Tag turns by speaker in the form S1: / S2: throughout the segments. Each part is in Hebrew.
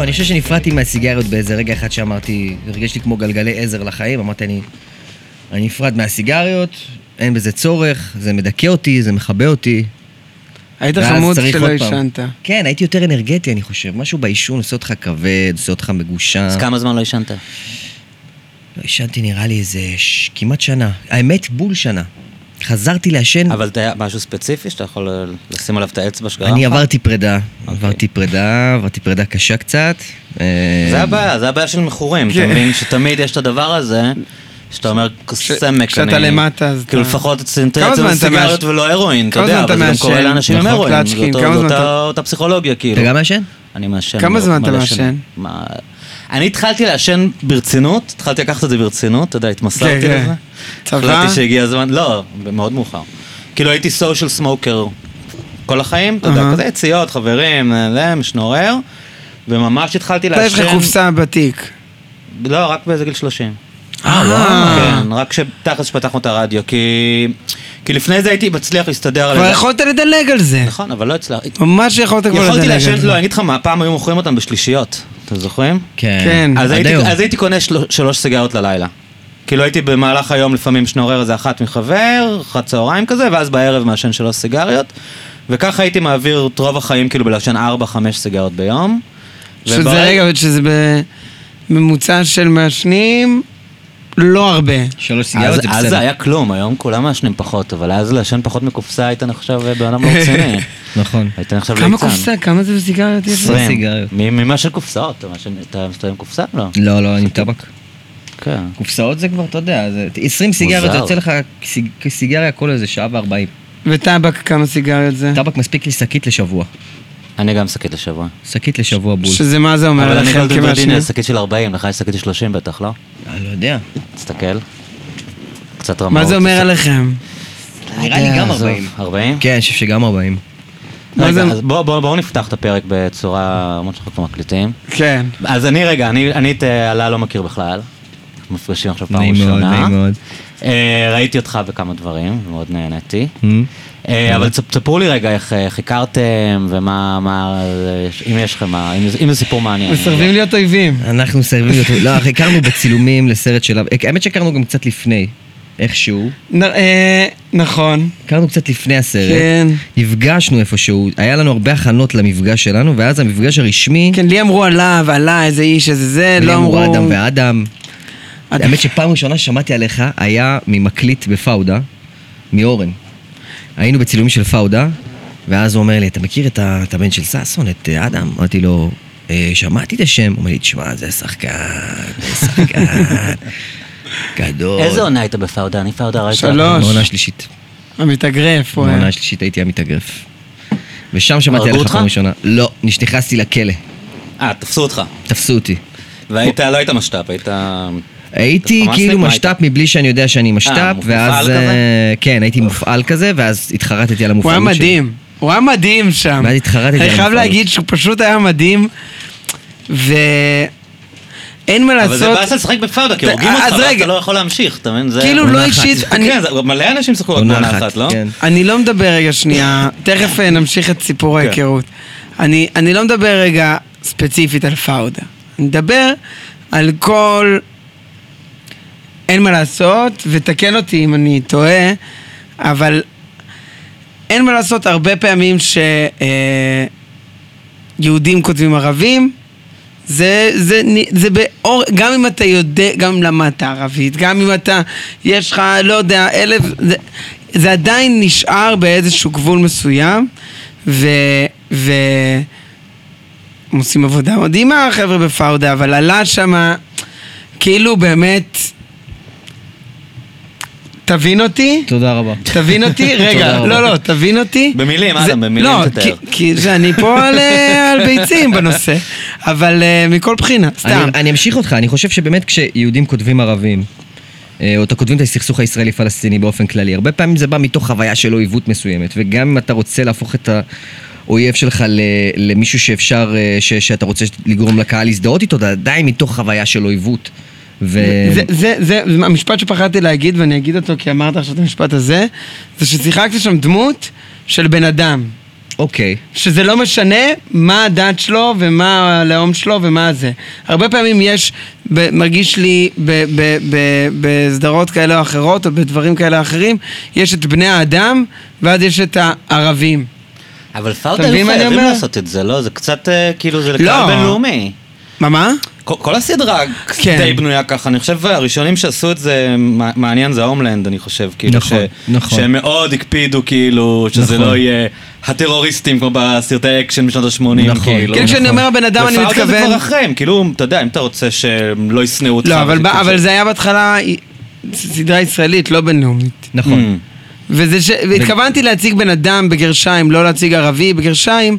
S1: לא, אני חושב שנפרדתי מהסיגריות באיזה רגע אחד שאמרתי, הרגש לי כמו גלגלי עזר לחיים, אמרתי אני נפרד מהסיגריות, אין בזה צורך, זה מדכא אותי, זה מחבא אותי.
S2: היית חמוד שלא ישנת.
S1: כן, הייתי יותר אנרגטי, אני חושב. משהו באישון עושה אותך כבד, עושה אותך מגושם.
S3: אז כמה זמן לא ישנת?
S1: לא ישנתי נראה לי איזה כמעט שנה. האמת, בול שנה. חזרתי לעשן.
S3: אבל זה משהו ספציפי שאתה יכול לשים עליו את האצבע שגרם?
S1: אני עברתי פרידה. עברתי פרידה קשה קצת.
S3: זה הבעיה של מכורים. אתה מבין שתמיד יש את הדבר הזה, שאתה אומר, סמק.
S2: כשאתה למטה, אז
S3: כאילו לפחות אצל סיגריות ולא הרואין, אתה יודע, אבל זה גם קורה לאנשים עם הרואין. זאת אותה פסיכולוגיה, כאילו.
S1: אתה גם מעשן?
S3: אני מעשן.
S2: כמה זמן אתה מעשן?
S3: אני התחלתי לעשן ברצינות, התחלתי לקחת את זה ברצינות, אתה יודע, התמסרתי לזה.
S2: צבא?
S3: החלטתי שהגיע הזמן, לא, מאוד מאוחר. כאילו הייתי סושיאל סמוקר כל החיים, אתה יודע, כזה יציאות, חברים, משנורר, וממש התחלתי לעשן.
S2: אתה יש לך קופסה בתיק.
S3: לא, רק באיזה גיל 30. כן, רק שתכף שפתחנו את הרדיו, כי לפני זה הייתי מצליח להסתדר על זה.
S2: אבל יכולת לדלג על זה.
S3: נכון, אבל לא הצלחתי.
S2: ממש יכולת כבר לדלג על זה.
S3: לא, אני אגיד לך מה, פעם היו מוכרים אותם בשלישיות, אתם זוכרים?
S1: כן.
S3: אז הייתי קונה 3 סיגרות ללילה. כאילו הייתי במהלך היום לפעמים שנורר איזה אחת מחבר, אחת צהריים כזה, ואז בערב מעשן 3 סיגריות, וככה הייתי מעביר את רוב החיים כאילו בלעשן 4-5 סיגרות ביום.
S2: שזה בממוצע של מעשנים לא הרבה.
S1: 3 סיגריות זה בסדר.
S3: אז זה היה כלום, היום כולם מעשנים פחות, אבל אז לעשן פחות מקופסה היית נחשב באדם לא רציני.
S1: נכון.
S3: היית נחשב
S2: כמה קופסה? כמה זה בסיגריות?
S1: 20.
S3: ממה של קופסאות? אתה מסתובב עם קופסה? לא.
S1: לא, אני טבק.
S3: כן.
S1: קופסאות זה כבר, אתה יודע, 20 סיגריות, יוצא לך סיגריה כל איזה שעה ו40.
S2: וטבק כמה סיגריות זה?
S1: טבק מספיק לי שקית לשבוע.
S3: אני גם שקית לשבוע.
S1: שקית לשבוע בול.
S2: שזה מה זה אומר?
S3: אבל אני גם דודין, שקית של 40, לך יש שקית של 30 בטח, לא?
S1: אני לא יודע.
S3: תסתכל. קצת רמאות.
S2: מה זה אומר עליכם?
S1: נראה לי גם 40.
S3: 40?
S1: כן, אני חושב שגם 40.
S3: רגע, אז בואו נפתח את הפרק בצורה, למרות שאנחנו כבר מקליטים.
S2: כן.
S3: אז אני את עלה לא מכיר בכלל. מפגשים עכשיו פעם ראשונה.
S1: נעים מאוד.
S3: ראיתי אותך בכמה דברים, ומאוד נהניתי. אבל תספרו לי רגע איך הכרתם, ומה, אם יש לכם, אם זה סיפור מעניין.
S2: מסרבים להיות אויבים.
S1: אנחנו מסרבים להיות אויבים. לא, הכרנו בצילומים לסרט שלה. האמת שהכרנו גם קצת לפני. איכשהו.
S2: נכון.
S1: הכרנו קצת לפני הסרט.
S2: כן.
S1: נפגשנו איפשהו. היה לנו הרבה הכנות למפגש שלנו, ואז המפגש הרשמי...
S2: כן, לי אמרו עליו, איזה איש, איזה זה, לא אמרו...
S1: לי אמרו אדם ואדם. האמת שפעם ראשונה ששמעתי עליך היה ממקליט בפאודה, מאורן. היינו בצילומים של פאודה, ואז הוא אומר לי, אתה מכיר את הבן של ססון, את אדם? אמרתי לו, שמעתי את השם. הוא אומר לי, תשמע, זה שחקן, גדול.
S3: איזה עונה היית בפאודה? אני פאודה ראיתי.
S2: 3.
S1: מעונה שלישית.
S2: המתאגרף.
S1: מעונה שלישית הייתי המתאגרף. ושם שמעתי עליך פעם ראשונה. לא, נכנסתי לכלא.
S3: תפסו אותך.
S1: תפסו אותי.
S3: והיית, לא היית משטאפ,
S1: הייתי כאילו משטאפ מבלי שאני יודע שאני משטאפ, ואז כן, הייתי מופעל כזה, ואז התחרטתי על המופעלות שלי.
S2: הוא היה מדהים שם.
S1: ואז התחרטתי על המופעלות.
S2: אני חייב להגיד שהוא פשוט היה מדהים, אין מה לעשות...
S3: אבל זה בעצם לשחק בפאודה, כי הורגים אותך, ואתה לא יכול להמשיך, אתה מבין?
S2: כאילו לא אישית...
S3: כן, מלא אנשים שחקו רק בעונה אחת, לא?
S2: אני לא מדבר רגע שנייה, תכף נמשיך את סיפור ההיכרות. אני לא מדבר רגע ספציפית על פאודה. אני מדבר על כל... אין מה לעשות, ותקן אותי אם אני טועה, אבל אין מה לעשות הרבה פעמים שיהודים כותבים ערבים, זה באור, גם אם אתה יודע, גם אם למדת ערבית, גם אם אתה, יש לך, לא יודע, 1000, זה עדיין נשאר באיזשהו גבול מסוים, הם עושים עבודה מדהימה, חבר'ה בפאודה, אבל עלה שמה, כאילו באמת, תבין אותי?
S1: תודה רבה.
S2: תבין אותי? רגע, לא, תבין אותי.
S3: במילים, אדם, במילים תתאר.
S2: לא, כי אני פה על ביצים בנושא, אבל מכל בחינה, סתם.
S1: אני אמשיך אותך, אני חושב שבאמת כשיהודים כותבים ערבים, או אתה כותבים את הסכסוך הישראלי-פלסטיני באופן כללי, הרבה פעמים זה בא מתוך חוויה של אויבות מסוימת, וגם אם אתה רוצה להפוך את האויב שלך למישהו שאפשר, שאתה רוצה לגרום לקהל להזדהות איתו, עדיין מתוך חוויה של אויבות.
S2: זה המשפט שפחדתי להגיד, ואני אגיד אותו כי אמרת עכשיו את המשפט הזה, זה ששיחקתי שם דמות של בן אדם.
S1: אוקיי.
S2: שזה לא משנה מה הדת שלו ומה הלאום שלו ומה זה. הרבה פעמים מרגיש לי בסדרות כאלה או אחרות או בדברים כאלה או אחרים, יש את בני האדם ואז יש את הערבים.
S3: אבל פאודה לא חייבים לעשות את זה, לא? זה קצת כאילו זה לקהל בינלאומי.
S2: מה?
S3: כל הסדרה די בנויה ככה, אני חושב הראשונים שעשו את זה מעניין זה ההומלנד, אני חושב, כאילו שהם מאוד הקפידו כאילו שזה לא יהיה הטרוריסטים כמו בסרטי אקשן בשנות ה-80, כאילו.
S2: כן, כשאני אומר הבן אדם אני מתכוון...
S3: ופאודה זה כבר אחריהם, כאילו, אתה יודע, אם אתה רוצה שהם לא יסנאו אותך...
S2: לא, אבל זה היה בהתחלה סדרה ישראלית, לא בינלאומית.
S1: נכון.
S2: והתכוונתי להציג בן אדם בגרשיים, לא להציג ערבי בגרשיים,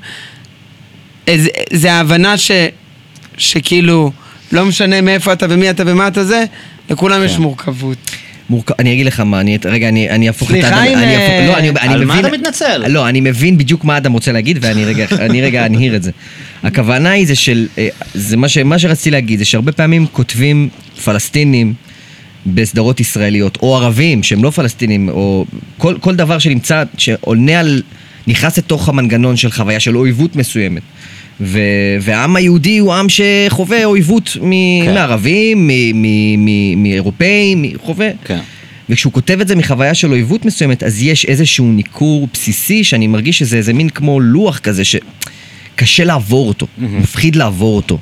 S2: זה ההבנה שכאילו, לא משנה מאיפה אתה ומי אתה ומה אתה זה, לכולם יש מורכבות.
S1: אני אגיד לך מה, אני אהפוך את האדם...
S3: על מה אתה מתנצל?
S1: לא, אני מבין בדיוק מה אדם רוצה להגיד, ואני רגע אנהיר את זה. הכוונה היא מה שרציתי להגיד, זה שהרבה פעמים כותבים פלסטינים בסדרות ישראליות, או ערבים שהם לא פלסטינים, או כל דבר שנמצא, שעונה על... נכנס לתוך המנגנון של חוויה של אויבות מסוימת. והעם היהודי הוא עם שחווה אויבות מערבים, מאירופאים, חווה. וכשהוא כותב את זה מחוויה של אויבות מסוימת, אז יש איזשהו ניכור בסיסי, שאני מרגיש שזה איזה מין כמו לוח כזה, שקשה לעבור אותו, מפחיד לעבור אותו.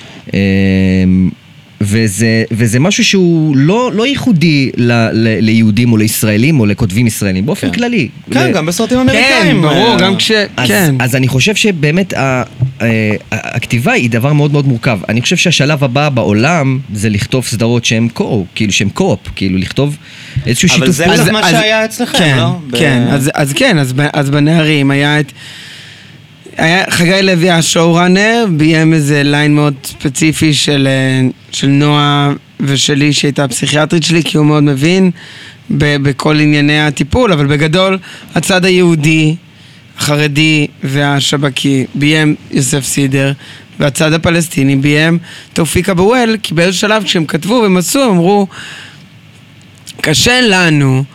S1: וזה משהו שהוא לא ייחודי ליהודים או לישראלים או לכותבים ישראלים, באופן כללי.
S3: כן, גם בסרטים אמריקאים.
S2: כן, ברור, גם כן.
S1: אז אני חושב שבאמת הכתיבה היא דבר מאוד מאוד מורכב. אני חושב שהשלב הבא בעולם זה לכתוב סדרות שהן קו-אופ, כאילו לכתוב איזשהו שיתוף
S3: פעולה. אבל זה מה שהיה אצלכם, לא?
S2: כן, אז בנערים היה את... חגי לוי השואו-ראנר, ביים איזה ליין מאוד ספציפי של נועה ושלי שהייתה פסיכיאטרית שלי, כי הוא מאוד מבין בכל ענייני הטיפול, אבל בגדול הצד היהודי, החרדי והשבקי ביים יוסף סידר, והצד הפלסטיני ביים תאופיק אבואל, כי באיזשהו שלב כשהם כתבו והם עשו, הם אמרו קשה לנו,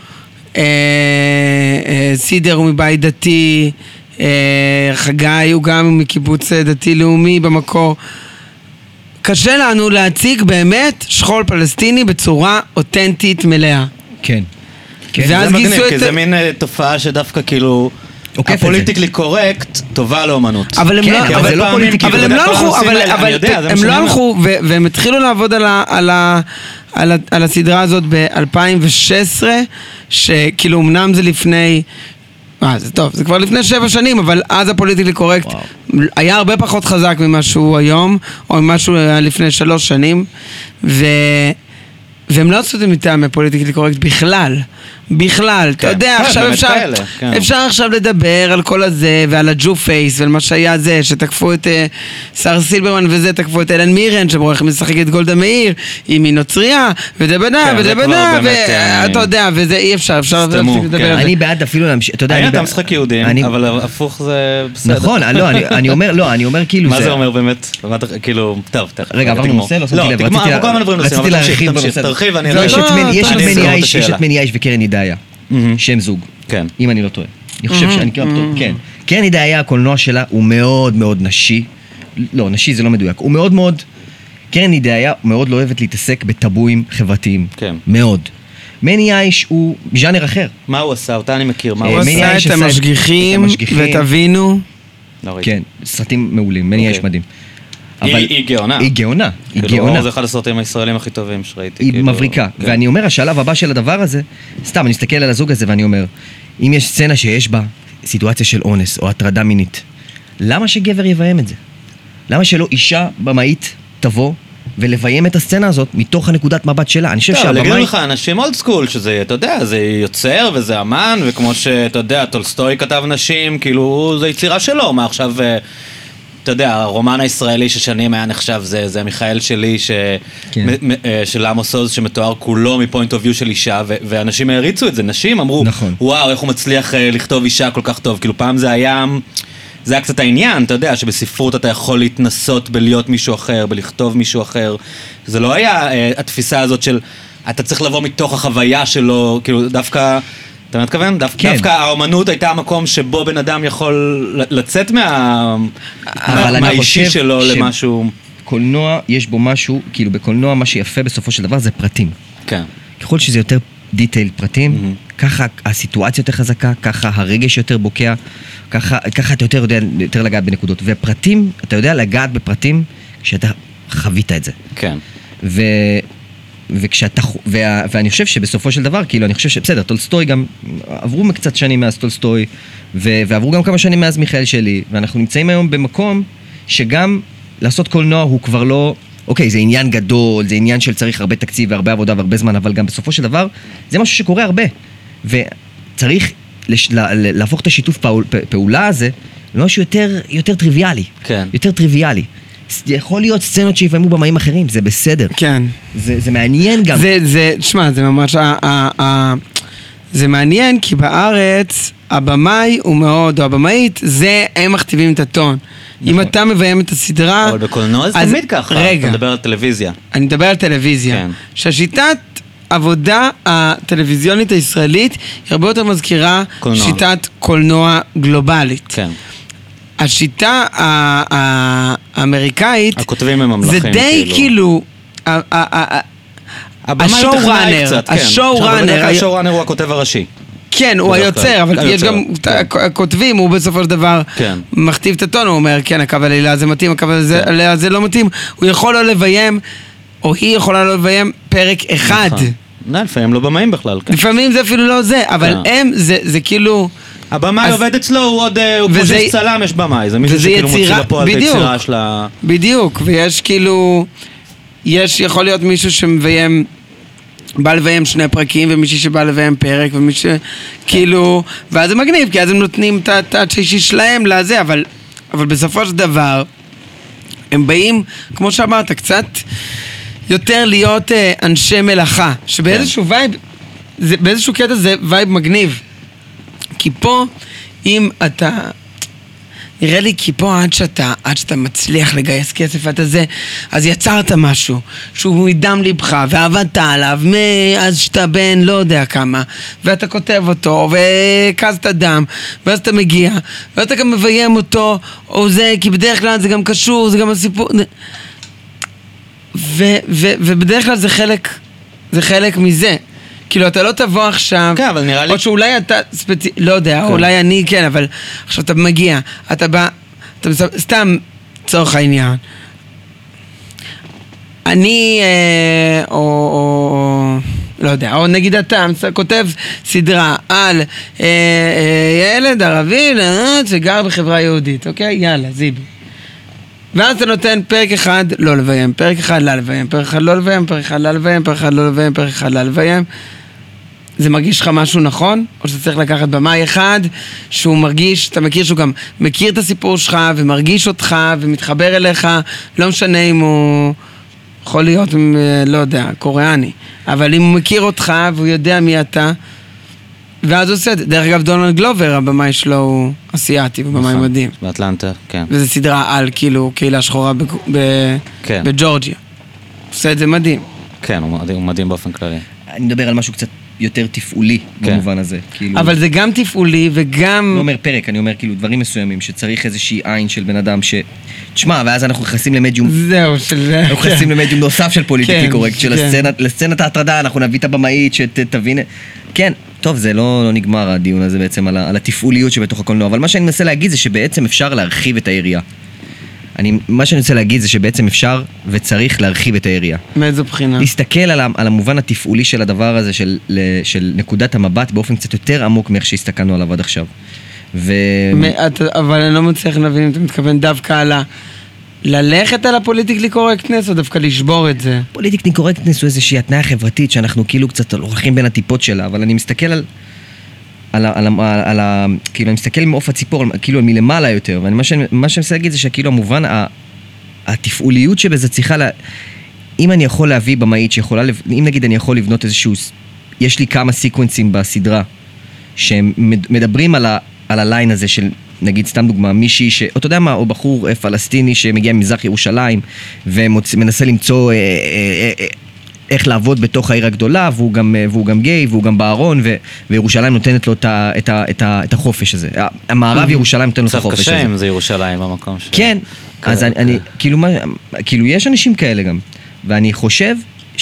S2: סידר הוא מבית דתי, חגי הוא גם מקיבוץ דתי-לאומי במקור. קשה לנו להציג באמת שכול פלסטיני בצורה אותנטית מלאה.
S1: כן.
S3: ואז גייסו את... כי זה מין תופעה שדווקא כאילו... הפוליטיקלי קורקט טובה לאומנות.
S2: אבל הם לא הלכו, והם התחילו לעבוד על הסדרה הזאת ב-2016, שכאילו אמנם זה לפני... זה טוב, זה כבר לפני 7 שנים, אבל אז הפוליטיקלי קורקט היה הרבה פחות חזק ממה שהוא היום, או ממה שהוא היה לפני 3 שנים, והם לא עשו את זה מטעם הפוליטיקלי קורקט בכלל, אתה יודע, עכשיו אפשר עכשיו לדבר על כל הזה, ועל הג'ו פייס, ועל מה שהיה זה, שתקפו את שר סילברמן וזה, תקפו את אלן מירן, שאמרו איך משחק את גולדה מאיר, היא מנוצריה, ודבנה, ואתה יודע, וזה אי אפשר לדבר על זה.
S1: אני בעד אפילו להמשיך, אתה יודע,
S3: אתה משחק יהודים, אבל הפוך זה בסדר.
S1: נכון, אני אומר כאילו...
S3: מה זה אומר באמת? כאילו, טוב,
S1: רגע, עברנו נושא, לא שמתי לב, רציתי להרחיב בנושא.
S3: תרחיב, אני
S1: יש את מני איש וקרן הידאיה, שם זוג, אם אני לא טועה. אני חושב שאני קרא טוב, כן. קרן הידאיה, הקולנוע שלה הוא מאוד מאוד נשי. לא, נשי זה לא מדויק. הוא מאוד מאוד... קרן הידאיה מאוד לא אוהבת להתעסק בטבואים חברתיים. כן. מאוד. מני איש הוא ז'אנר אחר.
S3: מה הוא עשה? אותה אני מכיר.
S2: הוא עשה את המשגיחים ותבינו.
S1: כן, סרטים מעולים. מני איש מדהים.
S3: היא גאונה.
S1: היא גאונה.
S3: זה אחד הסרטים הישראלים הכי טובים שראיתי.
S1: היא מבריקה. ואני אומר, השלב הבא של הדבר הזה, סתם, אני אסתכל על הזוג הזה ואני אומר, אם יש סצנה שיש בה סיטואציה של אונס או הטרדה מינית, למה שגבר יביים את זה? למה שלא אישה במאית תבוא ולביים את הסצנה הזאת מתוך הנקודת מבט שלה? אני חושב שהבמאי...
S3: להגיד לך, אנשים אולד סקול, שזה, אתה יודע, זה יוצר וזה אמן, וכמו שאתה יודע, טולסטוי כתב נשים, כאילו, זה יצירה שלו, מה עכשיו... אתה יודע, הרומן הישראלי ששנים היה נחשב, זה מיכאל שלי, של עמוס עוז, שמתואר כולו מפוינט אוף ויו של אישה, ואנשים העריצו את זה, נשים אמרו, וואו, איך הוא מצליח לכתוב אישה כל כך טוב, כאילו פעם זה היה קצת העניין, אתה יודע, שבספרות אתה יכול להתנסות בלהיות מישהו אחר, בלכתוב מישהו אחר, זה לא היה התפיסה הזאת של, אתה צריך לבוא מתוך החוויה שלו, כאילו דווקא אתה מתכוון? דווקא האומנות הייתה המקום שבו בן אדם יכול לצאת מהאישי שלו למשהו...
S1: קולנוע, יש בו משהו, כאילו בקולנוע מה שיפה בסופו של דבר זה פרטים.
S3: כן.
S1: ככל שזה יותר דיטייל פרטים, ככה הסיטואציה יותר חזקה, ככה הרגש יותר בוקע, ככה אתה יודע יותר לגעת בנקודות. ופרטים, אתה יודע לגעת בפרטים כשאתה חווית את זה.
S3: כן.
S1: ואני חושב שבסופו של דבר, כאילו, אני חושב שבסדר, טולסטוי גם, עברו קצת שנים מאז טולסטוי, ועברו גם כמה שנים מאז מיכאל שלי, ואנחנו נמצאים היום במקום שגם לעשות קולנוע הוא כבר לא, אוקיי, זה עניין גדול, זה עניין של צריך הרבה תקציב והרבה עבודה והרבה זמן, אבל גם בסופו של דבר, זה משהו שקורה הרבה, וצריך להפוך את השיתוף פעולה הזה, למשהו יותר טריוויאלי,
S3: כן.
S1: יותר טריוויאלי. יכול להיות סצנות שיפעמו במאים אחרים, זה בסדר.
S2: כן.
S1: זה מעניין גם.
S2: תשמע, זה ממש, זה מעניין כי בארץ הבמאי הוא מאוד, או הבמאית, הם מכתיבים את הטון. אם אתה מביים את הסדרה...
S3: אבל בקולנוע זה תמיד ככה.
S2: רגע.
S3: אתה מדבר על טלוויזיה.
S2: אני מדבר על טלוויזיה.
S3: כן.
S2: שהשיטת עבודה הטלוויזיונית הישראלית היא הרבה יותר מזכירה שיטת קולנוע גלובלית.
S3: כן.
S2: השיטה האמריקאית,
S3: הכותבים הם ממלכים.
S2: זה די כאילו,
S3: השואו-ראנר הוא הכותב הראשי.
S2: כן, הוא היוצר, אבל יש גם הכותבים, הוא בסופו של דבר מכתיב את הטון, הוא אומר, כן, הקו הלילה זה מתאים, הקו הלילה זה לא מתאים, הוא יכול לא לביים, או היא יכולה לא לביים פרק אחד.
S3: לפעמים לא במאים בכלל.
S2: לפעמים זה אפילו לא זה, אבל הם, זה כאילו...
S3: הבמאי עובד אצלו, הוא כמו שיש צלם, יש במאי, זה מישהו שכאילו מוציא לפועל את היצירה שלה.
S2: בדיוק, ויש כאילו, יכול להיות מישהו שמביים, בא לביים 2 פרקים, ומישהו שבא לביים פרק, ומישהו כאילו, ואז זה מגניב, כי אז הם נותנים את הטאץ' האישי שלהם לזה, אבל בסופו של דבר, הם באים, כמו שאמרת, קצת יותר להיות אנשי מלאכה, שבאיזשהו וייב, באיזשהו קטע זה וייב מגניב. כי פה, אם אתה... נראה לי כי פה עד שאתה מצליח לגייס כסף ואתה זה, אז יצרת משהו שהוא מדם לבך ועבדת עליו מאז שאתה בן לא יודע כמה, ואתה כותב אותו וקזת דם, ואז אתה מגיע ואז אתה גם מביים אותו או זה, כי בדרך כלל זה גם קשור, זה גם הסיפור, ובדרך כלל זה חלק מזה. כאילו, אתה לא תבוא עכשיו,
S3: כן, אבל נראה לי...
S2: או שאולי אתה לא יודע, אולי אני כן, אבל עכשיו אתה מגיע, אתה בא, סתם צורך העניין. אני, או לא יודע, או נגיד אתה כותב סדרה על ילד ערבי שגר בחברה יהודית, אוקיי? יאללה, זיבי. ואז אתה נותן פרק אחד לא לביים, פרק אחד לא לביים, פרק אחד לא לביים, פרק אחד לא לביים, פרק אחד לא לביים, פרק אחד לא לביים. זה מרגיש לך משהו נכון? או שאתה צריך לקחת במאי אחד שהוא מרגיש, אתה מכיר שהוא גם מכיר את הסיפור שלך ומרגיש אותך ומתחבר אליך, לא משנה אם הוא יכול להיות, לא יודע, קוריאני, אבל אם הוא מכיר אותך והוא יודע מי אתה, ואז הוא עושה את זה. דרך אגב, דונלד גלובר, הבמאי שלו הוא אסיאתי, ובמאי מדהים.
S3: באטלנטה, כן.
S2: וזו סדרה על, כאילו, קהילה שחורה בג'ורג'יה. עושה את זה מדהים.
S3: כן, הוא מדהים באופן כללי.
S1: אני מדבר על משהו קצת יותר תפעולי במובן הזה.
S2: אבל זה גם תפעולי וגם...
S1: לא אומר פרק, אני אומר כאילו דברים מסוימים שצריך איזושהי עין של בן אדם תשמע, ואז אנחנו נכנסים למדיום...
S2: זהו, של זה.
S1: אנחנו נכנסים למדיום נוסף של פוליטיקלי קורקט, של לסצנת ההטרדה, אנחנו נביא את הבמאית שתבין... כן, טוב, זה לא נגמר הדיון הזה בעצם על התפעוליות שבתוך הקולנוע, אבל מה שאני מנסה להגיד זה שבעצם אפשר להרחיב את היריעה. מה שאני רוצה להגיד זה שבעצם אפשר וצריך להרחיב את היריעה.
S2: מאיזו בחינה?
S1: להסתכל על המובן התפעולי של הדבר הזה, של נקודת המבט באופן קצת יותר עמוק מאיך שהסתכלנו עליו עד עכשיו.
S2: אבל אני לא מצליח להבין אם אתה מתכוון דווקא על ללכת על הפוליטיקלי קורקטנס או דווקא לשבור את זה?
S1: פוליטיקלי קורקטנס הוא איזושהי התנאה חברתית שאנחנו כאילו קצת הולכים בין הטיפות שלה, אבל אני מסתכל כאילו אני מסתכל מעוף הציפור, כאילו מלמעלה יותר, ומה שאני מנסה להגיד זה שכאילו המובן, התפעוליות שבזה צריכה, אם אני יכול להביא במאית שיכולה, אם נגיד אני יכול לבנות איזשהו, יש לי כמה סיקוונסים בסדרה, שהם מדברים על הליין הזה של, נגיד סתם דוגמה, מישהי אתה יודע מה, או בחור פלסטיני שמגיע ממזרח ירושלים, ומנסה למצוא איך לעבוד בתוך העיר הגדולה, והוא גם גיי, והוא גם בארון, וירושלים נותנת לו את החופש הזה. המערב ירושלים נותן לו את החופש הזה.
S3: קשה אם זה ירושלים במקום
S1: כן, אז אני, כאילו יש אנשים כאלה גם, ואני חושב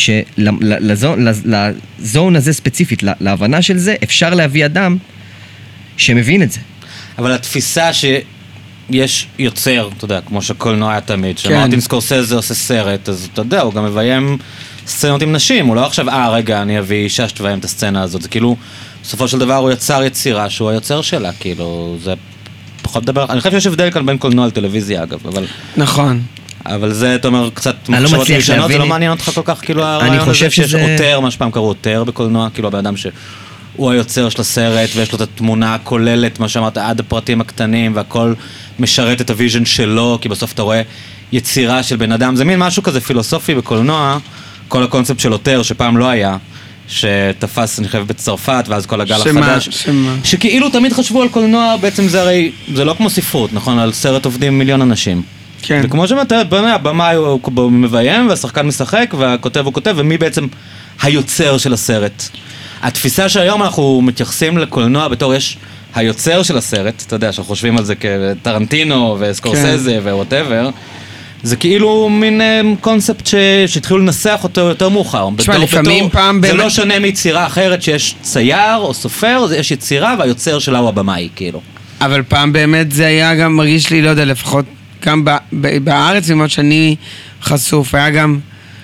S1: שלזון הזה ספציפית, להבנה של זה, אפשר להביא אדם שמבין את זה.
S3: אבל התפיסה שיש יוצר, אתה יודע, כמו שקולנוע היה תמיד, שמרטין סקורסזה עושה סרט, אז אתה יודע, הוא גם מביים סצנות עם נשים, הוא לא עכשיו, רגע, אני אביא אישה שתביים את הסצנה הזאת, זה כאילו, בסופו של דבר הוא יצר יצירה שהוא היוצר שלה, כאילו, זה פחות דבר, אני חושב שיש הבדל כאן בין קולנוע לטלוויזיה, אגב, אבל...
S2: נכון.
S3: אבל זה, אתה אומר, קצת
S1: מחשבות
S3: ראשונות, זה לא מעניין אותך כל כך, כאילו, הרעיון הזה שיש עותר, מה שפעם קראו עותר בקולנוע, כאילו, הבן אדם שהוא היוצר של הסרט, ויש לו את התמונה הכוללת, מה שאמרת, עד הפרטים הקטנים, והכל משרת את הוויז'ן שלו, כי בסוף אתה רואה יצירה של בן אדם, זה מין משהו כזה פילוסופי בקולנוע, כל הקונספט של עותר, שפעם לא היה, שתפס, אני חושב, בצרפת, ואז כל הגל החדש. שכאילו תמיד חשבו על קולנוע, בעצם זה הרי, זה לא כמו ספרות, נכון? על סרט עובדים מיליון אנשים.
S2: כן.
S3: וכמו שאומרת, הבמאי הוא מביים, והשחקן משחק, והכותב הוא כותב, ומי בעצם היוצר של הסרט. התפיסה שהיום אנחנו מתייחסים לקולנוע בתור יש היוצר של הסרט, אתה יודע, שאנחנו חושבים על זה כטרנטינו וסקורסזה ווואטאבר, זה כאילו מין קונספט שהתחילו לנסח אותו יותר מאוחר.
S2: תשמע, לפעמים פעם
S3: זה לא שונה מיצירה אחרת שיש צייר או סופר, יש יצירה והיוצר שלה הוא הבמאי, כאילו.
S2: אבל פעם באמת זה היה גם מרגיש לי, לא יודע, לפחות גם בארץ, ממה שאני חשוף, היה גם...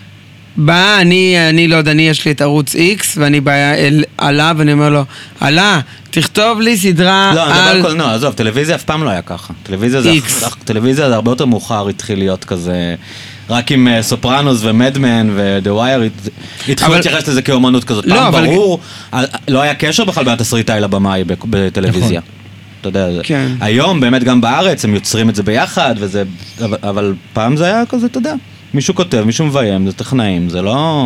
S2: אני לא יודע, יש לי את ערוץ X, ואני בא עלה, ואני אומר לו, עלה, תכתוב לי סדרה על...
S3: לא, אני מדבר על קולנוע, עזוב, טלוויזיה אף פעם לא היה ככה. טלוויזיה זה הרבה יותר מאוחר התחיל להיות כזה, רק עם סופרנוס ומדמן ודה ווייר, התחילו להתייחס לזה כאומנות כזאת. פעם ברור, לא היה קשר בכלל בין התסריטאי לבמאי בטלוויזיה. אתה יודע, היום באמת גם בארץ הם יוצרים את זה ביחד, אבל פעם זה היה כזה, אתה יודע. מישהו כותב, מישהו מביים, זה טכנאים, זה לא...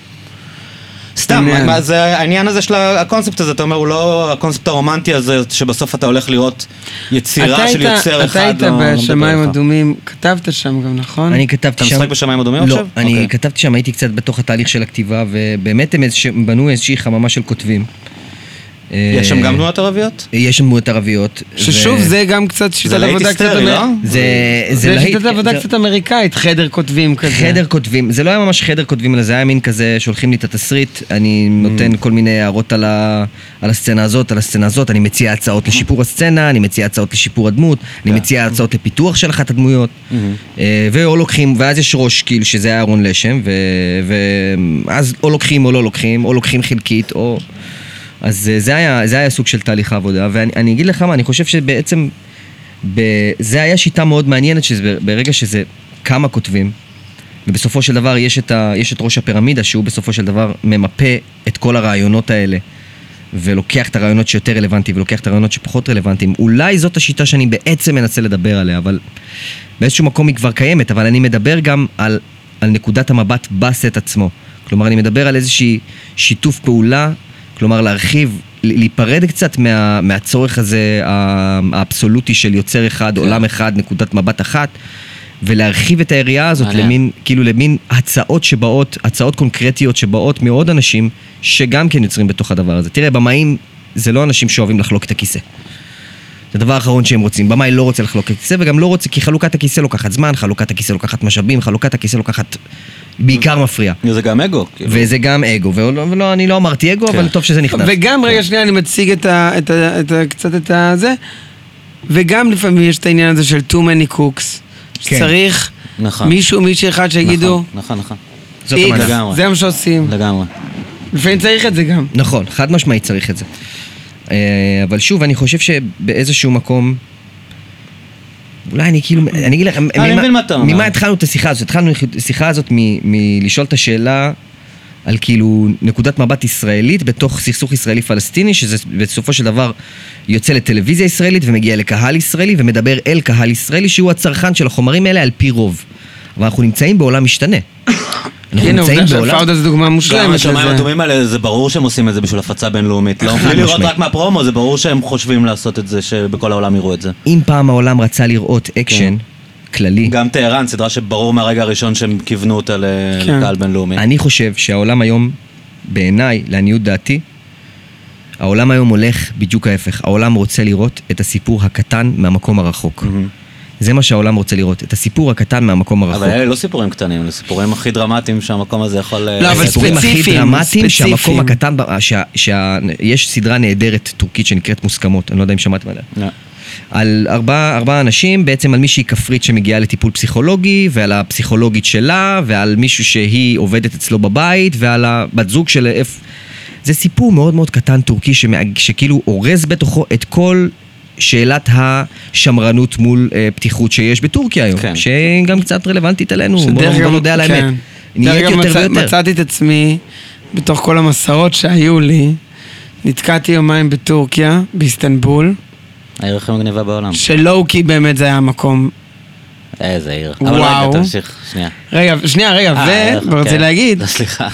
S3: סתם, זה העניין הזה של הקונספט הזה, אתה אומר, הוא לא הקונספט הרומנטי הזה, שבסוף אתה הולך לראות יצירה של יוצר אחד.
S2: אתה היית בשמיים אדומים, כתבת שם גם, נכון?
S1: אני כתבתי שם...
S3: אתה משחק בשמיים אדומים
S1: עכשיו?
S3: לא,
S1: אני כתבתי שם, הייתי קצת בתוך התהליך של הכתיבה, ובאמת הם בנו איזושהי חממה של כותבים.
S3: יש שם גם דמויות ערביות?
S1: יש שם דמויות ערביות.
S2: ששוב, זה גם קצת שיטת עבודה קצת... זה שיטת עבודה קצת אמריקאית, חדר כותבים כזה.
S1: חדר כותבים, זה לא היה ממש חדר כותבים, אלא זה היה מין כזה, שולחים לי את התסריט, אני נותן כל מיני הערות על הסצנה הזאת, אני מציע הצעות לשיפור הסצנה, אני מציע הצעות לשיפור הדמות, אני מציע הצעות לפיתוח של אחת הדמויות, ואו לוקחים, ואז יש ראש, כאילו, שזה היה אהרון לשם, ואז או לוקחים או לא לוקחים, או לוקחים חלקית, או... אז זה היה סוג של תהליך העבודה, ואני אגיד לך מה, אני חושב שבעצם זה היה שיטה מאוד מעניינת, שברגע שזה כמה כותבים, ובסופו של דבר יש את ראש הפירמידה, שהוא בסופו של דבר ממפה את כל הרעיונות האלה, ולוקח את הרעיונות שיותר רלוונטיים, ולוקח את הרעיונות שפחות רלוונטיים. אולי זאת השיטה שאני בעצם מנסה לדבר עליה, אבל באיזשהו מקום היא כבר קיימת, אבל אני מדבר גם על נקודת המבט בסט עצמו. כלומר, אני מדבר על איזושהי שיתוף פעולה, כלומר, להרחיב, להיפרד קצת מהצורך הזה האבסולוטי של יוצר אחד, עולם אחד, נקודת מבט אחת, ולהרחיב את היריעה הזאת למין הצעות קונקרטיות שבאות מעוד אנשים שגם כן יוצרים בתוך הדבר הזה. תראה, במאים זה לא אנשים שאוהבים לחלוק את הכיסא. זה הדבר האחרון שהם רוצים. במאי לא רוצה לחלוק את הכיסא, וגם לא רוצה, כי חלוקת הכיסא לוקחת זמן, חלוקת הכיסא לוקחת משאבים, חלוקת הכיסא לוקחת בעיקר מפריע.
S3: וזה גם אגו.
S1: וזה גם אגו, ואני לא אמרתי אגו, אבל טוב שזה נכנס.
S2: וגם, רגע שנייה, אני מציג קצת את זה, וגם לפעמים יש את העניין הזה של too many cooks, שצריך מישהו אחד שיגידו,
S3: נכון.
S2: זה מה שעושים.
S3: לגמרי.
S2: לפעמים צריך את זה גם.
S1: נכון, חד משמעית צריך את זה. אבל שוב, אני חושב שבאיזשהו מקום, אולי אני כאילו, אני אגיד לך, ממה התחלנו את השיחה הזאת? התחלנו את השיחה הזאת מלשאול את השאלה על כאילו נקודת מבט ישראלית בתוך סכסוך ישראלי-פלסטיני, שזה בסופו של דבר יוצא לטלוויזיה ישראלית ומגיע לקהל ישראלי ומדבר אל קהל ישראלי שהוא הצרכן של החומרים האלה על פי רוב. אבל אנחנו נמצאים בעולם משתנה.
S2: כן, עובדה שהפאודה זה דוגמה מושלמת.
S3: גם השמיים הדומים האלה, זה ברור שהם עושים את זה בשביל הפצה בינלאומית. לא יכולים לראות רק מהפרומו, זה ברור שהם חושבים לעשות את זה, שבכל העולם יראו את זה.
S1: אם פעם העולם רצה לראות אקשן, כללי.
S3: גם טהרן, סדרה שברור מהרגע הראשון שהם כיוונו אותה לקהל בינלאומי.
S1: אני חושב שהעולם היום, בעיניי, לעניות דעתי, העולם היום הולך בדיוק ההפך. העולם רוצה לראות את הסיפור הקטן מהמקום הרחוק. זה מה שהעולם רוצה לראות, את הסיפור הקטן מהמקום הרחוק.
S3: אבל אלה לא סיפורים קטנים, אלה סיפורים הכי דרמטיים שהמקום הזה יכול...
S2: לא, אבל
S1: הסיפורים הכי
S2: ספציפיים,
S1: דרמטיים שהמקום
S2: ספציפיים.
S1: הקטן, יש סדרה נהדרת טורקית שנקראת מוסכמות, אני לא יודע אם שמעתם עליה.
S3: לא.
S1: על ארבעה אנשים, בעצם על מישהי כפרית שמגיעה לטיפול פסיכולוגי, ועל הפסיכולוגית שלה, ועל מישהו שהיא עובדת אצלו בבית, ועל הבת זוג של... זה סיפור מאוד מאוד קטן טורקי שכאילו אורז בתוכו את כל שאלת השמרנות מול פתיחות שיש בטורקיה היום,
S3: כן.
S1: שהיא גם קצת רלוונטית אלינו, בוא נודה על האמת.
S2: כן.
S1: נהיית יותר ויותר.
S2: מצאתי את עצמי, בתוך כל המסעות שהיו לי, נתקעתי יומיים בטורקיה, באיסטנבול.
S3: העיר הכי מגניבה בעולם.
S2: שלואו-קי באמת זה היה המקום.
S3: איזה עיר.
S2: וואו.
S3: אבל רגע, תמשיך, שנייה.
S2: רגע, ורציתי להגיד,
S3: סליחה.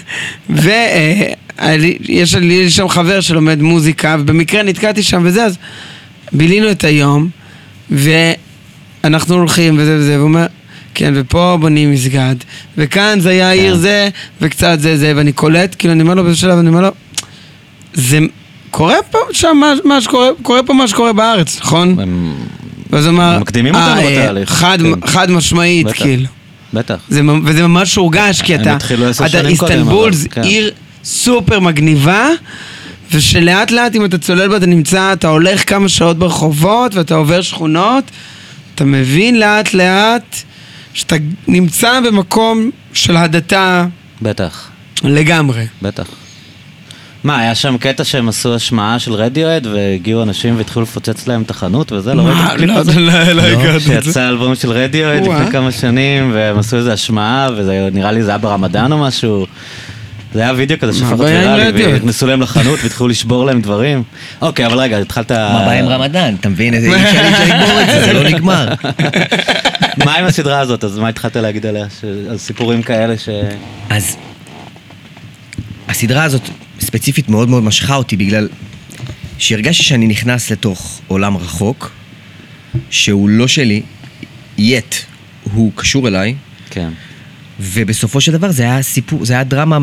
S2: יש לי שם חבר שלומד מוזיקה, ובמקרה נתקעתי שם וזה, אז בילינו את היום, ואנחנו הולכים וזה, והוא אומר, כן, ופה בונים מסגד, וכאן זה היה עיר זה, וקצת זה, ואני קולט, כאילו אני אומר לו באיזה שלב, אני אומר לו, זה קורה פה שם קורה פה מה שקורה בארץ, נכון? ואז הוא אמר,
S3: מקדימים אותנו בתהליך.
S2: חד משמעית,
S3: בטח.
S2: כאילו.
S3: בטח.
S2: וזה ממש הורגש, כי
S3: הם התחילו 10 שנים קודם,
S2: איסטנבול
S3: אבל,
S2: זה
S3: כן.
S2: עיר סופר מגניבה, ושלאט לאט אם אתה צולל בה, אתה הולך כמה שעות ברחובות, ואתה עובר שכונות, אתה מבין לאט לאט, שאתה נמצא במקום של הדתה
S3: בטח.
S2: לגמרי.
S3: בטח. מה, היה שם קטע שהם עשו השמעה של רדיואד, והגיעו אנשים והתחילו לפוצץ להם את החנות וזה? לא ראית את הקליפ הזה?
S2: לא הגעתי את זה.
S3: שיצא אלבום של רדיואד לפני כמה שנים, והם עשו איזו השמעה, ונראה לי זה היה ברמדאן או משהו. זה היה וידאו כזה שפחות ויראלי, ונכנסו להם לחנות והתחילו לשבור להם דברים. אוקיי, אבל רגע, התחלת...
S1: מה בעיה עם רמדאן? אתה מבין? איזה אי אפשר לגמור את זה, זה לא נגמר.
S3: מה עם הסדרה הזאת? אז מה התחלת להגיד עליה? על סיפורים כאלה ש...
S1: אז הסדרה הזאת ספציפית מאוד מאוד משכה אותי בגלל שהרגשתי שאני נכנס לתוך עולם רחוק שהוא לא שלי, yet הוא קשור אליי.
S3: כן.
S1: ובסופו של דבר זה היה סיפור, זה היה דרמה,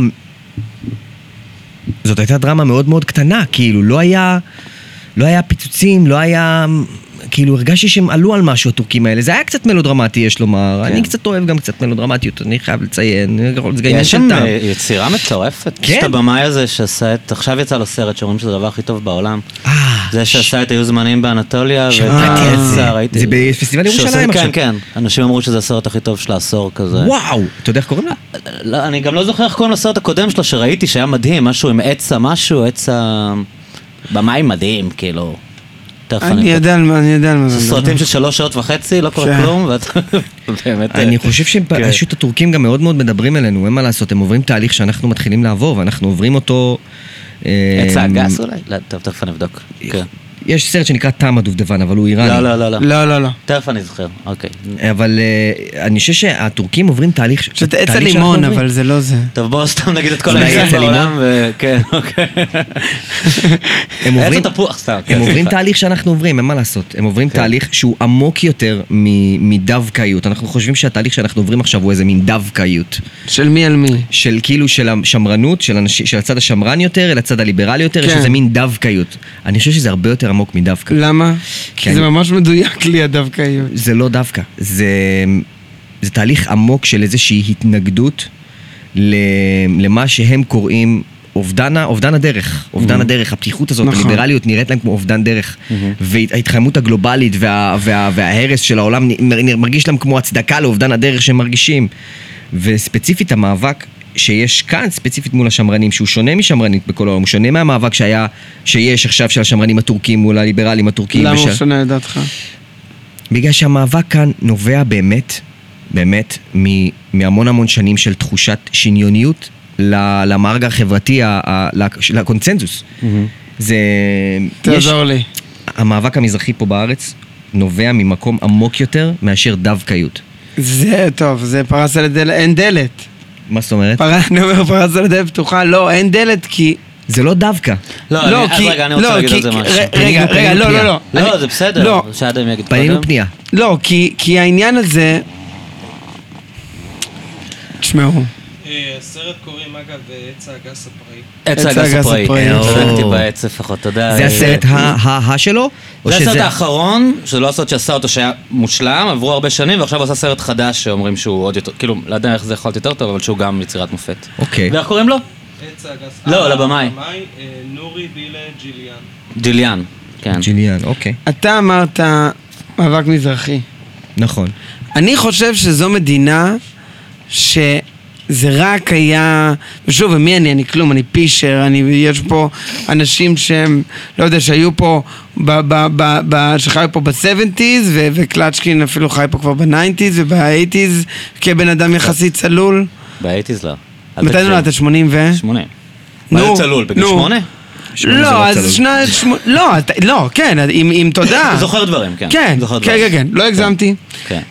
S1: זאת הייתה דרמה מאוד מאוד קטנה, כאילו לא היה פיצוצים, לא היה, כאילו הרגשתי שהם עלו על משהו הטורקים האלה, זה היה קצת מלודרמטי יש לומר, כן. אני קצת אוהב גם קצת מלודרמטיות, אני חייב לציין,
S3: יש שם יצירה מטורפת,
S1: כן.
S3: יש את הבמאי הזה שעשה את, עכשיו יצא לו סרט שאומרים שזה הדבר הכי טוב בעולם, זה שעשה את היו זמנים באנטוליה,
S1: שמעתי על זה, זה בפסטיבל ירושלים עכשיו.
S3: כן, כן, אנשים אמרו שזה הסרט הכי טוב של העשור כזה.
S1: וואו, אתה יודע איך קוראים לה?
S3: לא, אני גם לא זוכר איך קוראים לסרט הקודם שלו שראיתי שהיה מדהים, משהו עם עץ במאי מדהים, כאילו.
S2: אני יודע על מה זה.
S3: סרטים של 3.5 שעות, לא קורה כלום,
S1: אני חושב שפשוט הטורקים גם מאוד מאוד מדברים אלינו, אין מה לעשות, הם עוברים תהליך שאנחנו מתחילים לעבור, ואנחנו עוברים אותו...
S3: עץ הגס אולי? לא, טוב, תכף נבדוק.
S1: יש סרט שנקרא תמה דובדבן, אבל הוא איראני.
S3: לא. תכף אני זוכר, אוקיי.
S1: אבל אני חושב שהטורקים עוברים תהליך...
S2: פשוט עץ הלימון, אבל זה לא זה.
S3: טוב, בואו סתם נגיד את כל העצים בעולם, וכן, אוקיי. עץ התפוח, סתם.
S1: הם עוברים תהליך שאנחנו עוברים, אין מה לעשות. הם עוברים תהליך שהוא עמוק יותר מדווקאיות. אנחנו חושבים שהתהליך שאנחנו עוברים עכשיו הוא איזה מין דווקאיות.
S2: של מי על מי?
S1: של כאילו של השמרנות, של הצד השמרן יותר, אל הצד הליברלי יותר, יש איזה מין דווקאיות. אני חושב שזה הרבה יותר עמוק מדווקא.
S2: למה? כי זה ממש מדויק לי הדווקאיות.
S1: זה לא דווקא. זה תהליך עמוק של איזושהי התנגדות למה שהם קוראים אובדן הדרך. אובדן הדרך, הפתיחות הזאת, הליברליות נראית להם כמו אובדן דרך. וההתחממות הגלובלית וההרס של העולם מרגיש להם כמו הצדקה לאובדן הדרך שהם מרגישים. וספציפית המאבק שיש כאן ספציפית מול השמרנים, שהוא שונה משמרנית בכל העולם, הוא שונה מהמאבק שיש עכשיו של השמרנים הטורקים מול הליברלים הטורקים.
S2: למה הוא שונה לדעתך?
S1: בגלל שהמאבק כאן נובע באמת מהמון שנים של תחושת שניוניות למארג החברתי, לקונצנזוס. זה...
S2: תעזור לי.
S1: המאבק המזרחי פה בארץ נובע ממקום עמוק יותר מאשר דווקאיות.
S2: זה טוב, זה פרס על הדלת, אין דלת.
S1: מה זאת אומרת?
S2: אני אומר פרס על הדלת פתוחה, לא, אין דלת כי
S1: זה לא דווקא.
S3: לא, רגע, אני רוצה להגיד על זה משהו.
S2: רגע, לא.
S3: לא, זה בסדר, שאדם יגיד קודם.
S1: פנינו פנייה.
S2: לא, כי העניין הזה... תשמעו.
S4: הסרט קוראים אגב עץ האגס הפראי.
S3: עץ האגס הפראי. צדקתי בעץ לפחות, תודה.
S1: זה הסרט שלו?
S3: זה הסרט האחרון, שזה לא הסרט שעשה אותו שהיה מושלם, עברו הרבה שנים, ועכשיו הוא עושה סרט חדש שאומרים שהוא עוד יותר, כאילו, לא יודע איך זה יכול להיות יותר טוב, אבל שהוא גם יצירת מופת.
S1: אוקיי.
S3: ואיך קוראים לו?
S4: עץ האגס.
S3: לא, לבמאי.
S4: נורי בילה ג'יליאן.
S3: ג'יליאן, כן.
S1: ג'יליאן, אוקיי.
S2: אתה אמרת מאבק מזרחי.
S1: נכון.
S2: אני חושב שזו מדינה זה רק היה, ושוב, ומי אני כלום, אני פישר, יש פה אנשים שהם, לא יודע, שהיו פה, שחיו פה ב-70s, וקלצ'קין אפילו חי פה כבר ב-90s וב-80s, כבן אדם יחסית צלול.
S3: ב-80s לא.
S2: מתי נולדת? 80 ו?
S3: 80. מה זה צלול? בגיל 8?
S2: לא, אז לא, כן, עם תודה.
S3: זוכר דברים, כן.
S2: כן, לא הגזמתי.
S3: כן.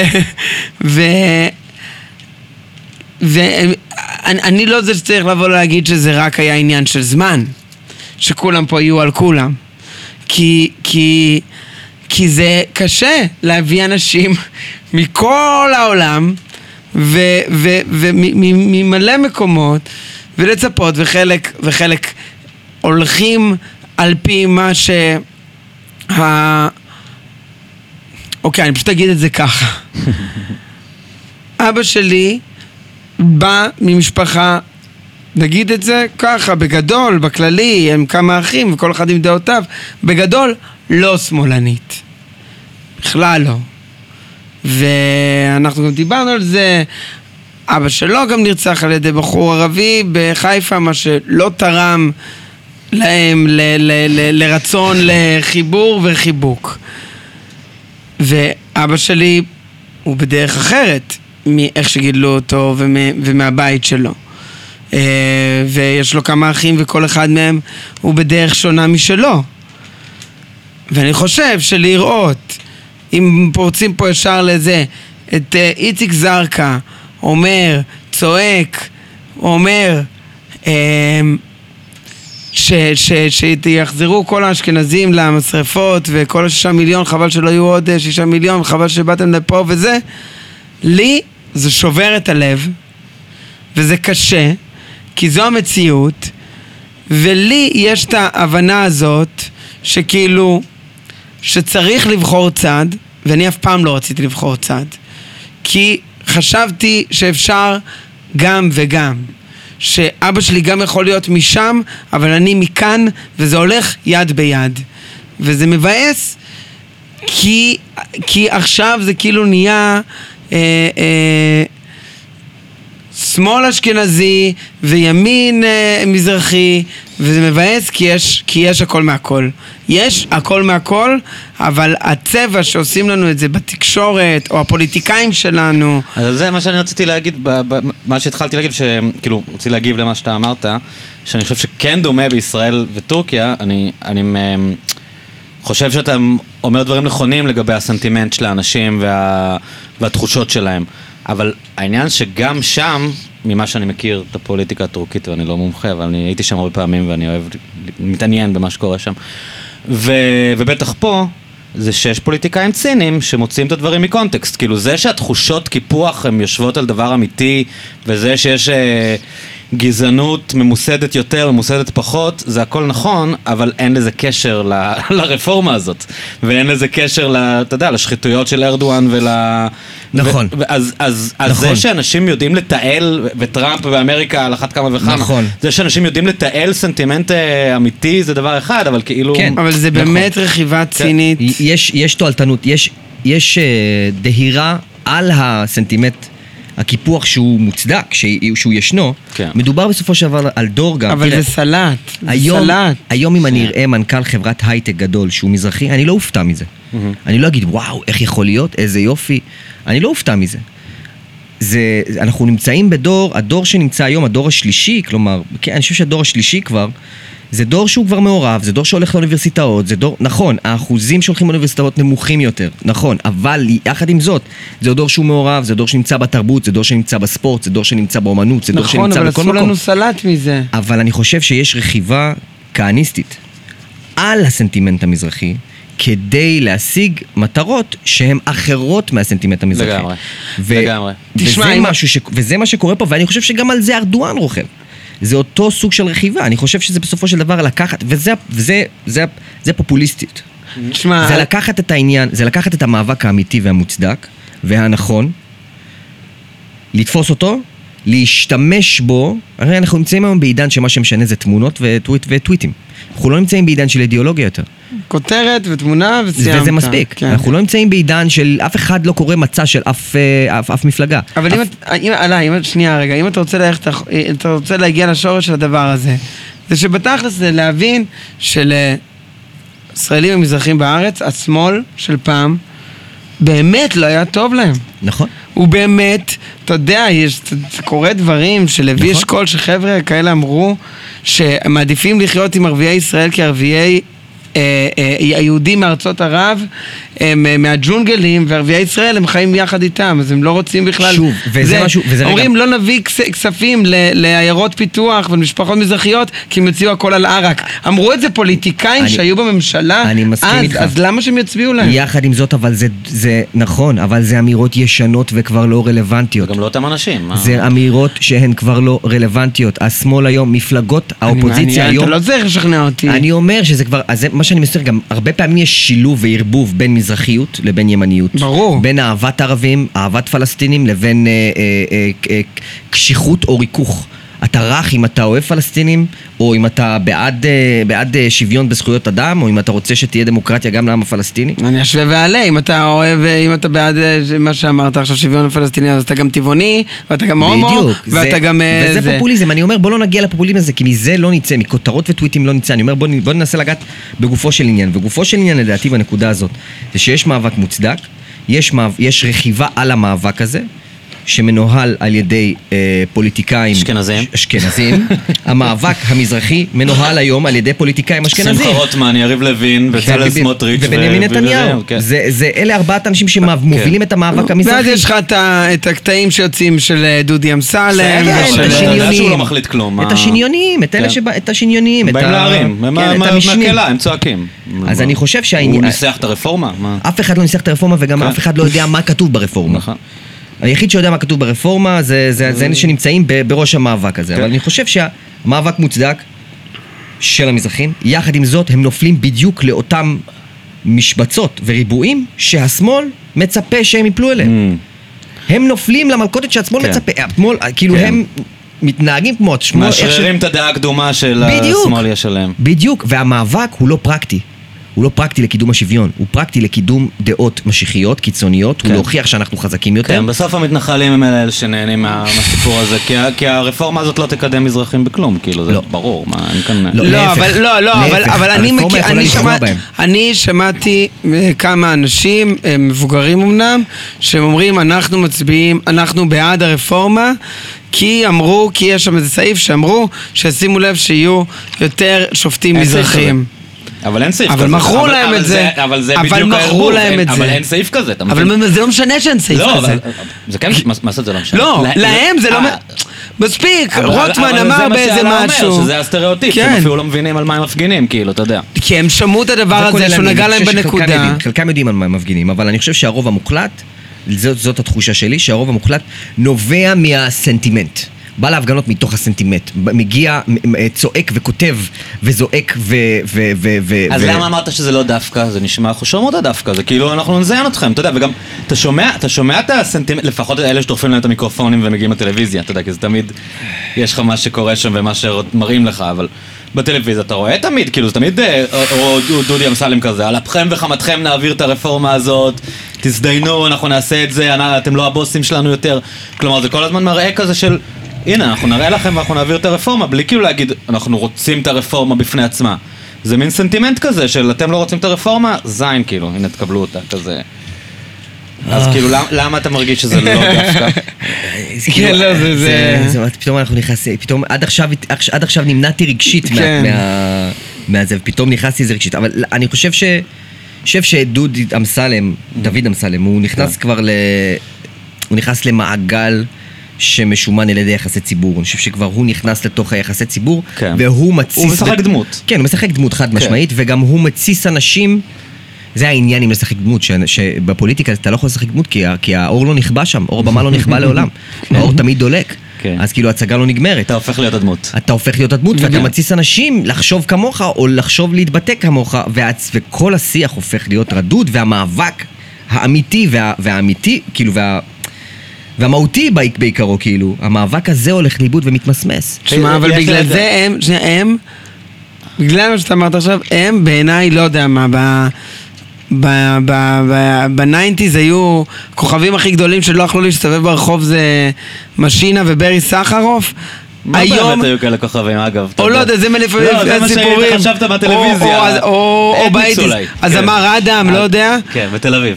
S2: ואני לא זה שצריך לבוא להגיד שזה רק היה עניין של זמן, שכולם פה יהיו על כולם, כי זה להביא אנשים מכל העולם וממלא מקומות ולצפות, וחלק הולכים על פי מה אוקיי, אני פשוט אגיד את זה ככה. אבא שלי בא ממשפחה, נגיד את זה ככה, בגדול, בכללי, הם כמה אחים וכל אחד עם דעותיו, בגדול לא שמאלנית, בכלל לא. ואנחנו גם דיברנו על זה, אבא שלו גם נרצח על ידי בחור ערבי בחיפה, מה שלא תרם להם לרצון לחיבור וחיבוק. ואבא שלי הוא בדרך אחרת מאיך שגידלו אותו ומהבית שלו, ויש לו כמה אחים וכל אחד מהם הוא בדרך שונה משלו. ואני חושב שלראות, אם פורצים פה ישר לזה, את איציק זרקה אומר, צועק, אומר שיחזרו כל האשכנזים למשרפות וכל 6 מיליון, חבל שלא יהיו עוד 6 מיליון, חבל שבאתם לפה וזה, לי זה שובר את הלב וזה קשה, כי זו המציאות, ולי יש את ההבנה הזאת שכאילו שצריך לבחור צד, ואני אף פעם לא רציתי לבחור צד, כי חשבתי שאפשר גם וגם, שאבא שלי גם יכול להיות משם אבל אני מכאן, וזה הולך יד ביד, וזה מבאס כי עכשיו זה כאילו נהיה שמאל אשכנזי וימין מזרחי, וזה מבאס כי יש הכל מהכל. יש הכל מהכל, אבל הצבע שעושים לנו את זה בתקשורת, או הפוליטיקאים שלנו...
S3: אז זה מה שאני רציתי להגיד, מה שהתחלתי להגיד, שכאילו, רציתי להגיב למה שאתה אמרת, שאני חושב שכן דומה בישראל וטורקיה, אני חושב שאתה אומר דברים נכונים לגבי הסנטימנט של האנשים והתחושות שלהם. אבל העניין שגם שם, ממה שאני מכיר את הפוליטיקה הטורקית, ואני לא מומחה, אבל אני הייתי שם הרבה פעמים ואני אוהב, מתעניין במה שקורה שם. ובטח פה, זה שיש פוליטיקאים ציניים שמוצאים את הדברים מקונטקסט. כאילו זה שהתחושות קיפוח הן יושבות על דבר אמיתי, וזה שיש גזענות ממוסדת יותר, ממוסדת פחות, זה הכל נכון, אבל אין לזה קשר לרפורמה הזאת. ואין לזה קשר, אתה יודע, לשחיתויות של ארדואן
S1: נכון.
S3: אז זה שאנשים יודעים לתעל, וטראמפ באמריקה על אחת כמה וכמה,
S1: נכון.
S3: זה שאנשים יודעים לתעל סנטימנט אמיתי זה דבר אחד, אבל כאילו...
S1: כן.
S2: אבל זה באמת רכיבה צינית.
S1: יש תועלתנות, יש דהירה על הסנטימנט, הקיפוח שהוא מוצדק, שהוא ישנו.
S3: כן.
S1: מדובר בסופו של דבר על דור גם.
S2: אבל זה סלט.
S1: היום אם אני אראה מנכ"ל חברת הייטק גדול שהוא מזרחי, אני לא אופתע מזה. אני לא אגיד, וואו, איך יכול להיות, איזה יופי. אני לא אופתע מזה. אנחנו נמצאים הדור שנמצא היום, הדור השלישי, כלומר, אני חושב שהדור השלישי כבר, זה דור שהוא כבר מעורב, זה דור שהולך לאוניברסיטאות, זה דור, נכון, האחוזים שהולכים לאוניברסיטאות נמוכים יותר, נכון, אבל יחד עם זאת, זה דור שהוא מעורב, זה דור שנמצא בתרבות, זה דור שנמצא בספורט, זה דור שנמצא באומנות, זה דור
S2: נכון,
S1: שנמצא
S2: אבל
S1: בכל
S2: עשו
S1: מקום.
S2: לנו סלט מזה.
S1: אבל אני חושב שיש רכיבה כהניסטית על הסנטימנט המזרחי, כדי להשיג מטרות שהן אחרות מהסנטימנט המזרחי.
S3: לגמרי, לגמרי.
S1: תשמע, וזה מה שקורה פה, ואני חושב שגם על זה ארדואן רוכב. זה אותו סוג של רכיבה, אני חושב שזה בסופו של דבר לקחת, וזה פופוליסטית.
S2: תשמע,
S1: זה לקחת את העניין, זה לקחת את המאבק האמיתי והמוצדק, והנכון, לתפוס אותו, להשתמש בו, הרי אנחנו נמצאים היום בעידן שמה שמשנה זה תמונות וטוויטים. אנחנו לא נמצאים בעידן של אידיאולוגיה יותר.
S2: כותרת ותמונה וסיימת.
S1: וזה מספיק.
S2: כן.
S1: אנחנו לא נמצאים בעידן של אף אחד לא קורא מצע של אף מפלגה.
S2: אבל אם אתה רוצה להגיע לשורש של הדבר הזה, זה שבתכלס זה להבין שלישראלים המזרחים בארץ, השמאל של פעם, באמת לא היה טוב להם.
S1: נכון.
S2: הוא באמת, אתה יודע, קורה דברים שלוי אשכול, שחבר'ה כאלה אמרו, שמעדיפים לחיות עם ערביי ישראל כערביי היהודים מארצות ערב, מהג'ונגלים, וערביי ישראל הם חיים יחד איתם, אז הם לא רוצים בכלל.
S1: שוב, וזה משהו, וזה
S2: אומרים לא נביא כספים לעיירות פיתוח ולמשפחות מזרחיות, כי הם יוציאו הכל על ערק. אמרו את זה פוליטיקאים שהיו בממשלה, אז למה שהם יצביעו להם?
S1: יחד עם זאת, אבל זה נכון, אבל זה אמירות ישנות וכבר לא רלוונטיות.
S3: גם לא אותם אנשים.
S1: זה אמירות שהן כבר לא רלוונטיות. השמאל היום, מפלגות, האופוזיציה היום.
S2: אתה לא צריך לשכנע אותי.
S1: אני אומר שזה כבר, מה שאני מסתכל, גם הרבה פעמים יש שילוב וערבוב בין מזרחיות לבין ימניות.
S2: ברור.
S1: בין אהבת ערבים, אהבת פלסטינים, לבין קשיחות או ריכוך. אתה רך אם אתה אוהב פלסטינים, או אם אתה בעד שוויון בזכויות אדם, או אם אתה רוצה שתהיה דמוקרטיה גם לעם הפלסטיני.
S2: אני אשווה ועלה, אם אתה אוהב, אם אתה בעד מה שאמרת עכשיו שוויון הפלסטיני, אז אתה גם טבעוני, ואתה גם הומו, ואתה גם...
S1: וזה פופוליזם, אני אומר בוא לא נגיע לפופוליזם הזה, כי מזה לא נצא, מכותרות וטוויטים לא נצא, אני אומר בוא ננסה לגעת בגופו של עניין, וגופו של עניין לדעתי בנקודה הזאת, זה שיש מאבק מוצדק, יש רכיבה על המאבק הזה, שמנוהל על ידי פוליטיקאים אשכנזים. המאבק המזרחי מנוהל היום על ידי פוליטיקאים אשכנזים.
S3: שמחה רוטמן, יריב לוין, בצלאל סמוטריץ'
S1: ובנימין נתניהו. אלה ארבעת אנשים שמובילים את המאבק המזרחי.
S2: ואז יש לך את הקטעים שיוצאים של דודי אמסלם.
S3: שהוא לא מחליט כלום.
S1: את השניונים, את השניונים.
S3: באים להרים, מהקלה, הם צועקים.
S1: אז אני חושב
S3: הוא ניסח את הרפורמה?
S1: אף אחד לא ניסח את הרפורמה וגם אף אחד לא יודע מה כתוב ברפורמה. היחיד שיודע מה כתוב ברפורמה זה אלה שנמצאים בראש המאבק הזה, אבל אני חושב שהמאבק מוצדק של המזרחים, יחד עם זאת הם נופלים בדיוק לאותם משבצות וריבועים שהשמאל מצפה שהם יפלו אליהם. הם נופלים למלכודת שהשמאל מצפה, כאילו הם מתנהגים כמו השמאל.
S3: משררים את הדעה הקדומה של השמאל יש עליהם.
S1: בדיוק, והמאבק הוא לא פרקטי. הוא לא פרקטי לקידום השוויון, הוא פרקטי לקידום דעות משיחיות, קיצוניות, הוא להוכיח שאנחנו חזקים יותר.
S3: כן, בסוף המתנחלים הם אלה שנהנים מהסיפור הזה, כי הרפורמה הזאת לא תקדם מזרחים בכלום, כאילו, זה ברור.
S2: אבל אני שמעתי כמה אנשים, מבוגרים אמנם, שהם אומרים, אנחנו מצביעים, אנחנו בעד הרפורמה, כי יש שם איזה סעיף שאמרו, שישימו לב שיהיו יותר שופטים מזרחים.
S3: אבל אין סעיף כזה.
S2: אבל מכרו להם את זה.
S3: אבל זה בדיוק הערבוב. אבל אין סעיף כזה.
S2: אבל זה לא משנה שאין סעיף כזה.
S3: זה כן, מה זה לא משנה?
S2: לא, להם זה לא... מספיק, רוטמן אמר באיזה משהו.
S3: שזה הסטריאוטיפ, שהם אפילו לא מבינים על מה הם מפגינים, כאילו, אתה יודע.
S2: כי הם שמעו את הדבר הזה, שהוא נגע להם בנקודה.
S1: חלקם יודעים על מה הם מפגינים, אבל אני חושב שהרוב המוחלט, זאת התחושה שלי, שהרוב המוחלט נובע מהסנטימנט. בא להפגנות מתוך הסנטימנט, מגיע, צועק וכותב וזועק
S3: אז למה אמרת שזה לא דווקא? זה נשמע חושרמות הדווקא, זה כאילו אנחנו נזיין אתכם, אתה יודע, וגם אתה שומע את הסנטימנט, לפחות אלה שדורפים להם את המיקרופונים ומגיעים לטלוויזיה, אתה יודע, כי זה תמיד, יש לך מה שקורה שם ומה שמראים לך, אבל בטלוויזיה אתה רואה תמיד, כאילו זה תמיד דודי אמסלם כזה, על אפכם וחמתכם נעביר את הרפורמה הזאת, תזדיינו, אנחנו נעשה את זה, אתם לא הבוסים שלנו יותר, כלומר זה כל הזמן מראה כזה של הנה, אנחנו נראה לכם ואנחנו נעביר את הרפורמה, בלי כאילו להגיד, אנחנו רוצים את הרפורמה בפני עצמה. זה מין סנטימנט כזה של אתם לא רוצים את הרפורמה, זין כאילו, הנה תקבלו אותה, כזה. אז כאילו, למה אתה מרגיש שזה לא דווקא?
S2: כן, לא, זה...
S1: פתאום אנחנו נכנסים, פתאום עד עכשיו נמנעתי רגשית מהזה, ופתאום נכנסתי לזה רגשית, אבל אני חושב שדוד אמסלם, דוד אמסלם, הוא נכנס כבר הוא נכנס למעגל שמשומן על ידי יחסי ציבור. אני חושב שכבר הוא נכנס לתוך היחסי ציבור, והוא מתסיס...
S3: הוא משחק דמות.
S1: כן, הוא משחק דמות חד משמעית, וגם הוא מתסיס אנשים... זה העניין עם לשחק דמות, שבפוליטיקה אתה לא יכול לשחק דמות, כי האור לא נכבה שם, אור במה לא נכבה לעולם. האור תמיד דולק. אז כאילו הצגה לא נגמרת.
S3: אתה הופך להיות הדמות.
S1: אתה הופך להיות הדמות, ואתה מתסיס אנשים לחשוב כמוך, או לחשוב להתבטא כמוך, וכל השיח הופך להיות רדוד, והמאבק האמיתי והאמיתי, כאילו, והמהותי בעיקרו, כאילו, המאבק הזה הולך לאיבוד ומתמסמס.
S2: תשמע, אבל בגלל זה הם, בגלל מה שאתה אמרת עכשיו, הם בעיניי, לא יודע מה, ב-90s היו כוכבים הכי גדולים שלא יכלו להסתובב ברחוב, זה משינה וברי סחרוף.
S3: מה באמת היו כאלה כוכבים, אגב?
S2: או לא יודע, זה מלפעמים
S3: זה מה שהיית חשבת בטלוויזיה.
S2: או באייטיז, אז אמר אדם, לא יודע.
S3: כן, בתל אביב.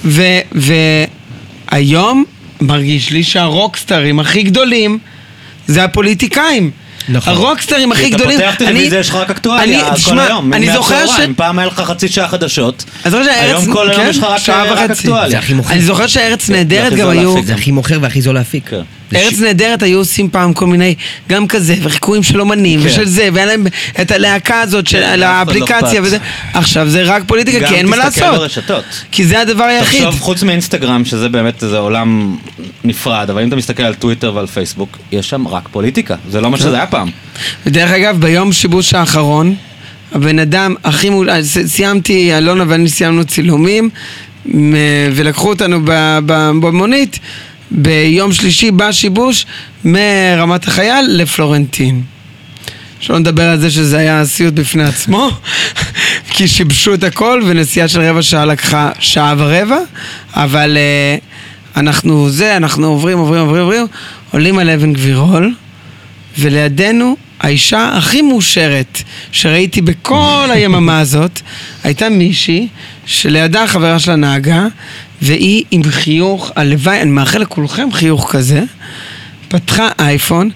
S2: והיום מרגיש לי שהרוקסטרים הכי גדולים זה הפוליטיקאים. הרוקסטרים הכי גדולים.
S3: אתה פותח טלוויזיה, יש לך רק אקטואליה כל היום. אני זוכר פעם היה לך חצי שעה חדשות, היום כל היום יש לך רק אקטואליה.
S2: אני זוכר שהארץ נהדרת גם היו...
S1: זה הכי מוכר והכי זול להפיק.
S2: ארץ נהדרת היו עושים פעם כל מיני, גם כזה, וחיקויים של אומנים ושל זה, והיה להם את הלהקה הזאת של האפליקציה וזה. עכשיו זה רק פוליטיקה, כי אין מה לעשות.
S3: גם תסתכל ברשתות.
S2: כי זה הדבר היחיד.
S3: תחשוב, חוץ מאינסטגרם, שזה באמת איזה עולם נפרד, אבל אם אתה מסתכל על טוויטר ועל פייסבוק, יש שם רק פוליטיקה. זה לא מה שזה היה פעם.
S2: ודרך אגב, ביום שיבוש האחרון, הבן אדם הכי סיימתי, אלונה ואני סיימנו צילומים, ולקחו אותנו במונית, ביום שלישי בא שיבוש מרמת החייל לפלורנטין. שלא נדבר על זה שזה היה סיוט בפני עצמו, כי שיבשו את הכל, ונסיעה של רבע שעה לקחה שעה ורבע, אבל אנחנו עוברים, עולים על אבן גבירול, ולידינו האישה הכי מאושרת שראיתי בכל היממה הזאת, הייתה מישהי שלידה חברה שלה נהגה, והיא עם חיוך, הלוואי, אני מאחל לכולכם חיוך כזה, פתחה אייפון,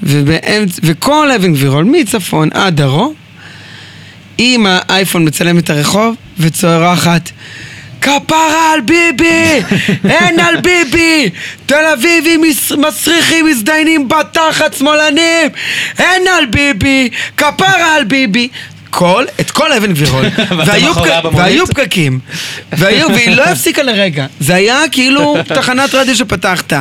S2: וכל אבן גבירול, מצפון עד דרום, היא עם האייפון מצלמת את הרחוב, וצוערחת, כפרה על ביבי, אין על ביבי, תל אביבים מסריחים, מזדיינים בתחת שמאלנים, אין על ביבי, כפרה על ביבי. את כל אבן גבירול, והיו פקקים, והיא לא הפסיקה לרגע, זה היה כאילו תחנת רדיו שפתחת,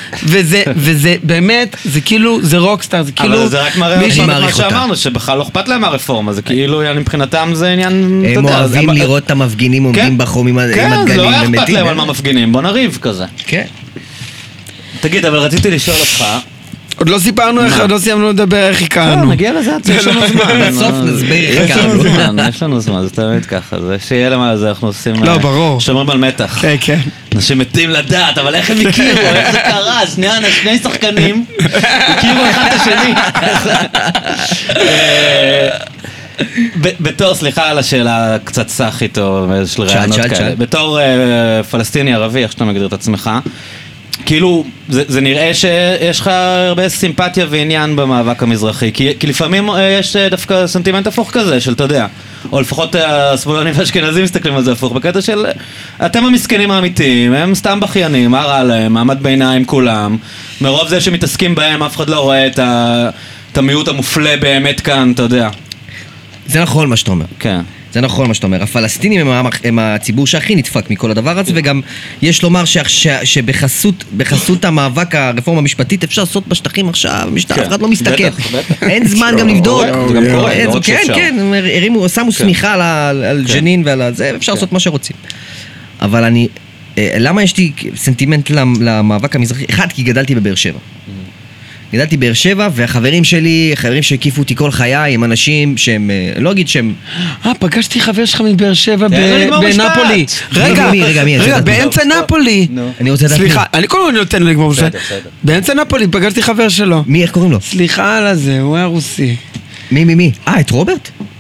S2: וזה באמת, זה כאילו, זה רוקסטאר, זה כאילו...
S3: אבל זה רק מראה מה שאמרנו, שבכלל לא אכפת להם מהרפורמה, זה כאילו, מבחינתם זה עניין...
S1: הם אוהבים לראות את המפגינים עומדים בחום עם הדגלים ומתים.
S3: כן, לא היה אכפת להם על מה מפגינים, בוא נריב כזה.
S1: כן.
S3: תגיד, אבל רציתי לשאול אותך,
S2: עוד לא סיפרנו איך, עוד לא סיימנו לדבר איך הכרנו.
S3: לא, נגיע לזה, יש לנו זמן.
S1: בסוף נסביר איך הכרנו.
S3: יש לנו זמן, זה תמיד ככה. זה שיהיה למה זה, אנחנו עושים...
S2: לא, ברור.
S3: שומרים על מתח.
S2: כן, כן.
S3: אנשים מתים לדעת, אבל איך הם הכירו, איך זה קרה? שני שחקנים הכירו אחד את השני. בתור, סליחה על השאלה קצת סאחית או של רעיונות כאלה. בתור פלסטיני ערבי, איך שאתה מגדיר את עצמך, כאילו, זה נראה שיש לך הרבה סימפתיה ועניין במאבק המזרחי, כי לפעמים יש דווקא סנטימנט הפוך כזה, של אתה יודע, או לפחות השמאלנים והאשכנזים מסתכלים על זה הפוך, בקטע של אתם המסכנים האמיתיים, הם סתם בכיינים, מה רע להם, מעמד ביניים כולם, מרוב זה שמתעסקים בהם, אף אחד לא רואה את המיעוט המופלא באמת כאן, אתה יודע.
S1: זה נכון מה שאתה אומר.
S3: כן.
S1: זה נכון מה שאתה אומר, הפלסטינים הם הציבור שהכי נדפק מכל הדבר הזה, וגם יש לומר שבחסות המאבק הרפורמה המשפטית אפשר לעשות בשטחים עכשיו, אף אחד לא מסתכל, אין זמן גם לבדוק, כן, כן, שמו סמיכה על ג'נין ועל זה, אפשר לעשות מה שרוצים. אבל למה יש לי סנטימנט למאבק המזרחי? אחד, כי גדלתי בבאר שבע. גדלתי באר שבע, והחברים שלי, חברים שהקיפו אותי כל חיי, הם אנשים שהם, לא אגיד שהם...
S2: פגשתי חבר שלך מבאר שבע בנפולי. רגע, באמצע נפולי.
S1: אני רוצה לדעת...
S2: סליחה, אני כל הזמן נותן לו לגמור משפט. באמצע נפולי, פגשתי חבר שלו.
S1: מי, איך קוראים לו?
S2: סליחה על הזה, הוא היה רוסי.
S1: מי? את רוברט?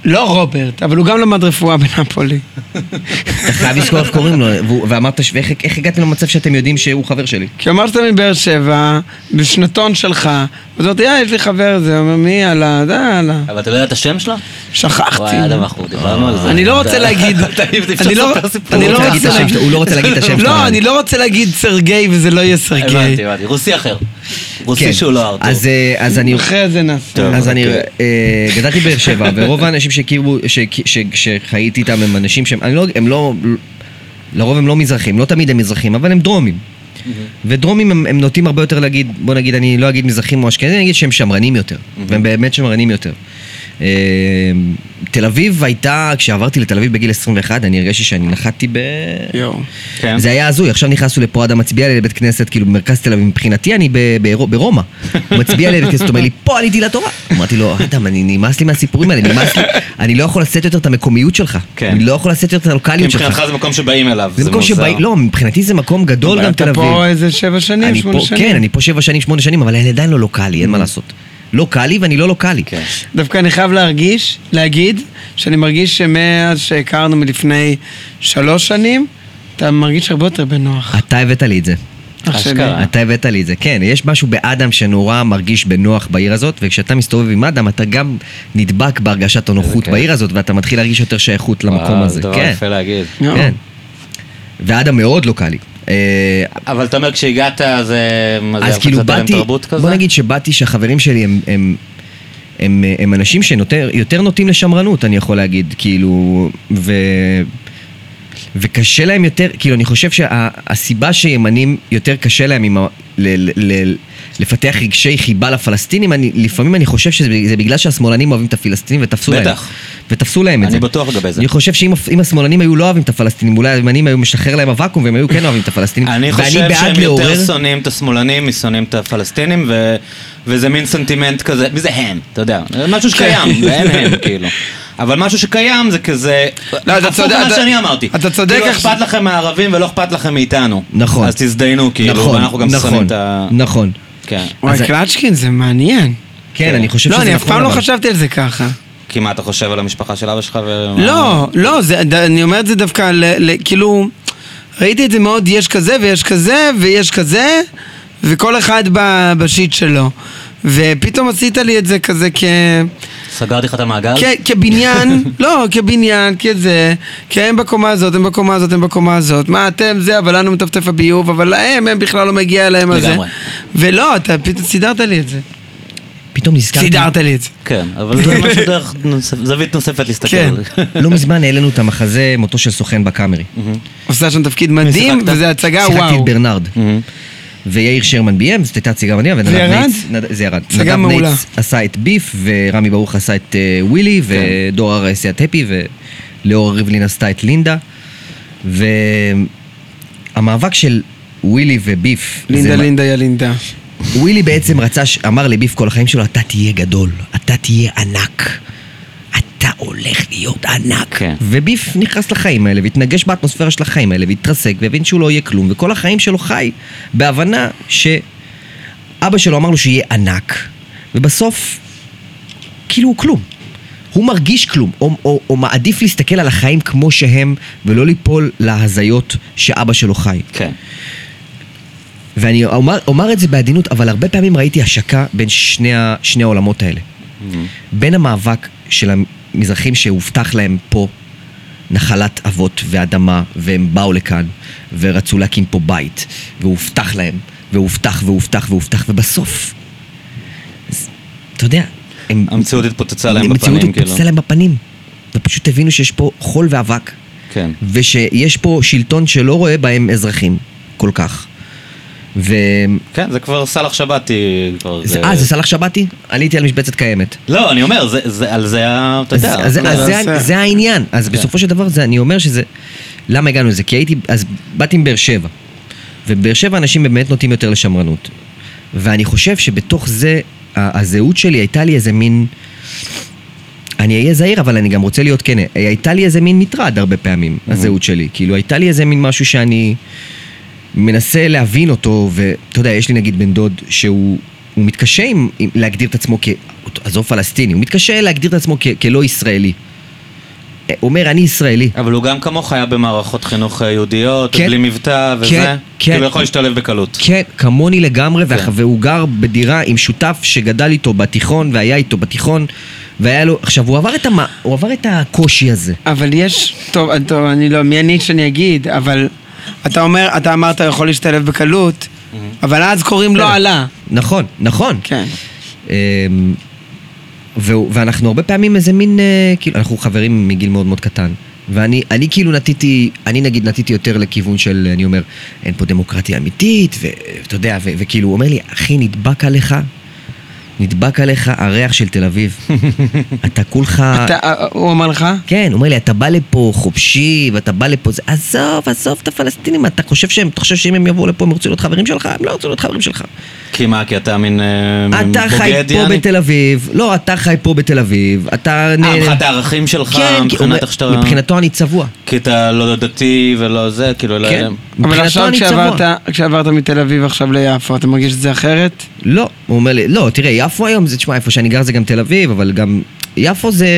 S2: לא רוברט, אבל הוא גם למד רפואה בנפולי.
S1: אתה חייב לזכור איך קוראים לו, ואמרת, איך הגעתם למצב שאתם יודעים שהוא חבר שלי?
S2: כי אמרת מבאר שבע, בשנתון שלך, אז אמרתי, יש לי חבר זה, אומר, מי? יאללה.
S3: אבל אתה לא יודע את השם שלו?
S2: שכחתי.
S3: וואי, אדם אנחנו דיברנו על זה.
S2: אני לא רוצה להגיד...
S1: הוא לא רוצה להגיד את השם שלו.
S2: לא, אני לא רוצה להגיד סרגי וזה לא יהיה סרגי.
S3: הבנתי, רוסי אחר. רוסי שהוא לא ארתור.
S1: אז אני...
S2: אחרי זה נעשה.
S1: אז אני גדלתי באר שבע, ורוב האנשים שחייתי איתם הם אנשים שהם לא... לרוב הם לא מזרחים, לא תמיד הם מזרחים, אבל הם דרומים. ודרומים הם נוטים הרבה יותר להגיד, בוא נגיד, אני לא אגיד מזרחים או אשכנזים, אני אגיד שהם שמרנים יותר, והם באמת שמרנים יותר. תל אביב הייתה, כשעברתי לתל אביב בגיל 21, אני הרגשתי שאני נחתתי זה היה הזוי, עכשיו נכנסו לפה אדם מצביע לי לבית כנסת, כאילו במרכז תל אביב, מבחינתי אני ברומא, הוא מצביע לי לבית כנסת, הוא אומר לי, פה עליתי לתורה. אמרתי לו, אדם, נמאס לי מהסיפורים האלה, נמאס לי, אני לא יכול לשאת יותר את המקומיות שלך, אני לא יכול לשאת יותר את הלוקליות שלך.
S3: מבחינתך זה מקום שבאים אליו,
S1: זה מקום שבאים, לא, מבחינתי זה מקום גדול גם תל אביב.
S2: אתה פה איזה 7 שנים, 8 שנים.
S1: כן, אני פה 7 שנים, 8 שנים, אבל אני עדיין לא לוקלי, אין מה לעשות. לוקלי ואני לא לוקלי.
S2: דווקא אני חייב להגיד שאני מרגיש שמאז שהכרנו מלפני 3 שנים, אתה מרגיש הרבה יותר בנוח.
S1: אתה הבאת לי את זה. אתה הבאת לי את זה, כן, יש משהו באדם שנורא מרגיש בנוח בעיר הזאת, וכשאתה מסתובב עם אדם, אתה גם נדבק בהרגשת הנוחות בעיר הזאת, ואתה מתחיל להרגיש יותר שייכות למקום הזה.
S3: זה דבר יפה להגיד.
S1: כן. ואדם מאוד לוקלי.
S3: אבל אתה אומר, כשהגעת,
S1: אז כאילו באתי, בוא נגיד שבאתי שהחברים שלי הם אנשים שיותר נוטים לשמרנות, אני יכול להגיד, כאילו, וקשה להם יותר, כאילו אני חושב שהסיבה שימנים יותר קשה להם לפתח רגשי חיבה לפלסטינים, לפעמים אני חושב שזה בגלל שהשמאלנים אוהבים את הפלסטינים ותפסו להם. ותפסו להם את זה.
S3: אני בטוח לגבי זה.
S1: אני חושב שאם השמאלנים היו לא אוהבים את הפלסטינים, אולי הימנים היו משחרר להם הוואקום והם היו כן אוהבים את הפלסטינים.
S3: אני חושב שהם יותר שונאים את השמאלנים משונאים את הפלסטינים, וזה מין סנטימנט כזה, וזה הם, אתה יודע, משהו שקיים, ואין הם, כאילו. אבל משהו שקיים זה כזה, הפוך מה שאני אמרתי.
S2: אתה צודק.
S3: כאילו אכפת לכם מהערבים ולא אכפת לכם מאיתנו.
S1: נכון.
S3: אז תזדיינו, כאילו, ואנחנו גם שונאים את ה...
S1: נכון.
S2: וואי, קלצ'קין, זה מעניין.
S1: כן, אני חושב שזה נכון.
S2: לא, אני אף פעם לא חשבתי על זה ככה.
S3: כי מה אתה חושב על המשפחה של אבא שלך?
S2: לא, אני אומר את זה דווקא, כאילו, ראיתי את זה מאוד, יש כזה ויש כזה ויש כזה, וכל אחד בשיט שלו. ופתאום עשית לי את זה כזה
S3: סגרתי לך את המעגל?
S2: כבניין, לא, כבניין, כזה, כי הם בקומה הזאת, הם בקומה הזאת, הם בקומה הזאת. מה אתם זה, אבל לנו מטפטף הביוב, אבל הם בכלל לא מגיע אליהם על זה. ולא, אתה פתאום סידרת לי את זה.
S1: פתאום נזכרתי.
S2: סידרת לי את זה.
S3: כן, אבל זה משהו דרך זווית נוספת להסתכל.
S1: כן. לא מזמן העלינו את המחזה מותו של סוכן בקאמרי.
S2: עושה שם תפקיד מדהים, וזה הצגה וואו.
S1: שיחקתי את ברנרד. ויאיר שרמן ביים, זאת הייתה הצגה מדהימה. זה ירד.
S2: הצגה מעולה.
S1: נייץ עשה את ביף, ורמי ברוך עשה את ווילי, ודור הרי עשה את הפי, ולאור ריבלין עשתה את לינדה. והמאבק של ווילי וביף...
S2: לינדה יא לינדה.
S1: ווילי בעצם אמר לביף כל החיים שלו, אתה תהיה גדול, אתה תהיה ענק. אתה הולך להיות ענק. וביף נכנס לחיים האלה, והתנגש באטמוספירה של החיים האלה, והתרסק, והבין שהוא לא יהיה כלום, וכל החיים שלו חי בהבנה שאבא שלו אמר לו שיהיה ענק, ובסוף, כאילו הוא כלום. הוא מרגיש כלום, או מעדיף להסתכל על החיים כמו שהם, ולא ליפול להזיות שאבא שלו חי.
S3: כן.
S1: ואני אומר את זה בעדינות, אבל הרבה פעמים ראיתי השקה בין שני העולמות האלה. בין המאבק של המזרחים שהובטח להם פה נחלת אבות ואדמה, והם באו לכאן ורצו להקים פה בית, והובטח להם, והובטח והובטח והובטח, ובסוף, אתה יודע,
S3: המציאות התפוצצה להם בפנים,
S1: המציאות התפוצצה להם בפנים, ופשוט הבינו שיש פה חול ואבק, ושיש פה שלטון שלא רואה בהם אזרחים כל כך.
S3: כן, זה כבר סלח שבתי.
S1: זה סלח שבתי? עליתי על משבצת קיימת.
S3: לא, אני אומר, על זה, אתה יודע.
S1: זה העניין. אז בסופו של דבר, אני אומר שזה... למה הגענו לזה? כי באתי עם באר שבע. ובאר שבע אנשים באמת נוטים יותר לשמרנות. ואני חושב שבתוך זה, הזהות שלי הייתה לי איזה מין... אני אהיה זהיר, אבל אני גם רוצה להיות כן. הייתה לי איזה מין מטרד הרבה פעמים, הזהות שלי. כאילו, הייתה לי איזה מין משהו שאני... מנסה להבין אותו, ואתה יודע, יש לי נגיד בן דוד שהוא מתקשה להגדיר את עצמו עזוב פלסטיני, הוא מתקשה להגדיר את עצמו כלא ישראלי. אומר, אני ישראלי.
S3: אבל הוא גם כמוך היה במערכות חינוך יהודיות,
S1: כן,
S3: בלי מבטא וזה,
S1: כן, כן.
S3: כאילו יכול להשתלב בקלות.
S1: כן, כמוני לגמרי,
S3: כן.
S1: והוא גר בדירה עם שותף שגדל איתו בתיכון, והיה איתו בתיכון, והיה לו, עכשיו, הוא עבר את הקושי הזה.
S2: אבל יש, טוב, אני לא, מי אני שאני אגיד, אבל אתה אמרת יכול להשתלב בקלות, אבל אז קוראים לו עלה.
S1: נכון, נכון.
S2: כן.
S1: ואנחנו הרבה פעמים איזה מין, כאילו, אנחנו חברים מגיל מאוד מאוד קטן, ואני כאילו נטיתי יותר לכיוון של, אני אומר, אין פה דמוקרטיה אמיתית, ואתה יודע, וכאילו, הוא אומר לי, אחי, נדבק עליך הריח של תל אביב. אתה כולך...
S2: הוא אמר לך?
S1: כן, הוא אומר לי, אתה בא לפה חופשי, ואתה בא לפה זה... עזוב את הפלסטינים, אתה חושב שאם הם יבואו לפה, הם ירצו להיות חברים שלך? הם לא ירצו להיות חברים שלך.
S3: כי מה? כי אתה מין בוגד,
S1: אתה חי פה בתל אביב, לא, אתה חי פה בתל אביב, אתה...
S3: מבחינת הערכים שלך, מבחינת איך שאתה...
S1: מבחינתו אני צבוע.
S3: כי אתה לא דתי ולא זה, כאילו...
S1: כן,
S2: אבל עכשיו כשעברת מתל אביב עכשיו ליפו, אתה מרגיש את זה אחרת?
S1: לא, הוא אומר לי, לא, תראה, יפו היום, תשמע, איפה שאני גר זה גם תל אביב, אבל גם יפו זה...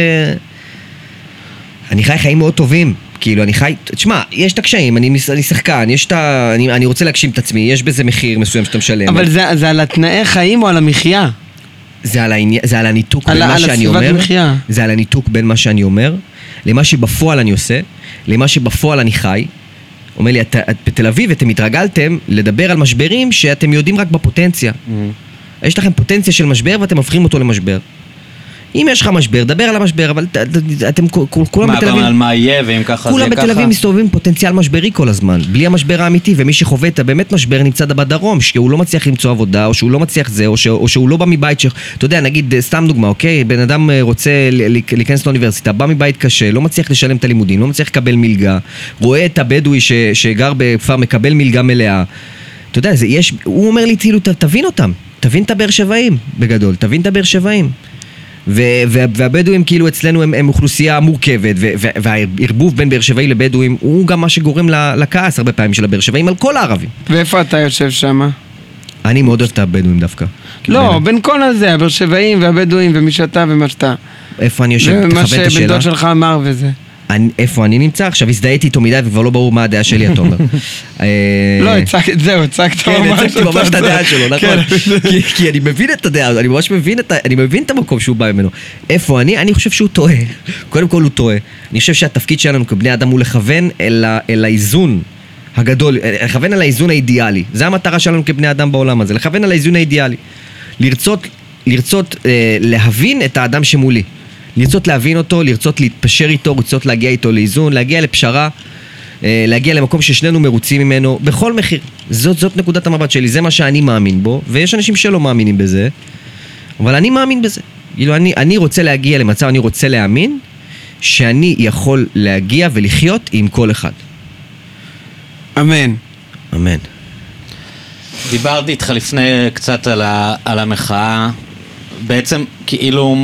S1: אני חי חיים מאוד טובים, כאילו, אני חי... תשמע, יש את הקשיים, אני שחקן, אני רוצה להגשים את עצמי, יש בזה מחיר מסוים שאתה משלם.
S2: אבל זה על התנאי חיים או על המחיה?
S1: זה על הניתוק בין מה שאני אומר, זה על הניתוק בין מה שאני אומר, למה שבפועל אני עושה, למה שבפועל אני חי. אומר לי, בתל אביב אתם התרגלתם לדבר על משברים שאתם יודעים רק בפוטנציה. יש לכם פוטנציה של משבר ואתם הופכים אותו למשבר. אם יש לך משבר, דבר על המשבר, אבל אתם כולם בתל אביב...
S3: מה, על מה יהיה, ואם ככה זה יהיה ככה?
S1: כולם בתל אביב מסתובבים פוטנציאל משברי כל הזמן, בלי המשבר האמיתי, ומי שחווה את באמת משבר נמצא בדרום, שהוא לא מצליח למצוא עבודה, או שהוא לא מצליח זה, או שהוא לא בא מבית ש... אתה יודע, נגיד, סתם דוגמה, אוקיי? בן אדם רוצה להיכנס לאוניברסיטה, בא מבית קשה, לא מצליח לשלם את הלימודים, לא מצליח לקבל מלגה, רואה את הבדואי שגר בכפר, מקבל מלגה מלאה. אתה יודע, הוא אומר לי, תבין אותם, תבין את הבאר שבעים, בגדול, תבין את הבאר שבעים. והבדואים כאילו אצלנו הם אוכלוסייה מורכבת, והערבוב בין באר שבעי לבדואים הוא גם מה שגורם לכעס הרבה פעמים של הבאר שבעים על כל הערבים.
S2: ואיפה אתה יושב שם?
S1: אני מאוד אוהב את הבדואים דווקא.
S2: לא, בין כל הזה, הבאר שבעים והבדואים ומי שאתה ומה שאתה.
S1: איפה אני יושב?
S2: ומה שבן דוד שלך אמר וזה.
S1: איפה אני נמצא? עכשיו הזדהיתי איתו מדי וכבר לא ברור מה הדעה שלי, אתה אומר.
S2: לא, הצגת
S1: ממש את הדעה שלו, נכון? כי אני מבין את הדעה, אני ממש מבין את המקום שהוא בא ממנו. איפה אני? אני חושב שהוא טועה. קודם כל הוא טועה. אני חושב שהתפקיד שלנו כבני אדם הוא לכוון אל האיזון הגדול, לכוון אל האיזון האידיאלי. זה המטרה שלנו כבני אדם בעולם הזה, לכוון אל האיזון האידיאלי. לרצות להבין את האדם שמולי. לרצות להבין אותו, לרצות להתפשר איתו, לרצות להגיע איתו לאיזון, להגיע לפשרה, להגיע למקום ששנינו מרוצים ממנו, בכל מחיר. זאת נקודת המבט שלי, זה מה שאני מאמין בו, ויש אנשים שלא מאמינים בזה, אבל אני מאמין בזה. כאילו, אני רוצה להגיע למצב, אני רוצה להאמין, שאני יכול להגיע ולחיות עם כל אחד.
S2: אמן.
S1: אמן.
S3: דיברתי איתך לפני קצת על המחאה, בעצם כאילו...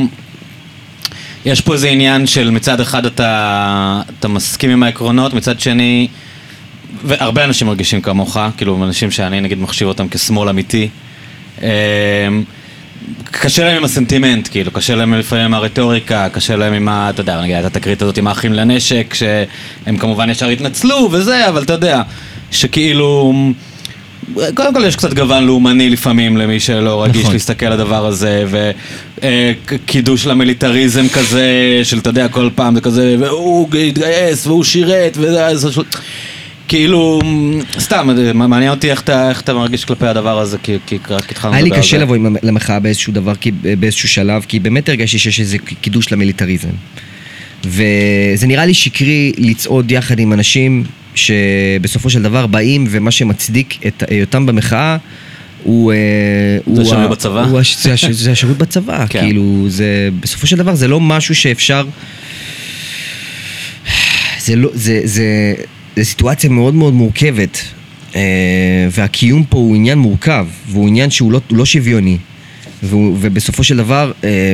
S3: יש פה איזה עניין של מצד אחד אתה מסכים עם העקרונות, מצד שני, והרבה אנשים מרגישים כמוך, כאילו אנשים שאני נגיד מחשיב אותם כשמאל אמיתי, קשה להם עם הסנטימנט, כאילו, קשה להם לפעמים עם הרטוריקה, קשה להם עם אתה יודע, נגיד, את התקרית הזאת עם האחים לנשק, שהם כמובן ישר התנצלו וזה, אבל אתה יודע, שכאילו... קודם כל יש קצת גוון לאומני לפעמים למי שלא רגיש להסתכל על הדבר הזה, וקידוש למיליטריזם כזה, של אתה יודע, כל פעם זה כזה, והוא התגייס והוא שירת, וזה, כאילו, סתם, מעניין אותי איך אתה מרגיש כלפי הדבר הזה, כי רק התחלנו לדבר על זה.
S1: היה לי קשה לבוא למחאה באיזשהו דבר, באיזשהו שלב, כי באמת הרגשתי שיש איזה קידוש למיליטריזם. וזה נראה לי שקרי לצעוד יחד עם אנשים שבסופו של דבר באים, ומה שמצדיק את היותם במחאה הוא...
S3: זה שירות בצבא?
S1: זה השירות בצבא, כאילו, בסופו של דבר זה לא משהו שאפשר... זה סיטואציה מאוד מאוד מורכבת, והקיום פה הוא עניין מורכב, והוא עניין שהוא לא שוויוני, ובסופו של דבר...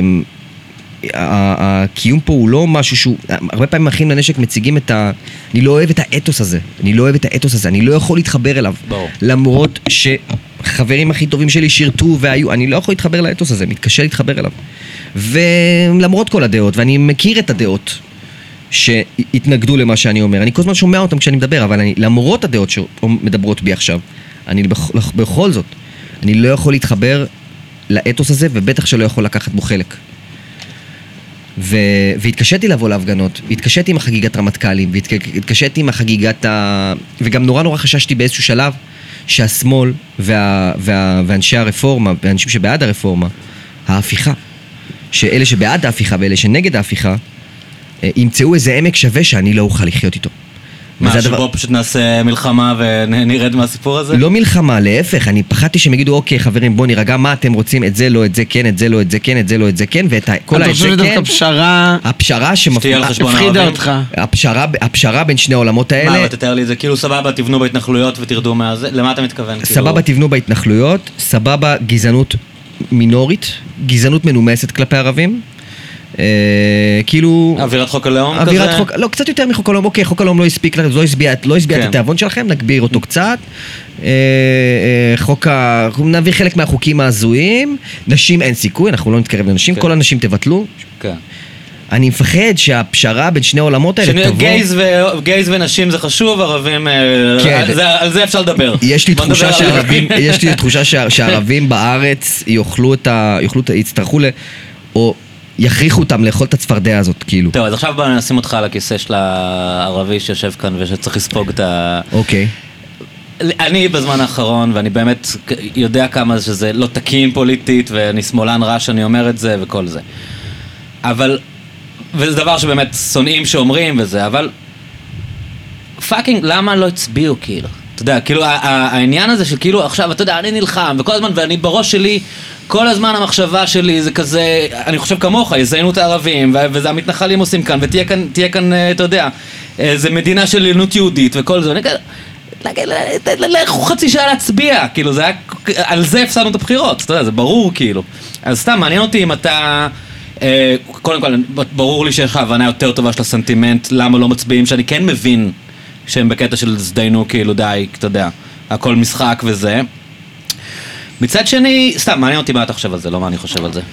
S1: הקיום פה הוא לא משהו שהוא... הרבה פעמים אחים לנשק מציגים אני לא אוהב את האתוס הזה. אני לא יכול להתחבר אליו. למרות שחברים הכי טובים שלי שירתו והיו... אני לא יכול להתחבר לאתוס הזה, מתקשה להתחבר אליו. ולמרות כל הדעות, ואני מכיר את הדעות, שהתנגדו למה שאני אומר. אני כל הזמן שומע אותם כשאני מדבר, אבל למרות הדעות שמדברות בי עכשיו, אני בכל זאת, אני לא יכול להתחבר לאתוס הזה, ובטח שלא יכול לקחת בו חלק. והתקשיתי לבוא להפגנות, והתקשיתי עם החגיגת רמטכ"לים, והתקשיתי עם החגיגת וגם נורא חששתי באיזשהו שלב, שהשמאל ואנשי הרפורמה, ואנשים שבעד הרפורמה, ההפיכה, שאלה שבעד ההפיכה ואלה שנגד ההפיכה, ימצאו איזה עמק שווה שאני לא אוכל לחיות איתו.
S3: מה, שבו פשוט נעשה מלחמה ונרד מהסיפור הזה?
S1: לא מלחמה, להפך, אני פחדתי שהם יגידו, אוקיי חברים, בוא נירגע, מה אתם רוצים, את זה לא, את זה כן, את זה לא, את זה כן, את זה לא, את זה כן, ואת כל
S2: אתה חושב דווקא פשרה...
S1: הפשרה
S3: שתהיה על חשבון הערבים.
S2: אותך.
S1: הפשרה בין שני העולמות האלה...
S3: מה, אבל תתאר לי את זה, כאילו סבבה, תבנו בהתנחלויות ותרדו מהזה, למה אתה מתכוון?
S1: סבבה, תבנו בהתנחלויות, סבבה, גזענות מינורית, גזענות מנומסת כלפי ערבים, כאילו...
S3: אווירת חוק הלאום כזה?
S1: לא, קצת יותר מחוק הלאום, אוקיי, חוק הלאום לא הספיק, לא השביע את התיאבון שלכם, נגביר אותו קצת. נביא חלק מהחוקים ההזויים, נשים אין סיכוי, אנחנו לא נתקרב לנשים, כל הנשים תבטלו. אני מפחד שהפשרה בין שני העולמות האלה תבוא...
S3: גייז ונשים זה חשוב, ערבים... על זה אפשר לדבר.
S1: יש לי תחושה שהערבים בארץ יצטרכו או יכריחו אותם לאכול את הצפרדע הזאת, כאילו.
S3: טוב, אז עכשיו בוא נשים אותך על הכיסא של הערבי שיושב כאן ושצריך לספוג את ה...
S1: אוקיי.
S3: אני בזמן האחרון, ואני באמת יודע כמה שזה לא תקין פוליטית, ואני שמאלן רע שאני אומר את זה וכל זה. אבל, וזה דבר שבאמת שונאים שאומרים וזה, אבל פאקינג, למה לא הצביעו כאילו? אתה יודע, כאילו העניין הזה של כאילו עכשיו, אתה יודע, אני נלחם, וכל הזמן, ואני בראש שלי, כל הזמן המחשבה שלי זה כזה, אני חושב כמוך, יזיינו את הערבים, וזה המתנחלים עושים כאן, ותהיה כאן, אתה יודע, זה מדינה של עליונות יהודית וכל זה, לכו חצי שעה להצביע, כאילו זה היה, על זה הפסדנו את הבחירות, אתה יודע, זה ברור כאילו. אז סתם, מעניין אותי אם אתה, קודם כל, ברור לי שיש לך הבנה יותר טובה של הסנטימנט, למה לא מצביעים, שאני כן מבין שהם בקטע של זדיינו, כאילו די, אתה יודע, הכל משחק וזה. מצד שני, סתם, מעניין אותי מה אתה חושב על זה, לא מה אני חושב על זה.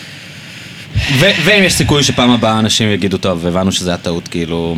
S3: ואם יש סיכוי שפעם הבאה אנשים יגידו טוב, הבנו שזה היה טעות, כאילו...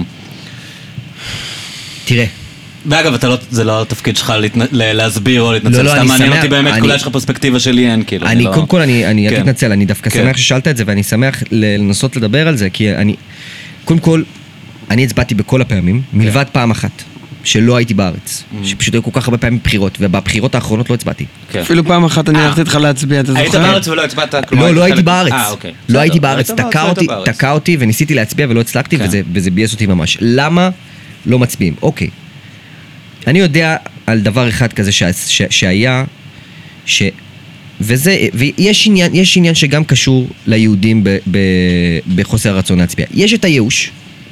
S1: תראה.
S3: ואגב, זה לא התפקיד שלך להסביר או להתנצל, סתם מעניין אותי באמת, כולה יש לך פרספקטיבה שלי אין, כאילו.
S1: קודם כל, אני אתנצל, אני דווקא שמח ששאלת את זה, ואני שמח לנסות לדבר על זה, כי קודם כל, אני הצבעתי בכל הפעמים, מלבד פעם אחת. שלא הייתי בארץ, שפשוט היו כל כך הרבה פעמים בחירות, ובבחירות האחרונות לא הצבעתי.
S2: אפילו פעם אחת אני הלכתי איתך להצביע, אתה זוכר?
S3: היית בארץ ולא הצבעת?
S1: לא הייתי בארץ. לא הייתי בארץ, תקע אותי וניסיתי להצביע ולא הצלחתי, וזה בייס אותי ממש. למה לא מצביעים? אוקיי. אני על דבר אחד כזה שהיה, ויש עניין שגם קשור ליהודים בחוסר הרצון להצביע. יש את הייאוש,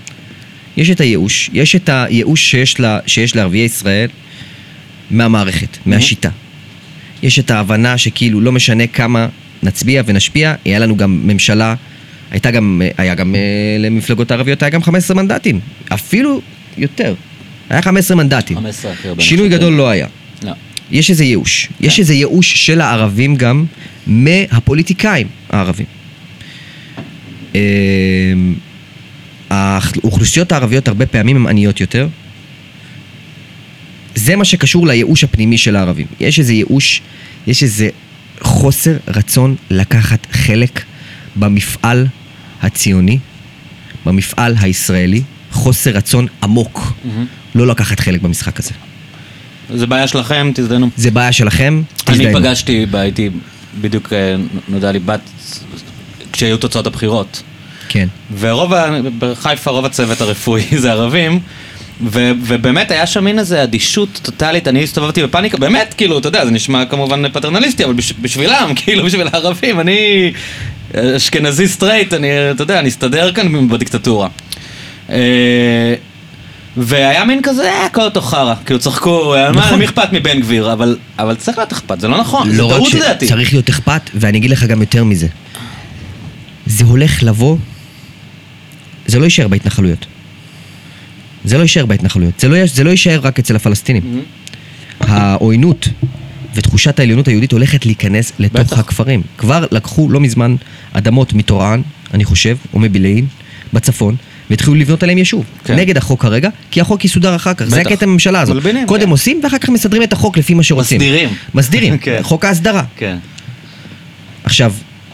S1: יש את הייאוש שיש לערביי ישראל מהמערכת, מהשיטה. יש את ההבנה שכאילו לא משנה כמה נצביע ונשפיע, היה לנו גם ממשלה, היה גם למפלגות הערביות, היה גם 15 מנדטים, אפילו יותר. היה 15 מנדטים.
S3: 15
S1: שינוי גדול לא היה.
S3: לא.
S1: יש איזה ייאוש. יש איזה ייאוש של הערבים גם מהפוליטיקאים הערבים. האוכלוסיות הערביות הרבה פעמים הן עניות יותר. זה מה שקשור לייאוש הפנימי של הערבים. יש איזה ייאוש, יש איזה חוסר רצון לקחת חלק במפעל הציוני, במפעל הישראלי, חוסר רצון עמוק לא לקחת חלק במשחק הזה.
S3: זה בעיה שלכם, תזדיינו.
S1: זה בעיה שלכם, תזדיינו.
S3: אני פגשתי, הייתי בדיוק, נודע לי, כשהיו תוצאות הבחירות.
S1: כן.
S3: בחיפה רוב הצוות הרפואי זה ערבים, ובאמת היה שם מין איזה אדישות טוטלית, אני הסתובבתי בפאניקה, באמת, כאילו, אתה יודע, זה נשמע כמובן פטרנליסטי, אבל בשבילם, כאילו, בשביל הערבים, אני אשכנזי סטרייט, אתה יודע, אני אסתדר כאן בדיקטטורה. והיה מין כזה, הכל אותו חרה, כאילו צחקו, מי אכפת מבן גביר, אבל צריך להיות אכפת, זה לא נכון, זה טעות לדעתי.
S1: צריך להיות אכפת, ואני אגיד לך גם יותר מזה. זה הולך לבוא, זה לא יישאר בהתנחלויות. זה לא יישאר בהתנחלויות. זה לא יישאר רק אצל הפלסטינים. העוינות ותחושת העליונות היהודית הולכת להיכנס לתוך הכפרים. כבר לקחו לא מזמן אדמות מטורען, אני חושב, או מבילעין, בצפון, והתחילו לבנות עליהם יישוב.
S3: כן.
S1: נגד החוק כרגע, כי החוק יסודר אחר כך. זה
S3: בטח.
S1: הקטע הממשלה הזאת.
S3: מלבינים,
S1: קודם
S3: כן.
S1: עושים, ואחר כך מסדרים את החוק לפי מה שרוצים. מסדירים.
S3: כן.
S1: חוק ההסדרה.
S3: כן.
S1: עכשיו,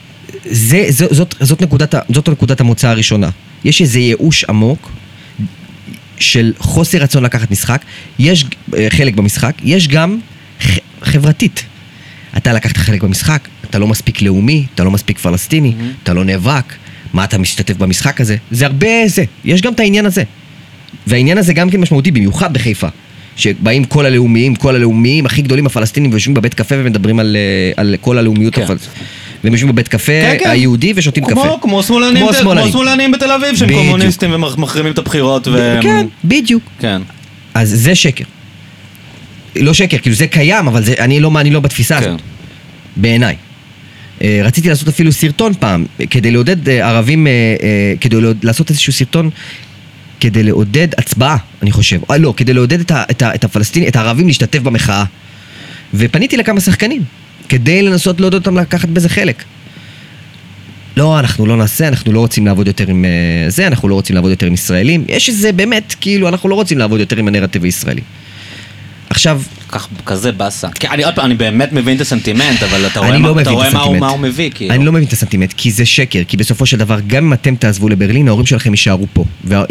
S1: זאת נקודת המוצא הראשונה. יש איזה ייאוש עמוק של חוסר רצון לקחת משחק. יש חלק במשחק, יש גם חברתית. אתה לקחת חלק במשחק, אתה לא מספיק לאומי, אתה לא מספיק פלסטיני, אתה לא נאבק, מה אתה משתתף במשחק הזה? זה הרבה זה, יש גם את העניין הזה. והעניין הזה גם כן משמעותי, במיוחד בחיפה. שבאים כל הלאומיים הכי גדולים הפלסטינים ויושבים בבית קפה ומדברים על כל הלאומיות הפלסטינית. והם יושבים בבית קפה היהודי ושותים קפה.
S3: כמו שמאלנים בתל אביב שהם קומוניסטים ומחרימים את הבחירות.
S1: כן, בדיוק.
S3: כן.
S1: אז זה שקר. לא שקר, כאילו זה קיים, אבל אני לא בתפיסה הזאת. בעיניי. רציתי לעשות אפילו סרטון פעם, כדי לעודד ערבים, כדי לעשות איזשהו סרטון, כדי לעודד הצבעה, אני חושב. לא, כדי לעודד את הפלסטינים, את הערבים להשתתף במחאה. ופניתי לכמה שחקנים, כדי לנסות לעודד אותם לקחת בזה חלק. לא, אנחנו לא נעשה, אנחנו לא רוצים לעבוד יותר עם זה, אנחנו לא רוצים לעבוד יותר עם ישראלים. יש איזה באמת, כאילו, אנחנו לא רוצים לעבוד יותר עם הנרטיב הישראלי. עכשיו...
S3: כזה בסה. אני באמת מבין את הסנטימנט, אבל אתה רואה מה הוא מביא, כאילו.
S1: אני לא מבין את הסנטימנט, כי זה שקר, כי בסופו של דבר, גם אם אתם תעזבו לברלין, ההורים שלכם יישארו פה.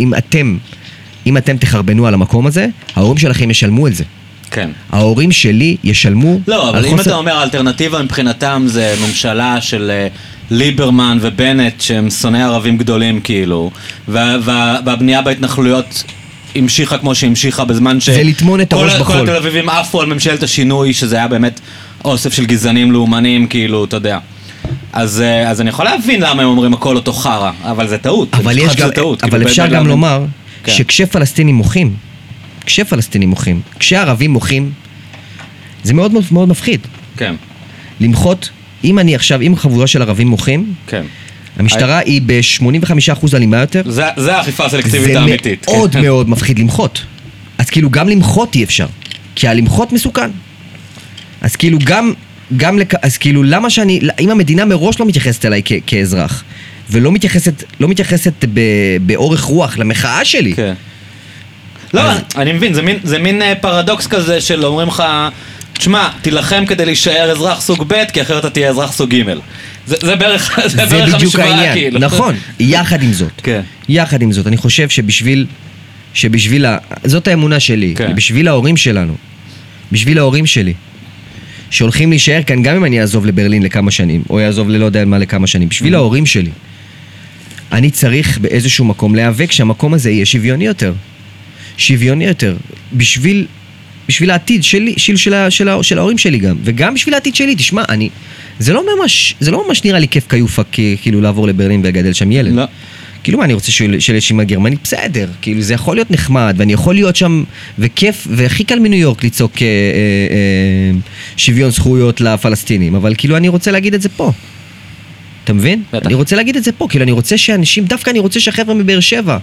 S1: ואם אתם תחרבנו על המקום הזה, ההורים שלכם ישלמו על זה.
S3: כן.
S1: ההורים שלי ישלמו...
S3: לא, אבל אם אתה אומר, האלטרנטיבה מבחינתם זה ממשלה של ליברמן ובנט, שהם שונאי ערבים גדולים, כאילו, והבנייה בהתנחלויות... המשיכה כמו שהמשיכה בזמן ש...
S1: זה לטמון את הראש בחול.
S3: כל התל אביבים עפו על ממשלת השינוי, שזה היה באמת אוסף של גזענים לאומנים, כאילו, אתה יודע. אז אני יכול להבין למה הם אומרים הכל אותו חרה, אבל זה טעות.
S1: אבל אפשר גם לומר שכשפלסטינים מוחים, כשערבים מוחים, זה מאוד מאוד מפחיד.
S3: כן.
S1: למחות, אם חבורה של ערבים מוחים,
S3: כן.
S1: המשטרה היא ב-85% אלימה יותר.
S3: זה האכיפה הסלקטיבית האמיתית.
S1: זה מאוד מאוד מפחיד למחות. אז כאילו גם למחות אי אפשר. כי הלמחות מסוכן. אז כאילו אז כאילו למה אם המדינה מראש לא מתייחסת אליי כאזרח, ולא מתייחסת באורך רוח למחאה שלי.
S3: כן. לא, אני מבין, זה מין פרדוקס כזה של אומרים לך, תשמע, תילחם כדי להישאר אזרח סוג ב' כי אחרת אתה תהיה אזרח סוג ג'. זה בערך המשוואה, כאילו. נכון, יחד עם זאת, אני חושב שבשביל זאת האמונה שלי, בשביל ההורים שלי, שהולכים להישאר כאן, גם אם אני אעזוב לברלין לכמה שנים, או יעזוב ללא יודע מה לכמה שנים, בשביל ההורים שלי, אני צריך באיזשהו מקום להיאבק שהמקום הזה יהיה שוויוני יותר, בשביל העתיד שלי, של ההורים שלי גם, וגם בשביל העתיד שלי, תשמע, זה לא ממש נראה לי כיף כיופה, כאילו לעבור לברלין ולגדל שם ילד. לא. כאילו מה, אני רוצה שלשימה גרמנית, בסדר, כאילו זה יכול להיות נחמד, ואני יכול להיות שם, וכיף, והכי קל מניו יורק לצעוק שוויון זכויות לפלסטינים, אבל כאילו אני רוצה להגיד את זה פה. אתה מבין? בטח. אני רוצה להגיד את זה פה, כאילו אני רוצה שאנשים, דווקא אני רוצה שהחבר'ה מבאר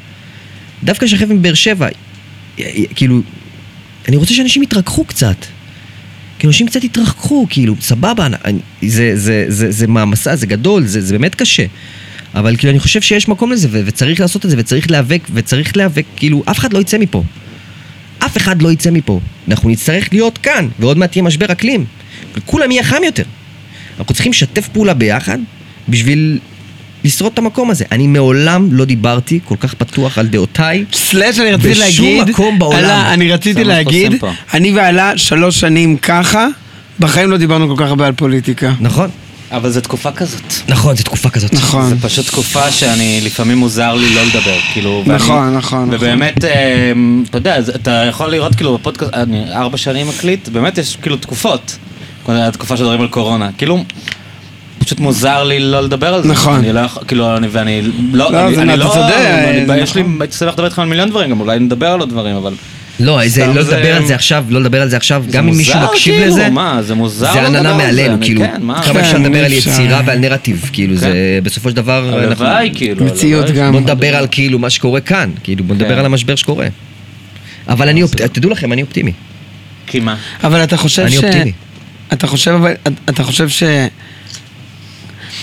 S3: שבע, כאילו, אני רוצה שאנשים יתרככו קצת. כי אנשים קצת יתרחקו, כאילו, סבבה, זה מעמסה, זה גדול, זה באמת קשה. אבל כאילו, אני חושב שיש מקום לזה, וצריך לעשות את זה, וצריך להיאבק, כאילו, אף אחד לא יצא מפה. אנחנו נצטרך להיות כאן, ועוד מעט יהיה משבר אקלים. כולם יהיה חם יותר. אנחנו צריכים לשתף פעולה ביחד, בשביל לשרוד את המקום הזה. אני מעולם לא דיברתי כל כך פתוח על דעותיי. בשום מקום בעולם.
S2: אני רציתי להגיד, אני ועלה 3 שנים ככה, בחיים לא דיברנו כל כך הרבה על פוליטיקה.
S1: נכון.
S3: אבל זו תקופה כזאת.
S1: נכון, זו תקופה כזאת.
S2: נכון.
S3: זה פשוט תקופה שאני לפעמים מוזר לי לא לדבר, כאילו.
S2: נכון.
S3: ובאמת, אתה יודע, אתה יכול לראות כאילו בפודקאסט, אני 4 שנים מקליט, באמת יש כאילו תקופות. התקופה שדברים על קורונה. כאילו, פשוט מוזר לי לא לדבר על זה.
S2: נכון.
S3: אני לא יכול, כאילו, ואני לא, אני לא, יש לי, הייתי שמח לדבר איתכם על מיליון דברים, גם אולי נדבר על עוד דברים, אבל...
S1: לא, לא לדבר על זה עכשיו, גם אם מישהו מקשיב לזה,
S3: זה מוזר,
S1: זה עננה מעלינו, כאילו, כמה אפשר לדבר על יצירה ועל נרטיב, כאילו, זה בסופו של דבר,
S3: הלוואי, כאילו,
S2: מציאות גם.
S1: בוא נדבר על כאילו מה שקורה כאן, כאילו, בוא נדבר על המשבר שקורה. אבל תדעו לכם, אני אופטימי.
S3: כי מה?
S2: אבל אתה חושב
S1: אני אופטימי.
S2: אתה חושב ש...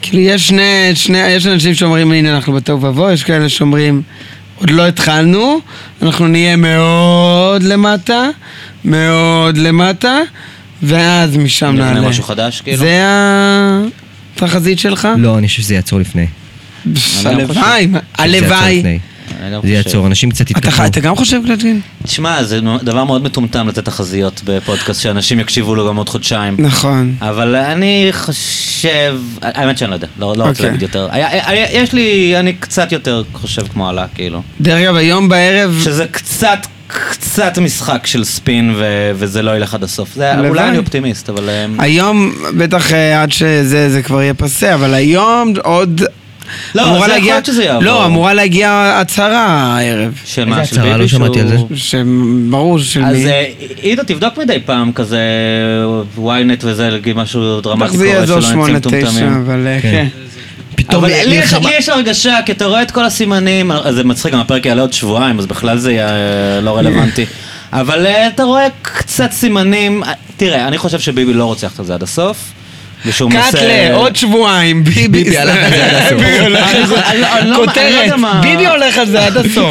S2: כאילו יש יש אנשים שאומרים, הנה אנחנו בתוהו ובוהו, יש כאלה שאומרים, עוד לא התחלנו, אנחנו נהיה מאוד למטה, מאוד למטה, ואז משם נעלה.
S3: נבנה משהו חדש, כאילו?
S2: זה התחזית שלך?
S1: לא, אני חושב שזה יעצור לפני.
S2: הלוואי, הלוואי.
S1: זה יעצור, אנשים קצת יתקפו.
S2: אתה גם חושב, קלטין?
S3: תשמע, זה דבר מאוד מטומטם לתת תחזיות בפודקאסט, שאנשים יקשיבו לו גם עוד חודשיים.
S2: נכון.
S3: אבל אני חושב, האמת שאני לא יודע, לא רוצה להגיד יותר. יש לי, אני קצת יותר חושב כמו עלה, כאילו.
S2: דרך אגב, היום בערב...
S3: שזה קצת משחק של ספין, וזה לא ילך עד הסוף. אולי אני אופטימיסט, אבל...
S2: היום, בטח עד שזה כבר יהיה פסה, אבל היום עוד...
S3: לא, זה יכול להיות שזה יעבור.
S2: לא, אמורה להגיע הצהרה הערב.
S3: של מה?
S1: איזה
S3: של
S1: הצהרה?
S3: ביבי?
S1: לא שמעתי על זה.
S2: ברור של מי.
S3: אז עידו, תבדוק מדי פעם כזה ynet וזה, להגיד משהו דרמטי
S2: זה
S3: קורה
S2: יעזור
S3: שלא נצא מטומטמים.
S2: 8-9, אבל כן.
S1: פתאום
S3: אבל לי יש הרגשה, כי אתה רואה את כל הסימנים, זה מצחיק, גם הפרק יעלה עוד שבועיים, אז בכלל זה יהיה לא רלוונטי. אבל אתה רואה קצת סימנים, תראה, אני חושב שביבי לא רוצה ללכת על זה עד הסוף.
S2: קאטלה, עוד שבועיים, ביבי
S1: הלך על זה עד הסוף.
S2: כותרת, ביבי הולך על זה עד הסוף.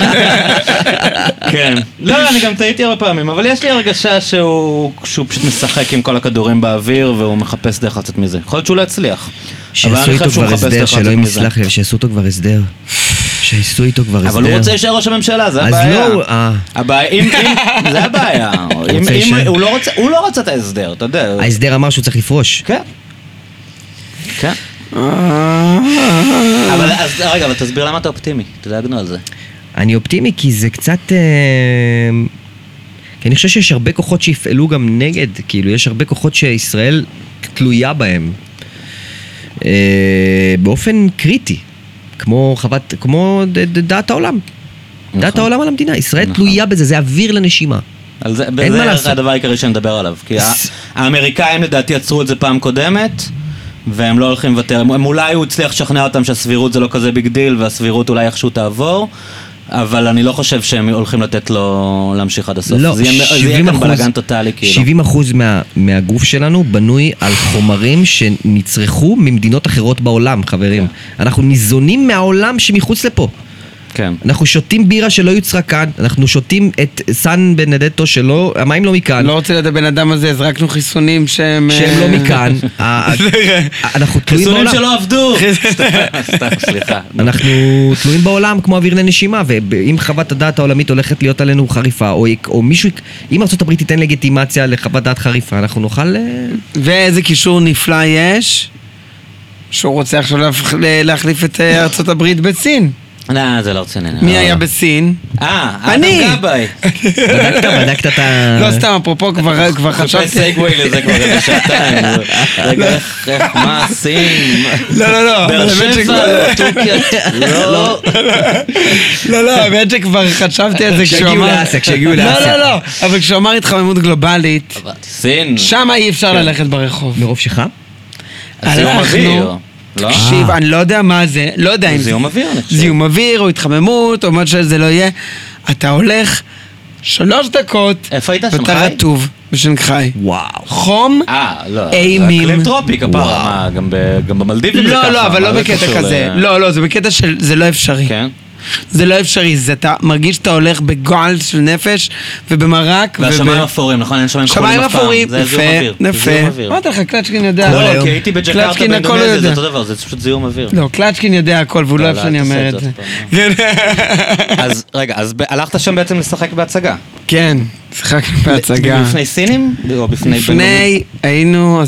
S3: כן. לא, אני גם טעיתי הרבה פעמים, אבל יש לי הרגשה שהוא פשוט משחק עם כל הכדורים באוויר, והוא מחפש דרך לצאת מזה. יכול להיות שהוא לא יצליח.
S1: שיעשו איתו כבר הסדר, שאלוהים יסלח לי, שיעשו אותו כבר הסדר. שיעשו איתו כבר הסדר.
S3: אבל הוא רוצה להישאר ראש הממשלה, זה הבעיה. זה הבעיה. הוא לא רצה את ההסדר, אתה יודע.
S1: ההסדר אמר שהוא צריך לפרוש.
S3: כן. כן. אבל רגע, אבל תסביר למה אתה אופטימי, תדאגנו על זה.
S1: אני אופטימי כי זה קצת... כי אני חושב שיש הרבה כוחות שיפעלו גם נגד, כאילו יש הרבה כוחות שישראל תלויה בהם. באופן קריטי. כמו דעת העולם. דעת העולם על המדינה. ישראל תלויה בזה, זה אוויר לנשימה. אין מה לעשות.
S3: זה הדבר העיקרי שאני מדבר עליו. כי האמריקאים לדעתי יצרו את זה פעם קודמת, והם לא הולכים לוותר. אולי הוא הצליח לשכנע אותם שהסבירות זה לא כזה ביג דיל, והסבירות אולי איכשהו תעבור, אבל אני לא חושב שהם הולכים לתת לו להמשיך עד הסוף.
S1: לא,
S3: זה יהיה כאן בלגן טוטלי כאילו. 70%
S1: מהגוף שלנו בנוי על חומרים שנצרכו ממדינות אחרות בעולם, חברים. אנחנו ניזונים מהעולם שמחוץ לפה.
S3: כן.
S1: אנחנו שותים בירה שלא יוצרה כאן, אנחנו שותים את סן בנדטו שלא, המים לא מכאן.
S2: לא רוצה לדעת בן אדם הזה, הזרקנו חיסונים שהם
S1: לא מכאן. אנחנו תלויים בעולם.
S3: חיסונים שלא עבדו. סתם, סליחה.
S1: אנחנו תלויים בעולם כמו אוויר לנשימה, ואם חוות הדעת העולמית הולכת להיות עלינו חריפה, או מישהו, אם ארצות הברית תיתן לגיטימציה לחוות דעת חריפה, אנחנו נוכל...
S2: ואיזה קישור נפלא יש, שהוא רוצה עכשיו להחליף את ארצות הברית בסין.
S3: לא, זה לא רציני.
S2: מי היה בסין?
S3: אני!
S1: בדקת את ה...
S2: לא, סתם, אפרופו, כבר חשבתי...
S3: חפש סייגווי לזה כבר איזה שעתיים. רגע, איך, מה, סין?
S2: לא.
S3: באר שבע, טורקיה.
S2: לא, האמת שכבר חשבתי על זה כשהוא אמר...
S1: כשהגיעו לאסיה.
S2: לא, אבל כשהוא אמר התחממות גלובלית,
S3: סין.
S2: שם אי אפשר ללכת ברחוב.
S1: מרוב שחם?
S3: זיהום אוויר.
S2: תקשיב, אני לא יודע מה זה, לא יודע אם זה
S3: זיהום אוויר, אני חושב.
S2: זיהום אוויר או התחממות או מה שזה לא יהיה. אתה הולך 3 דקות
S3: איפה היית?
S2: ואתה רטוב בשנגחאי.
S1: וואו.
S2: חום,
S3: לא,
S2: אימים.
S3: אקלים טרופי כפרה, גם במלדיבים זה ככה.
S2: לא, אבל לא בקטע כזה. לא, זה בקטע של זה לא אפשרי.
S3: כן.
S2: זה לא אפשרי, אתה מרגיש שאתה הולך בגועל של נפש ובמרק
S3: והשמיים אפורים, נכון? אין שמיים כחולים אף פעם. זה זיהום אוויר.
S2: יפה. אמרתי לך, קלצ'קין יודע.
S3: לא, כי הייתי בג'קרטה באינדונזיה, זה אותו דבר, זה פשוט זיהום אוויר.
S2: לא, קלצ'קין יודע הכל והוא לא אוהב שאני אומר את זה.
S3: אז רגע, אז הלכת שם בעצם לשחק בהצגה.
S2: כן, שחקנו בהצגה.
S3: בפני סינים? או בפני
S2: בינלאומי?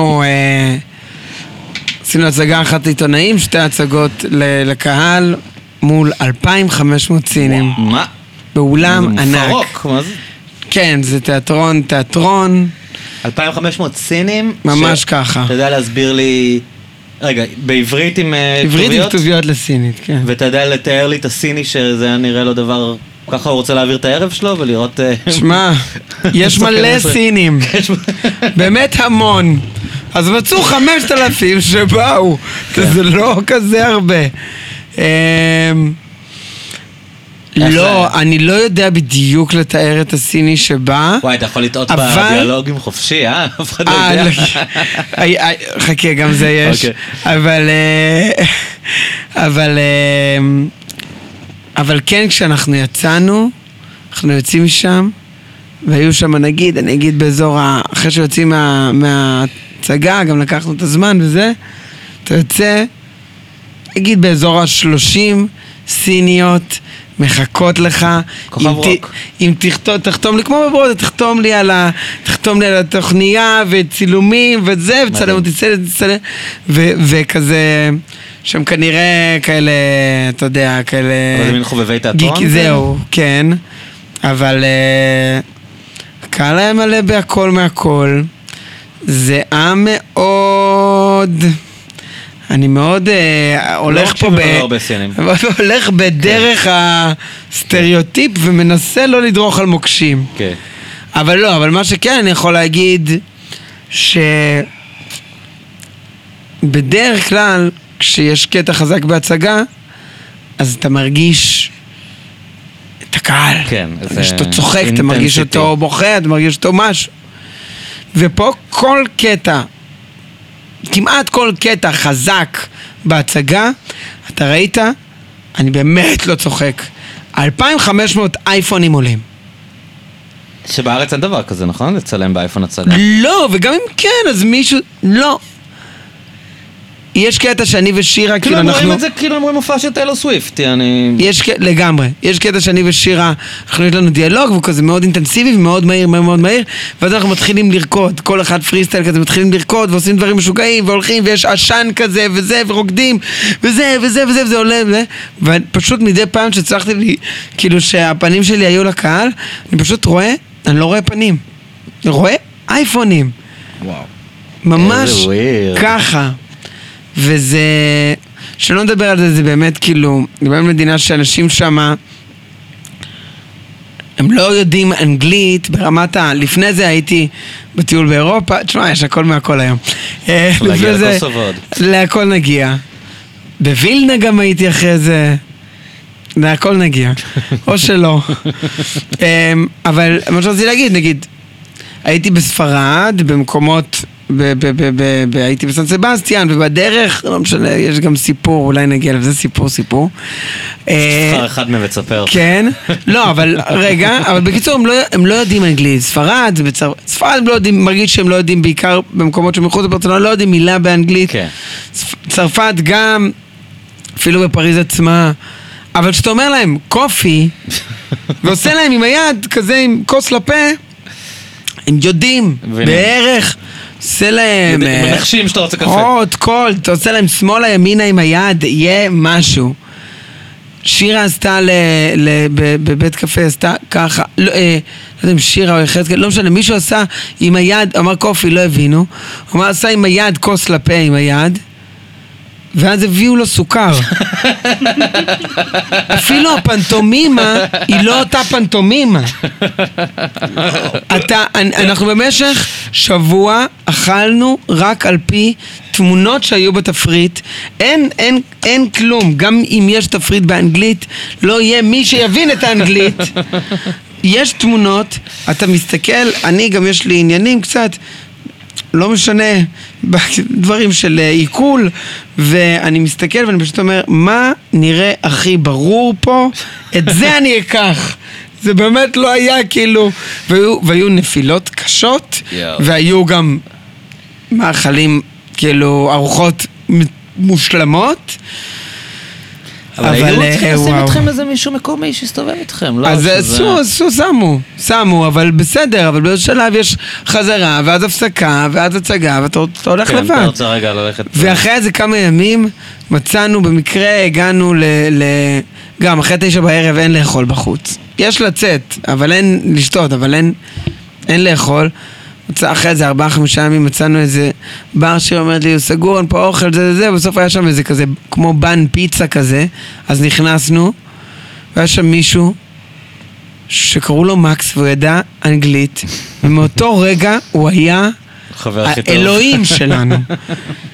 S2: עשינו הצגה אחת עיתונאים, 2 הצגות לקהל. מול 2,500 סינים.
S3: מה?
S2: באולם ענק.
S3: מפרוק, מה זה?
S2: כן, זה תיאטרון.
S3: 2,500 סינים?
S2: ממש ככה.
S3: אתה יודע להסביר לי... רגע, בעברית עם כתוביות?
S2: עברית עם כתוביות לסינית, כן.
S3: ואתה יודע לתאר לי את הסיני שזה היה נראה לו דבר... ככה הוא רוצה להעביר את הערב שלו ולראות...
S2: שמע, יש מלא סינים. באמת המון. אז מצאו 5,000 שבאו. זה לא כזה הרבה. לא, אני לא יודע בדיוק לתאר את הסיני שבא.
S3: וואי, אתה יכול לטעות בדיאלוגים חופשי, אף אחד לא יודע.
S2: חכה, גם זה יש. אבל כן, כשאנחנו יצאנו, אנחנו יוצאים משם, והיו שם נגיד, אני אגיד באזור, אחרי שיוצאים מהצגה, גם לקחנו את הזמן וזה, אתה יוצא, נגיד באזור 30 סיניות, מחכות לך.
S3: כוכב רוק.
S2: אם תחתום לי, כמו בברודה, תחתום לי על התוכניה וצילומים וזה, וצלם אותי, תצלם, וכזה, שם כנראה כאלה, אתה יודע, כאלה...
S3: אבל זה מין חובבי תיאטרון?
S2: זהו, כן. אבל קהל היה מלא בהכל מהכל. זה עם מאוד... אני מאוד הולך פה הולך בדרך הסטריאוטיפ ומנסה לא לדרוך על מוקשים.
S3: כן.
S2: אבל לא, אבל מה שכן אני יכול להגיד שבדרך כלל כשיש קטע חזק בהצגה אז אתה מרגיש את הקהל.
S3: כן.
S2: שאתה צוחק, אתה מרגיש אותו בוכה, אתה מרגיש אותו משהו. ופה כל קטע, כמעט כל קטע חזק בהצגה, אתה ראית? אני באמת לא צוחק. 2,500 אייפונים עולים.
S3: שבארץ אין דבר כזה, נכון? לצלם באייפון הצגה.
S2: לא, וגם אם כן, אז מישהו... לא. יש קטע שאני ושירה,
S3: כאילו הם רואים את זה, כאילו הם רואים מופע של טיילור סוויפט,
S2: לגמרי. יש קטע שאני ושירה, אנחנו יש לנו דיאלוג, והוא כזה מאוד אינטנסיבי ומאוד מהיר, מאוד מהיר, ואז אנחנו מתחילים לרקוד, כל אחד פריסטייל כזה, מתחילים לרקוד, ועושים דברים משוגעים, והולכים, ויש עשן כזה, וזה, ורוקדים, וזה עולה, ופשוט מדי פעם שצריכתי לי, כאילו שהפנים שלי היו לקהל, אני פשוט רואה, אני לא רואה פנים. אני רואה אייפונים.
S1: וואו.
S2: ממש ככה. וזה, שלא נדבר על זה, זה באמת כאילו, באמת מדינה שאנשים שמה, הם לא יודעים אנגלית ברמת לפני זה הייתי בטיול באירופה, תשמע, יש הכל מהכל היום.
S3: להגיע לקוסוב עוד.
S2: להכל נגיע. בווילנה גם הייתי אחרי זה, להכל נגיע. או שלא. אבל מה שרציתי להגיד, נגיד, הייתי בספרד, במקומות... הייתי בסן סבסטיאן, ובדרך, לא משנה, יש גם סיפור, אולי נגיע לזה, סיפור.
S3: ספר אחד מבצפר.
S2: כן, לא, אבל רגע, אבל בקיצור, הם לא יודעים אנגלית. ספרד הם לא יודעים, מרגיש שהם לא יודעים, בעיקר במקומות שמחוץ לברצלונה, לא יודעים מילה באנגלית. צרפת גם, אפילו בפריז עצמה, אבל כשאתה אומר להם, קופי, ועושה להם עם היד, כזה עם כוס לפה, הם יודעים, בערך, עושה להם...
S3: מנחשים שאתה רוצה קפה.
S2: עוד קול, אתה עושה להם שמאלה ימינה עם היד, יהיה משהו. שירה עשתה בבית קפה, עשתה ככה, לא יודע אם שירה או יחד, לא משנה, מישהו עשה עם היד, אמר קופי, לא הבינו, הוא עשה עם היד כוס לפה עם היד, ואז הביאו לו סוכר. אפילו הפנטומימה היא לא אותה פנטומימה. אנחנו במשך שבוע אכלנו רק על פי תמונות שהיו בתפריט. אין כלום. גם אם יש תפריט באנגלית, לא יהיה מי שיבין את האנגלית. יש תמונות, אתה מסתכל, אני גם יש לי עניינים קצת, לא משנה, דברים של עיכול, ואני מסתכל ואני פשוט אומר, מה נראה הכי ברור פה? את זה אני אקח. זה באמת לא היה כאילו, והיו נפילות קשות, והיו גם מאכלים, כאילו, ארוחות מושלמות.
S3: אבל היו צריכים לשים אתכם איזה מישהו מקומי שיסתובב איתכם,
S2: אז שמו, אבל בסדר, אבל באיזה שלב יש חזרה, ואז הפסקה, ואז הצגה, ואתה הולך לבד.
S3: כן, אתה רוצה רגע ללכת.
S2: ואחרי איזה כמה ימים מצאנו, במקרה הגענו גם אחרי 9 בערב אין לאכול בחוץ. יש לצאת, אבל אין לשתות, אבל אין לאכול. אחרי איזה 4-5 ימים מצאנו איזה בר שאומרת לי, הוא סגור, אין פה אוכל, זה, בסוף היה שם איזה כזה, כמו בן פיצה כזה, אז נכנסנו, והיה שם מישהו שקראו לו מקס, והוא ידע אנגלית, ומאותו רגע הוא היה האלוהים שלנו.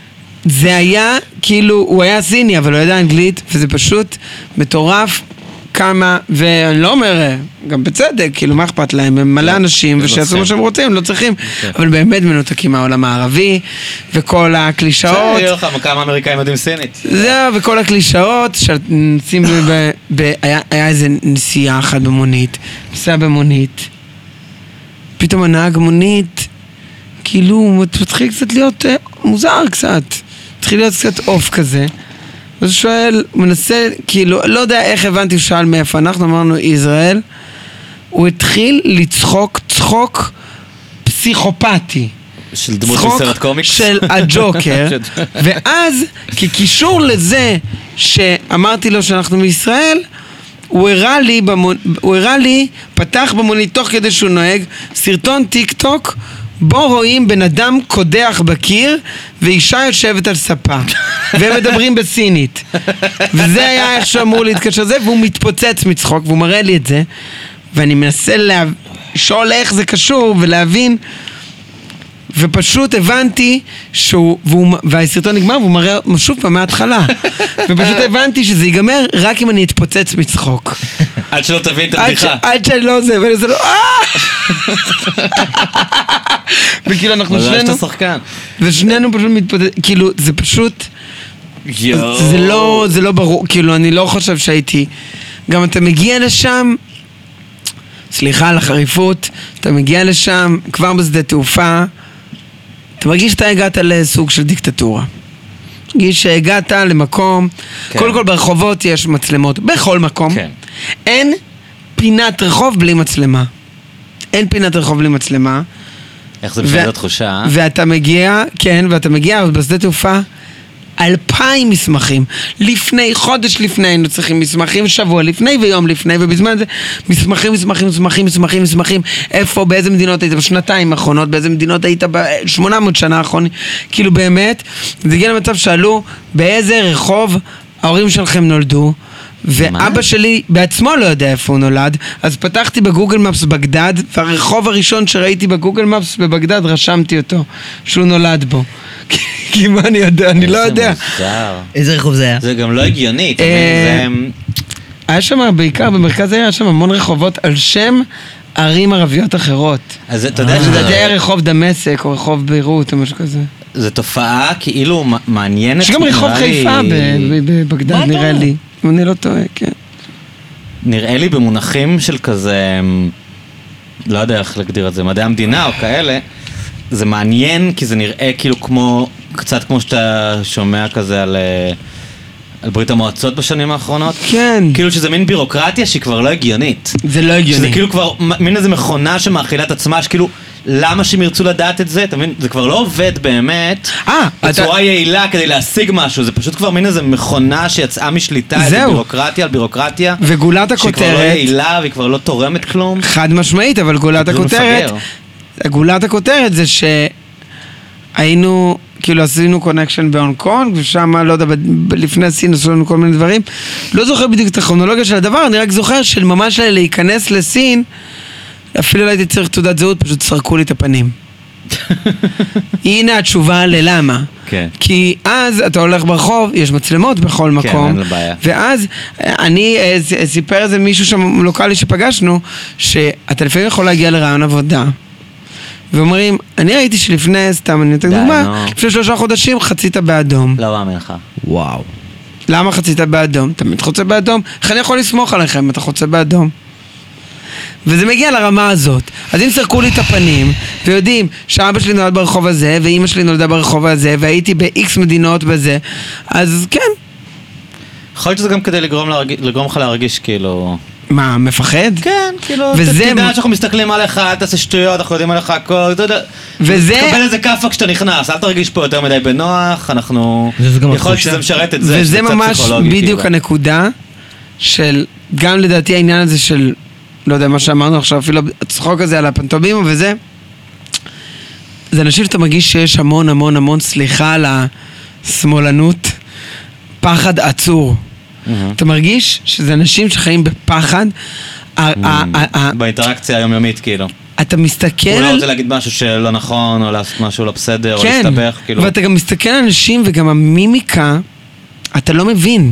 S2: זה היה, כאילו, הוא היה סיני, אבל הוא ידע אנגלית, וזה פשוט מטורף כמה, ואני לא אומר, גם בצדק, כאילו מה אכפת להם, הם מלא אנשים, ושיעשו מה שהם רוצים, לא צריכים, אבל באמת מנותקים מהעולם הערבי, וכל הקלישאות.
S3: יהיה לך כמה אמריקאים יודעים סינית.
S2: זהו, וכל הקלישאות, שנוסעים היה איזה נסיעה אחת במונית, נסיעה במונית, פתאום הנהג מונית, כאילו, מתחיל קצת להיות מוזר קצת, מתחיל להיות קצת אוף כזה, אז הוא שואל, מנסה, כאילו, לא יודע איך הבנתי, הוא שאל מאיפה, אנחנו אמרנו ישראל, הוא התחיל לצחוק, צחוק פסיכופתי.
S3: של דמות של סרט קומיקס?
S2: של הג'וקר, ואז, כקישור לזה שאמרתי לו שאנחנו מישראל, הוא הראה לי, פתח במונית תוך כדי שהוא נוהג, סרטון טיק טוק, בו רואים בן אדם קודח בקיר ואישה יושבת על ספה והם מדברים בסינית, וזה היה איך שאמור להתקשר זה, והוא מתפוצץ מצחוק והוא מראה לי את זה, ואני מנסה לשאול איך זה קשור ולהבין, ופשוט הבנתי והסרטון נגמר והוא מראה שוב פעם מההתחלה, ופשוט הבנתי שזה ייגמר רק אם אני אתפוצץ מצחוק
S3: עד שלא תבין את הבדיחה,
S2: עד שאני לא זה, ואני זה לא וכאילו אנחנו שנינו ושנינו פשוט מתפוצץ, כאילו זה פשוט זה לא ברור, כאילו אני לא חושב שהייתי, גם אתה מגיע לשם, סליחה על החריפות, אתה מגיע לשם כבר בשדה תעופה, אתה מרגיש שאתה הגעת לסוג של דיקטטורה, מרגיש שהגעת למקום, קודם כל ברחובות יש מצלמות בכל מקום, אין פינת רחוב בלי מצלמה, אין פינת רחוב בלי מצלמה.
S3: איך זה בשביל התחושה?
S2: ואתה מגיע, כן, ואתה מגיע בשדה תעופה 2,000 מסמכים, לפני, חודש לפני היינו צריכים מסמכים, שבוע לפני ויום לפני, ובזמן זה מסמכים, איפה, באיזה מדינות היית בשנתיים האחרונות, באיזה מדינות היית ב-800 שנה האחרונים, כאילו באמת, זה הגיע למצב שאלו באיזה רחוב ההורים שלכם נולדו, ואבא שלי בעצמו לא יודע איפה הוא נולד, אז פתחתי בגוגל מפס בגדד, והרחוב הראשון שראיתי בגוגל מפס בבגדד רשמתי אותו, שהוא נולד בו. כי מה אני יודע, אני לא יודע.
S1: איזה רחוב זה היה?
S3: זה גם לא הגיוני,
S2: היה שם בעיקר, במרכז היה שם המון רחובות על שם ערים ערביות אחרות.
S3: אז אתה יודע
S2: שזה היה רחוב דמשק או רחוב ביירות או משהו כזה.
S3: זו תופעה כאילו מעניינת.
S2: יש גם רחוב חיפה בבגדד נראה לי, אם אני לא טועה, כן.
S3: נראה לי במונחים של כזה, לא יודע איך להגדיר את זה, מדעי המדינה או כאלה, זה מעניין כי זה נראה כאילו כמו, קצת כמו שאתה שומע כזה על ברית המועצות בשנים האחרונות.
S2: כן.
S3: כאילו שזה מין בירוקרטיה שהיא כבר לא הגיונית.
S2: זה לא הגיוני.
S3: שזה כאילו כבר מין איזה מכונה שמאכילה את עצמה, שכאילו למה שהם ירצו לדעת את זה? אתה מבין? זה כבר לא עובד באמת בצורה יעילה כדי להשיג משהו, זה פשוט כבר מין איזה מכונה שיצאה משליטה, איזה בירוקרטיה על בירוקרטיה,
S2: וגולת הכותרת
S3: שהיא כבר לא יעילה והיא כבר לא תורמת כלום.
S2: חד משמעית, אבל גולת הכותרת זה שהיינו, כאילו עשינו קונקשן בהונג קונג, ושם, לא יודע, לפני סין עשו לנו כל מיני דברים, לא זוכר בדיוק את הכרונולוגיה של הדבר, אני רק זוכר של ממש להיכנס לסין, אפילו לא הייתי צריך תעודת זהות, פשוט סרקו לי את הפנים. הנה התשובה ללמה.
S3: כן.
S2: כי אז אתה הולך ברחוב, יש מצלמות בכל מקום,
S3: אין לבעיה.
S2: ואז אני סיפר איזה מישהו שם לוקלי שפגשנו, שאתה לפעמים יכול להגיע לרעיון עבודה, ואומרים, אני ראיתי שלפני, סתם אני נותן דוגמה, לפני 3 חודשים חצית באדום.
S3: לא מאמין לך.
S1: וואו.
S2: למה חצית באדום? תמיד חוצה באדום. איך אני יכול לסמוך עליכם אם אתה חוצה באדום? וזה מגיע לרמה הזאת. אז אם סרקו לי את הפנים, ויודעים שאבא שלי נולד ברחוב הזה, ואמא שלי נולדה ברחוב הזה, והייתי ב-X מדינות בזה, אז כן.
S3: יכול להיות שזה גם כדי לגרום לך להרגיש כאילו...
S2: מה, מפחד?
S3: כן, כאילו, תדע שאנחנו מסתכלים עליך, אל תעשה שטויות, אנחנו יודעים עליך הכל, אתה יודע, תקבל איזה כאפה כשאתה נכנס, אל תרגיש פה יותר מדי בנוח, אנחנו... יכול להיות שזה משרת את זה,
S2: וזה ממש בדיוק הנקודה של, גם לדעתי העניין הזה של, לא יודע מה שאמרנו עכשיו, אפילו הצחוק הזה על הפנטומימה וזה, זה אנשים שאתה מרגיש שיש המון המון המון סליחה על השמאלנות, פחד עצור. אתה מרגיש שזה אנשים שחיים בפחד,
S3: באינטראקציה היומיומית כאילו.
S2: אתה מסתכל...
S3: הוא לא רוצה להגיד משהו שלא נכון, או לעשות משהו לא בסדר, או להסתבך, כאילו.
S2: ואתה גם מסתכל על אנשים, וגם המימיקה, אתה לא מבין.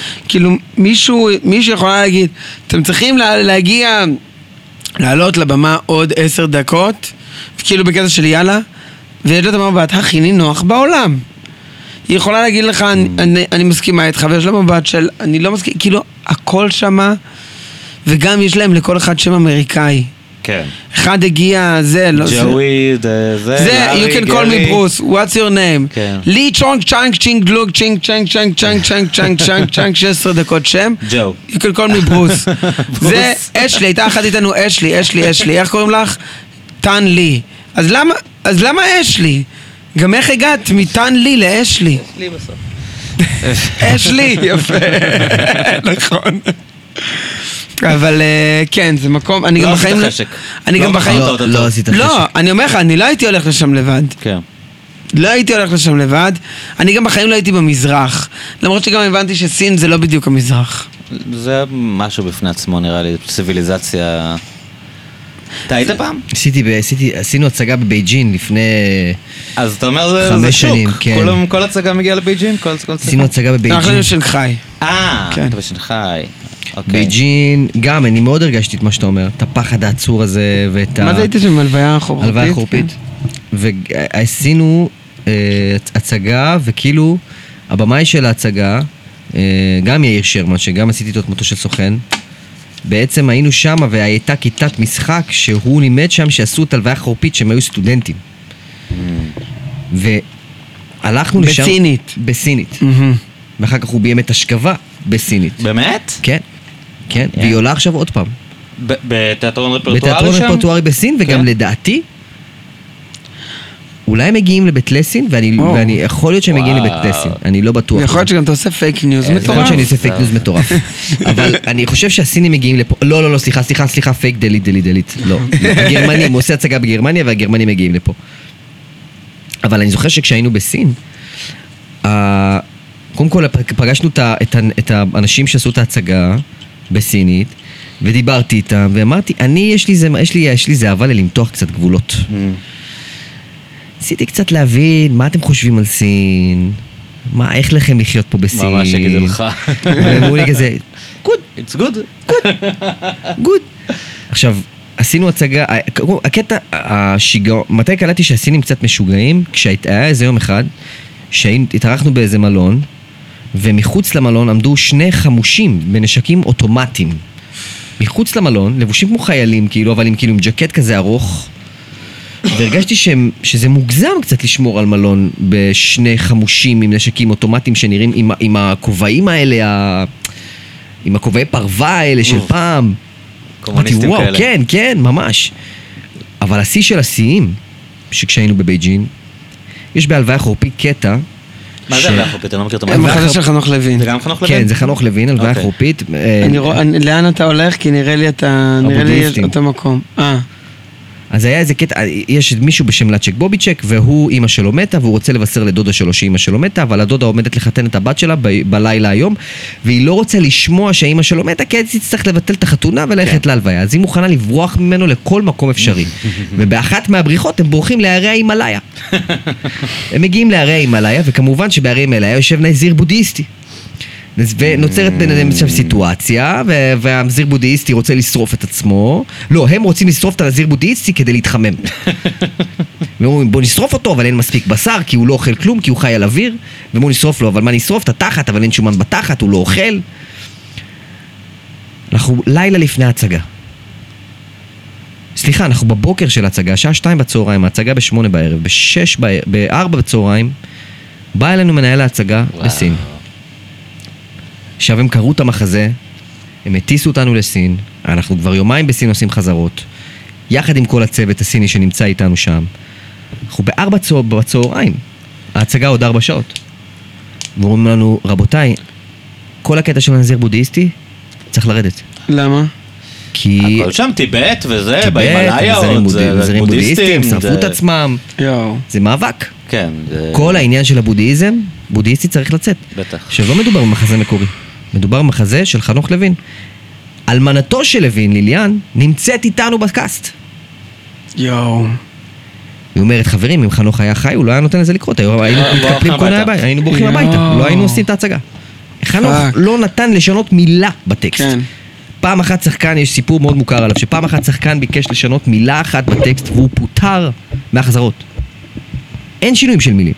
S2: כאילו, מישהו יכולה להגיד, אתם צריכים להגיע, לעלות לבמה עוד 10 דקות, כאילו בקטע של יאללה, ויש לה את המבט הכי נינוח בעולם. היא יכולה להגיד לך, אני מסכימה איתך, ויש לה מבט של, אני לא מסכים, כאילו, הכל שמה, וגם יש להם לכל אחד שם אמריקאי.
S3: כן.
S2: אחד הגיע, זה, לא זה.
S3: ג'וי,
S2: זה, you can call me Bruce, what's your name?
S3: כן.
S2: לי צ'ונג צ'אנג צ'ינג דלוג צ'ינג צ'אנג צ'אנג צ'אנג צ'אנג צ'אנג צ'אנג צ'אנג 16 דקות שם.
S3: ג'ו.
S2: You can call me Bruce. זה אשלי, הייתה אחת איתנו אשלי, איך קוראים לך? טן לי. אז למה אשלי? גם איך הגעת מטן לי לאשלי?
S4: לי בסוף.
S2: אשלי, יפה. נכון. אבל כן, זה מקום, אני גם בחיים...
S3: לא עשית חשק.
S2: אני גם בחיים...
S1: לא עשית חשק.
S2: לא, אני אומר לך, אני לא הייתי הולך לשם לבד.
S3: כן.
S2: לא הייתי הולך לשם לבד. אני גם בחיים לא הייתי במזרח. למרות שגם הבנתי שסין זה לא בדיוק המזרח.
S3: זה משהו בפני עצמו נראה לי, ציוויליזציה... אתה היית פעם?
S1: עשינו הצגה בבייג'ין לפני...
S3: אז אתה אומר זה
S1: 5
S3: שוק.
S1: שנים, כן.
S3: כל הצגה מגיעה לבייג'ין?
S1: עשינו הצגה בבייג'ין.
S2: אנחנו היינו שנגחאי. כן.
S3: אתה בשנגחאי. אוקיי.
S1: בייג'ין, גם, אני מאוד הרגשתי את מה שאתה אומר, את הפחד העצור הזה ואת ה...
S2: מה זה הייתי שם? הלוויה חורפית?
S1: הלוויה חורפית. ועשינו הצגה, וכאילו, הבמאי של ההצגה, גם יאיר שרמן, שגם עשיתי איתו את מותו של סוכן, בעצם היינו שם והייתה כיתת משחק שהוא לימד שם שעשו את הלוויה חורפית שהם היו סטודנטים. והלכנו לשם...
S2: בסינית.
S1: בסינית. ואחר כך הוא ביים את השכבה בסינית.
S3: באמת?
S1: כן, כן, והיא עולה עכשיו עוד פעם.
S3: בתיאטרון רפרטוארי שם?
S1: בתיאטרון רפרטוארי בסין, וגם לדעתי, אולי הם מגיעים לבית לסין, ואני יכול להיות שהם מגיעים לבית לסין, אני לא בטוח.
S2: יכול להיות שגם אתה עושה פייק ניוז מטורף.
S1: יכול להיות שאני עושה פייק ניוז מטורף. אבל אני חושב שהסינים מגיעים לפה, לא, סליחה, פייק דליט, לא. הגרמנים, הוא עושה הצגה בגרמניה, והגרמנים מגיעים לפה. אבל אני זוכר שכשהיינו בסין, קודם כל פגשנו את האנשים שעשו את ההצגה בסינית, ודיברתי איתם, ואמרתי, יש לי זה אהבה למתוח קצת גבולות. ניסיתי קצת להבין מה אתם חושבים על סין, איך לכם לחיות פה בסין.
S3: ממש יגידו לך.
S1: ואמרו לי כזה, good.
S3: It's good.
S1: good. עכשיו, עשינו הצגה, הקטע, מתי קלטתי שהסינים קצת משוגעים? כשהיה איזה יום אחד, שהתארחנו באיזה מלון, ומחוץ למלון עמדו 2 חמושים בנשקים אוטומטיים. מחוץ למלון, לבושים כמו חיילים, כאילו, אבל עם ג'קט כזה ארוך, והרגשתי שזה מוגזם קצת לשמור על מלון ב2 חמושים עם נשקים אוטומטיים שנראים עם הכובעים האלה, עם הכובעי פרווה האלה של פעם.
S3: קומוניסטים כאלה.
S1: כן, ממש. אבל השיא של השיאים, שכשהיינו בבייג'ין, יש בהלוויה חורפית קטע.
S3: מה זה הלוויה חורפית? אני לא מכיר את
S2: המחזה של חנוך לוין.
S3: זה גם חנוך לוין?
S1: כן, זה חנוך לוין, הלוויה חורפית.
S2: לאן אתה הולך? כי נראה לי אותו מקום.
S1: אז היה איזה קטע, יש מישהו בשם לצ'ק בוביצ'ק, והוא אימא שלו מתה, והוא רוצה לבשר לדודה שלו שאימא שלו מתה, אבל הדודה עומדת לחתן את הבת שלה בלילה היום, והיא לא רוצה לשמוע שהאימא שלו מתה, כי היא תצטרך לבטל את החתונה וללכת להלוויה. אז היא מוכנה לברוח ממנו לכל מקום אפשרי. ובאחת מהבריחות הם בורחים להרי ההימאליה. הם מגיעים להרי ההימאליה, וכמובן שבהרי ההימאליה יושב נזיר בודהיסטי. ונוצרת ביניהם עכשיו סיטואציה, והנזיר בודהיסטי רוצה לשרוף את עצמו. לא, הם רוצים לשרוף את הנזיר בודהיסטי כדי להתחמם. והם אומרים, בוא נשרוף אותו, אבל אין מספיק בשר, כי הוא לא אוכל כלום, כי הוא חי על אוויר. ובוא נשרוף לו, אבל מה נשרוף? את התחת, אבל אין שומן בתחת, הוא לא אוכל. אנחנו לילה לפני ההצגה. סליחה, אנחנו בבוקר של ההצגה, שעה 2 בצהריים, ההצגה ב8 בערב, ב4 בצהריים, בא אלינו מנהל ההצגה בסין. עכשיו הם קראו את המחזה, הם הטיסו אותנו לסין, אנחנו כבר יומיים בסין עושים חזרות, יחד עם כל הצוות הסיני שנמצא איתנו שם. אנחנו ב4 בצהריים, ההצגה עוד 4 שעות. ואומרים לנו, רבותיי, כל הקטע של הנזיר בודהיסטי צריך לרדת.
S2: למה?
S1: כי...
S3: הכל שם טיבט וזה, בהימאליה עוד,
S1: זה בודהיסטים, שרפו את עצמם, זה מאבק.
S3: כן.
S1: כל העניין של הבודהיזם, בודהיסטי צריך לצאת.
S3: בטח.
S1: עכשיו לא מדובר במחזה מקורי, מדובר במחזה של חנוך לוין. אלמנתו של לוין, ליליאן, נמצאת איתנו בקאסט. היא אומרת, חברים, אם חנוך היה חי, הוא לא היה נותן לזה לקרות, היינו מתקפלים כל הבית, היינו בורחים הביתה, לא היינו עושים את ההצגה. חנוך לא נתן לשנות מילה בטקסט.
S2: כן.
S1: פעם אחת שחקן, יש סיפור מאוד מוכר עליו, שפעם אחת שחקן ביקש לשנות מילה אחת בטקסט והוא פוטר מהחזרות. אין שינויים של מילים.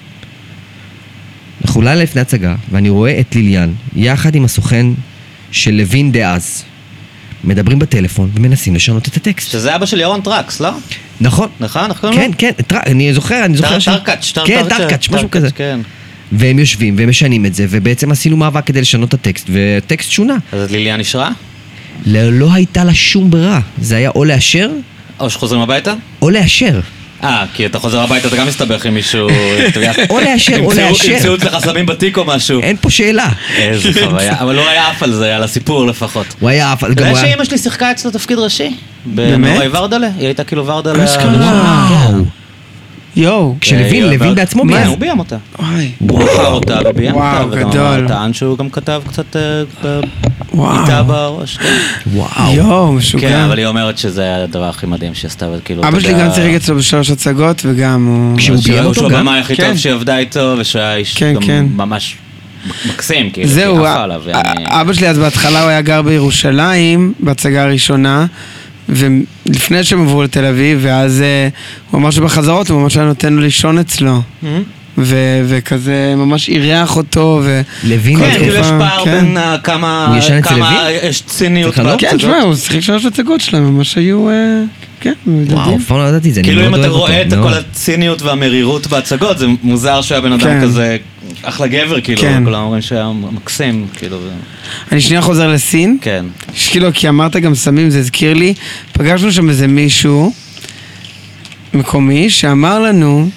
S1: אנחנו לילה לפני הצגה, ואני רואה את ליליאן, יחד עם הסוכן של לוין דאז, מדברים בטלפון ומנסים לשנות את הטקסט.
S3: שזה אבא של ירון טרקס, לא?
S1: נכון.
S3: נכון?
S1: כן, אני זוכר
S3: טרקץ',
S1: כן, טרקץ', משהו כזה.
S3: כן.
S1: והם יושבים ומשנים את זה, ובעצם עשינו מאבק כדי לשנות את הטקסט, והטקסט שונה.
S3: אז ליליאן נשארה?
S1: לא הייתה לה שום ברירה. זה היה או לאשר,
S3: או שחוזרים הביתה?
S1: או לאשר.
S3: כי אתה חוזר הביתה, אתה גם מסתבך עם מישהו...
S1: או לאשר, או לאשר.
S3: ימצאו אצלך סמים בתיק או משהו.
S1: אין פה שאלה.
S3: איזה חוויה. אבל לא היה אף על זה, על הסיפור לפחות.
S1: הוא היה אף...
S3: אתה יודע שאמא שלי שיחקה אצלו תפקיד ראשי? בנוראי ורדלה? היא הייתה כאילו ורדלה...
S1: וואו.
S2: יואו.
S1: כשלוין בעצמו
S3: כן,
S1: ביים.
S3: הוא ביים אותה.
S2: וואי.
S3: הוא בחר אותה וביים אותה.
S2: וואו, גדול.
S3: וגם טען שהוא גם כתב קצת
S2: וואו.
S3: איתה בראש.
S1: וואו.
S2: יואו, משוגע.
S3: כן, אבל היא אומרת שזה היה הדבר הכי מדהים שהיא עשתה, כאילו...
S2: אבא שלי גם שיחק אצלו ב3 הצגות, וגם הוא...
S1: כשהוא ביים אותו
S3: שהוא
S1: גם?
S3: הבמאי הכי
S2: כן.
S3: טוב שהיא עבדה איתו, ושהוא היה איש
S2: כן, כן.
S3: גם ממש מקסים, כאילו,
S2: זהו,
S3: כי עפה עליו.
S2: אבא שלי אז בהתחלה הוא היה גר בירושלים, בהצגה הראשונה, ולפני שהם עברו לתל אביב, ואז הוא אמר שבחזרות הוא ממש היה נותן לו לישון אצלו. וכזה ממש אירח אותו,
S1: לוין,
S3: כן, כאילו יש פער
S2: כן.
S3: בין כמה...
S1: הוא ישן אצל
S3: כמה
S1: לוין?
S3: יש ציניות
S1: צריך לעלות?
S2: כן,
S3: בהצגות.
S2: תשמע, הוא שיחק 3 הצגות שלהם, ממש היו, כן,
S1: וואו,
S2: מדהים.
S1: אף פעם לא ידעתי את זה. אני
S3: כאילו
S1: מאוד
S3: אם אתה
S1: אוהב אותו,
S3: רואה את
S1: מאוד.
S3: כל הציניות והמרירות בהצגות, זה מוזר שהיה בן אדם
S2: כן.
S3: כזה אחלה גבר, כאילו,
S2: כן.
S3: כולם אומרים שהיה מקסים, כאילו,
S2: אני שנייה חוזר לסין.
S3: כן.
S2: כאילו, כי אמרת גם סמים, זה הזכיר לי, פגשנו שם איזה מישהו מקומי שאמר לנו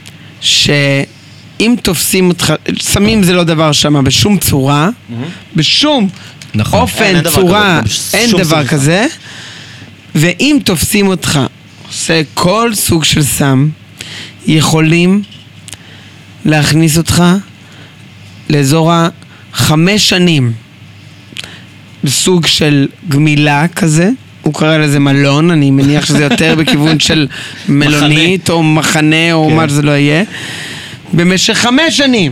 S2: שאם תופסים אותך, סמים זה לא דבר שמה בשום צורה, בשום
S1: נכון.
S2: אופן,
S3: אין דבר
S2: צורה,
S3: כזה,
S2: אין
S3: בשום
S2: דבר
S3: צריכה.
S2: כזה, ואם תופסים אותך עושה כל סוג של סם, יכולים להכניס אותך לאזור 5 שנים בסוג של גמילה כזה, הוא קרא לזה מלון, אני מניח שזה יותר בכיוון של מלונית או מחנה או מה שזה לא יהיה, במשך 5 שנים.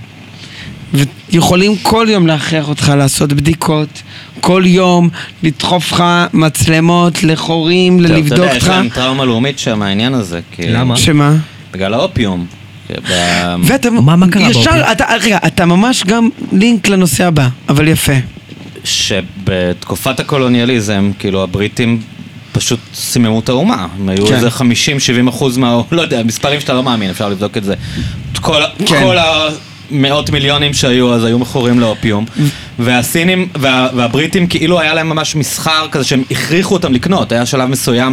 S2: ויכולים כל יום להכריח אותך לעשות בדיקות, כל יום לדחוף לך מצלמות לחורים, לבדוק
S3: אתה יודע, יש
S2: אותך.
S3: להם טראומה לאומית שם, העניין הזה.
S1: למה?
S2: שמה?
S3: בגלל האופיום.
S2: ואתה,
S1: מה קרה
S2: ישר, רגע, אתה ממש גם לינק לנושא הבא, אבל יפה.
S3: שבתקופת הקולוניאליזם, כאילו הבריטים פשוט סיממו את האומה. הם היו
S2: כן.
S3: איזה 50-70% לא יודע, מספרים שאתה לא מאמין, אפשר לבדוק את זה. כל המאות מיליונים שהיו אז היו מכורים לאופיום, והסינים והבריטים כאילו היה להם ממש מסחר כזה שהם הכריחו אותם לקנות. היה שלב מסוים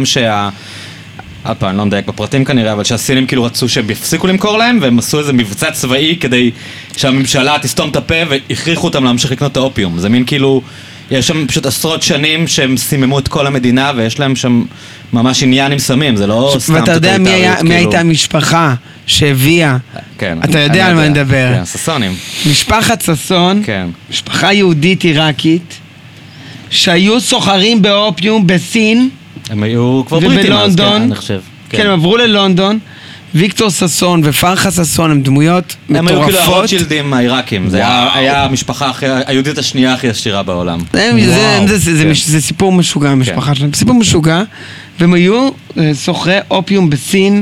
S3: אני לא מדייק בפרטים כנראה, אבל שהסינים כאילו רצו שהם יפסיקו למכור להם, והם עשו איזה מבצע צבאי כדי שהממשלה תסתום את הפה, והכריחו אותם להמשיך לקנות את האופיום. זה מין כאילו, יש שם פשוט עשרות שנים שהם סיממו את כל המדינה, ויש להם שם ממש עניין עם סמים, זה לא סתם
S2: ואתה יודע
S3: טוטליטריות,
S2: מי הייתה המשפחה שהביאה?
S3: כן.
S2: אתה יודע על מה אני מדבר.
S3: כן, ששונים.
S2: משפחת ששון,
S3: כן.
S2: משפחה יהודית עיראקית, שהיו סוחרים באופיום בסין,
S3: הם היו כבר בריטים אז, כן,
S2: ובלונדון,
S3: אני חושב.
S2: כן, הם עברו ללונדון, ויקטור ששון ופרחה ששון הם דמויות
S3: הם היו כאילו
S2: מטורפות.
S3: הרוטשילדים העיראקים, זה היה המשפחה היהודית השנייה הכי עשירה בעולם.
S2: זה סיפור משוגע, המשפחה שלהם, סיפור משוגע, והם היו סוחרי אופיום בסין,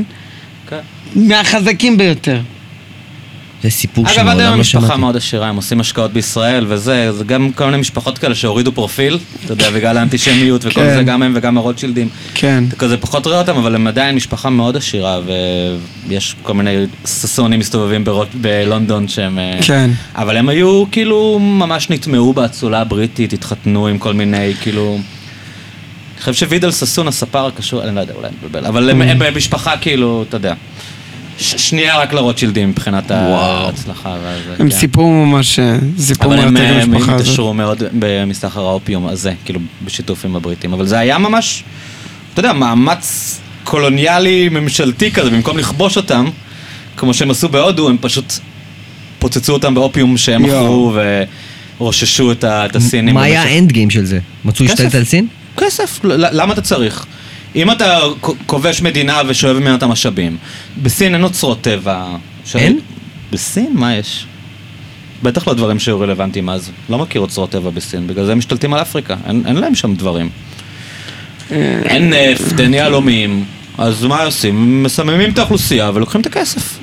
S2: מהחזקים ביותר.
S1: זה סיפור
S3: אגב, עד
S1: שמעולם
S3: היום
S1: לא
S3: המשפחה
S1: שמעתי.
S3: מאוד עשירה, הם עושים השקעות בישראל וזה, זה גם כל מיני משפחות כאלה שהורידו פרופיל, אתה יודע, בגלל האנטישמיות וכל
S2: כן.
S3: זה, גם הם וגם הרוטשילדים.
S2: כן.
S3: אתה כזה פחות רואה אותם, אבל הם עדיין משפחה מאוד עשירה, ויש כל מיני ששונים מסתובבים בלונדון שהם...
S2: כן.
S3: אבל הם היו כאילו ממש נטמעו באצולה הבריטית, התחתנו עם כל מיני כאילו... אני חושב שווידל ששון הספר הקשור, אני לא יודע, אולי מבלבל, אבל הם במשפחה כאילו, אתה יודע. שנייה רק לרוטשילדים מבחינת ההצלחה.
S2: הם סיפור ממש, סיפור
S3: אבל
S2: מרתק
S3: הם
S2: במשפחה הזאת.
S3: התעשרו מאוד במסחר האופיום הזה, כאילו בשיתוף עם הבריטים, אבל זה היה ממש, אתה יודע, מאמץ קולוניאלי ממשלתי כזה, במקום לכבוש אותם, כמו שהם עשו בהודו, הם פשוט פוצצו אותם באופיום שהם מכרו ורוששו את הסינים.
S1: מה היה האנד גיים של זה? מצאו להשתלט על סין?
S3: כסף, למה אתה צריך? אם אתה כובש מדינה ושואב ממנה את המשאבים, בסין אין אוצרות טבע.
S1: אין?
S3: בסין? מה יש? בטח לא דברים שהיו רלוונטיים אז. לא מכיר אוצרות טבע בסין, בגלל זה הם משתלטים על אפריקה, אין להם שם דברים. אין נפט, אין יהלומים, אז מה עושים? מסממים את האוכלוסייה ולוקחים את הכסף.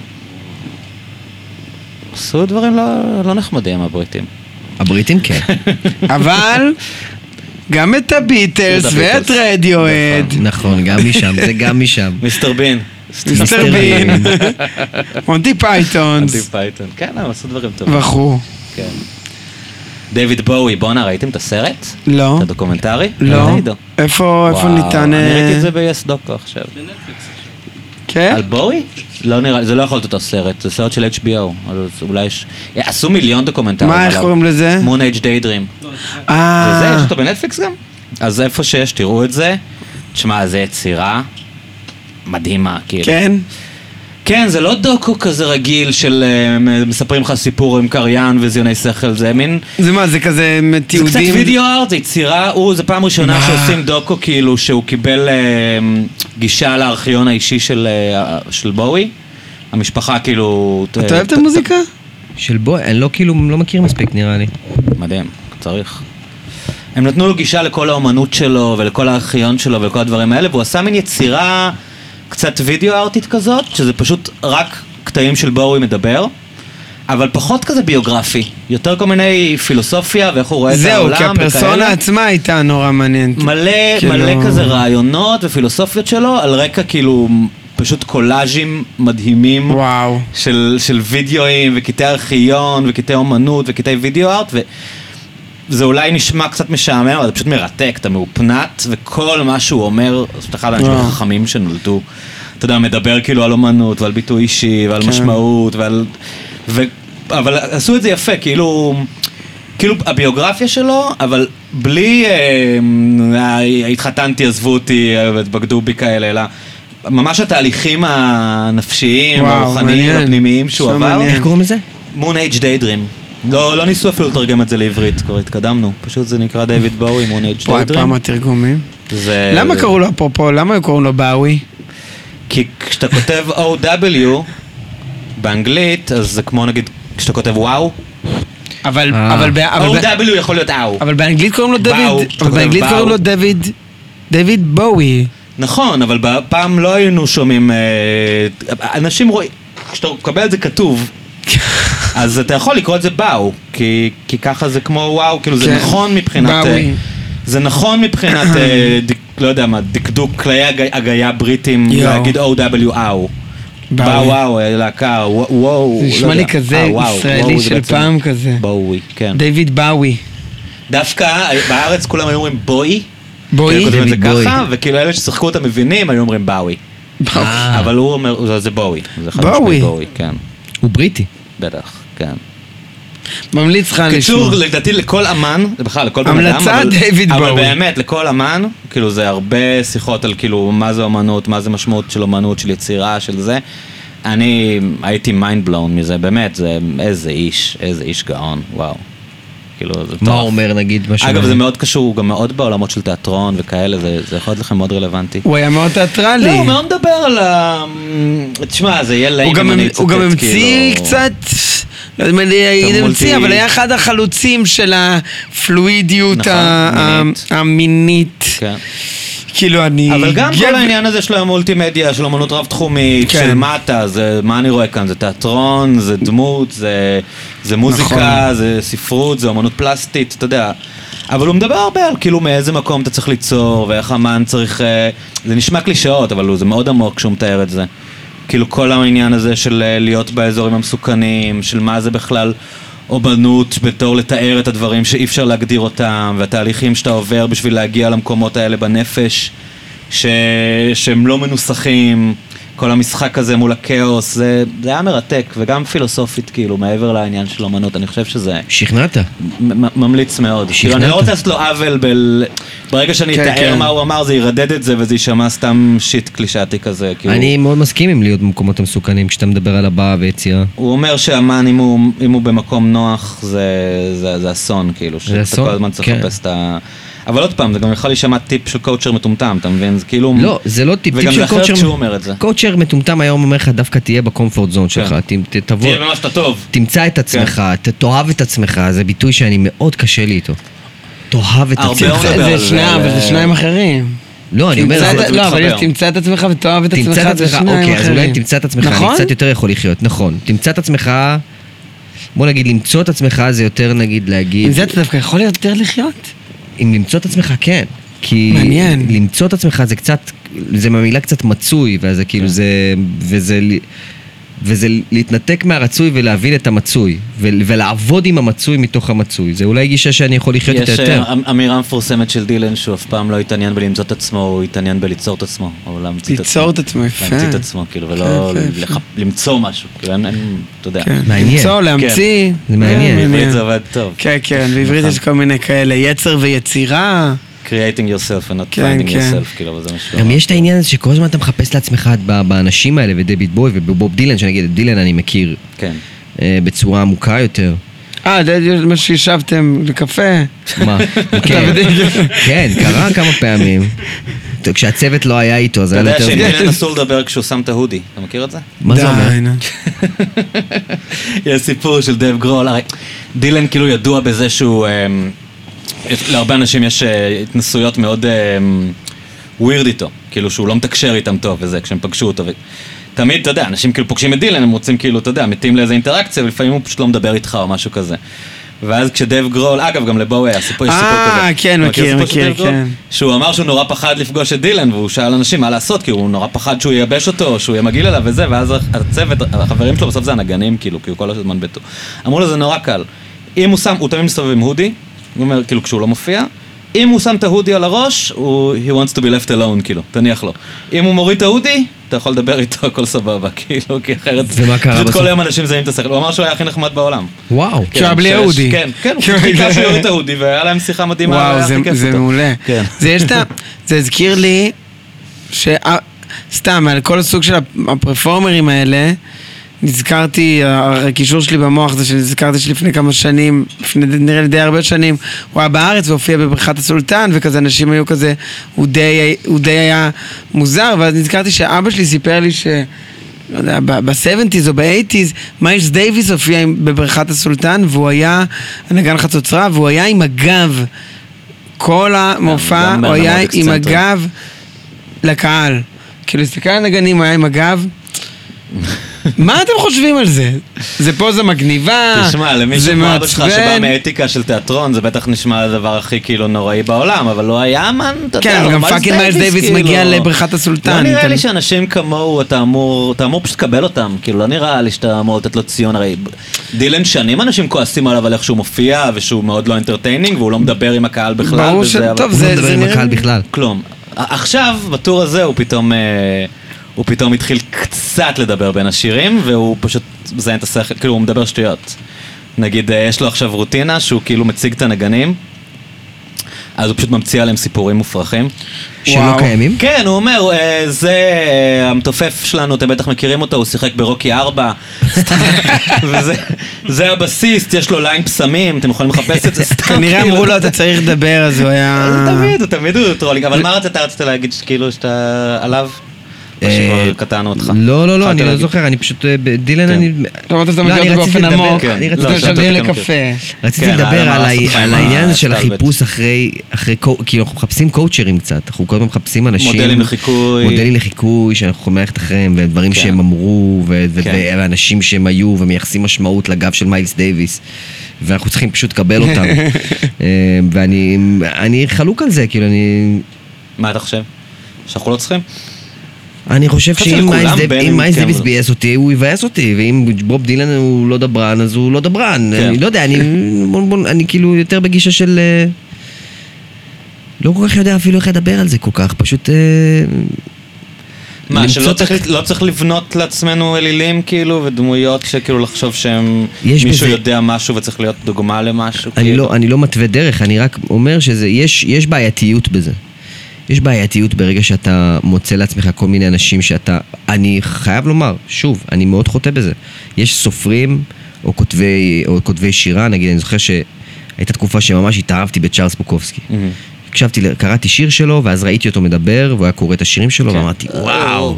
S3: עשו דברים לא נחמדים הבריטים.
S1: הבריטים כן.
S2: אבל גם את הביטלס ואת רדיואד.
S1: נכון, גם משם, זה גם משם.
S3: מיסטר בין.
S2: מיסטר בין. מונטי פייתונס.
S3: מונטי פייתון. כן, הם עשו דברים טובים.
S2: וכו.
S3: כן. דיוויד בואי, בואנה, ראיתם את הסרט?
S2: לא.
S3: את הדוקומנטרי?
S2: לא. איפה ניתן...
S3: אני ראיתי את זה ב-yes דוקו עכשיו.
S2: כן?
S3: על בואי? לא נראה, זה לא יכול להיות אותו סרט, זה סרט של HBO, אז אולי יש... עשו מיליון דוקומנטרים
S2: מה, איך קוראים לזה?
S3: Moon Age Daydream. וזה, יש אותו בנטפליקס גם? אז איפה שיש, תראו את זה. תשמע, זה יצירה מדהימה, כאילו.
S2: כן?
S3: כן, זה לא דוקו כזה רגיל של מספרים לך סיפור עם קריין וזיוני שכל, זה מין...
S2: זה מה, זה כזה תיעודים?
S3: זה קצת וידאו ארט, זה יצירה, זה פעם ראשונה שעושים דוקו כאילו שהוא קיבל גישה לארכיון האישי של בואי. המשפחה כאילו...
S2: אתה אוהב את המוזיקה?
S1: של בואי, אני לא מכיר מספיק נראה לי.
S3: מדהים, צריך. הם נתנו לו גישה לכל האומנות שלו ולכל הארכיון שלו ולכל הדברים האלה, והוא עשה מין יצירה קצת וידאו ארטית כזאת, שזה פשוט רק קטעים של בואי מדבר, אבל פחות כזה ביוגרפי, יותר כל מיני פילוסופיה ואיך הוא רואה את העולם
S2: זהו, כי הפרסונה עצמה הייתה נורא מעניינת.
S3: מלא כזה רעיונות ופילוסופיות שלו, על רקע כאילו פשוט קולאז'ים מדהימים של וידאוים וקטעי ארכיון וקטעי אומנות וקטעי וידאו ארט, וזה אולי נשמע קצת משעמם, אבל זה פשוט מרתק, אתה מאופנת, וכל מה שהוא אומר, זאת אחד האנשים החכמים שנולדו, אתה יודע, מדבר כאילו על אומנות ועל ביטוי אישי ועל משמעות אבל עשו את זה יפה, כאילו הביוגרפיה שלו, אבל בלי התחתנתי, עזבו אותי, בגדו בי כאלה, אלא ממש התהליכים הנפשיים, הרוחניים, הפנימיים שהוא עבר.
S1: איך קוראים לזה?
S3: Moon Age Daydream. לא ניסו אפילו לתרגם את זה לעברית, כבר התקדמנו. פשוט זה נקרא דיוויד בואי, Moon Age Daydream.
S2: פעם התרגומים. למה קראו לו אפרופו? למה קראו לו באוי?
S3: כי כשאתה כותב OW באנגלית, אז זה כמו נגיד כשאתה כותב וואו.
S2: אבל
S3: OW יכול להיות אאו.
S2: אבל באנגלית קוראים לו דיוויד בואי.
S3: נכון, אבל פעם לא היינו שומעים, אנשים רואים, כשאתה מקבל את זה כתוב, אז אתה יכול לקרוא את זה באו, כי ככה זה כמו וואו, כאילו זה נכון מבחינת, זה נכון מבחינת, לא יודע מה, דקדוק כלי הגיה בריטים, להגיד OW אאו. באו וואו, להקה, וואו.
S2: זה נשמע לי כזה ישראלי של פעם כזה.
S3: בואוי, כן.
S2: דיוויד באוי.
S3: דווקא בארץ כולם היו אומרים בואי.
S2: בואי?
S3: כותבים את זה ככה, וכאילו אלה ששחקו את המבינים היו אומרים באוי. אבל הוא אומר, זה בואי.
S2: בואי?
S3: כן.
S1: הוא בריטי.
S3: בטח, כן.
S2: ממליץ לך לשמוע.
S3: קיצור, לדעתי לכל אמן, בכלל לכל בן אדם,
S2: המלצה דיוויד בואי.
S3: אבל באמת, לכל אמן, כאילו זה הרבה שיחות על כאילו מה זה אומנות, מה זה משמעות של אומנות, של יצירה, של זה. אני הייתי מיינד בלון מזה, באמת, זה איזה איש גאון, וואו. כאילו, זה טוב.
S1: מה הוא אומר נגיד?
S3: אגב, זה מאוד קשור, הוא גם מאוד בעולמות של תיאטרון וכאלה, זה יכול להיות לכם מאוד רלוונטי.
S2: הוא היה מאוד תיאטרלי.
S3: לא, הוא מאוד מדבר על ה... תשמע, זה יהיה לעים אם אני אצטט,
S2: הוא גם המציא קצת... לא יודע אם המציא, אבל היה אחד החלוצים של הפלואידיות המינית.
S3: כן.
S2: כאילו אני...
S3: אבל גם כל העניין הזה של המולטימדיה, של אמנות רב-תחומית, של מטה, זה מה אני רואה כאן? זה תיאטרון, זה דמות, זה מוזיקה, זה ספרות, זה אמנות פלסטית, אתה יודע. אבל הוא מדבר הרבה על כאילו מאיזה מקום אתה צריך ליצור, ואיך אמן צריך... זה נשמע קלישאות, אבל זה מאוד עמוק כשהוא מתאר את זה. כאילו כל העניין הזה של להיות באזורים המסוכנים, של מה זה בכלל אומנות בתור לתאר את הדברים שאי אפשר להגדיר אותם, והתהליכים שאתה עובר בשביל להגיע למקומות האלה בנפש שהם לא מנוסחים, כל המשחק הזה מול הכאוס, זה היה מרתק, וגם פילוסופית כאילו, מעבר לעניין של אומנות, אני חושב שזה...
S1: שכנעת.
S3: ממליץ מאוד. כאילו, אני לא רוצה לעשות לו עוול ברגע שאני אתאר מה הוא אמר, זה ירדד את זה, וזה יישמע סתם שיט קלישאתי כזה.
S1: אני מאוד מסכים עם להיות במקומות המסוכנים, כשאתה מדבר על הבאה ויצירה.
S3: הוא אומר שהאמן, אם הוא במקום נוח, זה אסון, כאילו, שאתה כל הזמן צריך לחפש את ה... אבל עוד פעם, זה גם יכול להישמע טיפ של קואוצ'ר מטומטם, אתה מבין? זה כאילו...
S1: לא, זה לא טיפ של
S3: וגם זה
S1: קואוצ'ר.
S3: אחרת כשהוא אומר את זה.
S1: קואוצ'ר מטומטם היום אומר לך, דווקא תהיה בקומפורט זון שלך, תבוא...
S3: תהיה ממש טוב.
S1: תמצא את עצמך, תאהב את עצמך, זה ביטוי שאני מאוד קשה לי איתו. תאהב את עצמך.
S2: זה שניים אחרים.
S1: לא, אני אומר...
S2: לא, אבל תמצא את עצמך ותאהב את עצמך, זה שניים אחרים.
S1: אוקיי, אז אולי אם תמצא את עצמך, אני קצת יותר יכול לחיות, נכון. תמצא את עצמך, בוא נגיד, למצוא את עצמך זה יותר נגיד להגיד...
S2: עם זה אתה דווקא יכול יותר לחיות?
S1: אם למצוא את עצמך, כן. כי
S2: מעניין.
S1: למצוא את עצמך זה קצת, זה מהמילה קצת מצוי, וזה כאילו זה, וזה להתנתק מהרצוי ולהבין את המצוי, ולעבוד עם המצוי מתוך המצוי. זה אולי גישה שאני יכול לחיות את יותר.
S3: יש אמירה מפורסמת של דילן שהוא אף פעם לא התעניין בלמצוא את עצמו, הוא התעניין בליצור את עצמו, או להמציא את עצמו.
S2: ליצור את עצמו, יפה.
S3: להמציא את עצמו, כאילו, ולא למצוא משהו, כאילו, אין, אתה יודע.
S1: מעניין.
S2: למצוא, להמציא.
S1: זה מעניין.
S3: בעברית זה עובד טוב.
S2: כן, כן, בעברית יש כל מיני כאלה, יצר ויצירה.
S3: creating yourself and not finding yourself, כאילו, וזה משהו.
S1: גם יש את העניין הזה שכל הזמן אתה מחפש לעצמך באנשים האלה, ודייוויד בוי ובוב דילן, שנגיד את דילן אני מכיר בצורה עמוקה יותר.
S2: מה שישבתם לקפה.
S1: מה? כן, קרה כמה פעמים. כשהצוות לא היה איתו, זה היה יותר...
S3: אתה יודע שדילן אסור לדבר כשהוא שם את ההודי, אתה מכיר את זה?
S1: מה זה אומר?
S3: יש סיפור של דייב גרול, הרי דילן כאילו ידוע בזה שהוא... להרבה אנשים יש התנסויות מאוד ווירד איתו, כאילו שהוא לא מתקשר איתם טוב וזה, כשהם פגשו אותו. תמיד, אתה יודע, אנשים כאילו פוגשים את דילן, הם רוצים כאילו, אתה יודע, מתים לאיזה אינטראקציה, ולפעמים הוא פשוט לא מדבר איתך או משהו כזה. ואז כשדייב גרול, אגב, גם לבואי, יש סיפור כזה.
S2: כן, מכיר, כן.
S3: שהוא אמר שהוא נורא פחד לפגוש את דילן, והוא שאל אנשים מה לעשות, כי הוא נורא פחד שהוא ייבש אותו, או שהוא יהיה מגעיל עליו וזה, ואז הצוות, החברים שלו בסוף זה הנגנים, כאילו, כי הוא כל הזמן ביתו. אמרו לו, זה נורא קל. אם הוא שם, הוא תמיד מסתובב עם הודי, הוא אומר, כאילו, כשהוא לא מופיע, אם הוא שם את ההודי על הראש, he wants to be left alone, כאילו, תניח לו. אם הוא מוריד את ההודי, אתה יכול לדבר איתו, הכל סבבה, כאילו, כי אחרת...
S1: ומה קרה בסוף?
S3: פשוט כל היום אנשים זהים את השכל. הוא אמר שהוא היה הכי נחמד בעולם.
S1: וואו.
S2: כשהוא היה בלי ההודי.
S3: כן, כן, הוא חיכה שהוא יוריד את ההודי, והיה להם שיחה מדהימה.
S2: וואו, זה מעולה. זה הזכיר לי, סתם, על כל הסוג של הפרפורמרים האלה, נזכרתי, הקישור שלי במוח זה שנזכרתי שלפני כמה שנים, נראה לי די הרבה שנים, הוא היה בארץ והופיע בבריכת הסולטן, וכזה אנשים היו כזה, הוא די היה מוזר, ואז נזכרתי שאבא שלי סיפר לי לא יודע, ב-70s או ב-80s, מיילס דייוויס הופיע בבריכת הסולטן, והוא היה הנגן חצוצרה, והוא היה עם הגב, כל המופע, הוא היה עם הגב לקהל. כאילו, הסתכל על הנגנים, הוא היה עם הגב, מה אתם חושבים על זה? זה פה זה מגניבה,
S3: תשמע, למי שפה אבא שלך שבא מאתיקה של תיאטרון, זה בטח נשמע הדבר הכי כאילו נוראי בעולם, אבל לא היה מן, אתה יודע,
S2: כן, גם פאקינג מיילס דייוויס מגיע לבריכת הסולטן.
S3: לא נראה לי שאנשים כמוהו, אתה אמור פשוט לקבל אותם, כאילו לא נראה לי שאתה אמור לתת לו ציון, הרי דילן שנים אנשים כועסים עליו על איך שהוא מופיע, ושהוא מאוד לא אנטרטיינינג, והוא לא מדבר עם הקהל בכלל.
S2: ברור שטוב,
S1: הוא לא מדבר עם הקהל בכלל.
S3: כלום. עכשיו, בטור הזה הוא פתאום התחיל קצת לדבר בין השירים, והוא פשוט מזיין את השכל, כאילו הוא מדבר שטויות. נגיד, יש לו עכשיו רוטינה שהוא כאילו מציג את הנגנים, אז הוא פשוט ממציא עליהם סיפורים מופרכים.
S1: שלא קיימים?
S3: כן, הוא אומר, זה המתופף שלנו, אתם בטח מכירים אותו, הוא שיחק ברוקי 4, וזה הבסיסט, יש לו ליין פסמים, אתם יכולים לחפש את זה סתם.
S2: כנראה אמרו לו, אתה צריך לדבר, אז הוא היה...
S3: תמיד הוא טרולינג, אבל מה רצית להגיד, כאילו, שאתה עליו? שכבר קטענו אותך.
S1: לא, אני לא זוכר, אני פשוט, דילן אני...
S2: אתה אומרת, אתה מכיר אותו באופן עמוק,
S1: אני רציתי
S2: לדבר
S1: על העניין הזה של החיפוש אחרי, כאילו אנחנו מחפשים קואוצ'רים קצת, אנחנו כל הזמן מחפשים אנשים... מודלים לחיקוי, שאנחנו יכולים ללכת אחריהם, ודברים שהם אמרו, ואנשים שהם היו, ומייחסים משמעות לגב של מיילס דייוויס, ואנחנו צריכים פשוט לקבל אותם. ואני חלוק על זה, כאילו אני...
S3: מה אתה חושב? שאנחנו לא צריכים?
S1: אני חושב שאם מיילס דייוויס בייס אותי, הוא יבייס אותי, ואם בוב דילן הוא לא דברן, אז הוא לא דברן. אני לא יודע, אני כאילו יותר בגישה של... לא כל כך יודע אפילו איך לדבר על זה כל כך, פשוט...
S3: מה, שלא צריך לבנות לעצמנו אלילים כאילו, ודמויות שכאילו לחשוב שהם... מישהו יודע משהו וצריך להיות דוגמה למשהו?
S1: אני לא מתווה דרך, אני רק אומר שיש בעייתיות בזה. יש בעייתיות ברגע שאתה מוצא לעצמך כל מיני אנשים שאתה... אני חייב לומר, שוב, אני מאוד חוטא בזה. יש סופרים או כותבי שירה, נגיד, אני זוכר שהייתה תקופה שממש התאהבתי בצ'ארלס בוקובסקי. קראתי שיר שלו, ואז ראיתי אותו מדבר, והוא היה קורא את השירים שלו, ואמרתי, וואו,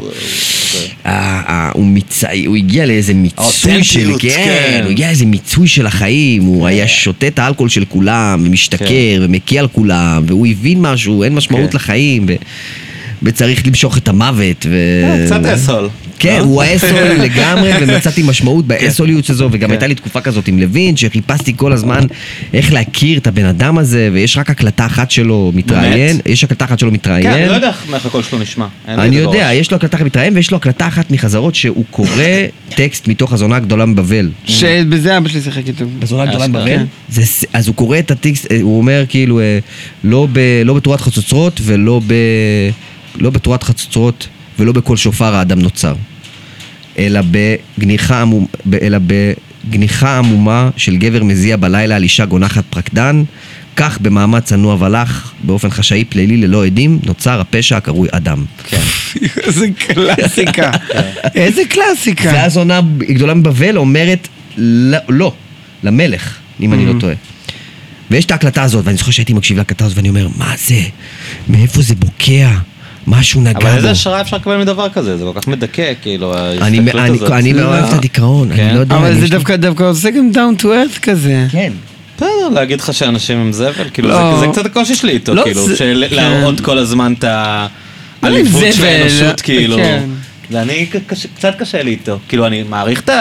S1: הוא הגיע לאיזה מיצוי של, כן, הוא הגיע לאיזה מיצוי של החיים, הוא היה שותה את האלכוהול של כולם, ומשתכר, ומקיא על כולם, והוא הבין משהו, אין משמעות לחיים, וצריך למשוך את המוות.
S3: קצת אסול.
S1: כן, הוא האסול לגמרי, ומצאתי משמעות באסוליות הזו, וגם הייתה לי תקופה כזאת עם לוין, שחיפשתי כל הזמן איך להכיר את הבן אדם הזה, ויש רק הקלטה אחת שלו מתראיין, יש הקלטה אחת שלו מתראיין.
S3: כן, אני לא יודע איך הכל שלו נשמע.
S1: אני יודע, יש לו הקלטה אחת מתראיין, ויש לו הקלטה אחת מחזרות שהוא קורא טקסט מתוך הזונה הגדולה מבבל.
S2: שבזה אבא שלי שיחק איתו.
S1: הזונה הגדולה מבבל? אז הוא קורא את הטקסט, הוא אומר כאילו, לא בתורת חצוצרות, לא בתורת חצוצרות, ולא בכל שופר האדם נוצר, אלא בגניחה עמומה של גבר מזיע בלילה על אישה גונחת פרקדן, כך במעמד צנוע ולך, באופן חשאי פלילי ללא עדים, נוצר הפשע הקרוי אדם.
S3: כן.
S2: איזה קלאסיקה. איזה קלאסיקה.
S1: זה הזונה גדולה מבבל אומרת לא, למלך, אם אני לא טועה. ויש את ההקלטה הזאת, ואני זוכר שהייתי מקשיב להקלטה הזאת, ואני אומר, מה זה? מאיפה זה בוקע? משהו נגע בו.
S3: אבל איזה השראה אפשר לקבל מדבר כזה? זה כל כך מדכא, כאילו, ההסתכלות הזאת.
S1: אני מאוד אוהב את הדיכאון, אני לא יודע.
S2: אבל זה דווקא עושה גם down to earth כזה.
S1: כן.
S3: בסדר, להגיד לך שאנשים הם זבל, כאילו, זה קצת הקושי שלי איתו, כאילו, להראות כל הזמן את האליפות של האנושות, כאילו. ואני, קצת קשה לי איתו. כאילו, אני מעריך את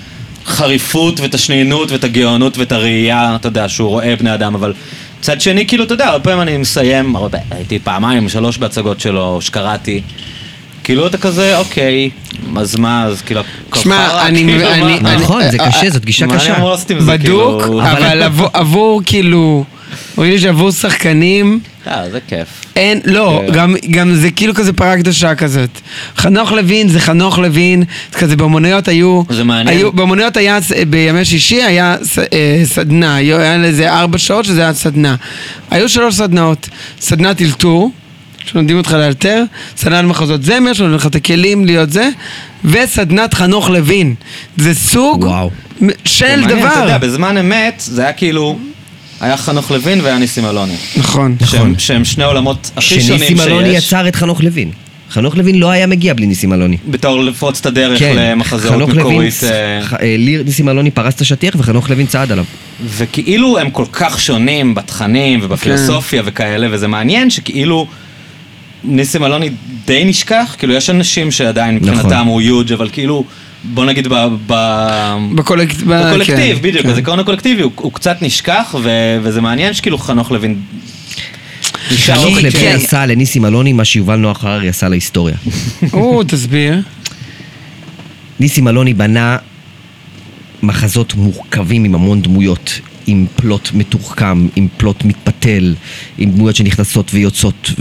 S3: החריפות ואת השנינות ואת הגאונות ואת הראייה, אתה יודע, שהוא רואה בני אדם, אבל צד שני, כאילו, אתה יודע, הרבה פעמים אני מסיים, הייתי פעמיים, 3 בהצגות שלו, שקראתי, כאילו אתה כזה, אוקיי, אז מה, אז כאילו,
S2: שמע,
S1: נכון, זה קשה, זאת גישה קשה.
S3: מה אני אמור לעשות עם זה, כאילו?
S2: בדוק, אבל עבור, כאילו, רואים לי שעבור שחקנים,
S3: זה כיף.
S2: אין, לא, גם זה כאילו כזה פרה קדושה כזאת. חנוך לוין זה חנוך לוין, כזה באמנויות היו,
S3: זה מעניין.
S2: באמנויות היה, בימי שישי היה סדנה, היה לזה 4 שעות שזה היה סדנה. היו 3 סדנאות, סדנת אלתור, שלומדים אותך לאלתר, סדנת מחזות זמר, שלומדים לך את הכלים להיות זה, וסדנת חנוך לוין. זה סוג של דבר.
S3: אתה יודע, בזמן אמת זה היה כאילו, היה חנוך לוין והיה ניסים אלוני.
S2: נכון.
S3: שהם שני עולמות הכי שונים שיש.
S1: שניסים אלוני יצר את חנוך לוין. חנוך לוין לא היה מגיע בלי ניסים אלוני.
S3: בתור לפרוץ את הדרך למחזאות מקורית.
S1: ניסים אלוני פרס את השטיח וחנוך לוין צעד עליו.
S3: וכאילו הם כל כך שונים בתכנים ובפילוסופיה וכאלה, וזה מעניין שכאילו ניסים אלוני די נשכח, כאילו יש אנשים שעדיין מבחינתם הוא יוג' אבל כאילו בוא נגיד בקולקטיב, בדיוק, בזיכרון הקולקטיבי הוא קצת נשכח, וזה מעניין שכאילו חנוך לוין
S1: חנוך לוין עשה לניסים אלוני מה שיובל נוח הררי עשה להיסטוריה.
S2: תסביר.
S1: ניסים אלוני בנה מחזות מורכבים עם המון דמויות, עם פלוט מתוחכם, עם פלוט מתפתל, עם דמויות שנכנסות ויוצאות,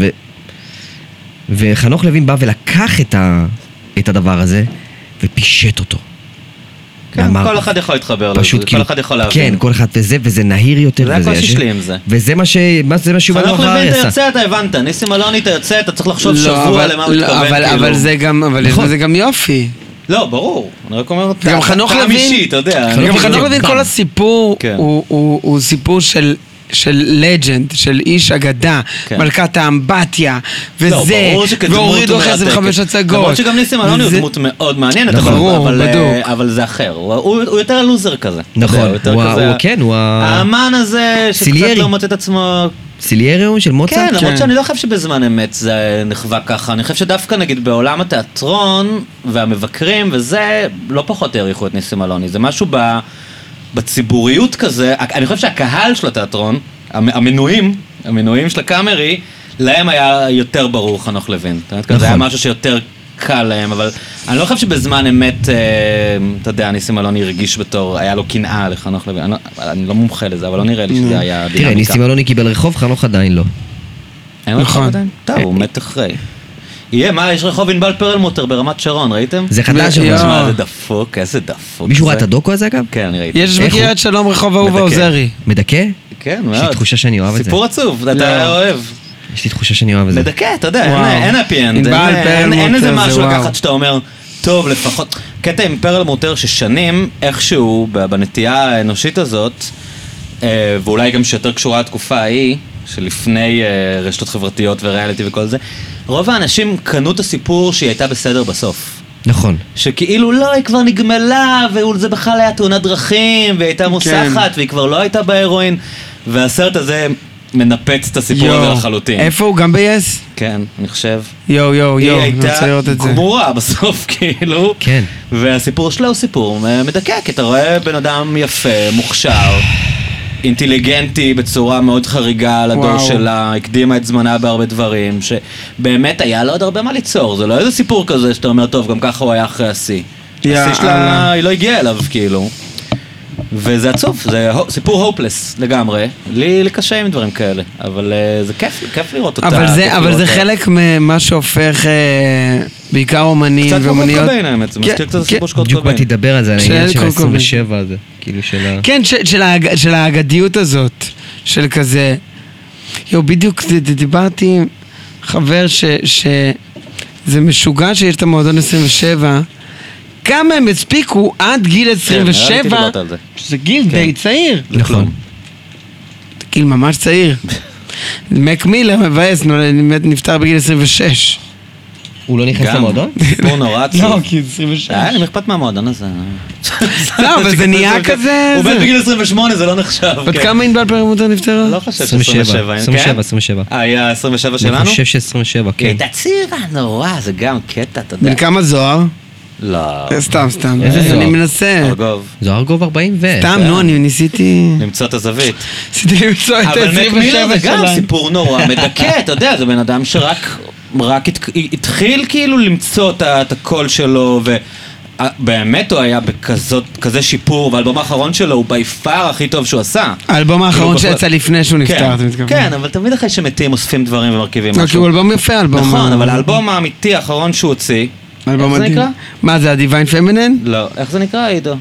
S1: וחנוך לוין בא ולקח את הדבר הזה ופישט אותו.
S3: כן, כל אחד יכול להתחבר לזה, כל אחד יכול להבין.
S1: כן, כל אחד וזה נהיר יותר.
S3: זה הקושי שלי עם זה.
S1: וזה מה שיובל נוח הררי עשה.
S3: חנוך לוין אתה יוצא, אתה הבנת, ניסים אלוני אתה יוצא, אתה צריך לחשוב שבוע למה הוא מתכוון.
S2: אבל זה גם יופי.
S3: לא, ברור. אני רק אומר,
S2: גם חנוך לוין,
S3: אתה יודע.
S2: גם חנוך לוין כל הסיפור הוא סיפור של לג'נד, של איש אגדה, מלכת האמבטיה, וזה, והורידו אחרי 25 הצגות.
S3: למרות שגם ניסים אלוני הוא דמות מאוד מעניינת, אבל זה אחר, הוא יותר הלוזר כזה.
S1: נכון, הוא
S3: האמן הזה שקצת לא מוצא את עצמו.
S1: סיליאריום של מוצרט?
S3: כן, למרות שאני לא חושב שבזמן אמת זה נחווה ככה, אני חושב שדווקא נגיד בעולם התיאטרון והמבקרים וזה, לא פחות העריכו את ניסים אלוני, זה משהו בציבוריות כזה, אני חושב שהקהל של התיאטרון, המנויים של הקאמרי, להם היה יותר ברור חנוך לוין. זה היה משהו שיותר קל להם, אבל אני לא חושב שבזמן אמת, אתה יודע, ניסים אלוני הרגיש בתור, היה לו קנאה לחנוך לוין. אני לא מומחה לזה, אבל לא נראה לי שזה היה דינמיקה.
S1: תראה, ניסים אלוני קיבל רחוב, חנוך עדיין לא.
S3: אין רחוב עדיין? טוב, הוא מת אחרי. יהיה, מה, יש רחוב ענבל פרלמוטר ברמת שרון, ראיתם?
S1: זה חדש.
S3: מה, זה דפוק, איזה דפוק.
S1: מישהו ראה את הדוקו הזה אגב?
S3: כן, אני ראיתי.
S2: יש בקריית שלום רחוב אהובה עוזרי.
S1: מדכא?
S3: כן, מאוד.
S1: יש לי תחושה שאני אוהב את זה.
S3: סיפור עצוב, אתה אוהב.
S1: יש לי תחושה שאני אוהב את זה.
S3: מדכא, אתה יודע, אין הפי אנד. אין איזה משהו לקחת שאתה אומר, טוב, לפחות. קטע עם פרלמוטר ששנים, איכשהו, בנטייה האנושית הזאת, ואולי גם שיותר קשורה לתקופה ההיא, שלפני רשתות חברתיות וריאליטי וכל זה, רוב האנשים קנו את הסיפור שהיא הייתה בסדר בסוף.
S1: נכון.
S3: שכאילו לא, היא כבר נגמלה, וזה בכלל היה תאונת דרכים, והיא הייתה מוסחת, והיא כבר לא הייתה בהירואין, והסרט הזה מנפץ את הסיפור הזה לחלוטין.
S2: איפה הוא? גם ב-yes?
S3: כן, אני חושב.
S2: יו,
S3: היא
S2: אני רוצה לראות את זה.
S3: הייתה גמורה בסוף, כאילו.
S1: כן.
S3: והסיפור שלה הוא סיפור מדקק, אתה רואה בן אדם יפה, מוכשר, אינטליגנטי בצורה מאוד חריגה לדור שלה, הקדימה את זמנה בהרבה דברים, שבאמת היה לו עוד הרבה מה ליצור, זה לא איזה סיפור כזה שאתה אומר, טוב, גם ככה הוא היה אחרי השיא. השיא שלה, היא לא הגיעה אליו, כאילו. וזה עצוב, זה סיפור הופלס לגמרי, לי קשה עם דברים כאלה, אבל זה כיף לראות אותה.
S2: אבל זה חלק ממה שהופך בעיקר אומנים ואומניות.
S3: קצת קורקוט קוביין האמת, זה מזכיר קצת הסיפור של קורקוט
S1: בדיוק
S3: קוביין.
S1: באתי לדבר על זה, על העניין של ה-27 הזה, כאילו של ה...
S2: כן, של האגדיות הזאת, של כזה. בדיוק דיברתי עם חבר שזה משוגע שיש את המועדון 27, כמה הם הספיקו עד גיל 27, שזה גיל די צעיר.
S1: נכון.
S2: גיל ממש צעיר. מק מילר מבאס, נפטר בגיל 26.
S1: הוא לא נכנס למועדון?
S3: סיפור נורא עצוב.
S2: לא, כי 26.
S3: אני אכפת מהמועדון הזה.
S2: לא, אבל זה נהיה כזה...
S3: הוא בן בגיל 28, זה לא נחשב.
S2: עוד כמה ענבל פרמוטר נפטרה?
S3: לא חושב ש-27.
S1: 27.
S3: היה 27 שלנו?
S1: אני חושב ש-27, כן.
S3: היא הייתה צעירה נורא, זה גם קטע, אתה יודע.
S2: בן כמה זוהר?
S3: לא.
S2: סתם.
S1: איזה זוהר?
S2: אני מנסה.
S3: ארגוב.
S1: זו ארגוב 40 ו...
S2: סתם, נו, אני ניסיתי...
S3: למצוא את הזווית.
S2: ניסיתי למצוא את ה-27
S3: אבל מק מילר זה גם
S2: שלהם.
S3: סיפור נורא מדכא, אתה יודע, זה בן אדם שרק התחיל כאילו למצוא את הקול שלו, ובאמת הוא היה בכזה שיפור, והאלבום האחרון שלו הוא ביפר הכי טוב שהוא עשה.
S2: האלבום האחרון שיצא לפני שהוא נפטר, אתה מתכוון.
S3: כן, אבל תמיד אחרי שמתים אוספים דברים ומרכיבים
S2: לא, כי
S3: משהו.
S2: הוא אלבום יפה, אלבום...
S3: נכון, אבל האלבום האמיתי האחרון שהוא הוציא, איך זה נקרא?
S2: מה זה, ה-Divine Feminine?
S3: לא, איך זה נקרא, עידו?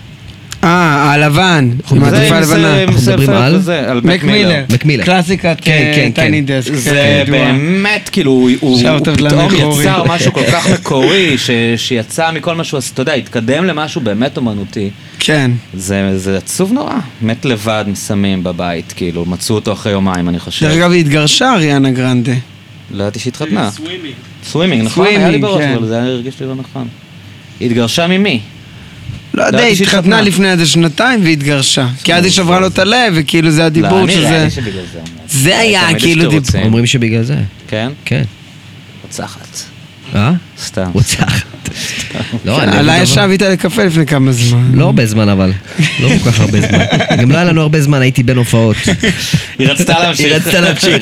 S2: הלבן, עם העטיפה הלבנה.
S1: אנחנו מדברים על
S3: מק מילר.
S1: מק מילר.
S2: קלאסיקת טייני דסק.
S3: זה באמת, כאילו, הוא פתאום יצר משהו כל כך מקורי, שיצא מכל מה שהוא עשה, אתה יודע, התקדם למשהו באמת אומנותי.
S2: כן.
S3: זה עצוב נורא. מת לבד מסמים בבית, כאילו, מצאו אותו אחרי יומיים, אני חושב.
S2: דרך אגב, היא התגרשה, אריאנה גרנדה.
S3: לא ידעתי שהתחתנה.
S4: סווימינג.
S3: סווימינג, נכון? היה לי בראש,
S2: כן.
S3: אבל זה הרגיש לי לא נכון. היא התגרשה ממי?
S2: לא יודע,
S3: ידעתי
S2: היא התחתנה
S3: שהתחתנה.
S2: לפני איזה שנתיים והיא התגרשה. כי אז היא שברה לו את הלב, וכאילו זה הדיבור
S3: לא,
S2: שזה...
S3: נראה לי שבגלל זה.
S2: זה היה
S3: תמיד
S2: כאילו
S3: שאתם
S2: דיבור.
S3: רוצים.
S1: אומרים שבגלל זה.
S3: כן?
S1: כן.
S3: רוצחת. סתם.
S1: רוצחת. לא, אני
S2: עלה
S1: לא
S2: ישב
S1: דבר.
S2: איתה לקפה לפני כמה זמן.
S1: לא הרבה זמן אבל. לא כל כך הרבה זמן. גם לא היה לנו הרבה זמן, הייתי בין הופעות.
S3: היא רצתה להמשיך.
S1: היא רצתה להמשיך.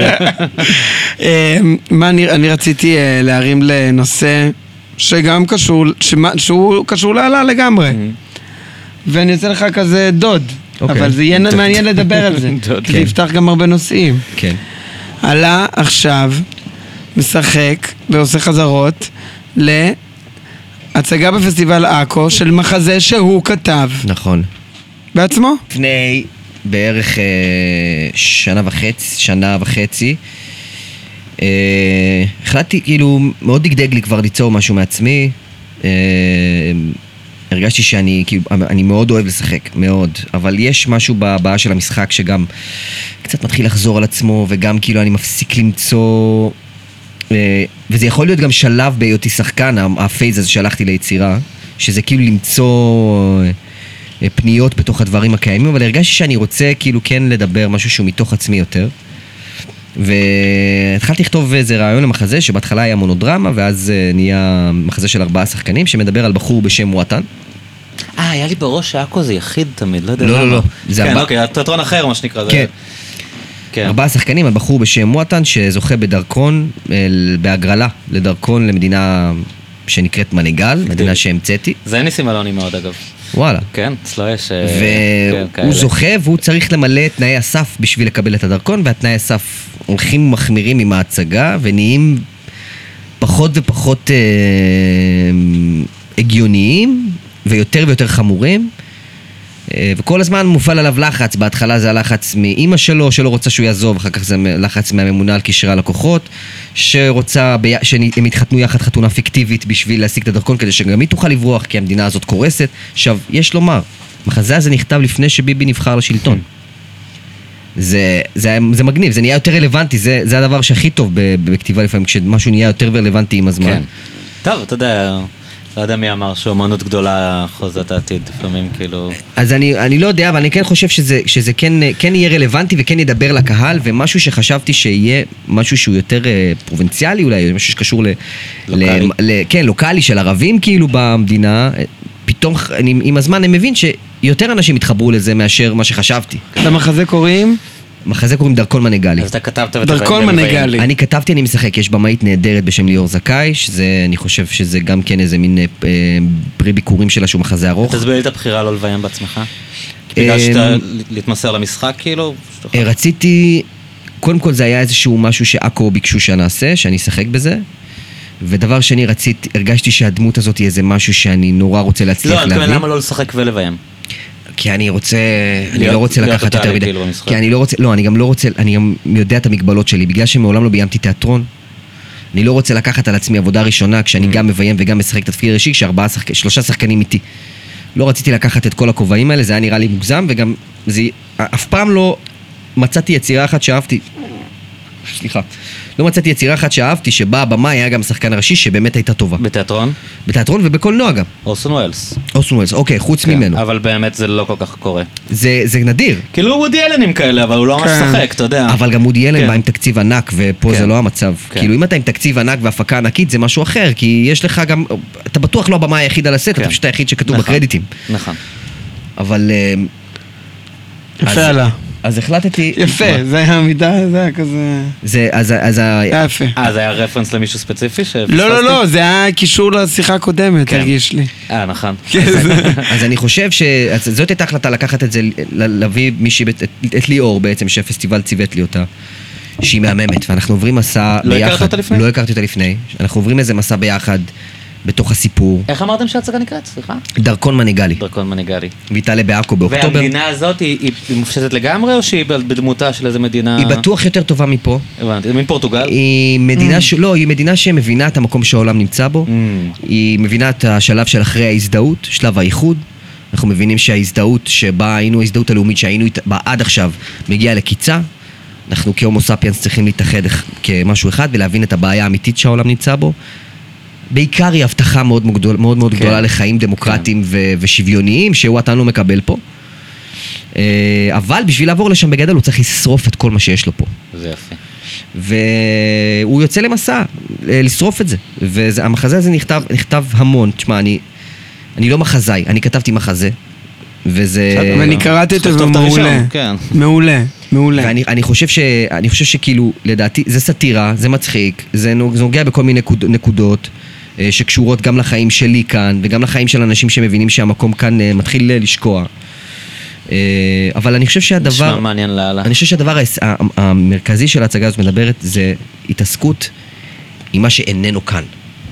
S2: מה אני רציתי להרים לנושא שגם קשור, שהוא קשור לעלה לגמרי. ואני אעשה לך כזה דוד.
S1: אוקיי.
S2: אבל זה יהיה מעניין לדבר על זה.
S3: דוד,
S2: כי זה יפתח גם הרבה נושאים.
S1: כן.
S2: עלה עכשיו, משחק ועושה חזרות להצגה בפסטיבל עכו של מחזה שהוא כתב
S1: נכון.
S2: בעצמו.
S1: לפני בערך שנה וחצי, החלטתי, כאילו, מאוד דגדג לי כבר ליצור משהו מעצמי. הרגשתי שאני, כאילו, אני מאוד אוהב לשחק, מאוד, אבל יש משהו בהבאה של המשחק שגם קצת מתחיל לחזור על עצמו, וגם כאילו אני מפסיק למצוא, וזה יכול להיות גם שלב בהיותי שחקן, הפייז הזה שהלכתי ליצירה, שזה כאילו למצוא פניות בתוך הדברים הקיימים, אבל הרגשתי שאני רוצה כאילו כן לדבר משהו שהוא מתוך עצמי יותר. והתחלתי לכתוב איזה רעיון למחזה שבהתחלה היה מונודרמה, ואז נהיה מחזה של 4 שחקנים שמדבר על בחור בשם וואטן.
S3: היה לי בראש שעכו זה יחיד תמיד, לא יודע
S1: לא,
S3: למה.
S1: לא, לא. זה
S3: כן,
S1: הבא-
S3: אוקיי, תיאטרון אחר מה שנקרא. זה-
S1: כן.
S3: כן.
S1: 4 שחקנים על בחור בשם וואטן שזוכה בדרכון, בהגרלה לדרכון למדינה שנקראת מנגל, מדינה שהמצאתי.
S3: זה ניסים אלוני מאוד אגב.
S1: וואלה.
S3: כן, אצלו יש... כן,
S1: והוא
S3: כאלה.
S1: זוכה והוא צריך למלא את תנאי הסף בשביל לקבל את הדרכון, והתנאי הסף הולכים ומחמירים עם ההצגה ונהיים פחות ופחות הגיוניים ויותר ויותר חמורים, וכל הזמן מופעל עליו לחץ. בהתחלה זה הלחץ מאמא שלו שלא רוצה שהוא יעזוב, אחר כך זה לחץ מהממונה על קשרי הלקוחות שרוצה שהם יתחתנו יחד חתונה פיקטיבית בשביל להשיג את הדרכון כדי שגם היא תוכל לברוח כי המדינה הזאת קורסת. עכשיו, יש לומר, המחזה הזה נכתב לפני שביבי נבחר לשלטון. זה מגניב, זה נהיה יותר רלוונטי, זה הדבר שהכי טוב בכתיבה לפעמים, כשמשהו נהיה יותר רלוונטי עם הזמן.
S3: כן. טוב, אתה יודע, לא יודע מי אמר שאומנות גדולה חוזת העתיד, לפעמים כאילו...
S1: אז אני לא יודע, אבל אני כן חושב שזה כן יהיה רלוונטי וכן ידבר לקהל, ומשהו שחשבתי שיהיה משהו שהוא יותר פרובינציאלי אולי, משהו שקשור כן, לוקלי של ערבים כאילו במדינה, פתאום עם הזמן אני מבין שיותר אנשים התחברו לזה מאשר מה שחשבתי.
S2: למחזה קוראים?
S1: מחזה קוראים דרכון מנגלי.
S3: אז אתה כתבת
S2: דרכון מנגלי.
S1: אני כתבתי, אני משחק, יש במאית נהדרת בשם ליאור זכאי, אני חושב שזה גם כן איזה מין פרי ביקורים שלה שהוא מחזה ארוך.
S3: תסביר לי את הבחירה לא לביים בעצמך? בגלל שאתה להתמסר למשחק כאילו?
S1: רציתי, קודם כל זה היה איזשהו משהו שאקו ביקשו שנעשה, שאני אשחק בזה. ודבר שני, הרגשתי שהדמות הזאת היא איזה משהו שאני נורא רוצה להצליח להביא.
S3: לא, אני למה לא לשחק ולביים?
S1: כי אני לא רוצה לקחת יותר מדי. כי אני גם לא רוצה, אני גם יודע את המגבלות שלי, בגלל שמעולם לא ביימתי תיאטרון, אני לא רוצה לקחת על עצמי עבודה ראשונה, כשאני גם מביים וגם משחק תפקיד ראשי, כשלושה שחקנים איתי. לא רציתי לקחת את כל הכובעים האלה, זה היה נראה לי מוגזם, וגם אף פעם לא מצאתי יצירה אחת שאהבתי. סליחה. לא מצאתי יצירה אחת שאהבתי, שבה הבמאי היה גם שחקן ראשי, שבאמת הייתה טובה.
S3: בתיאטרון?
S1: בתיאטרון ובקולנוע גם.
S3: אורסון ווילס.
S1: אורסון ווילס, אוקיי, חוץ ממנו.
S3: אבל באמת זה לא כל כך קורה.
S1: זה נדיר.
S3: כאילו וודי אלנים כאלה, אבל הוא לא ממש שחק, אתה יודע.
S1: אבל גם וודי אלן בא עם תקציב ענק, ופה זה לא המצב. כאילו אם אתה עם תקציב ענק והפקה ענקית, זה משהו אחר, כי יש לך גם, אתה בטוח לא הבמאי היחיד על הסט, אתה פשוט היחיד שכתוב בקרדיטים.
S3: נכון.
S1: אבל...
S2: יפה עלה.
S1: אז החלטתי...
S2: יפה, זה היה המידה, זה היה כזה...
S1: אז
S2: היה יפה.
S3: זה היה רפרנס למישהו ספציפי?
S2: לא, זה היה קישור לשיחה הקודמת, הרגיש לי.
S3: נכון.
S1: אז אני חושב שזאת הייתה החלטה לקחת את זה, להביא מישהי, את ליאור בעצם, שהפסטיבל ציוות לי אותה, שהיא מהממת, ואנחנו עוברים מסע ביחד.
S3: לא הכרת אותה לפני?
S1: לא הכרתי אותה לפני. אנחנו עוברים איזה מסע ביחד, בתוך הסיפור.
S3: איך אמרתם שההצגה נקראת? סליחה?
S1: דרכון מנגלי.
S3: דרכון מנגלי.
S1: והיא תעלה בעכו באוקטובר.
S3: והמדינה הזאת היא מופשטת לגמרי, או שהיא בדמותה של איזה מדינה...
S1: היא בטוח יותר טובה מפה.
S3: הבנתי, מפורטוגל?
S1: היא מדינה שמבינה את המקום שהעולם נמצא בו. היא מבינה את השלב של אחרי ההזדהות, שלב האיחוד. אנחנו מבינים שההזדהות שבה היינו, ההזדהות הלאומית שהיינו בה עד עכשיו, מגיעה לקיצה. אנחנו כהומו ספיאנס צריכים להתאחד כמשהו אחד ולהבין את הבעיה האמיתית שהעולם נמצא בו. בעיקר היא הבטחה מאוד מאוד גדולה לחיים דמוקרטיים ושוויוניים, שהוא אתה לא מקבל פה. אבל בשביל לעבור לשם בגדל הוא צריך לשרוף את כל מה שיש לו פה.
S3: זה יפה.
S1: והוא יוצא למסע, לשרוף את זה. והמחזה הזה נכתב המון. תשמע, אני לא מחזאי, אני כתבתי מחזה. וזה...
S2: ואני קראתי את זה מעולה. מעולה. מעולה.
S1: ואני חושב שכאילו, לדעתי, זה סאטירה, זה מצחיק, זה נוגע בכל מיני נקודות שקשורות גם לחיים שלי כאן, וגם לחיים של אנשים שמבינים שהמקום כאן מתחיל לשקוע. אבל אני חושב שהדבר...
S3: נשמע מעניין לאללה.
S1: אני חושב שהדבר המרכזי של ההצגה הזאת מדברת, זה התעסקות עם מה שאיננו כאן.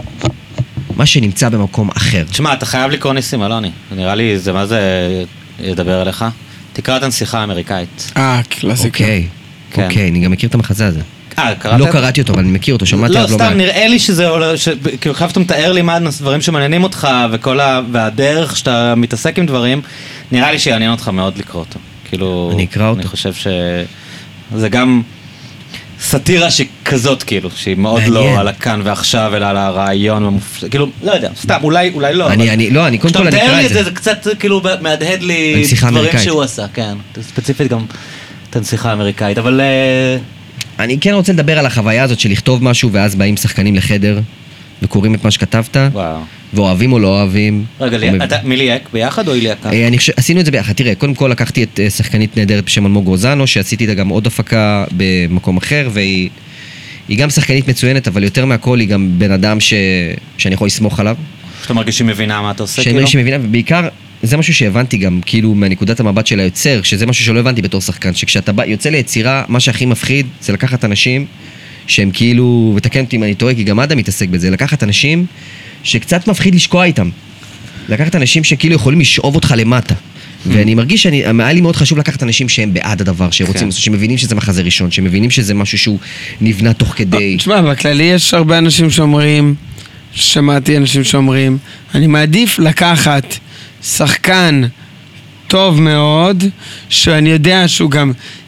S1: מה שנמצא במקום אחר.
S3: תשמע, אתה חייב לקרוא ניסים, אלוני. נראה לי, זה מה זה ידבר אליך? תקרא את הנסיכה האמריקאית.
S2: קלאסיקה.
S1: אוקיי, אני גם מכיר את המחזה הזה.
S3: קראת?
S1: לא קראתי אותו, אבל אני מכיר אותו, שמעתי עליו לא מעט.
S3: לא, סתם, נראה לי שזה עולה, כאילו חייב שאתה מתאר לי מה הדברים שמעניינים אותך, והדרך שאתה מתעסק עם דברים, נראה לי שיעניין אותך מאוד לקרוא אותו. כאילו...
S1: אני אקרא אותו.
S3: אני חושב שזה גם סאטירה שכזאת, כאילו, שהיא מאוד לא על הכאן ועכשיו, אלא על הרעיון, כאילו, לא יודע, סתם, אולי לא.
S1: אני קודם כל אני אקרא את זה.
S3: זה קצת כאילו מהדהד לי דברים שהוא עשה, כן. ספציפית גם את הנסיכה האמריקאית, אבל...
S1: אני כן רוצה לדבר על החוויה הזאת של לכתוב משהו, ואז באים שחקנים לחדר, וקוראים את מה שכתבת, ואוהבים או לא אוהבים. רגע,
S3: מי ליהק? ביחד או ליהקה?
S1: עשינו את זה ביחד. תראה, קודם כל לקחתי את שחקנית נהדרת בשם אלמוג רוזנו, שעשיתי איתה גם עוד הפקה במקום אחר, והיא גם שחקנית מצוינת, אבל יותר מהכל היא גם בן אדם שאני יכול לסמוך עליו.
S3: שאתה מרגיש שהיא מבינה מה אתה עושה, כאילו?
S1: שהיא מבינה, ובעיקר, זה משהו שהבנתי גם, כאילו, מהנקודת המבט של היוצר, שזה משהו שלא הבנתי בתור שחקן, שכשאתה יוצא ליצירה, מה שהכי מפחיד, זה לקחת אנשים שהם כאילו, ותקן אותי אם אני טועה, כי גם אדם מתעסק בזה, לקחת אנשים שקצת מפחיד לשקוע איתם. לקחת אנשים שכאילו יכולים לשאוב אותך למטה. ואני מרגיש היה לי מאוד חשוב לקחת אנשים שהם בעד הדבר, שרוצים, שמבינים שזה מחזה ראשון, שמבינים שזה משהו שהוא נבנה תוך כדי...
S2: תשמע, בכללי יש הרבה אנשים שאומרים, שמעתי אנשים שאומרים, אני מעדיף לקחת שחקן טוב מאוד, שאני יודע שהוא גם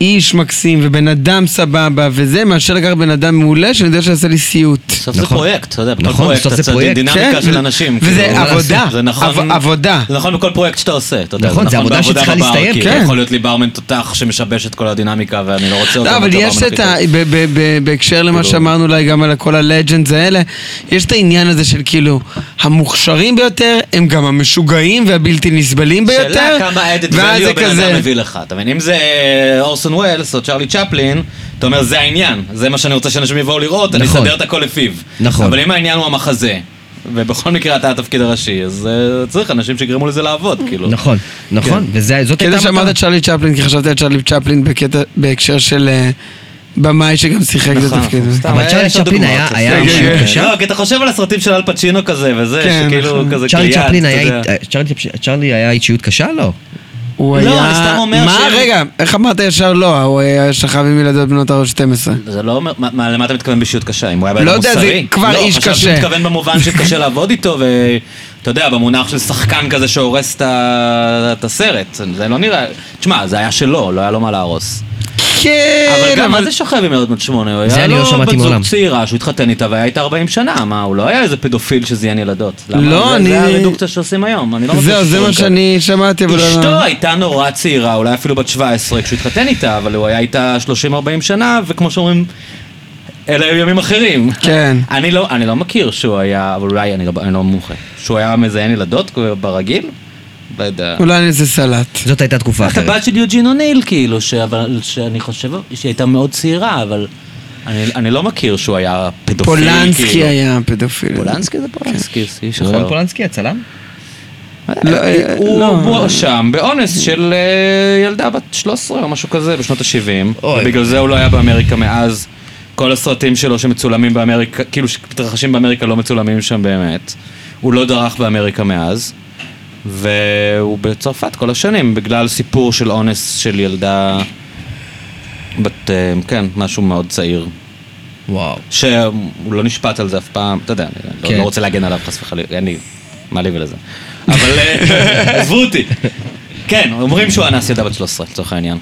S2: איש מקסים ובן אדם סבבה וזה, מאשר לקח בן אדם מעולה שאני יודע שעשה לי סיוט.
S3: בסוף זה פרויקט, אתה יודע, בכל
S1: נכון,
S3: פרויקט
S1: בסוף זה
S3: אתה
S1: פרויקט.
S3: דינמיקה של אנשים.
S2: וזה
S3: כאילו,
S2: עבודה,
S3: זה נכון,
S2: עבודה.
S3: זה נכון בכל פרויקט שאתה עושה, אתה יודע,
S1: נכון, זה עבודה
S3: בעבודה
S1: שצריכה
S3: בבר,
S1: להסתיים,
S3: כאילו,
S2: כן.
S3: יכול להיות לי ברמן תותח שמשבש את כל הדינמיקה ואני לא רוצה אותו.
S2: לא, אבל יש את בהקשר למה שאמרנו אולי גם על כל הלג'נדס האלה, יש את העניין הזה של כאילו, המוכשרים ביותר הם גם המשוגעים והבלתי נסבלים ביותר.
S3: שאלה כמה added value הבן אדם מביא לך, אתה מבין? אם זה אורסון ווילס או צ'רלי צ'פלין, אתה אומר זה העניין, זה מה שאני רוצה שאנשים יבואו לראות, אני אסדר את הכל לפיו.
S1: נכון.
S3: אבל אם העניין הוא המחזה, ובכל מקרה אתה התפקיד הראשי, אז צריך אנשים שיגרמו לזה לעבוד, כאילו.
S1: נכון, נכון, וזאת הייתה
S2: כדי שאמרת צ'רלי צ'פלין, כי חשבתי על צ'רלי צ'פלין בהקשר של במאי שגם שיחק את התפקיד.
S1: אבל צ'רלי צ'פלין היה אישיות קשה?
S3: לא, כי אתה חושב על הסרטים של אל פצ'ינו כזה וזה, שכאילו כזה
S1: צ'רלי היה אישיות קשה? לא.
S2: הוא
S3: לא,
S2: היה...
S3: אני סתם אומר
S2: מה? רגע, איך אמרת ישר לא? הוא היה שכב עם ילדות בנות הראש 12.
S3: זה לא אומר, למה אתה מתכוון באישיות קשה? אם הוא היה
S2: לא
S3: באדם
S2: יודע, זה
S3: מוסרי?
S2: כבר איש
S3: חשבתי
S2: קשה.
S3: מתכוון במובן שקשה לעבוד איתו, ואתה יודע, במונח של שחקן כזה שהורס את הסרט. זה לא נראה... תשמע, זה היה שלו, לא היה לו מה להרוס.
S2: כן,
S3: אבל גם מה זה שוכב עם ילד בת 8?
S1: זה אני לא שמעתי מעולם.
S3: היה לו בת זוג צעירה שהוא התחתן איתה והיה איתה 40 שנה, מה, הוא לא היה איזה פדופיל שזיין ילדות.
S2: לא,
S3: זה הרדוקציה שעושים היום, אני לא מכיר
S2: זהו, זה
S3: שיקול
S2: מה
S3: כזה.
S2: שאני שמעתי, אבל...
S3: אשתו הייתה נורא צעירה, אולי אפילו בת 17 כשהוא התחתן איתה, אבל הוא היה איתה 30-40 שנה, וכמו שאומרים, אלה היו ימים אחרים.
S2: כן.
S3: אני לא מכיר שהוא היה, אבל אולי אני לא מומחה, שהוא היה מזיין ילדות ברגיל? לא יודע.
S2: אולי איזה סלט.
S1: זאת הייתה תקופה
S3: את
S1: אחרת.
S3: הבת של יוג'ין אוניל, כאילו, שאני חושב שהיא הייתה מאוד צעירה, אבל אני לא מכיר שהוא היה פדופיל, כאילו.
S2: פולנסקי היה פדופיל.
S3: פולנסקי זה פולנסקי, זה איש
S1: רומן
S3: אחר.
S1: פולנסקי, הצלם?
S3: הוא הואשם באונס של ילדה בת 13 או משהו כזה בשנות ה-70, ובגלל זה הוא לא היה באמריקה מאז. כל הסרטים שלו שמצולמים באמריקה, כאילו שמתרחשים באמריקה לא מצולמים שם באמת. הוא לא דרך באמריקה מאז. והוא בצרפת כל השנים, בגלל סיפור של אונס של ילדה בת, כן, משהו מאוד צעיר.
S1: וואו.
S3: שהוא לא נשפט על זה אף פעם, אתה יודע, אני לא רוצה להגן עליו חס וחלילה, אין לי מה לי ולזה. אבל עזבו אותי. כן, אומרים שהוא אנס ילדה בת 13, לצורך העניין.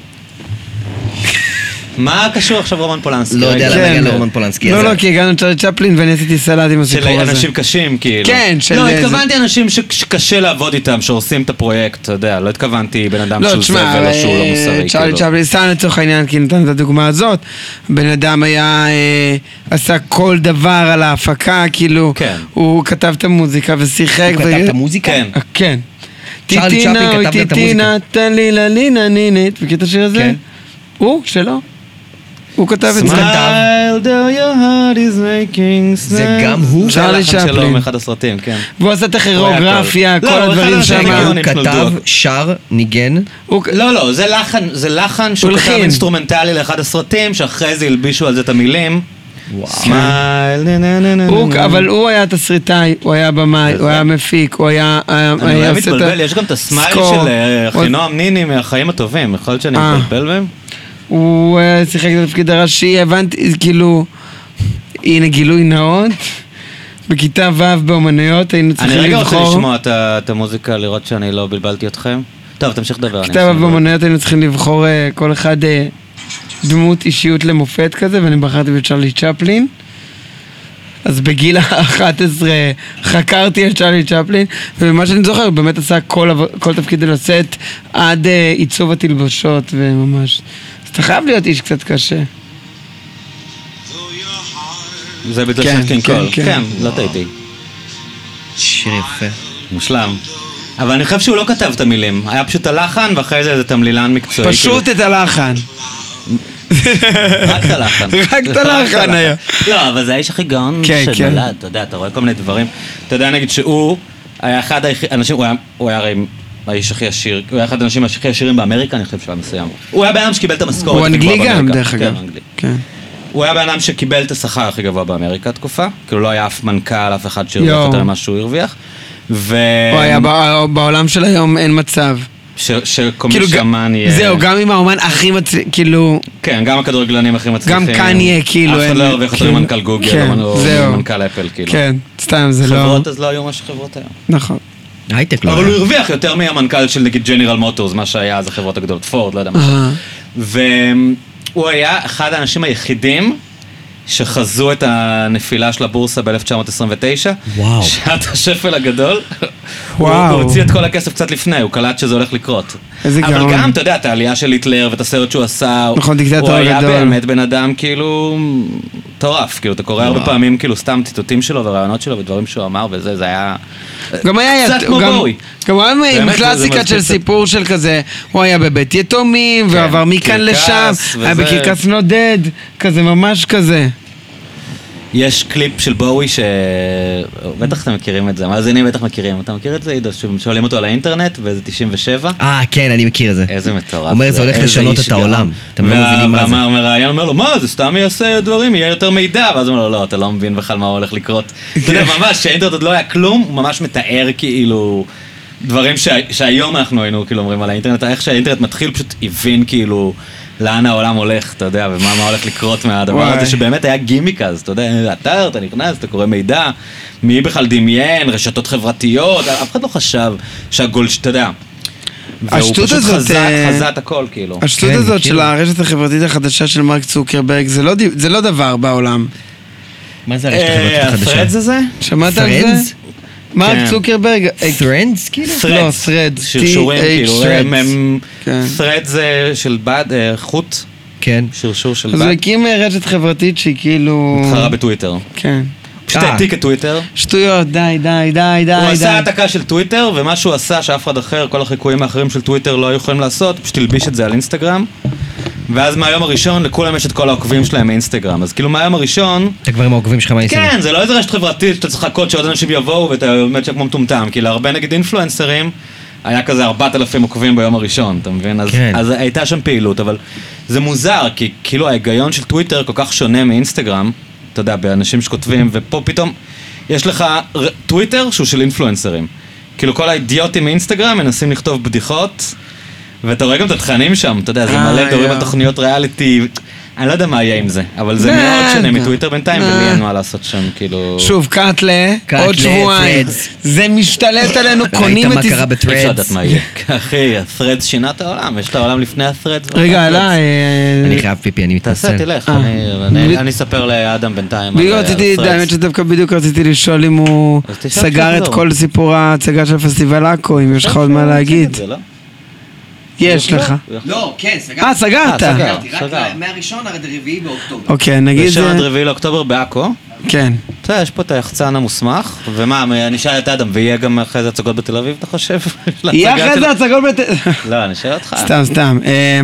S3: מה קשור עכשיו רומן פולנסקי?
S1: לא יודע להגיע לרומן פולנסקי.
S2: לא, כי הגענו צ'רלי צ'פלין ואני עשיתי סלט עם הסיפור הזה.
S3: של אנשים קשים, כאילו.
S2: כן, של...
S3: לא, התכוונתי אנשים שקשה לעבוד איתם, שעושים את הפרויקט, אתה יודע, לא התכוונתי בן אדם שהוא זה ולא שהוא לא מוסרי,
S2: צ'רלי צ'פלין, סתם לצורך העניין, כי נתן את הדוגמה הזאת, בן אדם היה, עשה כל דבר על ההפקה, כאילו, הוא כתב את המוזיקה ושיחק.
S1: הוא כתב את המוזיקה?
S2: כן.
S1: צ'רלי צ'פלין כתב את המוזיקה.
S2: טיטינה, תן לי ללינה נינית, מכיר את השיר הזה? הוא, שלו. הוא כתב את זה.
S3: Smile though your heart is making
S1: זה גם הוא?
S2: צ'רלי צ'פלין.
S3: שלו מאחד הסרטים, כן.
S2: והוא עשה את הכירוגרפיה, כל הדברים שם.
S1: הוא כתב, שר, ניגן.
S3: לא, זה לחן שהוא כתב אינסטרומנטלי לאחד הסרטים, שאחרי זה הלבישו על זה את המילים.
S2: אבל הוא היה תסריטאי, הוא היה במאי, הוא היה מפיק, הוא היה...
S3: אני אוהב מתבלבל, יש גם את הסמייל של אחינועם ניני מהחיים הטובים, יכול להיות שאני מתבלבל בהם?
S2: הוא שיחק את התפקיד הראשי, הבנתי, כאילו, הנה גילוי נאות, בכיתה ו' באומנויות היינו צריכים לבחור...
S3: אני רגע רוצה לשמוע את המוזיקה, לראות שאני לא בלבלתי אתכם. טוב, תמשיך לדבר.
S2: בכיתה ו' באומנויות היינו צריכים לבחור כל אחד דמות אישיות למופת כזה, ואני בחרתי בצ'רלי צ'פלין. אז בגיל ה-11 חקרתי את צ'רלי צ'פלין, ומה שאני זוכר, הוא באמת עשה כל תפקיד על הסט עד עיצוב התלבושות, וממש... אז אתה חייב להיות איש קצת קשה.
S3: זה בגלל שקינג קול, כן, לא טעיתי.
S1: שיר יפה.
S3: מושלם. אבל אני חושב שהוא לא כתב את המילים, היה פשוט הלחן, ואחרי זה תמלילן מקצועי.
S2: פשוט את הלחן.
S3: רק את הלחן.
S2: רק את הלחן היה.
S3: לא, אבל זה האיש הכי גאון שנולד, אתה יודע, אתה רואה כל מיני דברים. אתה יודע, נגיד שהוא היה אחד האנשים, הוא היה הרי האיש הכי עשיר, הוא היה אחד האנשים הכי עשירים באמריקה, אני חושב שלב מסוים. הוא היה בן שקיבל את המשכורת הכי גבוהה באמריקה.
S2: הוא אנגלי גם, דרך אגב.
S3: כן, הוא היה בן אדם שקיבל את השכר הכי גבוה באמריקה תקופה, כאילו לא היה אף מנכ"ל, אף אחד שהרוויח יותר ממה שהוא הרוויח. הוא
S2: היה בעולם של היום אין מצב.
S3: שקומישמן יהיה...
S2: זהו, גם עם האומן הכי מצליח, כאילו...
S3: כן, גם הכדורגלנים הכי מצליחים.
S2: גם קניה, כאילו...
S3: אף אחד לא הרוויח יותר ממנכ"ל גוגל או מנכ"ל אפל, כאילו.
S2: כן, סתם, זה לא...
S3: חברות אז לא היו מה שחברות היום.
S2: נכון.
S1: הייטק לא.
S3: אבל הוא הרוויח יותר מהמנכ"ל של נגיד ג'נרל מוטורס, מה שהיה אז החברות הגדולות, פורד, לא יודע מה. והוא היה אחד האנשים היחידים שחזו את הנפילה של הבורסה ב-1929.
S1: וואו.
S3: שעת השפל הגדול.
S2: וואו.
S3: הוא הוציא את כל הכסף קצת לפני, הוא קלט שזה הולך לקרות.
S2: איזה גאון.
S3: אבל גם, אתה יודע, את העלייה של היטלר ואת הסרט שהוא עשה,
S2: נכון, דיקטטור
S3: הוא היה
S2: הגדול.
S3: באמת בן אדם כאילו מטורף, כאילו אתה קורא הרבה פעמים כאילו סתם ציטוטים שלו ורעיונות שלו ודברים שהוא אמר וזה, זה היה
S2: גם היה
S3: קצת כמו בואי.
S2: גם הוא היה עם
S3: באמת, זה
S2: קלאסיקה
S3: מזכיר
S2: של
S3: קצת.
S2: סיפור של כזה, הוא היה בבית יתומים ועבר מכאן
S3: קרקס
S2: לשם, היה
S3: וזה.
S2: בקרקס נודד, כזה ממש כזה.
S3: יש קליפ של בואי בטח אתם מכירים את זה, מאזינים בטח מכירים, אתה מכיר את זה עידו? שואלים אותו על האינטרנט וזה 97?
S1: כן, אני מכיר את זה.
S3: איזה מטורף.
S1: הוא אומר, זה הולך
S3: איזה
S1: לשנות
S3: איש
S1: את העולם.
S3: גאון.
S1: אתם לא מבינים מה זה.
S3: והמראיין אומר לו, מה, זה סתם יעשה דברים, יהיה יותר מידע, ואז הוא אומר לו, לא, אתה לא מבין בכלל מה הולך לקרות. אתה יודע, ממש, שהאינטרנט עוד לא היה כלום, הוא ממש מתאר כאילו דברים שהיום אנחנו היינו כאילו אומרים על האינטרנט, איך שהאינטרנט מתחיל פשוט הבין כאילו לאן העולם הולך, אתה יודע, ומה הולך לקרות מהדבר הזה, שבאמת היה גימיק אז, אתה יודע, אתה נכנס, אתה קורא מידע, מי בכלל דמיין, רשתות חברתיות, אף אחד לא חשב אתה יודע, והוא פשוט חזה את הכל, כאילו.
S2: השטות
S1: כן,
S2: הזאת
S1: כאילו.
S2: של הרשת החברתית החדשה של מרק צוקרברג, זה לא דבר בעולם.
S1: מה זה הרשת החברתית החדשה?
S3: הפרדס הזה?
S2: שמעת על
S1: Threads?
S2: זה? מרק צוקרברג,
S1: Threads, כאילו?
S2: לא, Threads,
S3: שרשורים, כאילו,
S2: כן.
S3: Threads זה של בד, חוט,
S1: כן.
S3: שרשור של
S2: אז הוא
S3: בד,
S2: הקים רשת חברתית שהיא כאילו...
S3: מתחרה בטוויטר.
S2: כן.
S3: פשוט העתיק את טוויטר.
S2: שטויות, די.
S3: הוא עשה העתקה של טוויטר, ומה שהוא עשה שאף אחד אחר, כל החיקויים האחרים של טוויטר לא היו יכולים לעשות, פשוט הלביש את זה על אינסטגרם. ואז מהיום הראשון, לכולם יש את כל העוקבים שלהם מאינסטגרם. אז כאילו מהיום הראשון...
S1: אתה כבר עם העוקבים שלך מהאינסטגרם.
S3: כן, זה לא איזה רשת חברתית שאתה צריך לחכות שעוד אנשים יבואו ואתה באמת שם כמו מטומטם. כאילו הרבה נגיד אינפלואנסרים, היה כזה 4,000 עוקבים ביום הראשון, אתה מבין?
S1: כן.
S3: אז הייתה שם פעילות, אבל זה מוזר, כי כאילו ההיגיון של טוויטר כל כך שונה מאינסטגרם, אתה יודע, באנשים שכותבים, ופה פתאום יש לך טוויטר שהוא של אינפלואנסרים. כאילו כל האידיוטים מאינסטגרם מנסים לכתוב בדיחות, ואתה רואה גם את התכנים שם, אתה יודע, זה מלא דברים על תוכניות ריאליטי, אני לא יודע מה יהיה עם זה, אבל זה מאוד שונה מטוויטר בינתיים, ולי אין מה לעשות שם, כאילו...
S2: שוב, קאטלה, עוד שבועיים. זה משתלט עלינו, קונים את...
S1: ראית מה קרה
S3: אי אפשר
S1: בטרדס?
S3: לדעת מה יהיה. אחי, ה-Threads שינה את העולם, יש את העולם לפני ה-Threads.
S2: רגע, עלה...
S1: אני חייב פיפי, אני מתנצל.
S3: תעשה, תלך, אני אספר לאדם בינתיים.
S2: בדיוק
S3: על
S2: רציתי,
S3: Threads.
S2: האמת שדווקא בדיוק רציתי לשאול אם הוא
S3: אז תשאל
S2: סגר את
S3: תחזור.
S2: כל סיפור ההצגה של פסטיבל עכו, אם יש לך עוד מה להגיד.
S3: זה, לא?
S2: יש לך.
S1: לא, כן,
S2: סגרת.
S3: סגר.
S1: מהראשון עד הרביעי באוקטובר.
S2: אוקיי, נגיד
S3: ראשון עד
S2: זה...
S3: 4 לאוקטובר בעכו.
S2: כן.
S3: בסדר, יש פה את היחצן המוסמך, ומה, אני אשאל את אדם, ויהיה גם אחרי זה הצגות בתל אביב, אתה חושב?
S2: יהיה אחרי זה הצגות
S3: לא, אני אשאל אותך.
S2: סתם.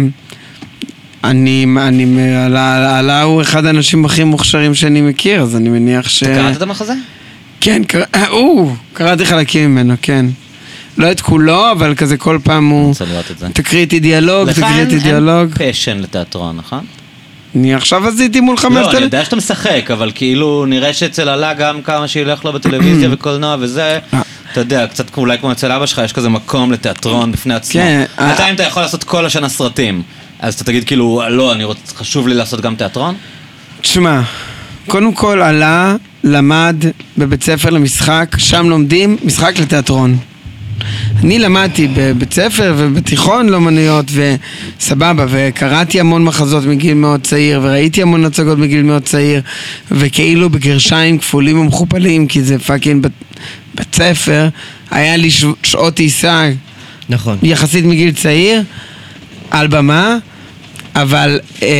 S2: עלה הוא אחד האנשים הכי מוכשרים שאני מכיר, אז אני מניח ש...
S3: אתה קראת את המחזה?
S2: כן, קראתי חלקים ממנו, כן. לא את כולו, אבל כזה כל פעם הוא...
S3: רוצה לראות את זה.
S2: תקריא איתי דיאלוג,
S3: לך
S2: תקריא איתי
S3: אין
S2: דיאלוג.
S3: פשן לתיאטרון, נכון?
S2: אני עכשיו עשיתי מול
S3: לא,
S2: 5,000.
S3: אני יודע שאתה משחק, אבל כאילו נראה שאצל עלה גם כמה שילך לו בטלוויזיה וקולנוע וזה, אתה יודע, קצת אולי כמו אצל אבא שלך, יש כזה מקום לתיאטרון בפני עצמו.
S2: כן.
S3: אתה אם אתה יכול לעשות כל השנה סרטים, אז אתה תגיד כאילו, לא, חשוב לי לעשות גם תיאטרון?
S2: תשמע, קודם כל עלה, למד בבית ספר למשחק, שם לומדים משחק לתיאטרון. אני למדתי בבית ספר ובתיכון לאומנויות וסבבה, וקראתי המון מחזות מגיל מאוד צעיר, וראיתי המון הצגות מגיל מאוד צעיר, וכאילו בגרשיים כפולים ומכופלים, כי זה פאקינג בית ספר, היה לי שעות טיסה
S1: נכון.
S2: יחסית מגיל צעיר, על במה, אבל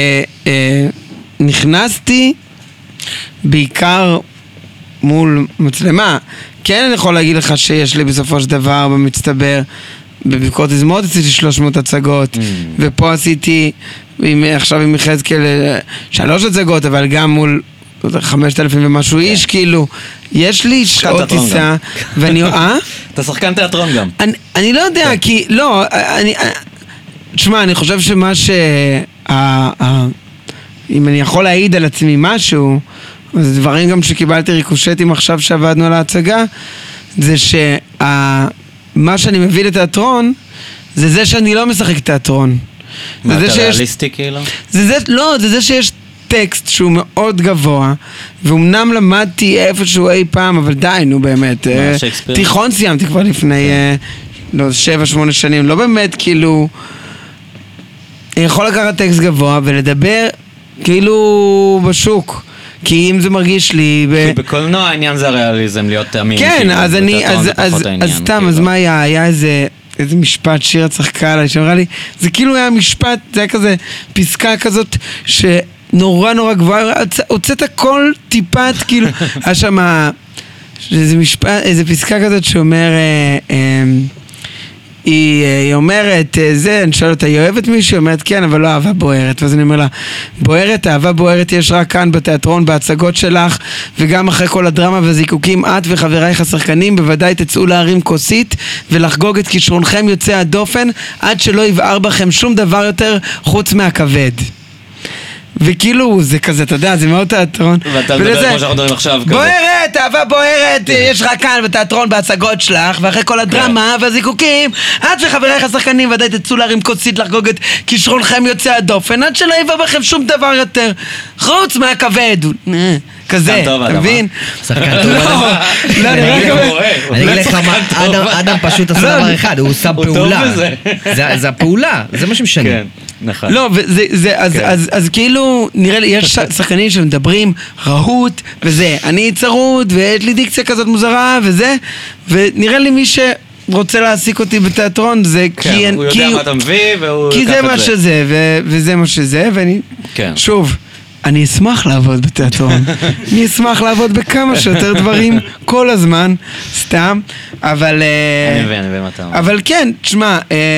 S2: נכנסתי בעיקר מול מצלמה. כן, אני יכול להגיד לך שיש לי בסופו של דבר במצטבר, בביקורת תזמורת עשיתי 300 הצגות, ופה עשיתי עכשיו עם יחזקאל 3 הצגות, אבל גם מול 5,000 ומשהו איש, כאילו, יש לי שעות טיסה, ואני...
S3: אתה שחקן תיאטרון גם.
S2: אני לא יודע, כי... לא, תשמע, אני חושב שמה אם אני יכול להעיד על עצמי משהו, אז דברים גם שקיבלתי ריקושטים עכשיו שעבדנו על ההצגה, זה מה שאני מביא לתיאטרון, זה זה שאני לא משחק תיאטרון.
S3: מה, אתה ריאליסטי כאילו?
S2: זה זה שיש טקסט שהוא מאוד גבוה, ואומנם למדתי איפשהו אי פעם, אבל די, נו באמת. תיכון סיימתי כבר לפני 7-8 שנים, לא באמת כאילו... יכול לקחת טקסט גבוה ולדבר כאילו בשוק. כי אם זה מרגיש לי...
S3: כי בקולנוע העניין זה הריאליזם, להיות תאמין.
S2: כן, אז אני... אז סתם, אז מה היה? היה איזה משפט שיר הצחקה עליי, שאמרה לי, זה כאילו היה משפט, זה היה כזה פסקה כזאת שנורא נורא גבוהה, הוצאת כל טיפת, כאילו, היה שם איזה משפט, איזה פסקה כזאת שאומר, היא אומרת, אני שואל אותה, היא אוהבת מישהו? היא אומרת, כן, אבל לא אהבה בוערת. ואז אני אומר לה, בוערת, אהבה בוערת יש רק כאן בתיאטרון, בהצגות שלך, וגם אחרי כל הדרמה והזיקוקים, את וחברייך השחקנים בוודאי תצאו להרים כוסית, ולחגוג את כישרונכם יוצא הדופן, עד שלא יבער בכם שום דבר יותר חוץ מהכבד. וכאילו זה כזה, אתה יודע, זה מאוד תיאטרון.
S3: ואתה מדבר כמו שאנחנו מדברים עכשיו כזה.
S2: בוערת, אהבה בוערת, יש לך כאן בתיאטרון בהצגות שלך, ואחרי כל הדרמה והזיקוקים, את וחברייך השחקנים ודאי תצאו להרים כוסית לחגוג את כישרונכם יוצא הדופן, עד שלא יבוא בכם שום דבר יותר חוץ מהכבד. כזה, אתה מבין?
S1: שחקן טוב. אני אגיד לך מה, אדם פשוט עשה דבר אחד, הוא שם פעולה. זה הפעולה, זה מה שמשנה.
S3: כן, נכון.
S2: לא, אז כאילו, נראה לי, יש שחקנים שמדברים רהוט וזה, אני צרוד ויש לי דיקציה כזאת מוזרה וזה, ונראה לי מי שרוצה להעסיק אותי בתיאטרון זה
S3: כי הוא יודע מה אתה מביא והוא
S2: כי זה מה שזה, וזה מה שזה, ואני, שוב, אני אשמח לעבוד בתיאטרון, אני אשמח לעבוד בכמה שיותר דברים כל הזמן, סתם, אבל...
S3: אני מבין מה אתה אומר.
S2: אבל כן, תשמע,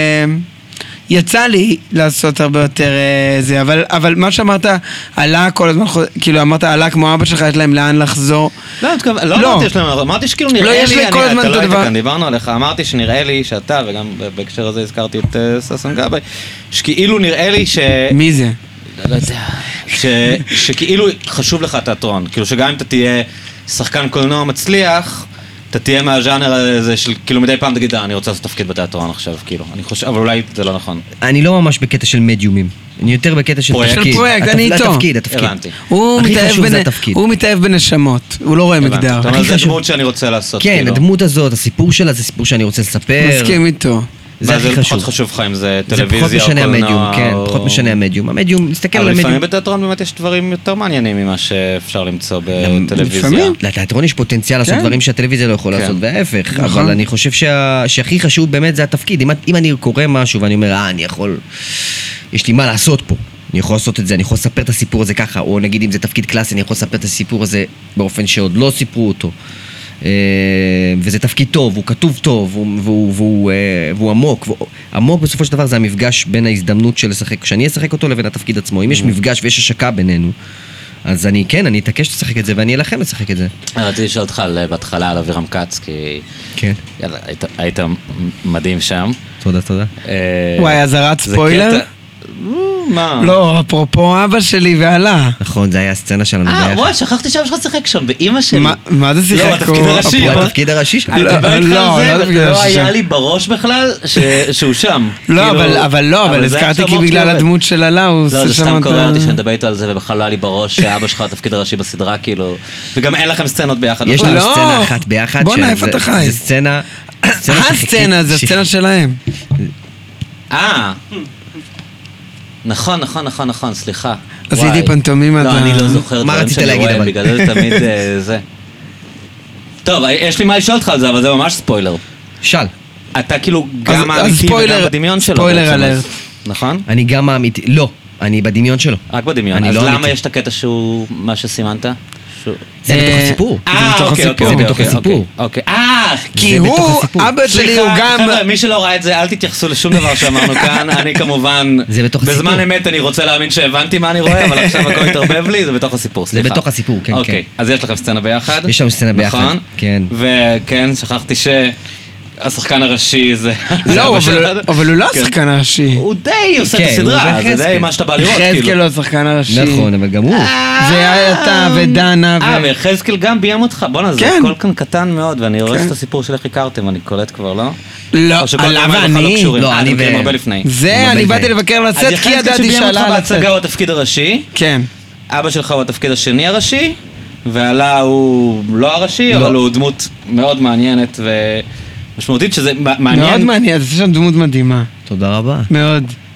S2: יצא לי לעשות הרבה יותר זה, אבל מה שאמרת, עלה כל הזמן, כאילו אמרת, עלה כמו אבא שלך, יש להם לאן לחזור.
S3: לא אמרתי יש להם, אמרתי שכאילו נראה לי,
S2: יש לי כל הזמן את הדבר.
S3: אתה לא היית כאן, דיברנו עליך, אמרתי שנראה לי שאתה, וגם בהקשר הזה הזכרתי את ססן גבי, שכאילו נראה לי ש...
S2: מי זה?
S3: לא יודע. שכאילו חשוב לך תיאטרון, כאילו שגם אם אתה תהיה שחקן קולנוע מצליח, אתה תהיה מהז'אנר הזה של כאילו מדי פעם תגיד, אני רוצה לעשות תפקיד בתיאטרון עכשיו, כאילו, אני חושב, אבל אולי זה לא נכון.
S1: אני לא ממש בקטע של מדיומים, אני יותר בקטע של תפקיד.
S2: פרויקט, אני איתו.
S1: התפקיד.
S3: הבנתי.
S2: הוא מתאהב בנשמות, הוא לא רואה מגדר.
S3: זאת אומרת, זה דמות שאני רוצה לעשות.
S1: כן, הדמות הזאת, הסיפור שלה זה סיפור שאני רוצה לספר.
S2: מסכים איתו.
S1: זה הכי חשוב.
S3: פחות חשוב לך אם זה
S1: זה
S3: טלוויזיה
S1: פחות משנה המדיום, כן, פחות משנה המדיום. המדיום, מסתכל על
S3: אבל
S1: המדיום.
S3: לפעמים בתיאטרון באמת יש דברים יותר מעניינים ממה שאפשר למצוא בטלוויזיה.
S2: לפעמים.
S1: לתיאטרון יש פוטנציאל לעשות דברים שהטלוויזיה לא יכולה לעשות, וההפך.
S2: נכון.
S1: אבל אני חושב שהכי חשוב באמת זה התפקיד. אם אני קורא משהו ואני אומר, אני יכול, יש לי מה לעשות פה. אני יכול לעשות את זה, אני יכול לספר את הסיפור הזה ככה, או נגיד אם זה תפקיד קלאסי, אני יכול לספר את הסיפור הזה באופן שעוד לא סיפרו אותו. וזה תפקיד טוב, הוא כתוב טוב, והוא עמוק. עמוק בסופו של דבר זה המפגש בין ההזדמנות של לשחק, כשאני אשחק אותו לבין התפקיד עצמו. אם יש מפגש ויש השקה בינינו, אז אני אתעקש לשחק את זה ואני אלחם לשחק את זה.
S3: רציתי לשאול אותך בהתחלה על אבירם כץ, כי
S1: כן.
S3: היית מדהים שם.
S1: תודה.
S2: וואי, אז הרץ ספוילר?
S3: מה?
S2: לא, אפרופו אבא שלי ועלה.
S1: נכון, זה היה הסצנה שלנו ביחד.
S3: וואי, שכחתי שאבא שלך שיחק שם, באמא שלי.
S2: מה זה שיחק?
S3: לא, התפקיד הראשי.
S1: הוא התפקיד הראשי שלך?
S3: לא היה לי בראש בכלל שהוא שם.
S2: אבל הזכרתי כי בגלל הדמות של עלה הוא עושה שם...
S3: לא, זה סתם קורא אותי שנדבר איתו על זה, ובכלל לא היה לי בראש שאבא שלך התפקיד הראשי בסדרה, כאילו... וגם אין לכם סצנות ביחד.
S1: יש לנו סצנה אחת ביחד.
S2: בוא'נה, איפה אתה חי?
S1: זה סצנה...
S2: הסצנה, זה הסצנה שלהם.
S3: נכון, סליחה.
S2: עשיתי פנטומימה.
S3: לא, אני לא זוכר
S1: מה
S3: דברים
S1: רצית
S3: שאני
S1: להגיד,
S3: רואה,
S1: אבל?
S3: בגלל זה תמיד זה. טוב, יש לי מה לשאול אותך על זה, אבל זה ממש ספוילר.
S1: שאל.
S3: אתה כאילו גם האמיתי וגם בדמיון שלו.
S2: ספוילר אלרט.
S3: נכון?
S1: אני גם האמיתי, לא, אני בדמיון שלו.
S3: רק בדמיון. אז למה יש את הקטע שהוא מה שסימנת?
S1: זה בתוך הסיפור.
S3: זה
S1: בתוך הסיפור.
S2: כי הוא, אבא שלי הוא גם...
S3: חבר'ה, מי שלא ראה את זה, אל תתייחסו לשום דבר שאמרנו כאן. אני כמובן, בזמן אמת אני רוצה להאמין שהבנתי מה אני רואה, אבל עכשיו הכל התערבב לי, זה בתוך הסיפור, סליחה.
S1: זה בתוך הסיפור, כן.
S3: אוקיי, אז יש לכם סצנה ביחד?
S1: יש לנו סצנה ביחד,
S3: נכון?
S1: כן.
S3: וכן, שכחתי השחקן הראשי זה...
S2: לא, אבל הוא לא השחקן הראשי.
S3: הוא די עושה את הסדרה, זה די מה שאתה בא לראות, כאילו.
S2: חזקאל לא השחקן הראשי.
S1: נכון, אבל גם הוא.
S2: זה היה אתה ודנה
S3: וחזקאל גם ביים אותך, בוא'נה, זה הכל כאן קטן מאוד, ואני רואה את הסיפור של איך הכרתם, אני קולט כבר, לא?
S2: לא, עלה ואני.
S1: לא, אני
S3: מכירים הרבה לפני.
S2: זה, אני באתי לבקר לצאת כי ידעתי שעלה
S3: אותך בהצגה הוא התפקיד הראשי,
S2: כן.
S3: אבא שלך הוא התפקיד השני הראשי, ועלה הוא לא הראשי, אבל הוא דמות מאוד מעניינת ומשמעותית, שזה מעניין.
S2: מאוד מעניין, זה שם דמות מדהימה.
S1: תודה רבה.
S2: מאוד.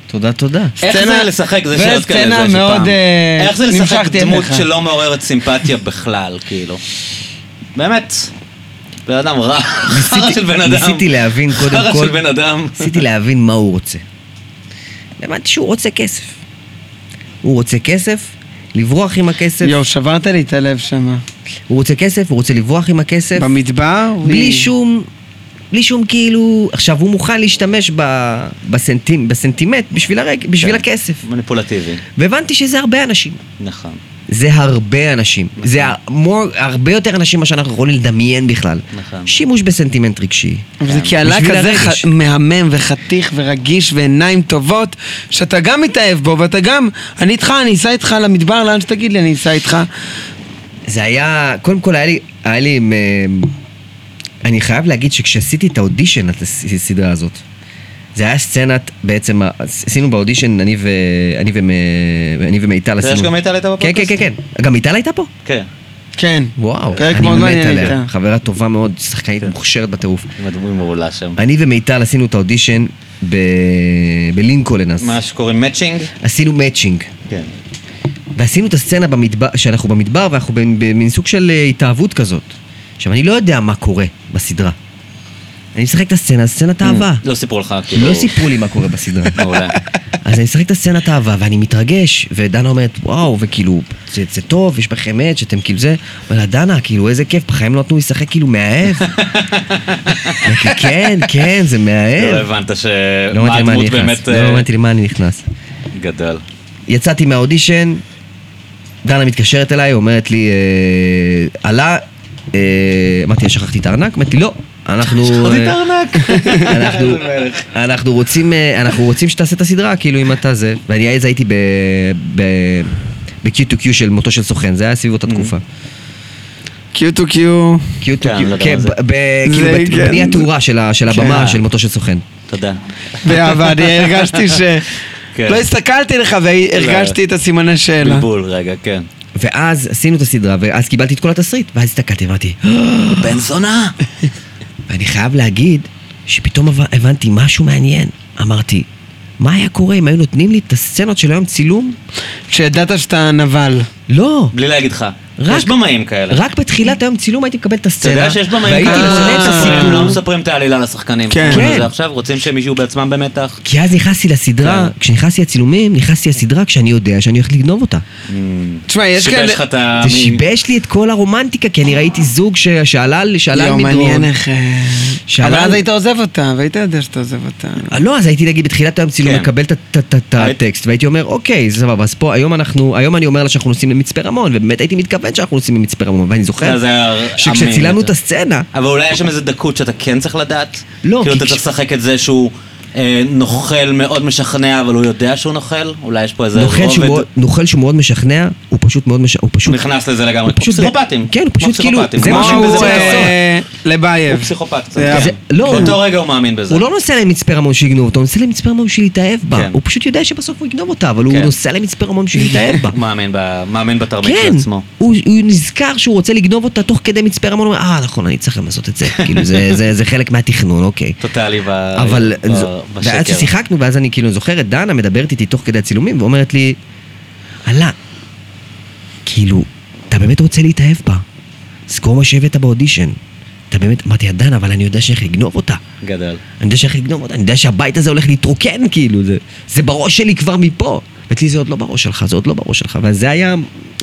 S1: תודה, תודה.
S3: איך זה לשחק? זה שאלות כאלה,
S2: וסצנה מאוד...
S3: איך זה לשחק
S2: נמשכתי
S3: דמות
S2: אליך.
S3: שלא מעוררת סימפתיה בכלל, כאילו? באמת, בן אדם רע, חרא של בן אדם.
S1: ניסיתי להבין קודם
S3: חרא
S1: כל,
S3: של בן אדם.
S1: ניסיתי להבין מה הוא רוצה. הבנתי שהוא רוצה כסף. הוא רוצה כסף, לברוח עם הכסף.
S2: יואו, שברת לי את הלב שמה.
S1: הוא רוצה כסף, הוא רוצה לברוח עם הכסף.
S2: במדבר?
S1: בלי שום כאילו... עכשיו, הוא מוכן להשתמש בסנטימט בשביל הכסף.
S3: מניפולטיבי.
S1: והבנתי שזה הרבה אנשים.
S3: נכון.
S1: זה הרבה אנשים. זה הרבה יותר אנשים מה שאנחנו יכולים לדמיין בכלל.
S3: נכון.
S1: שימוש בסנטימנט רגשי.
S2: אבל זה כי עלה
S1: בשביל
S2: כזה
S1: הרגש.
S2: מהמם וחתיך ורגיש ועיניים טובות, שאתה גם מתאהב בו, ואתה גם, אני איתך, אני אסע איתך למדבר, לאן שתגיד לי, אני אסע איתך.
S1: זה היה, קודם כל היה לי, אני חייב להגיד שכשעשיתי את האודישן לסדרה הזאת, זה היה סצנת, בעצם, עשינו באודישן, אני ומיטל עשינו.
S3: יש גם מיטל הייתה בפודקאסט?
S1: כן, כן, כן. גם מיטל הייתה פה?
S3: כן.
S2: כן.
S1: וואו,
S2: פרק
S1: אני
S2: מאוד
S1: מת
S2: מעניין
S1: עליה.
S2: איתה.
S1: חברה טובה מאוד, שחקנית מוכשרת בטירוף.
S3: עם הדמות מעולה שם.
S1: אני ומיטל עשינו את האודישן בלינקולן אז.
S3: מה שקוראים מאצ'ינג?
S1: עשינו מאצ'ינג.
S3: כן.
S1: ועשינו את הסצנה שאנחנו במדבר ואנחנו במין סוג של התאהבות כזאת. עכשיו, אני לא יודע מה קורה בסדרה. אני משחק את הסצנה, סצנת אהבה.
S3: לא סיפרו לך, כאילו...
S1: לא סיפרו לי מה קורה בסדרה.
S3: מעולה.
S1: אז אני משחק את הסצנת אהבה, ואני מתרגש, ודנה אומרת, וואו, וכאילו, זה טוב, יש בכם עד, שאתם כאילו זה, אבל דנה, כאילו, איזה כיף, בחיים לא נתנו לי לשחק כאילו מאהב. כן, כן, זה מאהב.
S3: לא הבנת
S1: לא
S3: שמה
S1: הבנתי למה אני
S3: הדמות
S1: נכנס.
S3: באמת
S1: לא הבנתי למה אני נכנס.
S3: גדל.
S1: יצאתי מהאודישן, דנה מתקשרת אליי, אומרת לי, עלה, אמרתי, שכחתי את הארנק? אמרתי, לא, אנחנו רוצים שתעשה את הסדרה, כאילו אם אתה זה, ואני אז הייתי ב-Q2Q של מותו של סוכן, זה היה סביב אותה תקופה.
S2: Q2Q.
S1: כן, כאילו בני התאורה של הבמה של מותו של סוכן.
S3: תודה.
S2: באהבה, אני הרגשתי לא הסתכלתי לך והרגשתי את הסימני שאלה.
S3: בלבול, רגע, כן.
S1: ואז עשינו את הסדרה, ואז קיבלתי את כל התסריט, ואז הסתכלתי, אמרתי, בן זונה! ואני חייב להגיד שפתאום הבנתי משהו מעניין. אמרתי, מה היה קורה אם היו נותנים לי את הסצנות של היום צילום?
S2: כשידעת שאתה נבל.
S1: לא.
S3: בלי להגיד לך.
S1: רק-
S3: יש במאים כאלה.
S1: רק בתחילת היום צילום הייתי מקבל את
S3: אתה
S1: הסצנה.
S3: יודע שיש במאים
S1: והייתי
S3: כאלה
S1: בונה את
S3: שלא
S1: הסיפור.
S3: מספרים את העלילה לשחקנים.
S2: כן.
S3: אומרים את
S1: כן.
S3: זה עכשיו, רוצים שהם ישהו בעצמם במתח.
S1: כי אז נכנסתי לסדרה, כשנכנסתי לצילומים, נכנסתי לסדרה כשאני יודע שאני הולך לגנוב אותה.
S2: תשמע, יש
S3: שיבש
S2: כאלה...
S3: לך את ה...
S1: זה שיבש לי את כל הרומנטיקה, כי אני ראיתי זוג שעלה
S2: יום
S1: מדרון.
S2: מעניין איך...
S1: שעלה-
S2: אבל אז היית עוזב אותה, והיית יודע שאתה עוזב אותה.
S1: לא, אז הייתי נגיד בתחילת היום צילום
S3: כן.
S1: מקבל את הטקסט, והייתי אומר, אוקיי, זה סבבה, אז פה, היום אני אומר לה שאנחנו נוסעים למצפה רמון, ובאמת הייתי מתכוון שאנחנו נוסעים למצפה רמון, ואני זוכר
S3: זה היה
S1: שכשצילמנו
S3: אמין
S1: את הסצנה,
S3: אבל אולי יש שם איזה דקות שאתה כן צריך לדעת?
S1: לא,
S3: כאילו
S1: כי
S3: אתה צריך לשחק את זה שהוא נוכל מאוד משכנע, אבל הוא יודע שהוא נוכל? אולי יש פה איזה
S1: נוכל שהוא מאוד משכנע, הוא פשוט מאוד משכנע, הוא פשוט...
S3: הוא נכנס לזה לגמרי.
S1: הוא פשוט-
S3: פסיכופטים.
S1: כן, הוא פשוט
S3: כמו
S1: כאילו-
S3: פסיכופטים.
S1: זה
S3: הוא
S1: מה
S3: מאמין
S1: שהוא-
S3: בזה
S2: הוא
S3: בסוף.
S2: לבייב.
S3: הוא פסיכופט קצת.
S2: זה-
S3: כן.
S1: לא,
S3: באותו
S1: הוא-
S3: רגע הוא מאמין בזה.
S1: הוא לא נוסע למצפה רמון שיגנוב אותו, הוא נוסע למצפה רמון בשביל להתאהב בה.
S3: כן.
S1: הוא פשוט יודע שבסוף הוא יגנוב אותה, אבל הוא
S3: כן.
S1: נוסע למצפה רמון בשביל להתאהב בה.
S3: הוא מאמין בתרמית
S1: כן,
S3: של עצמו.
S1: הוא נזכר שהוא רוצה לגנוב אותה תוך כדי מצפה רמון, הוא אומר, נכון, אני צריך גם לעשות את זה. כאילו, זה חלק מהתכנון, אוקיי.
S3: טוטאלי
S1: אבל, ואז
S3: בשקר.
S1: ששיחקנו, ואז אני כאילו זוכר את דנה מדברת איתי תוך כדי הצילומים, ואומרת לי, עלה, כאילו, אתה באמת רוצה להתאהב בה? זכור מה שהבאת באודישן. אתה באמת, אמרתי, דנה, אבל אני יודע שאיך לגנוב אותה.
S3: גדל.
S1: אני יודע שאיך לגנוב אותה, אני יודע שהבית הזה הולך להתרוקן, כאילו, זה בראש שלי כבר מפה. ואצלי זה עוד לא בראש שלך, זה עוד לא בראש שלך, וזה היה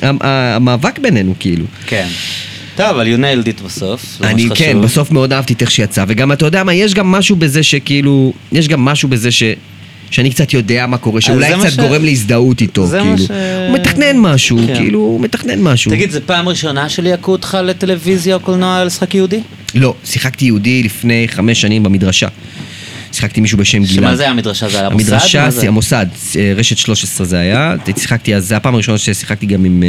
S1: המאבק בינינו, כאילו.
S3: כן. טוב, אבל you nailed it בסוף. זה ממש
S1: אני
S3: חשוב.
S1: כן, בסוף מאוד אהבתי את איך שיצא, וגם אתה יודע מה, יש גם משהו בזה שכאילו, יש גם משהו בזה שאני קצת יודע מה קורה, שאולי
S3: זה מה
S1: קצת גורם להזדהות איתו,
S3: זה
S1: כאילו.
S3: מה ש-
S1: הוא מתכנן משהו,
S3: כן.
S1: כאילו, הוא מתכנן משהו.
S3: תגיד, זה פעם ראשונה שליהקו אותך לטלוויזיה או קולנוע לשחק יהודי?
S1: לא, שיחקתי יהודי לפני 5 שנים במדרשה. שיחקתי מישהו בשם גלעד.
S3: שמה זה היה המדרשה? זה היה המוסד?
S1: המדרשה,
S3: מה זה?
S1: המוסד, רשת 13 זה היה, שיחקתי אז, זה הפעם הראשונה ששיחקתי גם עם,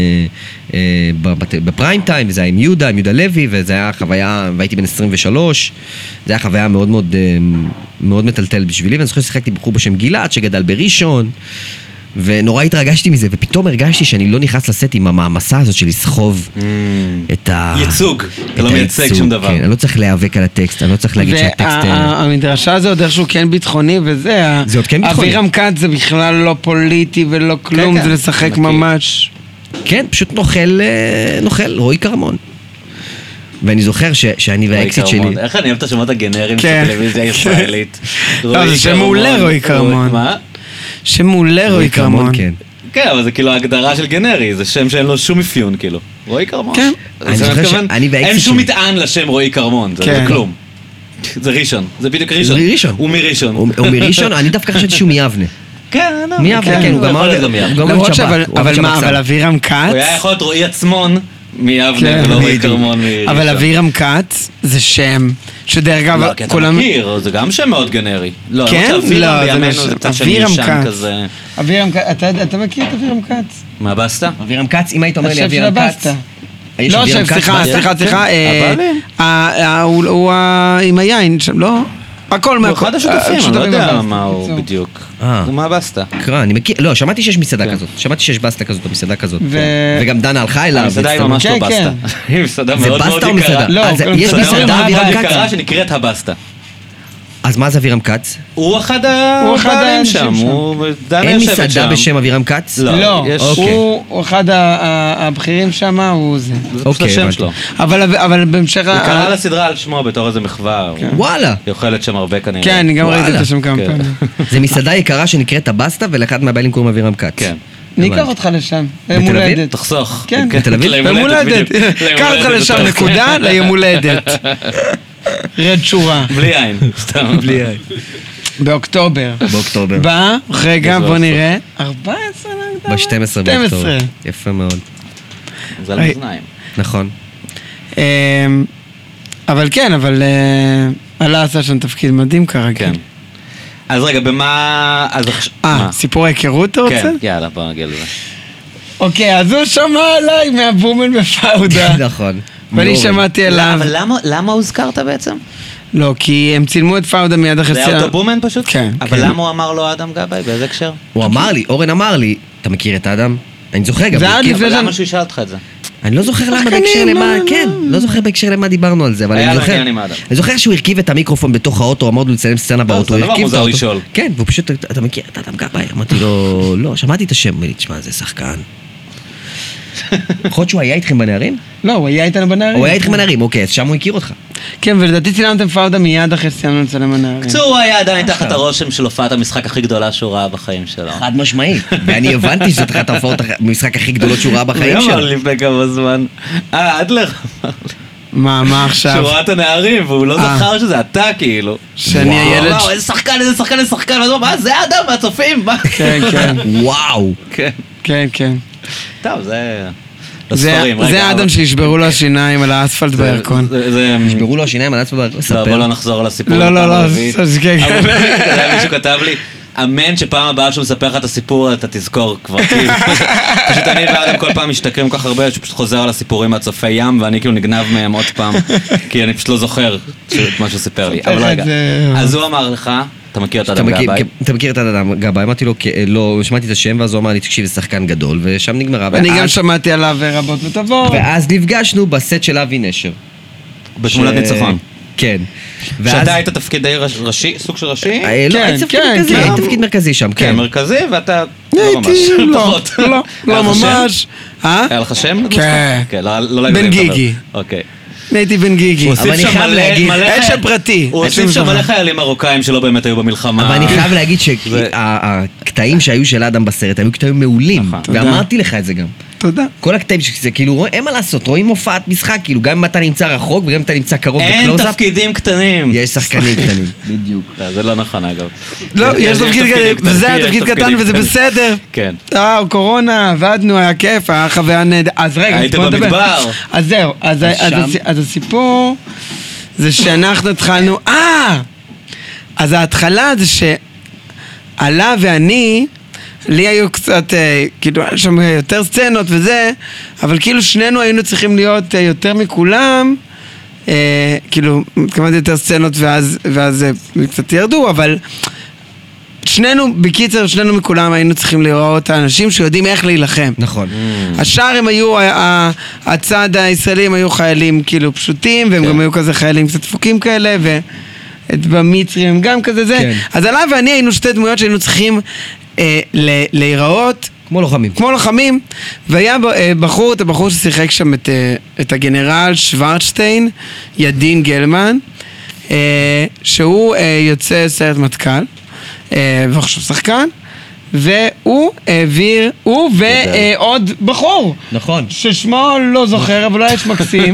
S1: בפריים טיים, וזה היה עם יהודה לוי, וזה היה חוויה, והייתי בן 23, זה היה חוויה מאוד מאוד, מאוד מטלטלת בשבילי, ואני זוכר ששיחקתי בחור בשם גלעד, שגדל בראשון, ונורא התרגשתי מזה, ופתאום הרגשתי שאני לא נכנס לסט עם המעמסה הזאת של לסחוב את ה...
S3: ייצוג, אתה לא מייצג שום דבר.
S1: כן, אני לא צריך להיאבק על הטקסט, אני לא צריך להגיד שהטקסט...
S2: והמדרשה זה עוד איכשהו כן ביטחוני, וזה...
S1: זה עוד כן ביטחוני.
S2: אבירם כץ זה בכלל לא פוליטי ולא כלום, זה לשחק ממש...
S1: כן, פשוט נוכל, רועי קרמון. ואני זוכר שאני והאקסיט שלי...
S3: איך אני אוהב את השמות הגנריים של טלוויזיה הישראלית?
S2: לא, זה שם מעולה רועי קרמון.
S3: מה?
S2: שם מעולה רועי קרמון.
S1: כן.
S3: כן, אבל זה כאילו ההגדרה של גנרי, זה שם שאין לו שום אפיון, כאילו. רועי קרמון.
S2: כן.
S1: אני זוכר שאני והאקסיט
S3: אין שום
S1: שלי...
S3: מטען לשם רועי קרמון, זה כלום. זה ראשון, זה בדיוק ראשון.
S1: זה ראשון.
S3: הוא מראשון.
S1: הוא מראשון, אני דווקא חשבתי שהוא מיבנה.
S3: כן,
S1: מיבנה, כן, הוא גם
S2: למרות אבל אבירם כץ...
S3: הוא היה יכול להיות רועי עצמון מיבנה ולא רועי קרמון מראשון.
S2: אבל אבירם כץ זה שם שדרך אגב
S3: לא, כי אתה מכיר, זה גם שם מאוד גנרי.
S2: כן? לא,
S3: בימינו זה קצת שם ישן כזה.
S2: אבירם כץ, אתה מכיר את אבירם כץ?
S3: מה בסטה?
S1: אבירם כץ, אם היית אומר לי
S2: השף של
S1: אבירם כץ...
S2: הבסטה. לא שף, סליחה, הוא עם היין שם, לא? הכל
S3: הוא אחד השותפים, אני לא יודע מה הוא בדיוק. הוא מהבסטה.
S1: קרא, אני מכיר, לא, שמעתי שיש מסעדה כזאת, שמעתי שיש בסטה כזאת או מסעדה כזאת, וגם דנה הלכה אליו.
S3: המסעדה היא ממש לא בסטה. היא מסעדה מאוד מאוד יקרה.
S1: יש מסעדה אבירם כץ.
S3: יקרה שנקראת הבסטה.
S1: אז מה זה אבירם כץ?
S3: הוא אחד הבעלים שם,
S1: אין מסעדה בשם אבירם כץ?
S2: לא, הוא אחד הבכירים שם, הוא זה.
S3: זה פשוט השם שלו.
S2: אבל בהמשך...
S3: הוא קרא לסדרה על שמו בתור איזה מחווה.
S1: וואלה.
S3: היא אוכלת שם הרבה כנראה.
S2: כן, אני גם ראיתי את השם כמה פעמים.
S1: זה מסעדה יקרה שנקראת הבסטה, ולאחד מהבעלים קוראים אבירם כץ.
S3: כן.
S2: אני אקח אותך לשם,
S1: בתל אביב?
S3: תחסוך.
S2: כן,
S1: בתל אביב?
S2: ליום הולדת. קח אותך לשם נקודה, ליום הולדת. רד שורה.
S3: בלי עין, סתם.
S1: בלי עין.
S2: באוקטובר. בא, רגע, בוא נראה. 14 נגדה?
S1: ב-12 באוקטובר. יפה מאוד.
S3: זה על מאזניים.
S1: נכון.
S2: אבל כן, אבל... עלה עשה שם תפקיד מדהים כרגע.
S3: כן. אז רגע, במה...
S2: סיפור ההיכרות אתה רוצה?
S3: כן, יאללה, בוא נגיע לזה.
S2: אוקיי, אז הוא שמע עליי מהבומן בפאודה.
S1: נכון.
S2: ואני שמעתי עליו.
S3: אבל למה הוזכרת בעצם?
S2: לא, כי הם צילמו את פאודה מיד אחרי...
S3: זה היה אותו בומן פשוט?
S2: כן.
S3: אבל למה הוא אמר לו אדם גבאי? באיזה הקשר?
S1: הוא אמר לי, אורן אמר לי, אתה מכיר את האדם? אני זוכר גם.
S3: אבל למה שהוא ישאל אותך את זה?
S1: אני לא זוכר למה בהקשר למה, כן, לא זוכר בהקשר למה דיברנו על זה, אבל אני זוכר, אני זוכר שהוא הרכיב את המיקרופון בתוך האוטו, אמרנו לצלם סצנה באוטו, הוא הרכיב את האוטו, כן, והוא פשוט, אתה מכיר את אדם גבאי? אמרתי לו, לא, שמעתי את השם, תשמע, זה שחקן. יכול להיות שהוא היה איתכם בנערים?
S2: לא, הוא היה איתנו בנערים.
S1: הוא היה איתכם בנערים, אוקיי, אז שם הוא הכיר אותך.
S2: כן, ולדעתי צילמתם פאודה מיד אחרי סיימנו לצלם בנערים.
S3: קצור, הוא היה עדיין תחת הרושם של הופעת המשחק הכי גדולה שהוא ראה בחיים שלו.
S1: חד משמעית, ואני הבנתי שזאת אחת ההופעות המשחק הכי גדולות שהוא ראה בחיים שלו.
S3: הוא אמר לפני כמה זמן. אדלר אמר לי.
S2: מה עכשיו?
S3: שהוא ראה את הנערים, והוא לא זכר שזה אתה כאילו.
S2: שאני הילד...
S3: וואו, איזה שחקן, איזה שחקן, איזה שחקן, מה זה האדם מהצופים?
S2: כן, כן.
S1: וואו.
S2: כן, כן.
S3: טוב, זה...
S2: זה האדם שישברו לו השיניים על האספלט בירקון.
S1: ישברו לו השיניים על האספלט בירקון?
S3: לא, בוא לא נחזור על הסיפור.
S2: לא,
S3: מישהו כתב לי, אמן שפעם הבאה שהוא מספר לך את הסיפור אתה תזכור כבר, כאילו פשוט אני ואדם כל פעם משתכרים כל כך הרבה שפשוט חוזר על הסיפורים מהצופי ים ואני כאילו נגנב מהם עוד פעם כי אני פשוט לא זוכר את מה שהוא סיפר לי. אבל רגע, אז הוא אמר לך, אתה מכיר את אדם גבאי?
S1: אתה מכיר את אדם גבאי? אמרתי לו, לא, שמעתי את השם ואז הוא אמר לי, תקשיב, זה שחקן גדול ושם נגמרה.
S2: אני גם שמעתי עליו רבות וטובות.
S1: ואז נפגשנו בסט של אבי נשר.
S3: בתמונת ניצחון.
S1: כן.
S3: שאתה היית תפקידי ראשי, סוג של ראשי?
S1: לא, היית תפקיד מרכזי שם, כן.
S3: כן, מרכזי, ואתה לא ממש.
S2: לא ממש.
S3: היה לך שם?
S2: כן.
S3: לא
S2: בן גיגי.
S3: אוקיי.
S2: הייתי בן גיגי.
S1: אבל אני חייב להגיד...
S2: שם פרטי.
S3: הוא הוסיף שם מלא חיילים מרוקאים שלא באמת היו במלחמה.
S1: אבל אני חייב להגיד שהקטעים שהיו של האדם בסרט היו קטעים מעולים. ואמרתי לך את זה גם.
S2: תודה.
S1: כל הקטעים שזה כאילו, אין מה לעשות, רואים הופעת משחק, כאילו גם אם אתה נמצא רחוק וגם אם אתה נמצא קרוב
S3: בקלוזאפ. אין תפקידים קטנים.
S1: יש שחקנים קטנים. בדיוק.
S3: זה לא נכון אגב.
S2: לא, יש תפקיד קטן, וזה היה תפקיד קטן וזה בסדר.
S3: כן.
S2: קורונה, עבדנו, היה כיף, היה חוויה נהדרת. אז רגע,
S3: היית במדבר.
S2: אז זהו, אז הסיפור זה שאנחנו התחלנו, אז ההתחלה זה שעלה ואני, לי היו קצת, כאילו, היה שם יותר סצנות וזה, אבל כאילו שנינו היינו צריכים להיות יותר מכולם, כאילו, כמובן יותר סצנות ואז קצת ירדו, אבל בקיצר, שנינו מכולם היינו צריכים לראות האנשים שיודעים איך להילחם.
S1: נכון.
S2: השאר הם היו, הצד הישראלי הם היו חיילים כאילו פשוטים, והם גם היו כזה חיילים קצת דפוקים כאלה, במצרים הם גם כזה זה. אז עליו ואני היינו שתי דמויות שהיינו צריכים להיראות כמו לוחמים, והיה הבחור ששיחק שם את הגנרל שוורצשטיין, ידין גלמן, שהוא יוצא סרט מטכ"ל, ועכשיו שחקן, והוא העביר, הוא ועוד בחור,
S1: נכון,
S2: ששמו לא זוכר, אבל אולי יש מקסים,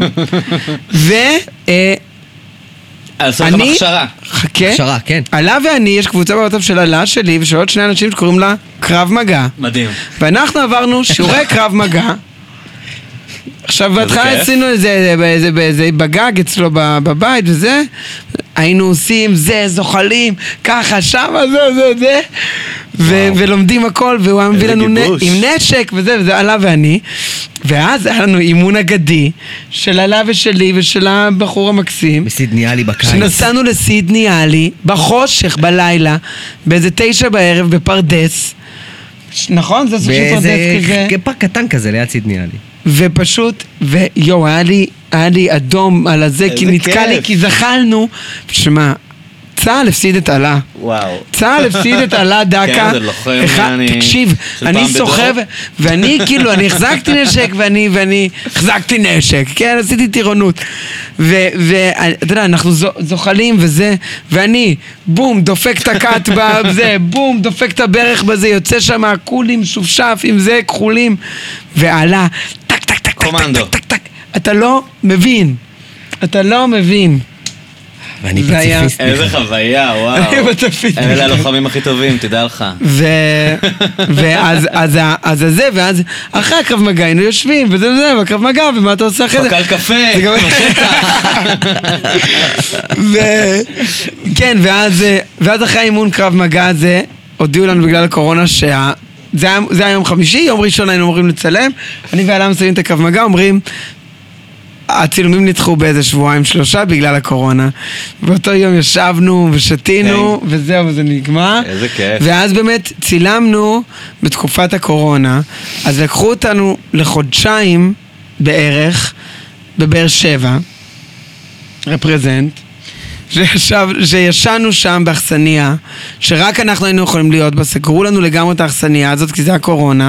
S3: לעשות גם הכשרה.
S2: חכה,
S1: הכשרה, כן.
S2: עלה ואני, יש קבוצה בוואטסאפ של עלה שלי ושל עוד שני אנשים שקוראים לה קרב מגע.
S3: מדהים.
S2: ואנחנו עברנו שיעורי קרב מגע. עכשיו בהתחלה עשינו באיזה בגג אצלו בבית וזה, היינו עושים זוחלים, ככה, שמה, זה, ולומדים הכל, והוא היה מביא לנו עם נשק וזה עלה ואני, ואז היה לנו אימון אגדי של עלה ושלי ושל הבחור המקסים,
S1: בסידני אלי בקיץ,
S2: שנסענו לסידני אלי, בחושך בלילה, באיזה 9 בערב בפרדס, נכון? זה סוג של פרדס כזה.
S1: פארק קטן כזה ליד סידני אלי.
S2: ופשוט, ויו, היה לי אדום על הזה, כי נתקע לי, כי זכלנו, שמה, צהל הפסיד את עלה.
S3: וואו.
S2: צהל הפסיד את עלה דקה.
S3: כן, זה לוחם,
S2: תקשיב, אני סוחב, ואני כאילו, אני החזקתי נשק, ואני החזקתי נשק, כן, עשיתי טירונות. ואתה יודע, אנחנו זוחלים וזה, ואני, בום, דופק את הקט בזה, בום, דופק את הברך בזה, יוצא שם קולים, שופשף, עם זה, כחולים, ועלה, טק, טק, טק, טק, טק, טק, אתה לא מבין.
S1: ואני פציפיסט.
S3: איזה חוויה, וואו. אלה הלוחמים הכי טובים, תדע לך.
S2: ואז זה, ואז אחרי הקרב מגע היינו יושבים, וזה, והקרב מגע, ומה אתה עושה אחרי זה?
S3: פקל קפה.
S2: כן, ואז אחרי האימון קרב מגע הזה, הודיעו לנו בגלל הקורונה זה היה יום חמישי, יום ראשון היינו אמורים לצלם, אני ועלה מסיימים את הקרב מגע, אומרים, הצילומים נדחו באיזה 2-3 בגלל הקורונה. באותו יום ישבנו ושתינו, וזהו, וזה נגמר.
S3: איזה כיף.
S2: ואז באמת צילמנו בתקופת הקורונה, אז לקחו אותנו לחודשיים בערך, בבאר שבע, רפרזנט, שישנו שם באכסניה, שרק אנחנו היינו יכולים להיות בה, סגרו לנו לגמרי את האכסניה הזאת, כי זה הקורונה,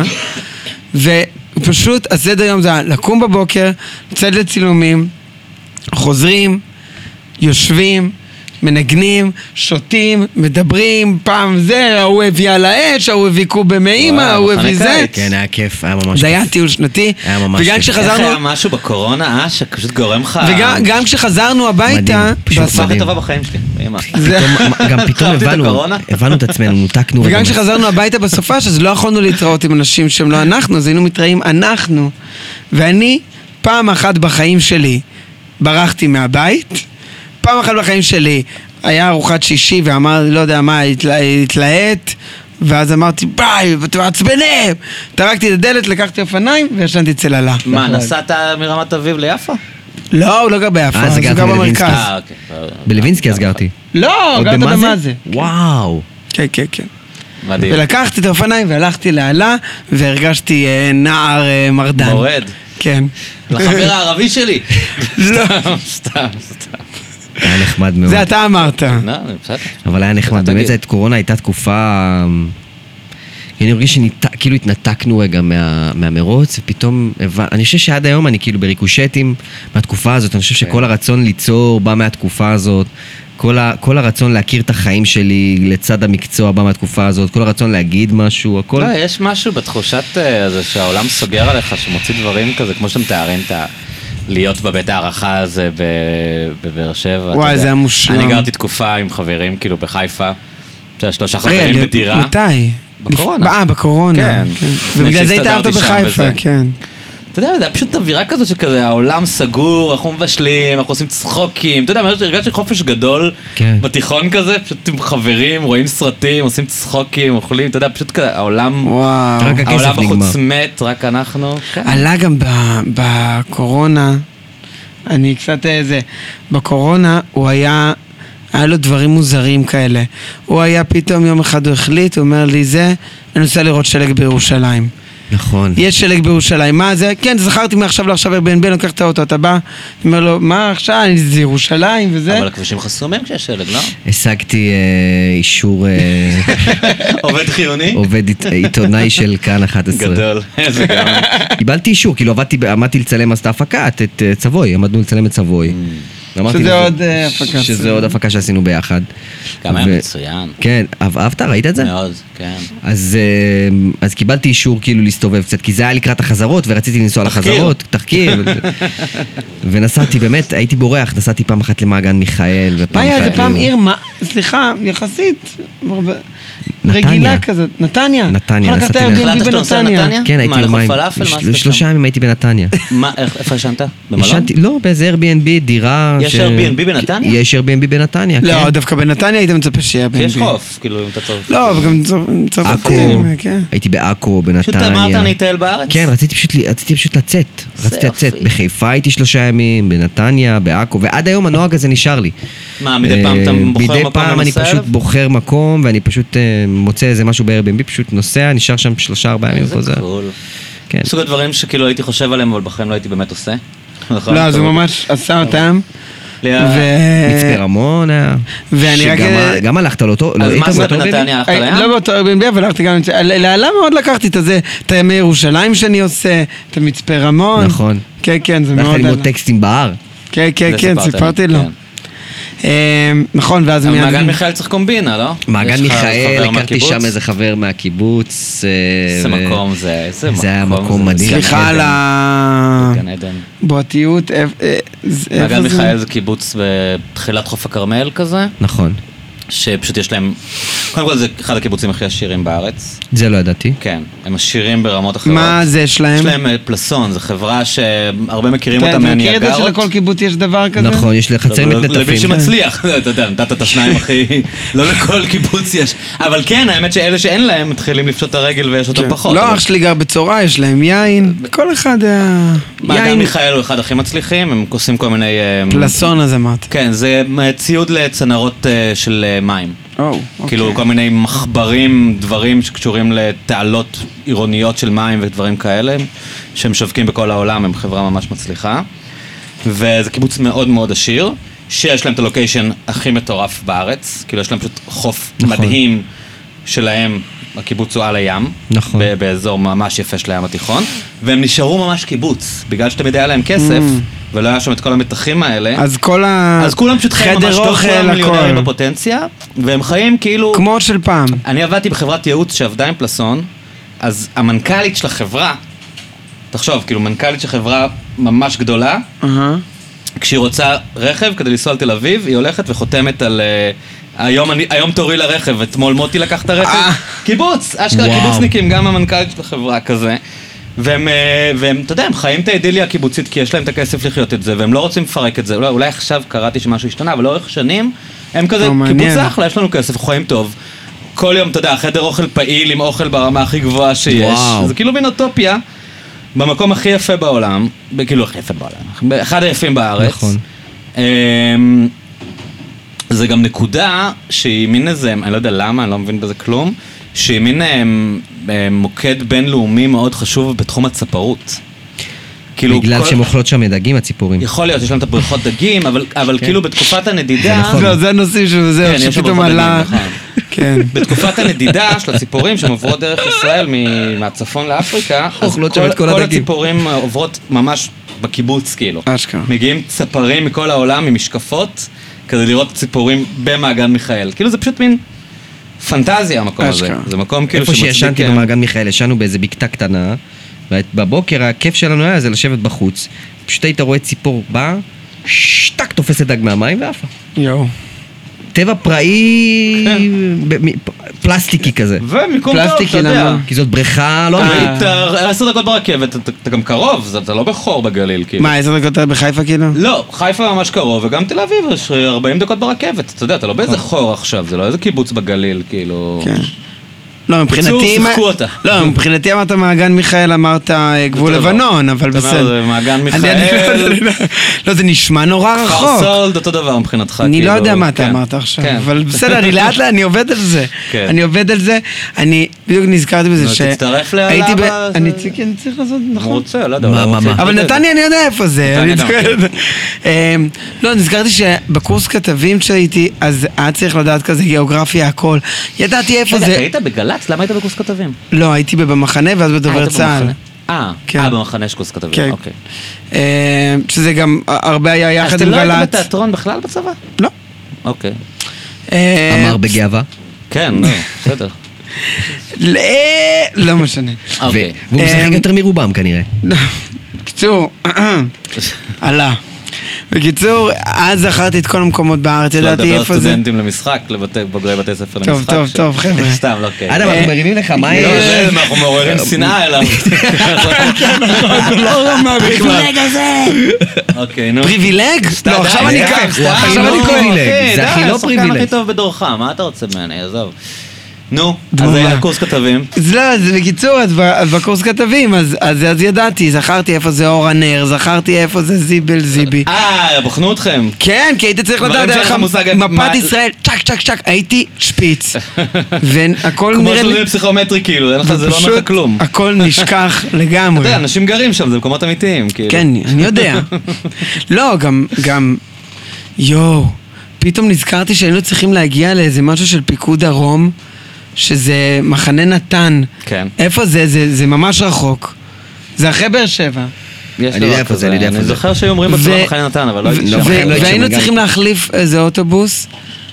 S2: ופשוט הסדר היום זה לקום בבוקר, לצאת לצילומים, חוזרים, יושבים, מנגנים, שותים, מדברים, פעם זה, ההוא הביא על האש, ההוא הביא קוב במאימא, ההוא הביא זה.
S1: כן, היה כיף, היה ממש כיף.
S2: זה היה טיול שנתי.
S1: היה ממש כיף.
S2: וגם כשחזרנו...
S3: איך היה משהו בקורונה, שפשוט גורם לך...
S2: וגם כשחזרנו הביתה...
S3: בסוף הכי טובה בחיים שלי, באמא.
S1: גם פתאום הבנו את עצמנו, נותקנו.
S2: וגם כשחזרנו הביתה בסופש, אז לא יכולנו להתראות עם אנשים שהם לא אנחנו, אז היינו מתראים אנחנו. ואני, פעם אחת בחיים שלי, ברחתי מהבית, פעם אחת בחיים שלי היה ארוחת שישי ואמר, לא יודע מה, התלהט, ואז אמרתי, ביי, אתם מעצבנים! טרקתי את הדלת, לקחתי אופניים וישנתי אצל עלה.
S3: מה, נסעת מרמת אביב ליפה?
S2: לא, הוא לא גר ביפה, הוא גר במרכז.
S1: בלווינסקי אז גרתי.
S2: לא, גרת במאזה.
S1: וואו.
S2: כן, כן, כן.
S3: מדהים.
S2: ולקחתי את האופניים והלכתי לעלה, והרגשתי נער מרדן.
S3: מורד.
S2: כן.
S3: לחבר הערבי שלי. סתם.
S1: היה נחמד מאוד.
S2: זה אתה אמרת.
S1: אבל היה נחמד, באמת זאת קורונה הייתה תקופה, אני מרגיש שכאילו התנתקנו רגע מהמרוץ, ופתאום, אני חושב שעד היום אני כאילו בריקושטים מהתקופה הזאת, אני חושב שכל הרצון ליצור בא מהתקופה הזאת, כל הרצון להכיר את החיים שלי לצד המקצוע בא מהתקופה הזאת, כל הרצון להגיד משהו, הכל...
S3: לא, יש משהו בתחושת הזה שהעולם סוגר עליך, שמוציא דברים כזה, כמו שאתם מתארים את להיות בבית הערכה הזה בבאר שבע.
S2: וואי, זה היה מושלם.
S3: אני גרתי תקופה עם חברים כאילו בחיפה, 3 חברים בדירה.
S2: מתי?
S3: בקורונה.
S2: בקורונה.
S3: כן.
S2: ובגלל זה התאהבת בחיפה, כן.
S3: אתה יודע, זה היה פשוט אווירה כזאת שכזה, העולם סגור, אנחנו מבשלים, אנחנו עושים צחוקים, אתה יודע, הרגשתי חופש גדול בתיכון כזה, פשוט עם חברים, רואים סרטים, עושים צחוקים, אוכלים, אתה יודע, פשוט כזה, העולם בחוץ מת, רק אנחנו.
S2: עלה גם בקורונה, אני קצת בקורונה הוא היה היה לו דברים מוזרים כאלה. הוא היה פתאום יום אחד הוא החליט, הוא אומר לי אני נוסע לראות שלג בירושלים.
S1: נכון.
S2: יש שלג בירושלים, מה זה? כן, זכרתי מעכשיו לעכשיו Airbnb, לוקח את האוטו, אתה בא, אני אומר לו, מה עכשיו, זה ירושלים וזה.
S3: אבל הכבישים חסומים כשיש שלג, לא?
S1: השגתי אישור
S3: עובד חיוני?
S1: עובד עיתונאי של כאן 11.
S3: גדול, איזה גם.
S1: קיבלתי אישור, כאילו עמדתי לצלם אז את ההפקה, את צבוי, עמדנו לצלם את צבוי.
S2: שזה עוד הפקה.
S1: שזה עוד הפקה שעשינו ביחד.
S3: גם היה מצוין.
S1: כן, אהבת? ראית את זה?
S3: מאוד, כן.
S1: אז קיבלתי אישור כאילו להסתובב קצת, כי זה היה לקראת החזרות, ורציתי לנסוע לחזרות, תחקיר. ונסעתי, באמת, הייתי בורח, נסעתי פעם אחת למעגן מיכאל,
S2: מה היה זה פעם עיר, סליחה, יחסית, רגילה כזאת, נתניה.
S1: נתניה,
S2: נסעתי
S3: החלטת שאתה נוסע לנתניה?
S1: כן, הייתי יומיים.
S3: מה, לאכול פלאפל?
S1: 3 ימים הייתי בנתניה.
S3: מה, איפה ישנת? במלון?
S1: לא, באיזה Airbnb, דירה...
S3: יש Airbnb בנתניה?
S1: יש Airbnb בנתניה, כן.
S2: לא, דווקא בנתניה היית מצפה שיהיה Airbnb.
S3: יש חוף, כאילו, אם אתה צריך.
S2: לא, וגם צרפתים, כן.
S1: הייתי בעכו, בנתניה.
S3: פשוט אמרת אני אטייל בארץ?
S1: כן, רציתי פשוט לצאת. רציתי לצאת. בחיפה הייתי 3 ימים, בנתניה, בעכו, ועד היום הנוהג הזה נשאר לי.
S3: מה, מדי פעם אתה בוחר
S1: מדי
S3: מקום
S1: פעם אני
S3: לנוסע
S1: פשוט בוחר מקום, ואני פשוט מוצא איזה משהו ב-Airbnb, פשוט נוסע, נשאר שם 3-4 ימים חוזר.
S3: זה קול.
S1: כן.
S3: סוג הדברים שכאילו הייתי חושב עליהם, אבל בחיים לא הייתי באמת עושה.
S2: לא, זה ממש עשה אותם.
S1: מצפה רמון היה.
S2: ואני רק...
S1: גם הלכת לאותו...
S3: אז מה עשית בנתניה? הלכת לים?
S2: לא באותו Airbnb, אבל הלכתי גם... לעלה מאוד לקחתי את הימי ירושלים שאני עושה, את המצפה רמון.
S1: נכון.
S2: כן, כן, זה מאוד...
S1: הלכת ללמוד טקסטים בהר.
S2: כן, כן, כן, סיפרתי לו. נכון, ואז...
S3: אבל מעגן מיכאל צריך קומבינה, לא?
S1: מעגן מיכאל, הכרתי שם איזה חבר מהקיבוץ.
S3: איזה מקום זה,
S1: זה היה מקום מדהים.
S2: סליחה על הבועתיות.
S3: מעגן מיכאל זה קיבוץ בתחילת חוף הכרמל כזה.
S1: נכון.
S3: שפשוט יש להם, קודם כל זה אחד הקיבוצים הכי עשירים בארץ.
S1: זה לא ידעתי.
S3: כן, הם עשירים ברמות אחרות.
S2: מה זה יש להם?
S3: יש להם פלסון, זו חברה שהרבה מכירים אותה מהניאגרות.
S2: אתה מכיר את זה שלכל קיבוץ יש דבר כזה?
S1: נכון, יש לחצר מתנדפים.
S3: למי שמצליח, אתה יודע, נתת את השניים הכי, לא לכל קיבוץ יש. אבל כן, האמת שאלה שאין להם מתחילים לפשוט את הרגל ויש אותם פחות.
S2: לא, אח שלי גר בצורה, יש להם יין, כל אחד...
S3: מעגן מיכאל הוא אחד הכי מצליחים, הם עושים כל מיני...
S2: פלסון אז אמרת.
S3: כן, זה ציוד לצנרות של מים. כאילו כל מיני מחברים, דברים שקשורים לתעלות עירוניות של מים ודברים כאלה, שהם שווקים בכל העולם, הם חברה ממש מצליחה. וזה קיבוץ מאוד מאוד עשיר, שיש להם את הלוקיישן הכי מטורף בארץ, כאילו יש להם פשוט חוף מדהים שלהם, הקיבוץ הוא על הים, באזור ממש יפה של הים התיכון, והם נשארו ממש קיבוץ, בגלל שתמיד היה להם כסף, ולא היה שם את כל המתחים האלה.
S2: אז
S3: כולם פשוט חיים ממש טוב, כולם מיליונרים בפוטנציה, והם חיים כאילו...
S2: כמו של פעם.
S3: אני עבדתי בחברת ייעוץ שעבדה עם פלסון, אז המנכ"לית של החברה, תחשוב, כאילו מנכ"לית של חברה ממש גדולה, כשהיא רוצה רכב כדי לנסוע על תל אביב, היא הולכת וחותמת על... היום תורי לרכב, אתמול מוטי לקח את הרכב. קיבוץ, אשכרה קיבוצניקים, גם המנכ"לית של החברה כזה. והם, אתה יודע, הם חיים את האידיליה הקיבוצית כי יש להם את הכסף לחיות את זה, והם לא רוצים לפרק את זה. אולי עכשיו קראתי שמשהו השתנה, אבל לאורך שנים, הם כזה, קיבוץ אחלה, יש לנו כסף, חיים טוב. כל יום, אתה יודע, חדר אוכל פעיל עם אוכל ברמה הכי גבוהה שיש. זה כאילו מין אוטופיה, במקום הכי יפה בעולם, כאילו הכי יפה בעולם, אחד היפים בארץ.
S1: נכון.
S3: זה גם נקודה שהיא מין איזה, אני לא יודע למה, אני לא מבין בזה כלום, שהיא מין מוקד בינלאומי מאוד חשוב בתחום הצפרות.
S1: בגלל שהן אוכלות שם דגים, הציפורים.
S3: יכול להיות, יש להם את הבריכות דגים, אבל כאילו בתקופת הנדידה...
S2: זה הנושאים שזה, שפתאום עלה...
S3: כן. בתקופת הנדידה של הציפורים שהן עוברות דרך ישראל מהצפון לאפריקה, כל הציפורים עוברות ממש בקיבוץ כאילו. מגיעים צפרים מכל העולם, ממשקפות, כדי לראות ציפורים במעגן מיכאל. כאילו זה פשוט מין פנטזיה המקום הזה. זה מקום כאילו
S1: איפה שישנתי במעגן מיכאל, ישנו באיזה בקתה קטנה, ובבוקר הכיף שלנו היה זה לשבת בחוץ. פשוט היית רואה ציפור בא, שטק תופסת דג מהמים ועפה.
S2: יואו.
S1: טבע פראי, פלסטיקי כזה.
S3: ומקום טוב, אתה יודע.
S1: כי זאת בריכה, לא...
S3: 10 דקות ברכבת, אתה גם קרוב, אתה לא בחור בגליל, כאילו.
S2: מה, 10 דקות בחיפה, כאילו?
S3: לא, חיפה ממש קרוב, וגם תל אביב, יש 40 דקות ברכבת. אתה יודע, אתה לא באיזה חור עכשיו, זה לא איזה קיבוץ בגליל, כאילו... כן.
S2: לא, מבחינתי...
S3: שיחקו אותה.
S2: לא, מבחינתי אמרת מעגן מיכאל, אמרת גבול לבנון, אבל בסדר.
S3: מעגן מיכאל...
S2: לא, זה נשמע נורא רחוק.
S3: חרסולד, אותו דבר מבחינתך.
S2: אני לא יודע מה אתה אמרת עכשיו, אבל בסדר, אני לאט לאט, אני עובד על זה. אני עובד על זה. אני בדיוק נזכרתי בזה ש...
S3: תצטרף לאללה.
S2: אני צריך לעשות, נכון.
S3: הוא רוצה, לא יודע.
S2: אבל נתניה אני יודע איפה זה. לא, נזכרתי שבקורס כתבים שהייתי, אז היה צריך לדעת כזה גיאוגרפיה, הכל. ידעתי איפה זה...
S3: היית בגל"צ? למה היית בקורס כתבים?
S2: לא, הייתי במחנה ואז בדובר צה"ל.
S3: במחנה יש קורס כתבים, אוקיי.
S2: שזה גם הרבה היה יחד עם גל"צ.
S3: אז אתה לא היית בתיאטרון בכלל בצבא?
S2: לא.
S3: אוקיי.
S1: אמר בגאווה.
S3: כן, בסדר.
S2: לא משנה.
S3: אוקיי.
S1: והוא משחק יותר מרובם כנראה.
S2: בקיצור, עלה. בקיצור, אז זכרתי את כל המקומות בארץ, ידעתי איפה זה.
S3: לדבר סטודנטים למשחק, בוגרי בתי ספר למשחק.
S2: טוב, חבר'ה.
S3: סתם, לא כן.
S1: אדם, אנחנו מרימים לך, מה יש?
S3: לא, אנחנו מעוררים שנאה אליו.
S2: כן, נכון, לא רמה בכלל.
S1: פריבילג הזה!
S3: אוקיי, נו.
S2: פריבילג? לא, עכשיו אני קח.
S1: עכשיו אני פריבילג. זה הכי לא
S3: השחקן
S1: פריבילג.
S3: הכי טוב בדורך, מה אתה רוצה ממני? עזוב. נו, אז היה קורס כתבים.
S2: לא, אז בקיצור, אז בקורס כתבים, אז ידעתי, זכרתי איפה זה אור הנר, זכרתי איפה זה זיבל זיבי.
S3: בחנו אתכם.
S2: כן, כי הייתי צריך לדעת איך מפת ישראל, צ'ק צ'ק צ'ק, הייתי שפיץ. והכל
S3: כמו
S2: נראה
S3: שהוא
S2: לי...
S3: פסיכומטרי כאילו, זה לא אומר לך כלום.
S2: הכל נשכח לגמרי.
S3: אתה יודע, אנשים גרים שם, זה מקומות אמיתיים.
S2: כן, אני יודע. לא, גם... פתאום נזכרתי שהיינו צריכים להגיע לאיזה משהו של פיקוד דרום, שזה מחנה נתן.
S3: כן.
S2: איפה זה? זה ממש רחוק. זה אחרי באר שבע.
S1: אני יודע איפה זה,
S3: אני זוכר שהיו אומרים בצבא מחנה נתן, אבל לא הייתי שם.
S2: והיינו צריכים להחליף איזה אוטובוס,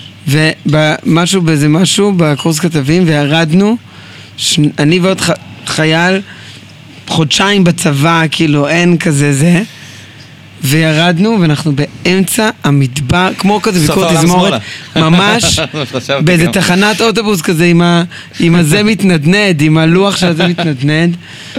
S2: באיזה משהו בקורס כתבים, וירדנו, אני ועוד חייל, חודשיים בצבא, כאילו אין כזה זה, וירדנו, ואנחנו באמצע המדבר, כמו כזה ביקור תזמורת, ממש באיזה תחנת אוטובוס כזה, עם הזה מתנדנד, עם הלוח של הזה מתנדנד,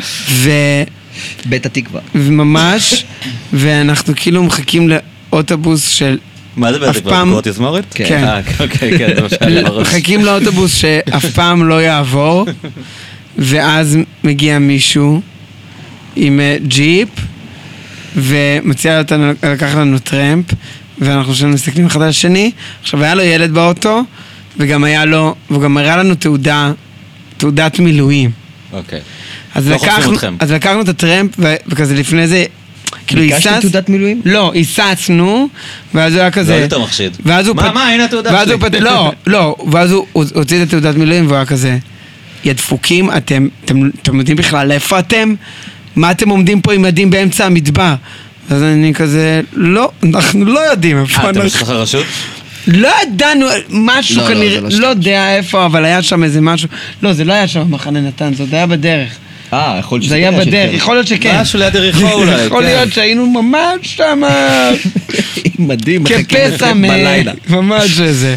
S1: בית התקווה.
S2: ממש, ואנחנו כאילו מחכים לאוטובוס של...
S3: מה זה בית התקווה? ביקור תזמורת?
S2: כן.
S3: אוקיי, כן, זה מה שאני בראש.
S2: מחכים לאוטובוס שאף פעם לא יעבור, ואז מגיע מישהו עם ג'יפ, ומציע אותנו לקח לנו טרמפ, ואנחנו שם מסתכלים אחד על השני. עכשיו היה לו ילד באוטו, וגם הראה לנו תעודת מילואים.
S3: אוקיי.
S2: אז לקחנו את הטרמפ, וכזה לפני זה, כאילו
S1: ביקשתם תעודת מילואים?
S2: לא, היססנו, ואז הוא היה כזה...
S3: זה יותר מחשיד. מה, הנה התעודה שלי.
S2: לא, ואז הוא הוציא את התעודת מילואים, והוא היה כזה, ידפוקים, אתם יודעים בכלל איפה אתם? מה אתם עומדים פה עם מדים באמצע המדבר? אז אני כזה, לא, אנחנו לא יודעים איפה.
S3: אתה משחרר רשות?
S2: לא ידענו, משהו כנראה, לא יודע איפה, אבל היה שם איזה משהו. לא, זה לא היה שם במחנה נתן, זה עוד היה בדרך.
S1: יכול להיות
S2: שזה היה בדרך, יכול להיות שכן.
S3: משהו ליד יריחו אולי.
S2: יכול להיות שהיינו ממש שם.
S1: מדהים,
S2: כפסע בלילה. ממש איזה.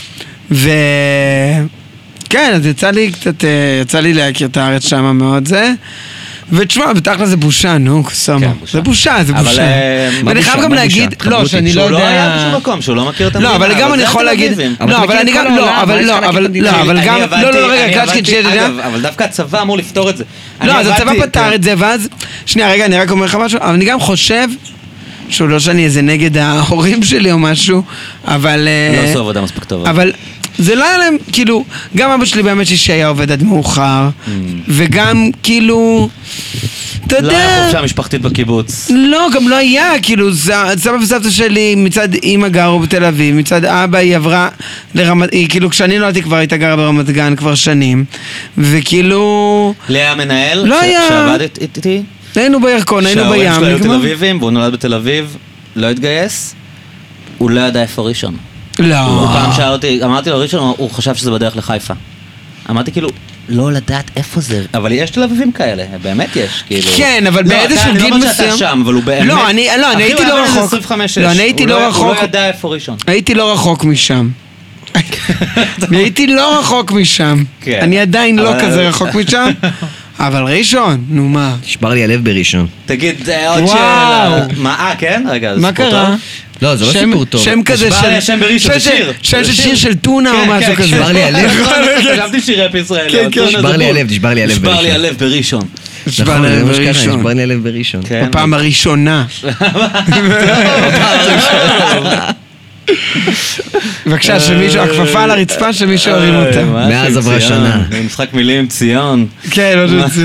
S2: כן, אז יצא לי להכיר את הארץ שם מאוד זה. ותשמע, בתכלה זה בושה, נו, קוסומו. זה בושה. ואני חייב גם להגיד, לא, שאני לא יודע...
S3: שהוא לא היה בשום מקום, שהוא לא מכיר את המדינה.
S2: לא, אבל גם אני יכול להגיד... לא, אבל אני גם... אבל גם... לא, רגע,
S3: אבל דווקא הצבא אמור לפתור את זה.
S2: לא, אז הצבא פתר את זה, ואז... שנייה, רגע, אני רק אומר לך משהו, אבל אני גם חושב... שהוא לא שאני איזה נגד ההורים שלי או משהו, אבל...
S3: לא עשו עבודה מספיק טובה.
S2: אבל זה לא היה להם, כאילו, גם אבא שלי באמת שהיה עובד עד מאוחר, וגם כאילו, אתה יודע...
S3: לא היה חופשה משפחתית בקיבוץ.
S2: לא, גם לא היה, כאילו, סבא וסבתא שלי מצד אמא גרו בתל אביב, מצד אבא היא עברה לרמת... כאילו, כשאני נולדתי כבר הייתה גרה ברמת גן כבר שנים, וכאילו...
S3: לאה המנהל,
S2: לא היה...
S3: שעבדת איתי?
S2: היינו בירקון, היינו בים.
S3: שההורים שלו היו תל אביבים, והוא נולד בתל אביב, לא התגייס, הוא לא ידע איפה ראשון.
S2: לא.
S3: פעם שאלתי, אמרתי לו ראשון, הוא חשב שזה בדרך לחיפה. אמרתי כאילו, לא לדעת איפה זה. אבל יש תל אביבים כאלה, באמת יש, כאילו.
S2: כן, אבל באיזשהו גיל מסוים...
S3: אני לא שאתה שם, אבל הוא באמת...
S2: לא, אני הייתי לא רחוק.
S3: לא,
S2: אני הייתי לא רחוק.
S3: הוא לא ידע איפה ראשון.
S2: הייתי לא רחוק משם. הייתי לא רחוק משם. אני עדיין לא כזה רחוק משם. אבל ראשון, נו מה?
S1: תשבר לי הלב בראשון.
S3: תגיד, עוד שאלה. מה, כן? רגע,
S2: מה קרה?
S1: לא, זה לא
S2: שם-
S1: סיפור טוב.
S2: שם כזה
S3: נשבע לי השם בראשון, זה שיר.
S2: שם של שיר של טונה או משהו כזה.
S1: נשבר לי הלב.
S3: חשבתי שירי ישראלי.
S2: כן, כן.
S1: נשבר לי הלב, נשבר לי הלב
S3: נשבר לי
S1: בראשון.
S3: הלב בראשון.
S2: נשבר
S1: נכון,
S2: לי
S1: זה מה שקרה,
S2: בראשון.
S1: נשבר לי הלב בראשון.
S3: כן.
S2: בפעם הראשונה. בבקשה, שמישהו, הכפפה על הרצפה, שמישהו ירים אותה.
S1: מאז עברה שנה.
S3: משחק מילים ציון.
S2: כן, לא יודע.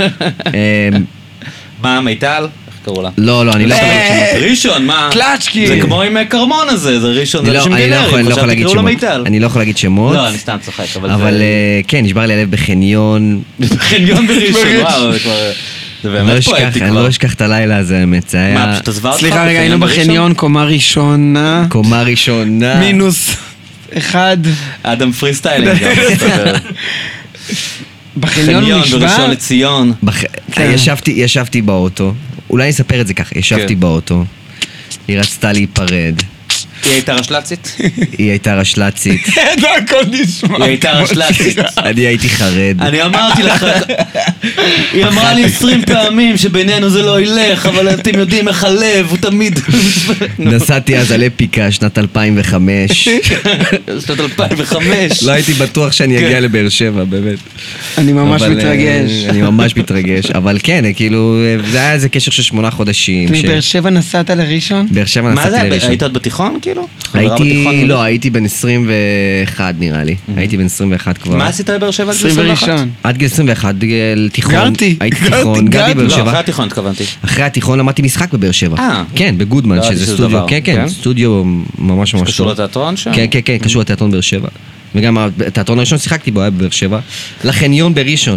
S3: מה, מיטל? איך קראו לה?
S1: לא, אני לא יכול להגיד שמות.
S3: ראשון, מה?
S2: קלצ'קי.
S3: זה כמו עם קרמון הזה, זה ראשון, זה
S1: אני לא-
S3: אנשים
S1: אני לא יכול-
S3: גנריים,
S1: אני לא יכול
S3: חשבתי
S1: להגיד
S3: קראו לה
S1: שמות.
S3: מיטל.
S1: אני לא יכול להגיד שמות.
S3: לא, אני סתם צוחק,
S1: אבל כן, נשבר לי הלב בחניון.
S3: חניון בראשון, וואו, זה כבר... זה
S1: אני לא
S3: באמת
S1: אשכח,
S3: פואטי
S1: אני
S3: כבר.
S1: לא אשכח את הלילה הזה, האמת. זה
S3: מה,
S1: היה
S3: פשוט עזבה אותך?
S2: סליחה רגע, היינו
S3: בראשון?
S2: בחניון, קומה ראשונה,
S1: קומה ראשונה.
S2: מינוס 1.
S3: אדם פריסטיילינג גם מסתבר.
S2: בחניון
S3: חניון
S2: נשבע?
S3: בראשון לציון.
S2: כן.
S1: ישבתי באוטו, אולי אני אספר את זה ככה, ישבתי
S3: כן.
S1: באוטו, היא רצתה להיפרד,
S3: היא הייתה רשל"צית?
S1: היא הייתה רשל"צית,
S2: לא, הכל נשמע.
S3: היא הייתה רשל"צית.
S1: אני הייתי חרד.
S3: אני אמרתי לך, היא אמרה לי 20 פעמים שבינינו זה לא ילך, אבל אתם יודעים איך הלב, הוא תמיד...
S1: נסעתי אז על אפיקה, שנת 2005,
S3: שנת 2005.
S1: לא הייתי בטוח שאני אגיע
S3: כן.
S1: לבאר שבע, באמת.
S2: אני ממש
S1: אבל,
S2: מתרגש.
S1: אני ממש מתרגש, אבל כן, כאילו, זה היה איזה קשר של 8 חודשים.
S2: מבאר שבע נסעת לראשון?
S1: באר שבע
S3: מה
S1: נסעתי
S3: זה?
S1: לראשון.
S3: היית עוד בתיכון כאילו? חברה בתיכון?
S1: הייתי, לא, הייתי בן 21 נראה לי. הייתי בן 21 כבר.
S3: מה עשית בבאר שבע? עד גיל
S2: 20
S3: 21?
S2: בראשון.
S1: עד גיל 21, תיכון.
S2: גרתי,
S1: הייתי
S2: גרתי,
S1: תיכון, גרתי בבאר
S3: לא, אחרי
S1: שבע.
S3: התיכון התכוונתי.
S1: אחרי התיכון למדתי משחק בבאר שבע. כן, בגודמן,
S3: לא ידעתי
S1: שזה
S3: שזה
S1: סטודיו.
S3: דבר.
S1: כן, כן,
S3: כן?
S1: סטודיו ממש ממש
S3: קשור
S1: טוב.
S3: לתיאטרון שם?
S1: כן, כן, כן, קשור לתיאטרון באר שבע. וגם התיאטרון הראשון שיחקתי בו היה בבאר שבע. לחניון בראשון.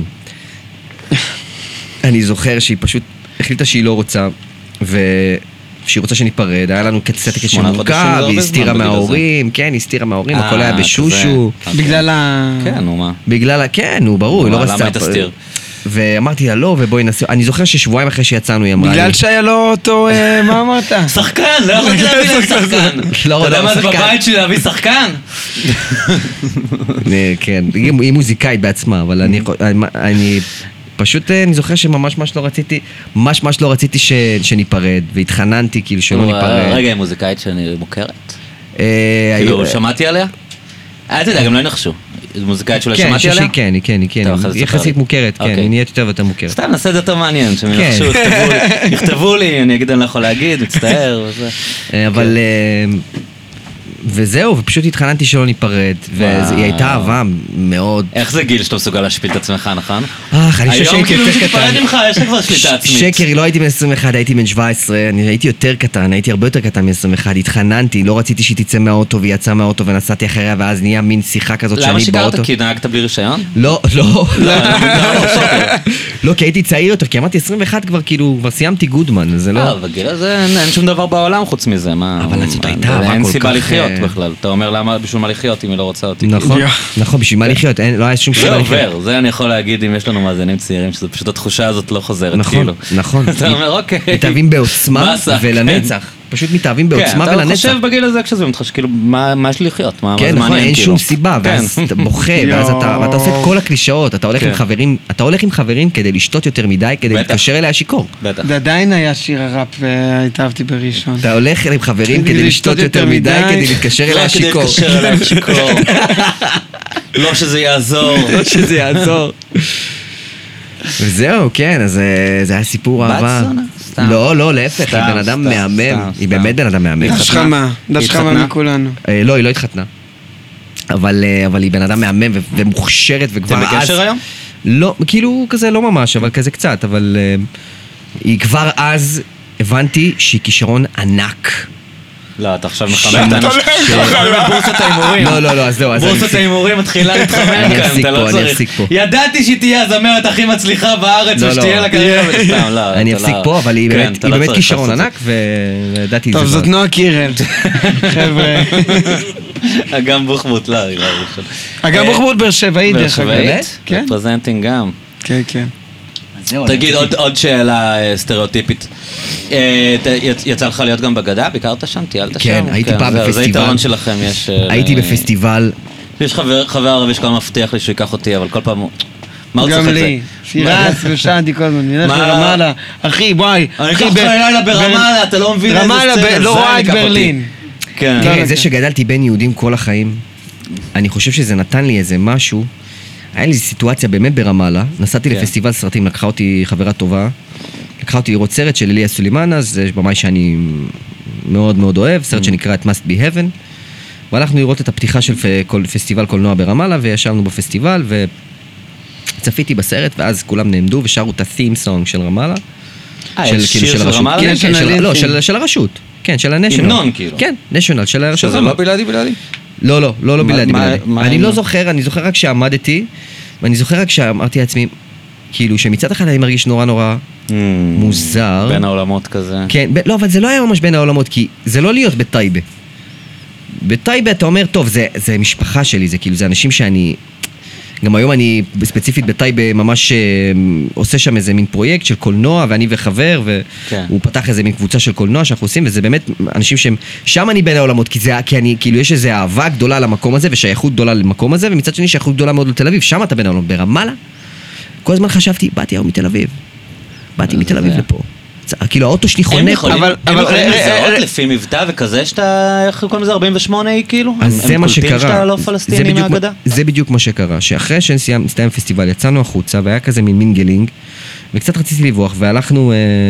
S1: אני זוכר שהיא פשוט החליטה שהיא לא רוצה, שהיא רוצה שניפרד, היה לנו קצת קשר
S3: 8 חודשים
S1: מורכב,
S3: זה הרבה
S1: היא
S3: זמן
S1: הסתירה
S3: בגלל
S1: מההורים, כן, היא הסתירה מההורים, הכל היה
S3: כזה.
S1: בשושו.
S2: בגלל ה...
S3: כן, נו מה.
S1: בגלל, כן, נו, ברור, היא לא
S3: למה
S1: רצתה.
S3: היא תסתיר?
S1: ואמרתי לה לא, ובואי נעשה, אני זוכר ששבועיים אחרי שיצאנו היא אמרה לי,
S2: בגלל שהיה לו אותו... מה אמרת?
S3: שחקן, לא יכולתי להביא להם שחקן.
S1: לא,
S3: אתה יודע
S1: לא,
S3: מה זה
S1: שחקן.
S3: בבית שלי להביא שחקן?
S1: כן, היא מוזיקאית בעצמה, אבל אני פשוט, אני זוכר שממש ממש לא רציתי שניפרד, והתחננתי כאילו שלא ניפרד.
S3: רגע, היא מוזיקאית שאני מוכרת?
S1: אה,
S3: כאילו, שמעתי עליה? אתה יודע, גם לא ינחשו. מוזיקאית שאולי
S1: כן, אני
S3: שמעתי
S1: חושב
S3: עליה?
S1: שהיא כן,
S3: טוב, אחרי זה
S1: היא
S3: תספר
S1: יחסית
S3: לי.
S1: מוכרת, כן,
S3: אוקיי.
S1: היא נהיית יותר ויותר מוכרת.
S3: סתם, נעשה את זה יותר מעניין, שהם
S1: כן.
S3: ינחשו, יכתבו לי, אני אגיד אני לא יכול להגיד, מצטער וזה.
S1: אבל... וזהו, ופשוט התחננתי שלא ניפרד, והיא הייתה אהבה מאוד...
S3: איך זה גיל שאתה מסוגל להשפיל את עצמך, נכון?
S1: אני חושב
S3: היום
S1: שהייתי
S3: כאילו
S1: יותר
S3: שתפרד
S1: קטן.
S3: ממך, יש לך כבר שליטה עצמית.
S1: שקר, לא הייתי בן 21, הייתי בן 17, אני הייתי יותר קטן, הייתי הרבה יותר קטן מ-21, התחננתי, לא רציתי שהיא תצא מהאוטו, והיא יצאה מהאוטו ונסעתי אחריה, ואז נהיה מין שיחה כזאת
S3: למה
S1: שאני
S3: שיקרת?
S1: באוטו.
S3: כי נהגת בלי רישיון?
S1: לא, לא, כי הייתי צעיר יותר, כי אמרתי 21 כבר, כאילו, כבר סיימתי גודמן, זה לא...
S3: בגיל הזה אין שום דבר בעולם חוץ מזה, מה...
S1: אבל זאת הייתה אהבה
S3: אין
S1: כל
S3: סיבה
S1: כך,
S3: לחיות בכלל, אתה אומר למה, בשביל מה לחיות אם היא לא רוצה אותי?
S1: נכון, נכון, בשביל מה לחיות, לא היה שום
S3: זה
S1: סיבה לחיות.
S3: עובר, זה אני יכול להגיד אם יש לנו מאזינים צעירים, שזה פשוט התחושה הזאת לא חוזרת,
S1: נכון,
S3: כאילו.
S1: נכון.
S3: אתה אומר, אוקיי.
S1: מתאהבים בעוצמה
S3: באסה,
S1: ולנצח. פשוט מתאהבים בעוצמה
S3: כן, אתה
S1: ולנצח.
S3: חושב בגיל הזה כשזה מתחש, כאילו, מה יש לי לחיות? מה זה
S1: כן, נכון,
S3: מעניין,
S1: אין
S3: כאילו?
S1: שום סיבה,
S3: כן.
S1: ואז אתה בוכה, ואז אתה עושה את כל הקלישאות, אתה הולך עם חברים כדי לשתות יותר מדי, כדי
S3: בטח.
S1: להתקשר אליה שיכור.
S3: בטח.
S2: זה עדיין היה שיר הראפ והתאהבתי בראשון.
S1: אתה הולך עם חברים כדי לשתות יותר מדי, כדי להתקשר אליה
S3: רק כדי
S1: שיכור.
S3: להתקשר אליה שיכור. לא שזה יעזור.
S1: לא שזה יעזור. וזהו, כן, אז זה היה סיפור
S3: בת
S1: אהבה.
S3: זונה? סתם.
S1: לא, להפך, היא בן אדם מהמם, היא באמת בן אדם מהמם.
S2: דש חמה, דש חמה
S3: התחתנה?
S2: מכולנו.
S1: לא, היא לא התחתנה. אבל היא בן אדם מהמם ומוכשרת וכבר
S3: אתם
S1: אז...
S3: בקשר היום?
S1: לא, כאילו כזה לא ממש, אבל כזה קצת, אבל היא כבר אז הבנתי שהיא כישרון ענק.
S3: לא, אתה עכשיו מחמם את האנשים. בורסת ההימורים.
S1: לא, אז זהו, אז אני
S3: בורסת ההימורים מתחילה להתחמם
S1: אני
S3: כאן,
S1: אפסיק
S3: אתה לא
S1: פה, אני
S3: צריך.
S1: אפסיק פה.
S3: ידעתי שהיא תהיה הזמרת הכי מצליחה בארץ,
S1: לא,
S3: ושתהיה
S1: לא.
S3: לה קריירה סתם, לא.
S1: אני
S3: אתה
S1: אפסיק
S3: לא-
S1: פה, אבל היא
S3: כן,
S1: באמת
S3: אתה
S1: היא
S3: לא
S1: באמת
S3: צריך
S1: כישרון
S3: לעשות
S1: ענק, וידעתי את זה.
S2: טוב, זאת נועה קירל. חבר'ה.
S3: זה. אגם בוחמוט, לא, היא לא ראשון.
S2: אגם בוחמוט באר שבעי דרך אגב.
S3: באמת?
S2: כן.
S3: פרזנטינג גם.
S2: כן, כן.
S3: תגיד, עוד שאלה סטריאוטיפית. יצא לך להיות גם בגדה? ביקרת שם? טיילת שם?
S1: כן, הייתי פעם
S3: זה
S1: בפסטיבל.
S3: יתרון שלכם, יש...
S1: הייתי בפסטיבל,
S3: יש חבר ערבי שכל מבטיח לי שהוא ייקח אותי, אבל כל פעם הוא מה הוא צריך
S2: גם
S3: את זה?
S2: לי. סירס ושנתי כל הזמן, נלך
S3: מה?
S2: לרמאללה. אחי, בואי.
S3: אני אקח לך לילה ברמאללה, אתה לא מבין איזה
S2: רמאללה
S3: סצנה,
S2: לא
S3: זה
S2: רואה את
S3: ניקח אותי.
S2: ברלין.
S3: כן.
S1: תראה, זה שגדלתי בין יהודים כל החיים, אני חושב שזה נתן לי איזה משהו. היה לי סיטואציה באמת ברמאללה, נסעתי
S3: כן.
S1: לפסטיבל סרטים, לקחה אותי חברה טובה, לקחה אותי לראות סרט של אליה סולימאן, זה במאי שאני מאוד מאוד אוהב, סרט שנקרא את Must Be Heaven, והלכנו לראות את הפתיחה של פסטיבל קולנוע ברמאללה, וישבנו בפסטיבל, וצפיתי בסרט, ואז כולם נעמדו ושרו את ה-theme song של רמאללה.
S3: יש שיר של רמאללה?
S1: כן, לא, של הרשות. כן, של הנשיונל.
S3: המנון כאילו.
S1: כן, נשיונל, של הרשות.
S3: שזה לא בלעדי?
S1: לא בלעדי.
S3: מה
S1: אני לא זוכר, אני זוכר רק שעמדתי, ואני זוכר רק שאמרתי לעצמי, כאילו שמצד אחד אני מרגיש נורא מוזר.
S3: בין העולמות כזה.
S1: כן, לא, אבל זה לא היה ממש בין העולמות, כי זה לא להיות בטייבה. בטייבה אתה אומר, טוב, זה משפחה שלי, זה כאילו, זה אנשים שאני... גם היום אני ספציפית בטייבה ממש עושה שם איזה מין פרויקט של קולנוע, ואני וחבר, והוא פתח איזה מין קבוצה של קולנוע שאנחנו עושים, וזה באמת אנשים שהם... שם אני בין העולמות, כי אני, כאילו, יש איזו אהבה גדולה למקום הזה, ושייכות גדולה למקום הזה, ומצד שני שייכות גדולה מאוד לתל אביב, שם אתה בין העולמות. ברמאללה, כל הזמן חשבתי, באתי היום מתל אביב. באתי מתל אביב לפה. כאילו האוטו שלי חונק.
S3: הם יכולים לזהות לפי מבטא וכזה שאתה, איך קוראים לזה 48 כאילו?
S1: אז זה מה שקרה.
S3: הם קולטים שאתה לא פלסטיני מהגדה?
S1: זה בדיוק מה שקרה, שאחרי שנסתיים פסטיבל יצאנו החוצה והיה כזה מין מינגלינג, וקצת רציתי לברוח, והלכנו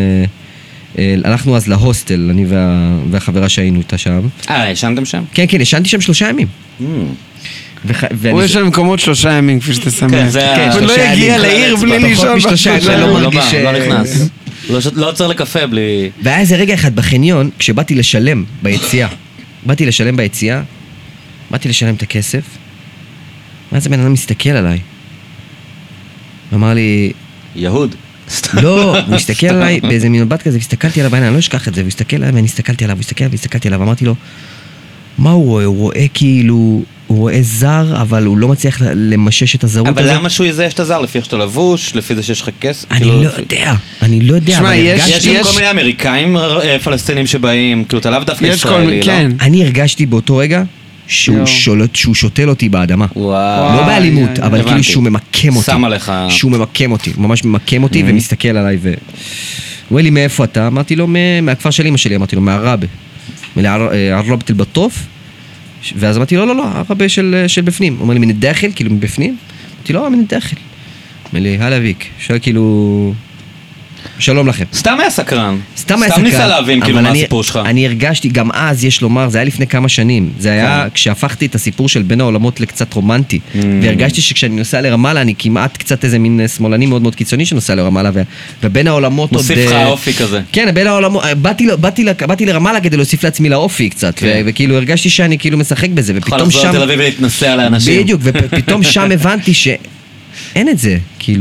S1: אז להוסטל, אני והחברה שהיינו איתה שם.
S3: ישנתם שם?
S1: כן, ישנתי שם 3 ימים.
S2: הוא יש לנו מקומות 3 ימים, כפי שאתה שמח.
S3: כן, זה...
S2: הוא לא הגיע לעיר בלי לישון
S1: ב3 ימים,
S3: לא מרגיש... לא נכנס. לא עוצר לקפה בלי...
S1: והיה איזה רגע אחד בחניון, כשבאתי לשלם ביציאה, באתי לשלם את הכסף, ואז הבן אדם מסתכל עליי. אמר לי...
S3: יהוד.
S1: לא, הוא הסתכל עליי באיזה מין מבט כזה, והסתכלתי עליו בעיניים, אני לא אשכח את זה, הוא הסתכל עליי ואני הסתכלתי עליו, והסתכלתי עליו, ואמרתי לו, מה הוא רואה? הוא רואה כאילו... הוא רואה זר, אבל הוא לא מצליח למשש את הזרות הזה.
S3: אבל למה שהוא יזהה שאתה זר? לפי איך שאתה לבוש? לפי זה שיש לך כסף?
S1: אני לא יודע.
S2: שמע,
S3: יש גם כל מיני אמריקאים פלסטינים שבאים, כאילו אתה לאו דווקא ישראלי, לא?
S1: אני הרגשתי באותו רגע שהוא שותל אותי באדמה. לא באלימות, אבל כאילו שהוא ממקם אותי.
S3: שם עליך.
S1: שהוא ממקם אותי, ממש ממקם אותי ומסתכל עליי הוא אומר לי, מאיפה אתה? אמרתי לו, מהכפר של אמא שלי, אמרתי לו, מהערבה. מערבת אל-בטוף. ואז אמרתי, לא, הרבה של בפנים. הוא אומר לי, מן הדחל, כאילו מבפנים? אמרתי, לא, מן הדחל. אומר לי, הלאה ויק. שואל כאילו, שלום לכם.
S3: סתם היה סקרן.
S1: סתם
S3: ניסה להבין כאילו מה הסיפור שלך.
S1: אני הרגשתי, גם אז יש לומר, זה היה לפני כמה שנים. זה היה כשהפכתי את הסיפור של בין העולמות לקצת רומנטי. והרגשתי שכשאני נוסע לרמאללה, אני כמעט קצת איזה מין שמאלני מאוד מאוד קיצוני שנוסע לרמאללה, ובין העולמות עוד...
S3: מוסיף לך האופי כזה.
S1: כן, בין העולמות, באתי לרמאללה כדי להוסיף לעצמי לאופי קצת, וכאילו הרגשתי שאני כאילו משחק בזה, ופתאום שם...
S3: תל אביב להתנסע לאנשים.
S1: בדיוק, ופתאום שם הבנתי שאין את זה, כאילו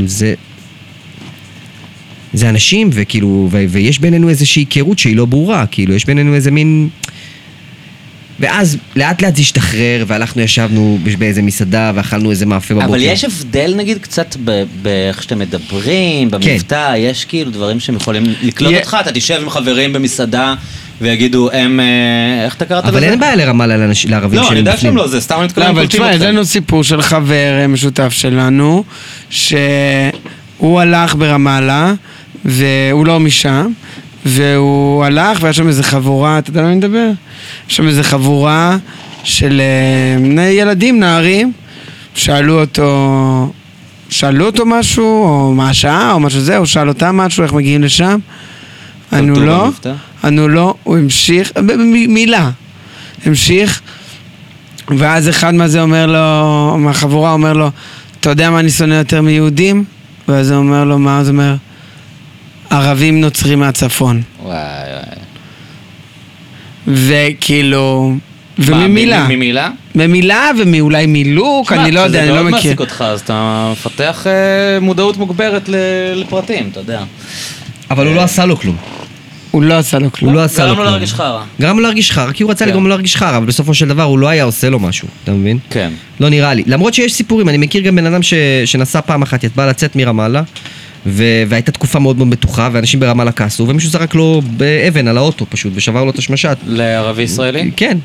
S1: זה אנשים, וכאילו, ויש בינינו איזושהי היכרות שהיא לא ברורה, כאילו, יש בינינו איזה מין... ואז לאט לאט זה השתחרר, והלכנו ישבנו באיזה מסעדה, ואכלנו איזה מאפה בבוקר.
S3: אבל יש הבדל נגיד קצת באיך שאתם מדברים, במבטא, יש כאילו דברים שהם יכולים לקלוט אותך, אתה תשב עם חברים במסעדה, ויגידו, איך אתה קראת לזה?
S1: אבל אין בעיה לרמאללה לערבים שהם בפנים.
S3: לא, אני יודע שהם לא, זה סתם אני מתכוון.
S2: אבל תשמע, יש לנו סיפור של חבר משותף שלנו, שהוא הלך ברמאללה, והוא לא משם, והוא הלך, והיה שם איזה חבורה, אתה יודע מה אני מדבר? יש שם איזה חבורה של ילדים, נערים, שאלו אותו משהו, או מה השעה, או משהו זה, או שאל אותם משהו, איך מגיעים לשם? ענו לא, הוא המשיך, מילה, המשיך, ואז אחד מהזה אומר לו, מהחבורה אומר לו, אתה יודע מה אני שונא יותר מיהודים? ואז הוא אומר לו, מה? אז הוא אומר, ערבים נוצרים מהצפון.
S3: וואי.
S2: וכאילו... וממילה.
S3: ממילה?
S2: ממילה ומאולי מילוק, אני לא יודע, אני לא מכיר.
S3: זה מאוד מעסיק אותך, אז אתה מפתח מודעות מוגברת לפרטים, אתה יודע.
S1: אבל הוא לא עשה לו כלום.
S2: הוא לא עשה לו כלום.
S3: גרם לו להרגיש חרא.
S1: גרם לו להרגיש חרא, כי הוא רצה לגרום לו להרגיש חרא, אבל בסופו של דבר הוא לא היה עושה לו משהו, אתה מבין?
S3: כן.
S1: לא נראה לי. למרות שיש סיפורים, אני מכיר גם בן אדם שנסע פעם אחת, בא לצאת מרמאללה, והייתה תקופה מאוד מאוד בטוחה, ואנשים ברמאללה כעסו, ומישהו זרק לו באבן על האוטו פשוט, ושבר לו את השמשת.
S3: לערבי ישראלי?
S1: כן.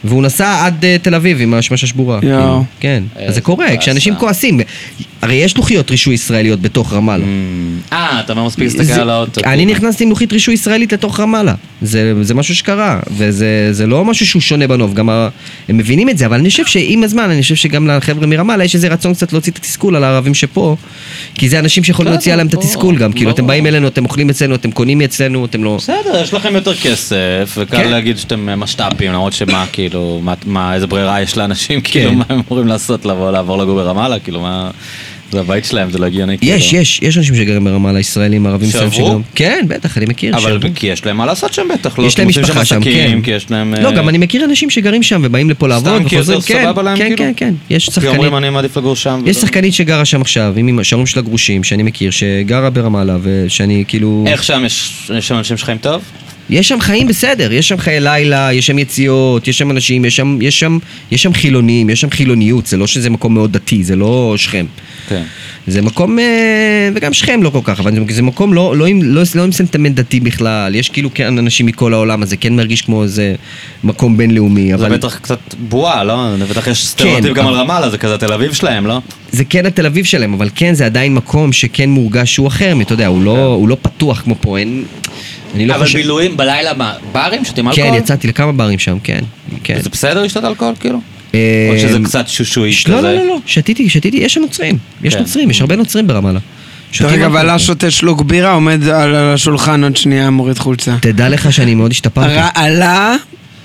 S1: והוא נסע עד תל אביב עם השמשה שבורה. כאילו, כן, אז זה קורה, כשאנשים כועסים. הרי יש לוחיות רישוי ישראליות בתוך רמאללה.
S3: אתה לא מספיק להסתכל על האוטו.
S1: אני נכנסתי עם לוחית רישוי ישראלית לתוך רמאללה. זה משהו שקרה, וזה לא משהו שהוא שונה בנוף, גם הם מבינים את זה, אבל אני חושב שעם הזמן, אני חושב שגם לחבר'ה מרמאללה יש איזה רצון קצת להוציא את התסכול על הערבים שפה, כי זה אנשים שיכולים להוציא עליהם את התסכול גם, כאילו אתם באים אלינו, אתם אוכלים אצלנו, אתם קונים אצלנו, אתם לא...
S3: בסדר, יש לכם יותר כסף, וקל להגיד שאתם משת"פים, למרות שמה, כאילו, איזה ברירה יש לאנשים, כאילו, מה הם אמורים לעשות, לעבור לגור ברמאללה, כאילו, מה... זה הבית שלהם, זה לא הגיוני.
S1: יש אנשים שגרים ברמאללה, ישראלים, ערבים שגרים.
S3: שעברו?
S1: כן, בטח, אני מכיר.
S3: אבל כי יש להם מה לעשות שם בטח, לא?
S1: יש להם משפחה שם, כן.
S3: כי יש להם...
S1: לא, גם אני מכיר אנשים שגרים שם ובאים לפה לעבוד
S3: סתם כי יותר סבבה להם, כאילו?
S1: כן, כן, יש
S3: כי
S1: שחקנית.
S3: אומרים אני מעדיף לגור שם.
S1: יש שחקנית שגרה שם עכשיו, עם השערים של הגרושים, שאני מכיר, שגרה ברמאללה, ושאני כאילו...
S3: איך שם יש שם אנשים שחיים טוב?
S1: יש שם חיים בסדר, יש שם חיי לילה, יש שם יציאות, יש שם אנשים, יש שם חילונים, יש שם חילוניות, זה לא שזה מקום מאוד דתי, זה לא שכם.
S3: כן.
S1: זה מקום, וגם שכם לא כל כך, אבל זה מקום לא עם סנטימנט דתי בכלל, יש כאילו כן אנשים מכל העולם, אז זה כן מרגיש כמו איזה מקום בינלאומי.
S3: זה בטח קצת בועה, לא? בטח יש סטריאוטיפ גם על רמאללה, זה כזה תל אביב שלהם, לא?
S1: זה כן התל אביב שלהם, אבל כן זה עדיין מקום שכן מורגש שהוא אחר, אתה יודע, הוא לא פתוח כמו פה, אין...
S3: אבל בילויים בלילה, ברים? שותים אלכוהול?
S1: כן, יצאתי לכמה ברים שם, כן.
S3: זה בסדר לשתות אלכוהול, כאילו? או שזה קצת שושוי כזה?
S1: לא, שתיתי, יש נוצרים, יש הרבה נוצרים ברמאללה.
S2: רגע, ועלה שותה שלוק בירה, עומד על השולחן עוד שנייה, מוריד חולצה.
S1: תדע לך שאני מאוד השתפרתי.
S2: עלה?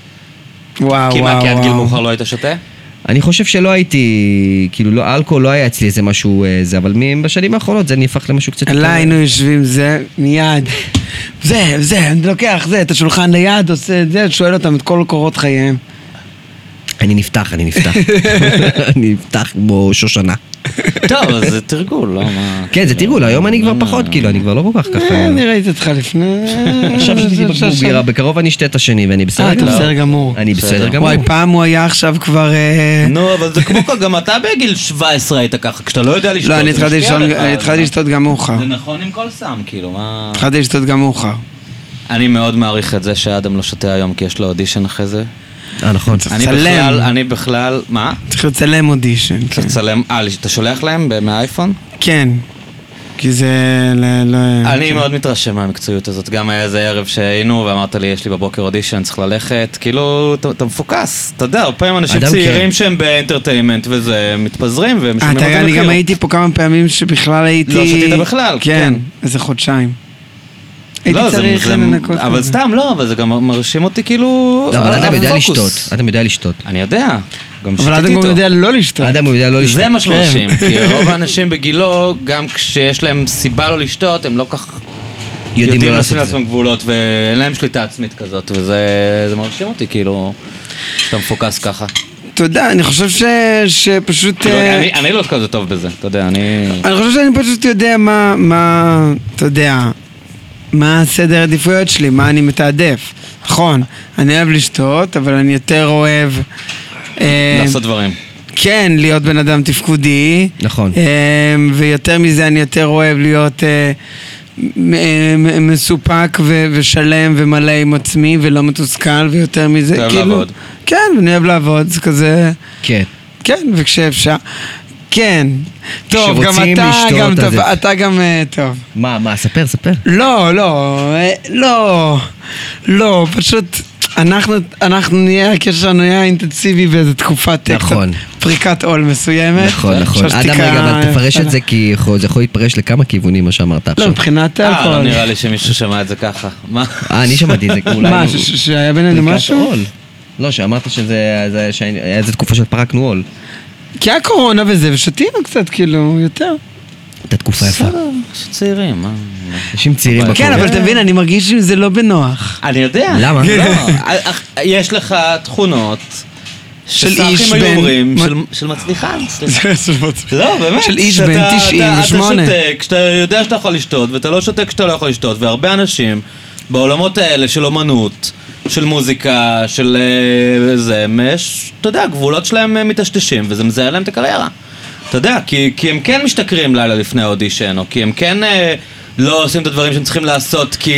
S2: וואו.
S3: כי מה, כי עד גיל מאוחר לא היית שותה?
S1: אני חושב שלא הייתי, כאילו, אלכוהול לא היה אצלי איזה משהו, אבל בשנים האחרונות זה נהפך למשהו קצת...
S2: עלה היינו יושבים, זה, מיד. אני לוקח את השולחן ליד, עושה את זה, שואל אותם את כל קורות חייהם.
S1: אני נפתח. אני נפתח כמו שושנה.
S3: טוב, אז זה תרגול, לא מה...
S1: כן, זה תרגול, היום אני כבר פחות, כאילו, אני כבר לא כל כך ככה...
S2: אני ראיתי אותך לפני...
S1: עכשיו שתיתי בקבוק בירה, בקרוב אני אשתה את השני, ואני בסדר
S2: אתה בסדר גמור.
S1: אני בסדר גמור.
S2: וואי, פעם הוא היה עכשיו כבר...
S3: נו, אבל זה כמו גם אתה בגיל 17 היית ככה, כשאתה לא יודע לשתות...
S2: לא, אני התחלתי לשתות גם מאוחר.
S3: זה נכון עם כל סם, כאילו, מה...
S2: התחלתי לשתות גם מאוחר.
S3: אני מאוד מעריך את זה שאדם לא שותה היום, כי יש לו אודישן אחרי זה.
S1: נכון.
S3: אני בכלל, מה?
S2: צריך לצלם אודישן.
S3: צריך לצלם, אתה שולח להם מהאייפון?
S2: כן. כי זה...
S3: אני מאוד מתרשם מהמקצועיות הזאת, גם היה איזה ערב שהיינו ואמרת לי יש לי בבוקר אודישן, צריך ללכת, כאילו אתה מפוקס, אתה יודע, הרבה פעמים אנשים צעירים שהם באנטרטיימנט וזה מתפזרים והם משלמים את המחיר.
S2: אני גם הייתי פה כמה פעמים שבכלל הייתי...
S3: לא שתית בכלל,
S2: כן, איזה חודשיים.
S3: לא, אבל סתם לא, אבל זה גם מרשים אותי כאילו...
S1: לא, אבל אדם יודע לשתות, אדם יודע לשתות.
S3: אני יודע, גם
S2: אבל אדם גם יודע לא לשתות.
S1: אדם יודע לא לשתות.
S3: זה מה שמרשים, כי רוב האנשים בגילו, גם כשיש להם סיבה לא לשתות, הם לא כך יודעים לשים לעצמם גבולות, ואין להם שליטה עצמית כזאת, וזה מרשים אותי כאילו, שאתה מפוקס ככה.
S2: תודה, אני חושב שפשוט...
S3: אני לא כזה טוב בזה, אתה יודע, אני
S2: חושב שאני פשוט יודע מה, אתה יודע... מה הסדר העדיפויות שלי, מה אני מתעדף. נכון, אני אוהב לשתות, אבל אני יותר אוהב...
S3: לעשות דברים.
S2: כן, להיות בן אדם תפקודי.
S1: נכון.
S2: ויותר מזה אני יותר אוהב להיות מסופק ושלם ומלא עם עצמי ולא מתוסכל, ויותר מזה...
S3: אתה אוהב לעבוד.
S2: כן, אני אוהב לעבוד, זה כזה...
S1: כן.
S2: כן, וכשאפשר... כן, טוב, גם אתה גם טוב.
S1: מה, ספר.
S2: לא, פשוט אנחנו נהיה, הקשר שלנו נהיה אינטנסיבי באיזו תקופת פריקת עול מסוימת.
S1: נכון. אדם רגע, אבל תפרש את זה, כי זה יכול להתפרש לכמה כיוונים מה שאמרת עכשיו.
S2: לא, מבחינת אלכוהול.
S3: לא נראה לי שמישהו שמע את זה ככה. מה?
S1: אני שמעתי את זה אולי.
S2: מה, שהיה בינינו משהו?
S1: לא, שאמרת שהיה איזה תקופה של פרקנו עול.
S2: כי היה קורונה וזה, ושתינו קצת, כאילו, יותר.
S1: הייתה תקופה יפה.
S3: צעירים, מה?
S1: אנשים צעירים בקורונה.
S2: כן, אבל אתה מבין, אני מרגיש שזה לא בנוח.
S3: אני יודע.
S1: למה?
S3: יש לך תכונות
S2: של איש
S3: בן... של מצליחן. לא, באמת.
S2: של איש בן 98.
S3: אתה שותק כשאתה יודע שאתה יכול לשתות, ואתה לא שותק כשאתה לא יכול לשתות, והרבה אנשים בעולמות האלה של אומנות, של מוזיקה, של זה, אתה יודע, הגבולות שלהם מטשטשים, וזה מזהה להם את הקריירה. אתה יודע, כי הם כן משתכרים לילה לפני האודישן, או כי הם כן לא עושים את הדברים שהם צריכים לעשות, כי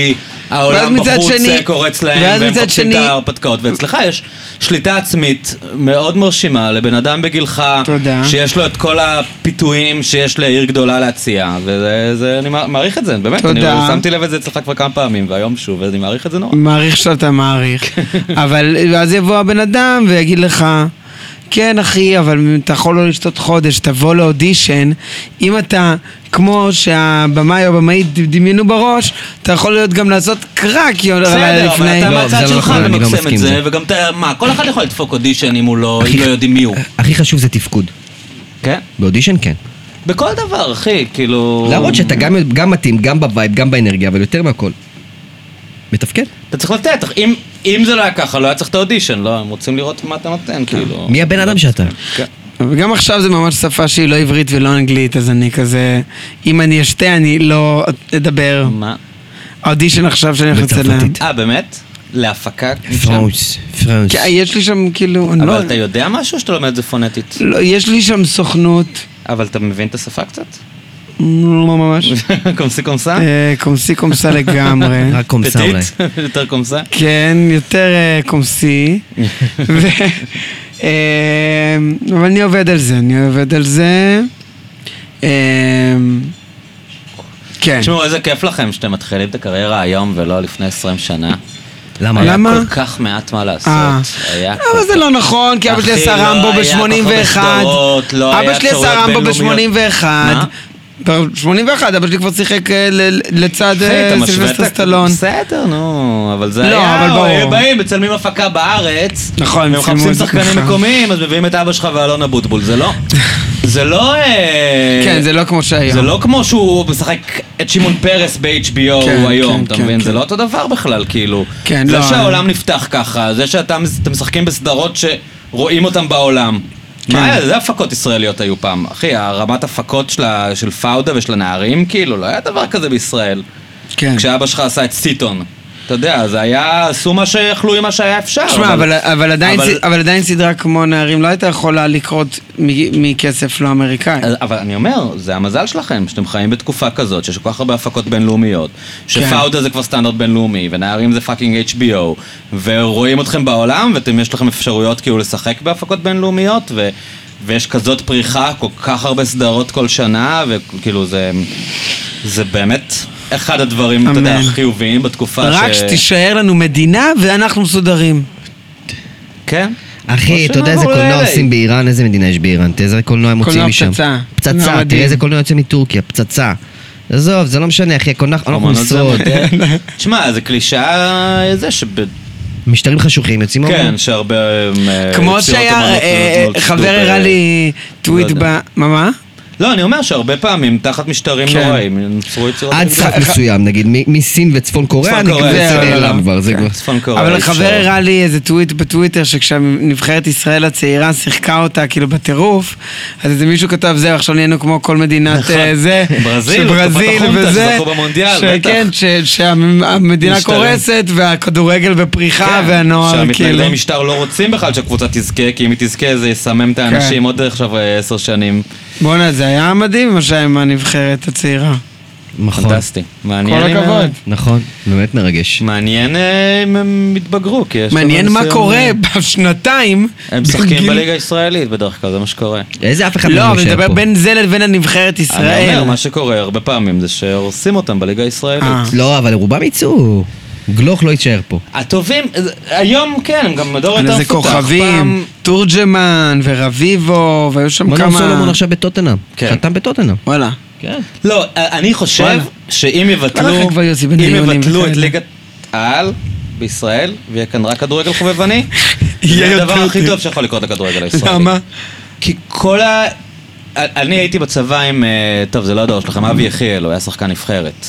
S3: העולם בחוץ קורץ להם,
S2: ואז
S3: והם
S2: מצד
S3: חופשים
S2: שני...
S3: את ההרפתקאות, ואצלך יש שליטה עצמית מאוד מרשימה לבן אדם בגילך,
S2: תודה.
S3: שיש לו את כל הפיתויים שיש לעיר גדולה להציע, ואני מעריך את זה, באמת,
S2: תודה.
S3: אני שמתי לב את זה אצלך כבר כמה פעמים, והיום שוב, ואני מעריך את זה נורא.
S2: מעריך שאתה מעריך. אבל אז יבוא הבן אדם ויגיד לך, כן אחי, אבל אתה יכול לא לשתות חודש, תבוא לאודישן, אם אתה, כמו שהבמאי או הבמאית דמיינו בראש, אתה יכול להיות גם לעשות קרק לפני.
S3: בסדר, אבל אתה
S1: לא,
S3: מהצד
S1: זה לא
S3: שלך
S1: נכון, אני לא
S3: ממקסם
S1: מסכים
S3: את
S1: עם
S3: זה,
S1: זה.
S3: וגם מה, כל אחד יכול לדפוק אודישן אם לא יודעים מי הוא.
S1: הכי חשוב זה תפקוד.
S3: כן?
S1: באודישן כן.
S3: בכל דבר, אחי, כאילו...
S1: להראות שאתה גם מתאים, גם בווייב, גם באנרגיה, אבל יותר מהכל. מתפקד.
S3: אתה צריך לתת, אם זה לא היה ככה, לא היה צריך את האודישן, לא, הם רוצים לראות מה אתה נותן, כאילו...
S1: מי הבן אדם שאתה?
S3: כן.
S2: וגם עכשיו זה ממש שפה שהיא לא עברית ולא אנגלית, אז אני כזה, אם אני אשתה אני לא אדבר.
S3: מה?
S2: האודישן עכשיו שאני נכנס אליהם.
S1: בצרפתית.
S3: באמת? להפקה?
S1: פרנס.
S2: כן, יש לי שם כאילו, אני
S3: אבל
S2: לא...
S3: אתה יודע משהו שאתה לומד את זה פונטית?
S2: לא, יש לי שם סוכנות,
S3: אבל אתה מבין את השפה קצת?
S2: לא ממש.
S3: קומסי קומסה?
S2: קומסי קומסה לגמרי.
S1: רק קומסה אולי.
S3: פטית? יותר קומסה?
S2: כן, יותר קומסי. אבל אני עובד על זה, כן.
S3: תשמעו, איזה כיף לכם שאתם מתחילים את הקריירה היום ולא לפני 20 שנה.
S1: למה?
S2: למה?
S3: היה כל כך מעט מה לעשות. היה כל
S2: אבל זה
S3: כך-
S2: לא נכון, כי אבא שלי
S3: אחי,
S2: עשה רמבו
S3: לא היה כל כך
S2: ב-81.
S3: בסדרות, לא היה
S2: אבא שלי עשה
S3: אפשרויות
S2: רמבו
S3: בינלאומיות.
S2: ב-81.
S3: מה?
S2: ב-81, אבא שלי כבר שיחק לצד
S3: אחי, אתה משווה
S2: סילבסטר
S3: את
S2: סטלון.
S3: בסדר, נו, אבל זה
S2: לא,
S3: היה,
S2: אבל ברור.
S3: הם באים, מצלמים הפקה בארץ,
S2: נכון,
S3: הם
S2: הם צילמו
S3: מחפשים
S2: את זה
S3: שחקנים
S2: ככה.
S3: מקומיים, אז מביאים את אבא שלך ואלון אבוטבול, זה לא, זה לא,
S2: כן, זה לא כמו שהיום.
S3: זה לא כמו שהוא משחק את שמעון פרס ב-HBO
S2: כן,
S3: היום,
S2: כן,
S3: אתה
S2: כן,
S3: מבין?
S2: כן.
S3: זה לא אותו דבר בכלל, כאילו.
S2: כן,
S3: זה
S2: לא,
S3: שהעולם נפתח ככה, זה שאתם משחקים בסדרות שרואים אותם בעולם. מה היה? זה הפקות ישראליות היו פעם. אחי, הרמת הפקות של פאודה ושל הנערים, כאילו, לא היה דבר כזה בישראל.
S2: כן.
S3: כשאבא שלך עשה את סיטון. אתה יודע, זה היה, עשו מה שיכלו עם מה שהיה אפשר.
S2: תשמע, אבל עדיין סדרה כמו נערים לא הייתה יכולה לקרות מכסף לא אמריקאי.
S3: אבל אני אומר, זה המזל שלכם, שאתם חיים בתקופה כזאת, שיש כל כך הרבה הפקות בינלאומיות, שפאודה זה כבר סטנדרט בינלאומי, ונערים זה פאקינג HBO, ורואים אתכם בעולם, ויש לכם אפשרויות כאילו לשחק בהפקות בינלאומיות, ויש כזאת פריחה, כל כך הרבה סדרות כל שנה, וכאילו זה באמת אחד הדברים, אתה יודע, חיוביים בתקופה
S2: רק שתישאר לנו מדינה ואנחנו מסודרים.
S3: כן?
S1: אחי, אתה יודע איזה קולנוע עושים באיראן? איזה מדינה יש באיראן? תראה איזה קולנוע הם מוציאים משם.
S2: פצצה.
S1: פצצה, תראה איזה קולנוע יוצא מטורקיה, פצצה. עזוב, זה לא משנה, אחי, הקולנוע, אנחנו נשרוד.
S3: תשמע, זה קלישה, זה
S1: משטרים חשוכים יוצאים
S3: כן,
S1: אומרים.
S3: שהרבה...
S2: כמו שהיה, חבר הראה לי טוויט מה?
S3: לא, אני אומר שהרבה פעמים, תחת משטרים נוראים, נוצרו יצירות...
S1: עד סף מסוים, נגיד, מסין וצפון קוריאה,
S3: צפון קוריאה,
S1: זה
S3: לא,
S1: נעלם
S3: לא.
S1: כבר, זה כבר.
S3: צפון קוריאה.
S2: אבל חבר הראה לי איזה טוויט בטוויטר שכשנבחרת ישראל הצעירה שיחקה אותה כאילו בטירוף, אז איזה מישהו כתב זהו, עכשיו נהיינו כמו כל מדינת זה,
S3: ברזיל,
S2: שברזיל וזה,
S3: שזכו במונדיאל, בטח.
S2: כן, שהמדינה
S3: משתלם.
S2: קורסת והכדורגל בפריחה והנוער כאילו.
S3: שהמתנגדי משטר לא רוצים בכלל שהקבוצה תזכה, כי אם היא תזכה זה יסמם את האנשים עוד עכשיו 10 שנים.
S2: בוא'נה, זה היה מדהים מה שהיה עם הנבחרת הצעירה.
S1: נכון,
S3: פנטסטי. מעניין
S2: כל
S3: אם-
S2: הכבוד.
S1: נכון, באמת מרגש.
S3: מעניין אם הם התבגרו, כי יש...
S2: מעניין
S3: לנו
S2: מה
S3: ניסיון-
S2: קורה בשנתיים.
S3: הם משחקים
S2: בגיל-
S3: בליגה הישראלית בדרך כלל, זה מה שקורה.
S1: איזה אף אחד
S2: לא,
S1: לא
S2: אבל
S1: יישאר
S2: נדבר
S1: פה.
S2: בין זה לבין הנבחרת
S3: אני
S2: ישראל.
S3: אומר, מה שקורה הרבה פעמים זה שהורסים אותם בליגה הישראלית.
S1: לא, אבל רובם יצאו. גלוך לא יישאר פה.
S3: הטובים, היום כן, הם גם דור יותר
S2: זה
S3: מפותח.
S2: כוכבים,
S3: פעם-
S2: תורג'מן ורביבו, והיו שם
S1: מנור
S2: כמה...
S1: סולומון עכשיו בטוטנאם.
S3: כן.
S1: חתם בטוטנאם.
S2: וואלה.
S1: כן.
S3: לא, אני חושב
S2: וואלה.
S3: שאם
S2: לא
S3: יבטלו,
S2: לך כבר יוסי בן
S3: אם
S2: עיונים
S3: יבטלו את
S2: וכאלה.
S3: ליגת העל בישראל, ויהיה כאן רק כדורגל חובבני,
S2: יהיה
S3: זה הדבר
S2: יותר
S3: הכי
S2: טוב.
S3: טוב שיכול לקרות לכדורגל הישראלי.
S2: למה?
S3: כי כל ה... אני הייתי בצבא עם, טוב זה לא הדור שלכם, אבי יחיאל, הוא היה שחקן נבחרת.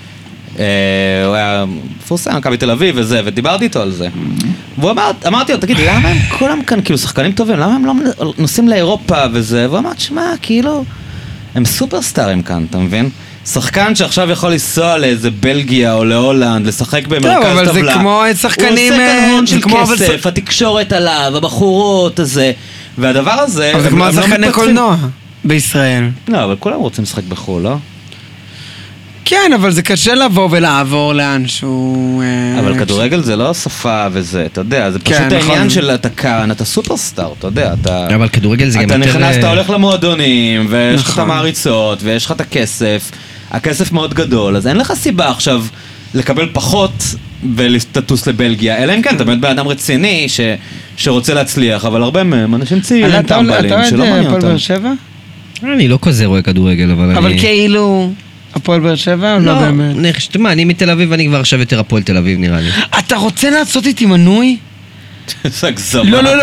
S3: הוא היה מפורסם, מכבי תל אביב וזה, ודיברתי איתו על זה. והוא אמרתי לו, תגיד, למה הם כולם כאן כאילו שחקנים טובים, למה הם לא נוסעים לאירופה וזה? והוא אמר, שמע, כאילו, הם סופרסטארים כאן, אתה מבין? שחקן שעכשיו יכול לנסוע לאיזה בלגיה או להולנד, לשחק במרכז טבלה.
S2: אבל זה כמו שחקנים...
S3: הוא עושה כאן הון
S2: זה
S3: של
S2: כמו
S3: כסף, התקשורת עליו, הבחורות הזה. והדבר הזה...
S2: אבל זה כמו
S3: הם לא
S2: שחקני
S3: מתפתחים.
S2: קולנוע בישראל.
S3: לא, אבל כולם רוצים לשחק בחו"ל, לא?
S2: כן, אבל זה קשה לבוא ולעבור לאנשהו...
S3: אבל כדורגל זה לא שפה וזה, אתה יודע, זה פשוט
S2: כן, נכון.
S3: העניין של אתה כאן, אתה סופרסטאר, אתה יודע, אתה...
S1: אבל כדורגל זה גם
S3: אתה
S1: יותר...
S3: נכנס, אתה הולך למועדונים, ויש לך את
S2: נכון.
S3: המעריצות, ויש לך את הכסף, הכסף מאוד גדול, אז אין לך סיבה עכשיו לקבל פחות ולטוס לבלגיה, אלא אם כן, אתה באמת בן אדם רציני שרוצה להצליח, אבל הרבה מהם אנשים צעירים, טמבלים, שלא מעניין
S2: הפועל
S3: אותם.
S2: באר שבע?
S1: אני לא כזה רואה כדורגל, אבל אני...
S2: אבל כאילו... הפועל באר שבע או לא באמת?
S1: תשמע, אני מתל אביב, אני כבר עכשיו יותר הפועל תל אביב נראה לי.
S2: אתה רוצה לעשות איתי מנוי?
S3: זה הגזמה.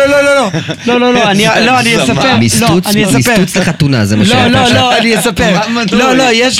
S2: לא, אני אספר.
S1: מסטוץ לחתונה, זה מה שהיה.
S2: לא, אני אספר. לא,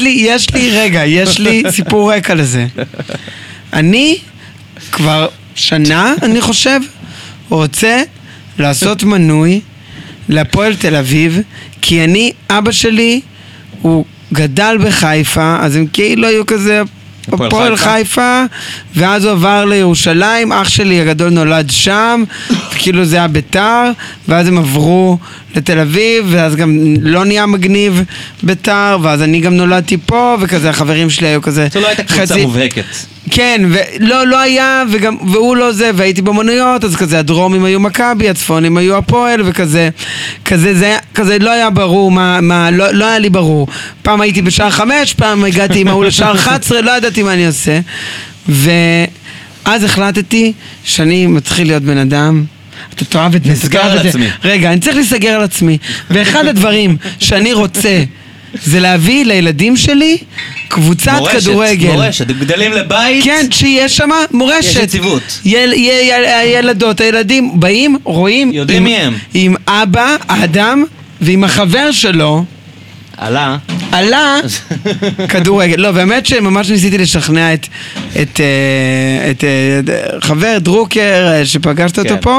S2: יש לי סיפור רקע לזה. אני כבר שנה, אני חושב, רוצה לעשות מנוי לפועל תל אביב, כי אבא שלי, הוא גדל בחיפה, אז הם כאילו היו כזה... הפועל חיפה, ואז הוא עבר לירושלים, אח שלי הגדול נולד שם, כאילו זה היה ביתר, ואז הם עברו לתל אביב, ואז גם לא נהיה מגניב ביתר, ואז אני גם נולדתי פה, וכזה החברים שלי היו כזה...
S3: זו לא הייתה קבוצה מובהקת.
S2: כן, לא היה, והוא לא זה, והייתי במוניות, אז כזה הדרומים היו מכבי, הצפונים היו הפועל, וכזה, כזה לא היה ברור, לא היה לי ברור. פעם הייתי בשער 5, פעם הגעתי עם ההוא לשער 11, לא ידעתי מה אני עושה. ואז החלטתי שאני מתחיל להיות בן אדם, אתה תאהב את זה.
S3: נסגר על עצמי.
S2: רגע, אני צריך להיסגר על עצמי. ואחד הדברים שאני רוצה, זה להביא לילדים שלי קבוצת כדורגל.
S3: מורשת, הם גדלים לבית.
S2: כן, שיש שם מורשת.
S3: יש יציבות.
S2: הילדות, הילדים באים, רואים.
S3: יודעים מי הם.
S2: עם אבא, האדם, ועם החבר שלו. עלה כדורגל. לא, באמת שממש ניסיתי לשכנע את חבר דרוקר שפגשת אותו פה,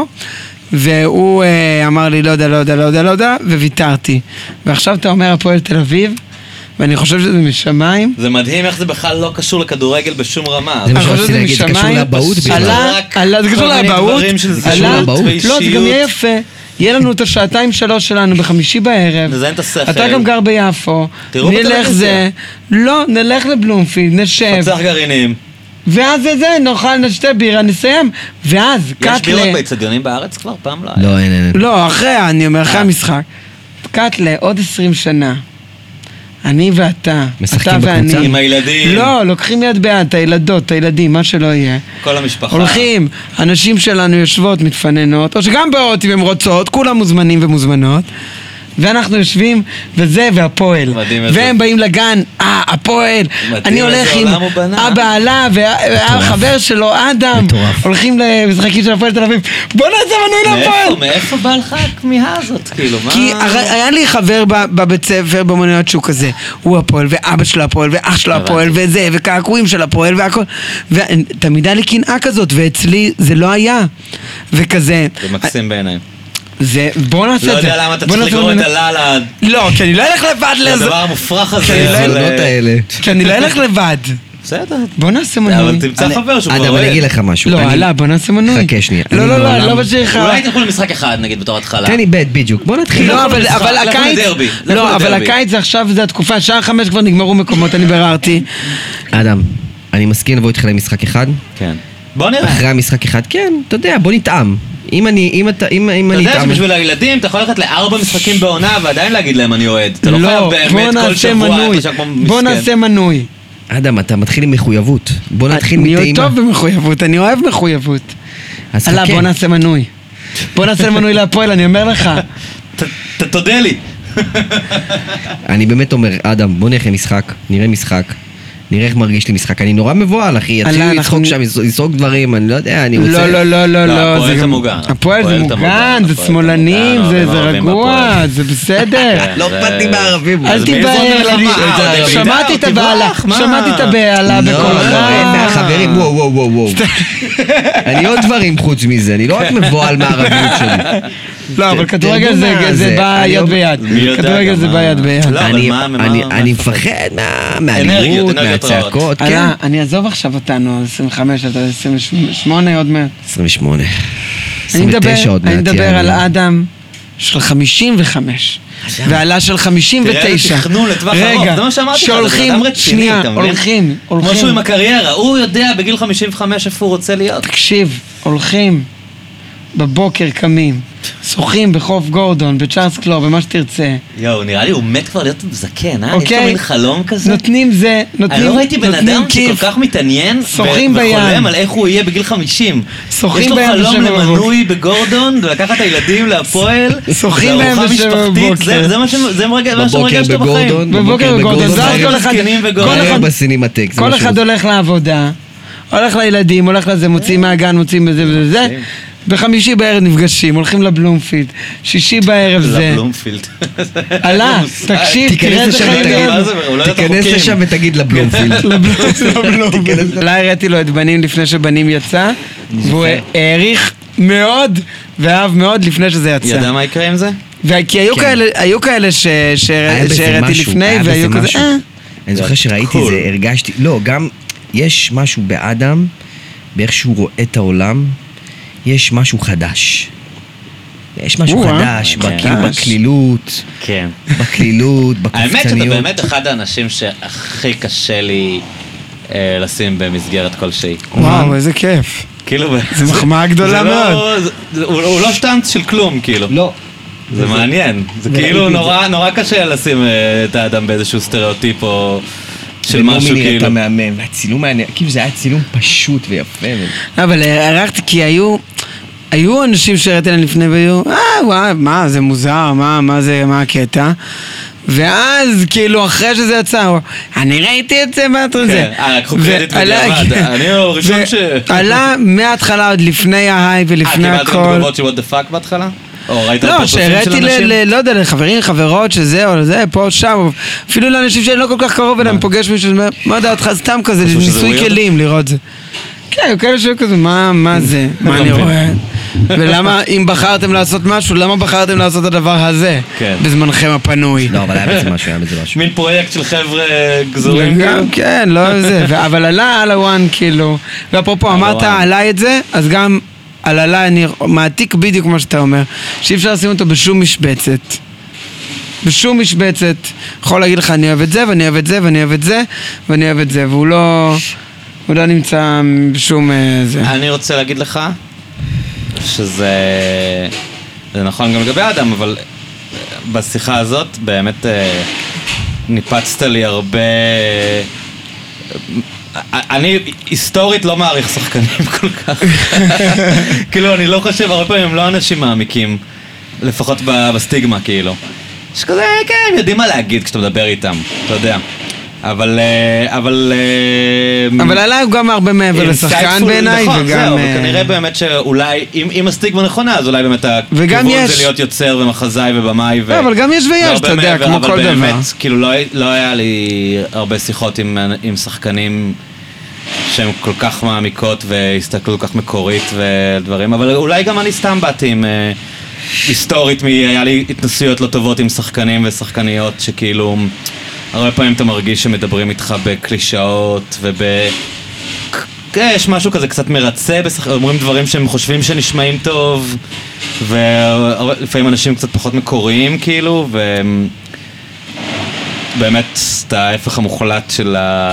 S2: והוא אמר לי לא יודע, וויתרתי. ועכשיו אתה אומר הפועל תל אביב, ואני חושב שזה משמיים.
S3: זה מדהים איך זה בכלל לא קשור לכדורגל בשום רמה.
S1: זה מה שרציתי להגיד, זה קשור לאבהות בכלל.
S2: זה קשור לאבהות. לא, זה גם יהיה יפה. יהיה לנו את השעתיים 3 שלנו בחמישי בערב.
S3: נזיין את השכל.
S2: אתה גם גר ביפו.
S3: תראו בטלוויזיה.
S2: לא, נלך לבלומפילד, נשב.
S3: פצח גרעינים.
S2: ואז נאכל נשתה בירה, נסיים. ואז קאטלה...
S3: יש בירות באצטדיונים בארץ כבר? פעם לא היה.
S1: לא, אין.
S2: לא, אני אומר, אחרי המשחק. קאטלה, עוד 20 שנה. אני ואתה.
S1: משחקים
S2: אתה ואני.
S1: בקבוצה?
S3: עם הילדים.
S2: לא, לוקחים יד ביד, את הילדות, את הילדים, מה שלא יהיה.
S3: כל המשפחה.
S2: הולכים, הנשים שלנו יושבות, מתפננות, או שגם באות אם הן רוצות, כולם מוזמנים ומוזמנות. ואנחנו יושבים, וזה, והפועל. והם באים לגן, הפועל. אני הולך עם אבא עלה, והחבר שלו, אדם. הולכים למשחקים של הפועל תל אביב. בוא נעשה מנוי לפועל!
S3: מאיפה בא לך הכמיהה הזאת? כאילו, מה...
S2: כי היה לי חבר בבית ספר במוניות שהוא כזה. הוא הפועל, ואבא שלו הפועל, ואח שלו הפועל, וזה, וקעקועים של הפועל, והכל. ותמיד היה לי קנאה כזאת, ואצלי זה לא היה. וכזה...
S3: זה מקסים בעיניים.
S2: זה, בוא נעשה את זה.
S3: לא יודע למה אתה צריך לקרוא את הללה.
S2: לא, כי אני לא אלך לבד לזה.
S3: הדבר המופרך הזה.
S2: כי אני לא אלך לבד.
S3: בסדר.
S2: בוא נעשה מנוי.
S3: אבל תמצא חבר שהוא כבר
S1: אדם,
S3: רואה.
S1: אני אגיד לך משהו.
S2: לא, עלה, בוא נעשה מנוי.
S1: חכה שנייה.
S2: לא, לא בשבירך.
S3: אולי תלכו למשחק אחד נגיד בתור התחלה.
S1: תן לי בית בדיוק. בוא נתחיל.
S2: לא, אבל הקיץ... לא, אבל הקיץ עכשיו זה התקופה, שעה 5 כבר נגמרו מקומות, אני ביררתי.
S1: אדם, אני מסכים לבוא איתך למשחק אחד.
S3: כן. בוא נראה.
S1: אחרי המשחק אחד, כן, אתה יודע, בוא נטעם. אם אני
S3: אתה יודע שבשביל הילדים אתה יכול ללכת ל4 משחקים בעונה ועדיין להגיד להם אני אוהד. אתה לא חייב באמת כל שבוע.
S2: בוא נעשה מנוי.
S1: אדם, אתה מתחיל עם מחויבות. בוא נתחיל
S2: מטעימה. אני טוב במחויבות, אני אוהב מחויבות. הלאה, בוא נעשה מנוי. בוא נעשה מנוי להפועל, אני אומר לך.
S3: תודה לי.
S1: אני באמת אומר, אדם, בוא נלך למשחק, נראה משחק. נראה איך מרגיש לי משחק, אני נורא מבועל אחי, יתחילו לצחוק שם, לצחוק דברים, אני לא יודע, אני רוצה...
S2: לא,
S3: הפועל זה מוגן.
S2: הפועל זה מוגן, זה שמאלנים, זה רגוע, זה בסדר.
S1: לא אכפת בערבים.
S2: אל תיבהל, שמעתי את הבעלה בכל אחד.
S1: חברים, וואו. אני עוד דברים חוץ מזה, אני לא רק מבועל מהערביות שלי.
S2: לא, אבל כדורגל זה בא יד ביד. כדורגל זה בא יד ביד.
S1: אני מפחד מהאלימות, מהצעקות, כן.
S2: אני אעזוב עכשיו אותנו, 25, 28 עוד מעט.
S1: 28. 29 עוד מעט.
S2: אני מדבר על אדם של 55, ועלה של 59.
S3: תראה לתכנון לטווח ארוך, זה מה שאמרתי לך, זה אדם רציני, אתה מבין?
S2: הולכים.
S3: משהו עם הקריירה, הוא יודע בגיל 55 איפה הוא רוצה להיות.
S2: תקשיב, הולכים, בבוקר קמים, שוחים בחוף גורדון, בצ'ארלס קלור, במה שתרצה.
S3: יואו, נראה לי הוא מת כבר להיות זקן, יש לו מין חלום כזה?
S2: נותנים זה,
S3: אני לא ראיתי בן אדם שכל כך מתעניין וחולם על איך הוא יהיה בגיל 50. יש לו חלום למנוי בגורדון, לקחת את הילדים להפועל,
S2: שוחים בהם בשבע בבוקר.
S3: זה מה שמרגש אותו בחיים.
S2: בבוקר בגורדון, כל אחד הולך לעבודה, הולך לילדים, הולך לזה, מוציאים מהגן, מוציאים בזה וזה. בחמישי בערב נפגשים, הולכים לבלומפילד, שישי בערב זה.
S3: לבלומפילד.
S2: עלה, תקשיב, תיכנס
S1: לשם ותגיד לבלומפילד.
S2: אולי הראיתי לו את בנים לפני שבנים יצא, והוא העריך מאוד ואהב מאוד לפני שזה יצא.
S3: ידע מה יקרה עם זה?
S2: כי היו כאלה שהראיתי לפני, והיו כזה,
S1: אני זוכר שראיתי זה, הרגשתי, לא, גם יש משהו באדם, באיך שהוא רואה את העולם, יש משהו חדש. יש משהו חדש, בקלילות, בקלילות, בקופצניות.
S3: האמת שאתה באמת אחד האנשים שהכי קשה לי לשים במסגרת כלשהי.
S2: וואו, איזה כיף.
S3: כאילו,
S2: זה מחמאה גדולה מאוד.
S3: הוא לא שטנץ של כלום, כאילו.
S1: לא.
S3: זה מעניין. זה כאילו נורא קשה לשים את האדם באיזשהו סטריאוטיפ או של משהו כאילו.
S1: אתה מהמם, והצילום מעניין, כאילו זה היה צילום פשוט ויפה.
S2: אבל הערכתי כי היו אנשים שראיתי להם לפני והיו, וואי, מה, זה מוזר, מה הקטע? ואז כאילו אחרי שזה יצא, אני ראיתי את זה זה.
S3: לקחו קרדיט בדיעבד, אני הראשון
S2: עלה מההתחלה עוד לפני ההיי ולפני הכל.
S3: קיבלתם תגובות של what the fuck בהתחלה?
S2: לא, שהראיתי לא יודע, לחברים, חברות, שזה או זה, פה, שם, אפילו לאנשים שאני לא כל כך קרוב אליהם, פוגש מישהו, מה יודע אותך, סתם כזה, ניסוי כלים לראות זה. כן, כאלה שהיו כזה, מה זה, מה אני רואה? ולמה, אם בחרתם לעשות משהו, למה בחרתם לעשות את הדבר הזה? בזמנכם הפנוי.
S1: לא, אבל היה בזה משהו,
S3: מין פרויקט של חבר'ה גזורים.
S2: כן, לא זה, אבל עלה על הוואן, כאילו, ואפרופו, אמרת עליי את זה, אז גם על עליי אני מעתיק בדיוק מה שאתה אומר, שאי אפשר לשים אותו בשום משבצת. בשום משבצת. יכול להגיד לך, אני אוהב את זה, ואני אוהב את זה, ואני אוהב את זה, ואני אוהב את זה, והוא לא נמצא בשום זה.
S3: אני רוצה להגיד לך שזה נכון גם לגבי האדם, אבל בשיחה הזאת באמת ניפצת לי הרבה. אני היסטורית לא מעריך שחקנים כל כך. כאילו אני לא חושב, הרבה פעמים הם לא אנשים מעמיקים, לפחות בסטיגמה כאילו. שכזה, כן, הם יודעים מה להגיד כשאתה מדבר איתם, אתה יודע. אבל
S2: עליי הוא גם הרבה מעבר לשחקן בעיניי,
S3: נכון, וגם וכנראה באמת שאולי אם הסטיגמה נכונה, אז אולי באמת הכיוון זה להיות יוצר ומחזאי ובמאי,
S2: אבל גם יש ויש, אתה יודע, כמו כל דבר.
S3: אבל באמת, כאילו לא היה לי הרבה שיחות עם שחקנים שהן כל כך מעמיקות והסתכלו כל כך מקורית ודברים, אבל אולי גם אני סתם באתי עם היסטורית, היה לי התנסויות לא טובות עם שחקנים ושחקניות שכאילו הרבה פעמים אתה מרגיש שמדברים איתך בקלישאות יש משהו כזה קצת מרצה, אומרים דברים שהם חושבים שנשמעים טוב, ולפעמים אנשים קצת פחות מקוריים כאילו, ובאמת את ההפך המוחלט של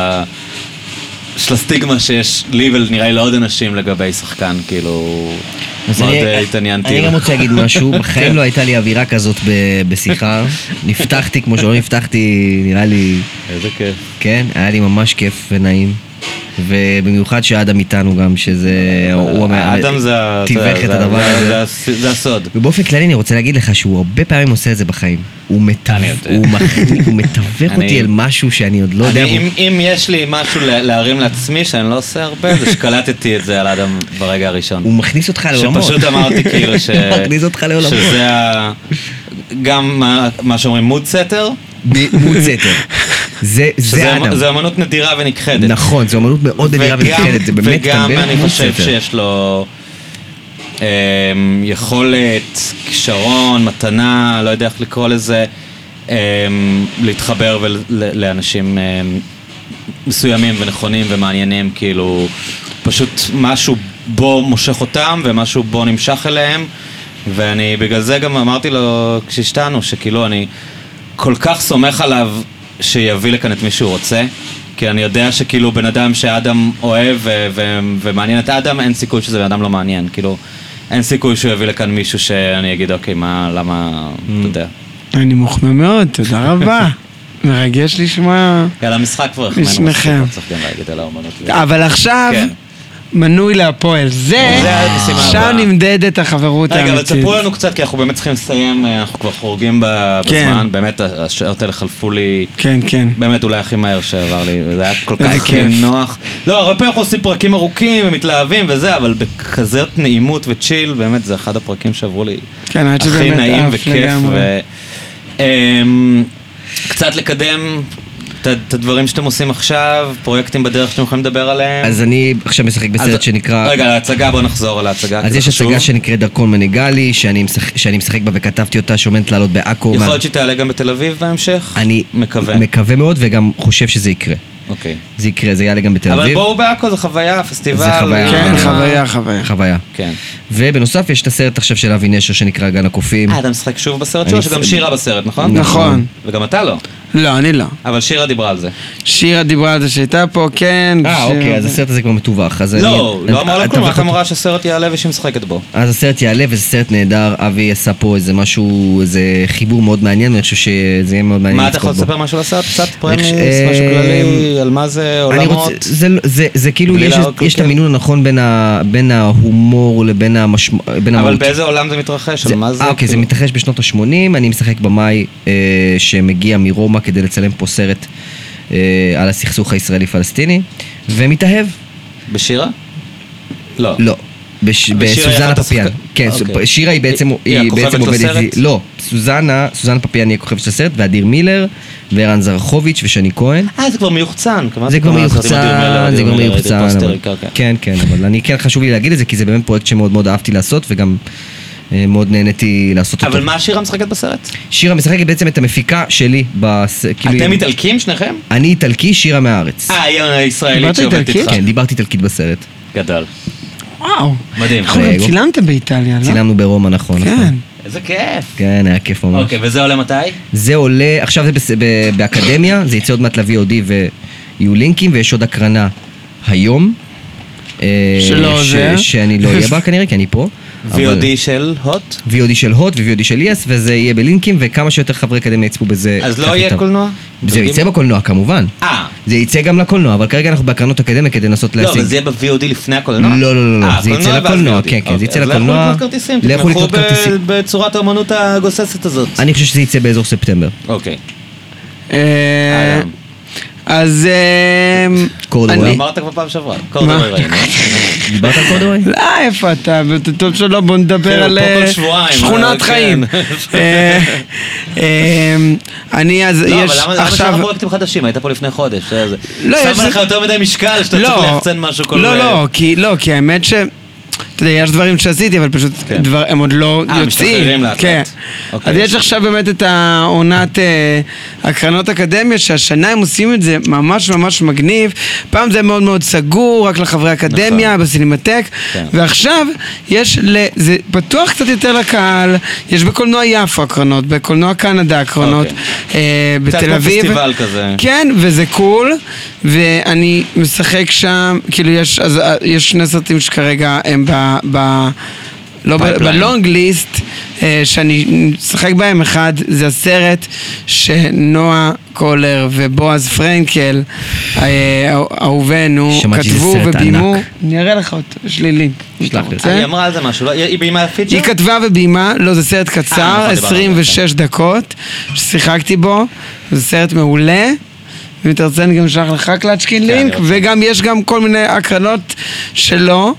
S3: הסטיגמה שיש לי ונראה לי לעוד אנשים לגבי שחקן, כאילו מאוד התעניינתי.
S1: אני גם רוצה להגיד משהו, בחיים לא הייתה לי אווירה כזאת בשיחה, נפתחתי כמו שלא נפתחתי, נראה לי...
S3: איזה כיף.
S1: כן, היה לי ממש כיף ונעים, ובמיוחד שאדם איתנו גם, שזה...
S3: אדם זה...
S1: תיווך את הדבר הזה.
S3: זה הסוד.
S1: ובאופן כללי אני רוצה להגיד לך שהוא הרבה פעמים עושה את זה בחיים. הוא מתווך אותי אל משהו שאני עוד לא יודע.
S3: אם יש לי משהו להרים לעצמי שאני לא עושה הרבה, זה שקלטתי את זה על אדם ברגע הראשון.
S1: הוא מכניס אותך לעולמות.
S3: שפשוט אמרתי כאילו
S1: מכניס אותך לעולמות.
S3: שזה גם מה שאומרים מוד סטר.
S1: מוד סטר. זה אדם.
S3: זה אמנות נדירה ונכחדת.
S1: נכון, זה אמנות מאוד נדירה ונכחדת.
S3: וגם אני חושב שיש לו יכולת, כישרון, מתנה, לא יודע איך לקרוא לזה, להתחבר לאנשים מסוימים ונכונים ומעניינים, כאילו פשוט משהו בו מושך אותם ומשהו בו נמשך אליהם, ואני בגלל זה גם אמרתי לו כשהשתנו, שכאילו אני כל כך סומך עליו שיביא לכאן את מי שהוא רוצה, כי אני יודע שכאילו בן אדם שאדם אוהב ומעניין את אדם, אין סיכוי שזה בן אדם לא מעניין, כאילו אין סיכוי שהוא יביא לכאן מישהו שאני אגיד אוקיי, מה, למה, אתה יודע.
S2: אני מוכנה מאוד, תודה רבה. מרגש לשמוע
S3: יאללה, המשחק כבר
S2: משניכם.
S3: צריך גם להגיד על האומנות.
S2: אבל עכשיו
S3: כן.
S2: מנוי להפועל, זה
S3: המשימה
S2: שם
S3: הבאה.
S2: נמדדת החברות
S3: רגע, אבל
S2: האמיתית.
S3: תספרו לנו קצת, כי אנחנו באמת צריכים לסיים, אנחנו כבר חורגים בזמן, באמת השעות האלה חלפו לי,
S2: כן, כן.
S3: באמת אולי הכי מהר שעבר לי, זה היה כל
S2: איזה
S3: כך
S2: כיף.
S3: נוח. לא, הרבה פעמים אנחנו עושים פרקים ארוכים ומתלהבים וזה, אבל בכזאת נעימות וצ'יל, באמת זה אחד הפרקים שעברו לי
S2: כן, עד
S3: הכי
S2: שבאמת
S3: נעים
S2: עף
S3: וכיף.
S2: לגמרי.
S3: קצת לקדם את הדברים שאתם עושים עכשיו, פרויקטים בדרך שאתם יכולים לדבר עליהם.
S1: אז אני עכשיו משחק בסרט שנקרא...
S3: רגע, להצגה, בוא נחזור על ההצגה.
S1: אז יש הצגה שנקראת דרכון מנגלי, שאני משחק בה וכתבתי אותה, שעומדת לעלות בעכו.
S3: יכול להיות שתעלה גם בתל אביב בהמשך?
S1: אני
S3: מקווה.
S1: מקווה מאוד וגם חושב שזה יקרה.
S3: אוקיי.
S1: זה יקרה, זה יעלה גם בתל אביב.
S3: אבל בואו בעכו, זה חוויה, פסטיבל.
S1: זה חוויה.
S2: כן, חוויה.
S1: חוויה.
S3: כן.
S1: ובנוסף יש את הסרט עכשיו של אבי נשר שנקרא גן הקופים.
S3: אתה משחק שוב בסרט שלו, שגם שירה בסרט, נכון?
S2: נכון.
S3: וגם אתה לא.
S2: לא, אני לא.
S3: אבל שירה דיברה על זה.
S2: שירה דיברה על זה שהייתה פה, כן.
S1: אוקיי, אז הסרט הזה כבר מתווך.
S3: לא אמר לה כלום, רק אמרה שהסרט יעלה ושהיא משחקת בו.
S1: אז הסרט יעלה וזה סרט נהדר, אבי עשה פה איזה משהו, איזה חיבור מאוד מעניין, ואני חושב שזה יהיה מאוד מעניין.
S3: מה אתה יכול לספר משהו לסרט? קצת פרמיס, משהו כללי, על מה זה, עולמות?
S1: זה כאילו, יש את המינון הנכון בין ההומור לבין המשמעות.
S3: אבל באיזה עולם זה מתרחש? על מה זה?
S1: אוקיי, זה מתרחש בשנות ה-80, אני משחק במאי שמגיע מרומא כדי לצלם פה סרט על הסכסוך הישראלי-פלסטיני, ומתאהב.
S3: בשירה? לא.
S1: לא. בסוזנה פפיאן. כן, שירה היא בעצם עובדת... לא, סוזנה פפיאן היא הכוכבת של הסרט, ואדיר מילר, וערן זרחוביץ' ושני כהן.
S3: זה כבר מיוחצן.
S1: זה כבר מיוחצן. כן, אבל אני כן חשוב לי להגיד את זה, כי זה באמת פרויקט שמאוד מאוד אהבתי לעשות, וגם מאוד נהניתי לעשות אותו.
S3: אבל מה שירה משחקת בסרט?
S1: שירה משחקת בעצם את המפיקה שלי.
S3: אתם איטלקים שניכם?
S1: אני איטלקי, שירה מהארץ.
S3: היא ישראלית שעובדת איתך.
S1: כן, דיברתי איטלקית בסרט.
S3: גדול.
S2: וואו.
S3: מדהים.
S2: אנחנו גם צילמתם באיטליה, לא?
S1: צילמנו ברומא, נכון.
S2: כן.
S3: איזה כיף.
S1: כן, היה כיף ממש.
S3: אוקיי, וזה עולה מתי?
S1: זה עולה, עכשיו זה באקדמיה, זה יצא עוד מעט ל-VOD ויהיו לינקים, ויש עוד הקרנה היום.
S2: שלא זה?
S1: שאני לא אהיה בה כנראה, כי אני פה.
S3: VOD של הוט?
S1: VOD של הוט ו-VOD של יס, וזה יהיה בלינקים, וכמה שיותר חברי אקדמיה יצפו בזה.
S3: אז לא יהיה קולנוע?
S1: זה יצא בקולנוע כמובן. זה יצא גם לקולנוע, אבל כרגע אנחנו בהקרנות אקדמיה כדי לנסות להשיג.
S3: לא, אבל זה יהיה ב-VOD לפני הקולנוע?
S1: לא, זה יצא לקולנוע, כן, זה יצא לקולנוע.
S3: אז לכו לקנות כרטיסים, תתמכו בצורת האמנות הגוססת הזאת.
S1: אני חושב שזה יצא באזור ספטמבר.
S3: אוקיי.
S2: אז...
S1: קורדווי.
S3: אמרת כבר פעם שעברה, קורדווי ראינו.
S1: דיברת על קורדווי?
S2: לא, איפה אתה? טוב שלא, בוא נדבר על שכונת חיים. אני אז...
S3: לא, אבל למה שאנחנו פרויקטים חדשים? היית פה לפני חודש. שם לך יותר מדי משקל שאתה צריך להחצן משהו כל...
S2: לא, כי האמת ש... אתה יודע, יש דברים שעשיתי, אבל פשוט הם עוד לא יוצאים.
S3: משתחררים לאט.
S2: כן. אז יש עכשיו באמת את העונת הקרנות אקדמיה, שהשנה הם עושים את זה ממש ממש מגניב. פעם זה מאוד מאוד סגור, רק לחברי אקדמיה, בסינמטק, ועכשיו זה פתוח קצת יותר לקהל, יש בקולנוע יפו הקרנות, בקולנוע קנדה הקרנות, בתל אביב.
S3: קצת כמו פסטיבל כזה.
S2: כן, וזה קול, ואני משחק שם, כאילו יש שני סרטים שכרגע הם בלונג ליסט שאני משחק בהם. אחד זה הסרט שנועה קולר ובועז פרנקל אהובנו כתבו ובימו. אני אראה לך אותו, יש לי לינק.
S3: היא אמרה על זה משהו, היא בימה פיצ'ר?
S2: היא כתבה ובימה, לא, זה סרט קצר, 26 דקות ששיחקתי בו, זה סרט מעולה. אם אתה רוצה אני גם אשלח לך קלצ'קין לינק, וגם יש גם כל מיני הקרנות שלו,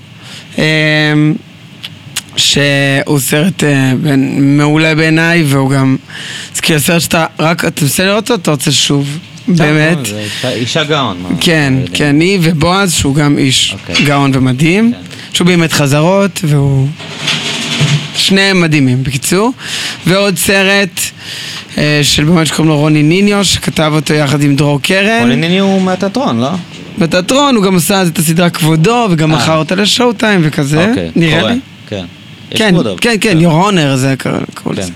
S2: שהוא סרט מעולה בעיניי, והוא גם, זה כאילו סרט שאתה רק, אתה מנסה לראות אותו, אתה רוצה שוב, באמת.
S3: אישה גאון.
S2: כן, היא ובועז, שהוא גם איש גאון ומדהים, שהוא באמת חזרות, והוא שניהם מדהימים, בקיצור. ועוד סרט של באמת שקוראים לו רוני ניניו, שכתב אותו יחד עם דרור קרן.
S3: רוני ניניו הוא מהתיאטרון, לא?
S2: בתיאטרון, הוא גם עשה את הסדרה כבודו, וגם מכר אותה לשואו טיים וכזה, נראה לי.
S3: כן.
S2: כן,
S3: וודו.
S2: כן, כן, Your Honor זה קראו לזה.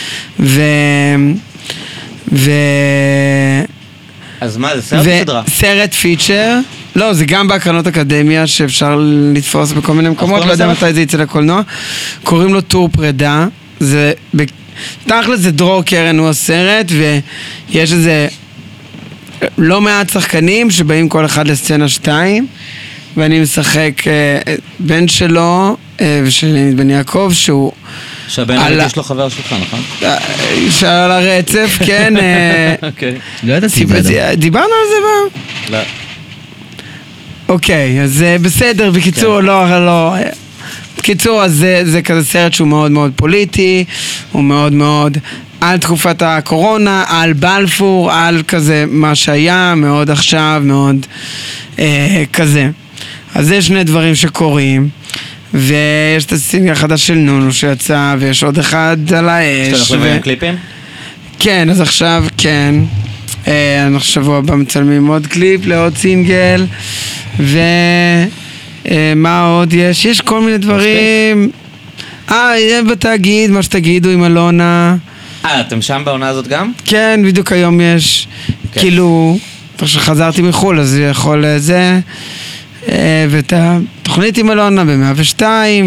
S3: אז מה, זה סרט סדרה?
S2: וסרט פיצ'ר, לא, זה גם בהקרנות אקדמיה שאפשר לתפוס בכל מיני מקומות, לא יודע מתי זה יצא לקולנוע. קוראים לו טור פרידה, זה, תכל'ס זה דרור קרן הוא הסרט, ויש איזה לא מעט שחקנים שבאים כל אחד לסצנה 2, ואני משחק בן שלו, ושל בן יעקב, שהוא...
S3: שהבן אמיתי יש לו חבר שלך, נכון?
S2: שעל הרצף, כן.
S3: אוקיי.
S1: לא ידעתי בזה.
S2: דיברנו על זה בה?
S3: לא.
S2: אוקיי, אז בסדר, בקיצור, לא. בקיצור, אז זה כזה סרט שהוא מאוד מאוד פוליטי, הוא מאוד מאוד על תקופת הקורונה, על בלפור, על כזה מה שהיה, מאוד עכשיו, מאוד כזה. אז יש שני דברים שקורים, ויש את הסינגל החדש של נונו שיצא, ויש עוד אחד על האש.
S3: שאתה הולך לביים קליפים?
S2: כן, אז עכשיו, כן. אנחנו שבוע הבא מצלמים עוד קליפ לעוד סינגל, ומה עוד יש? יש כל מיני דברים. יהיה בתאגיד, מה שתגידו עם אלונה.
S3: אתם שם בעונה הזאת גם?
S2: כן, בדיוק היום יש, כאילו, כשחזרתי מחול, אז יכול זה, ואת התוכנית עם אלונה ב-102,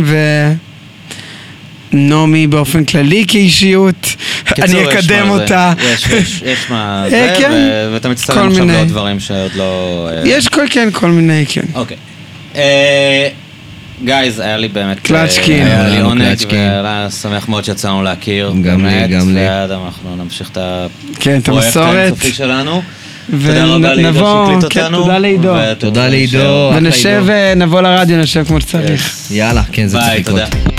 S2: נעמי באופן כללי כאישיות, אני אקדם אותה.
S3: יש מה זה, ואתה מצטלם עכשיו לעוד דברים שעוד לא...
S2: יש כל מיני, כן.
S3: אוקיי. גייז, היה לי באמת...
S2: קלצ'קין.
S3: היה לי עונג, והיה שמח מאוד שיצאנו להכיר.
S1: גם לי, גם לי.
S3: ועד אנחנו נמשיך את
S2: הפרויקט
S3: האינסופי שלנו. תודה רבה לעידו שהקליט אותנו.
S2: תודה לעידו.
S1: תודה לעידו.
S2: ונשב, נבוא לרדיו, נשב כמו שצריך.
S1: יאללה, כן, זה צריך לקרות.
S3: ביי, תודה.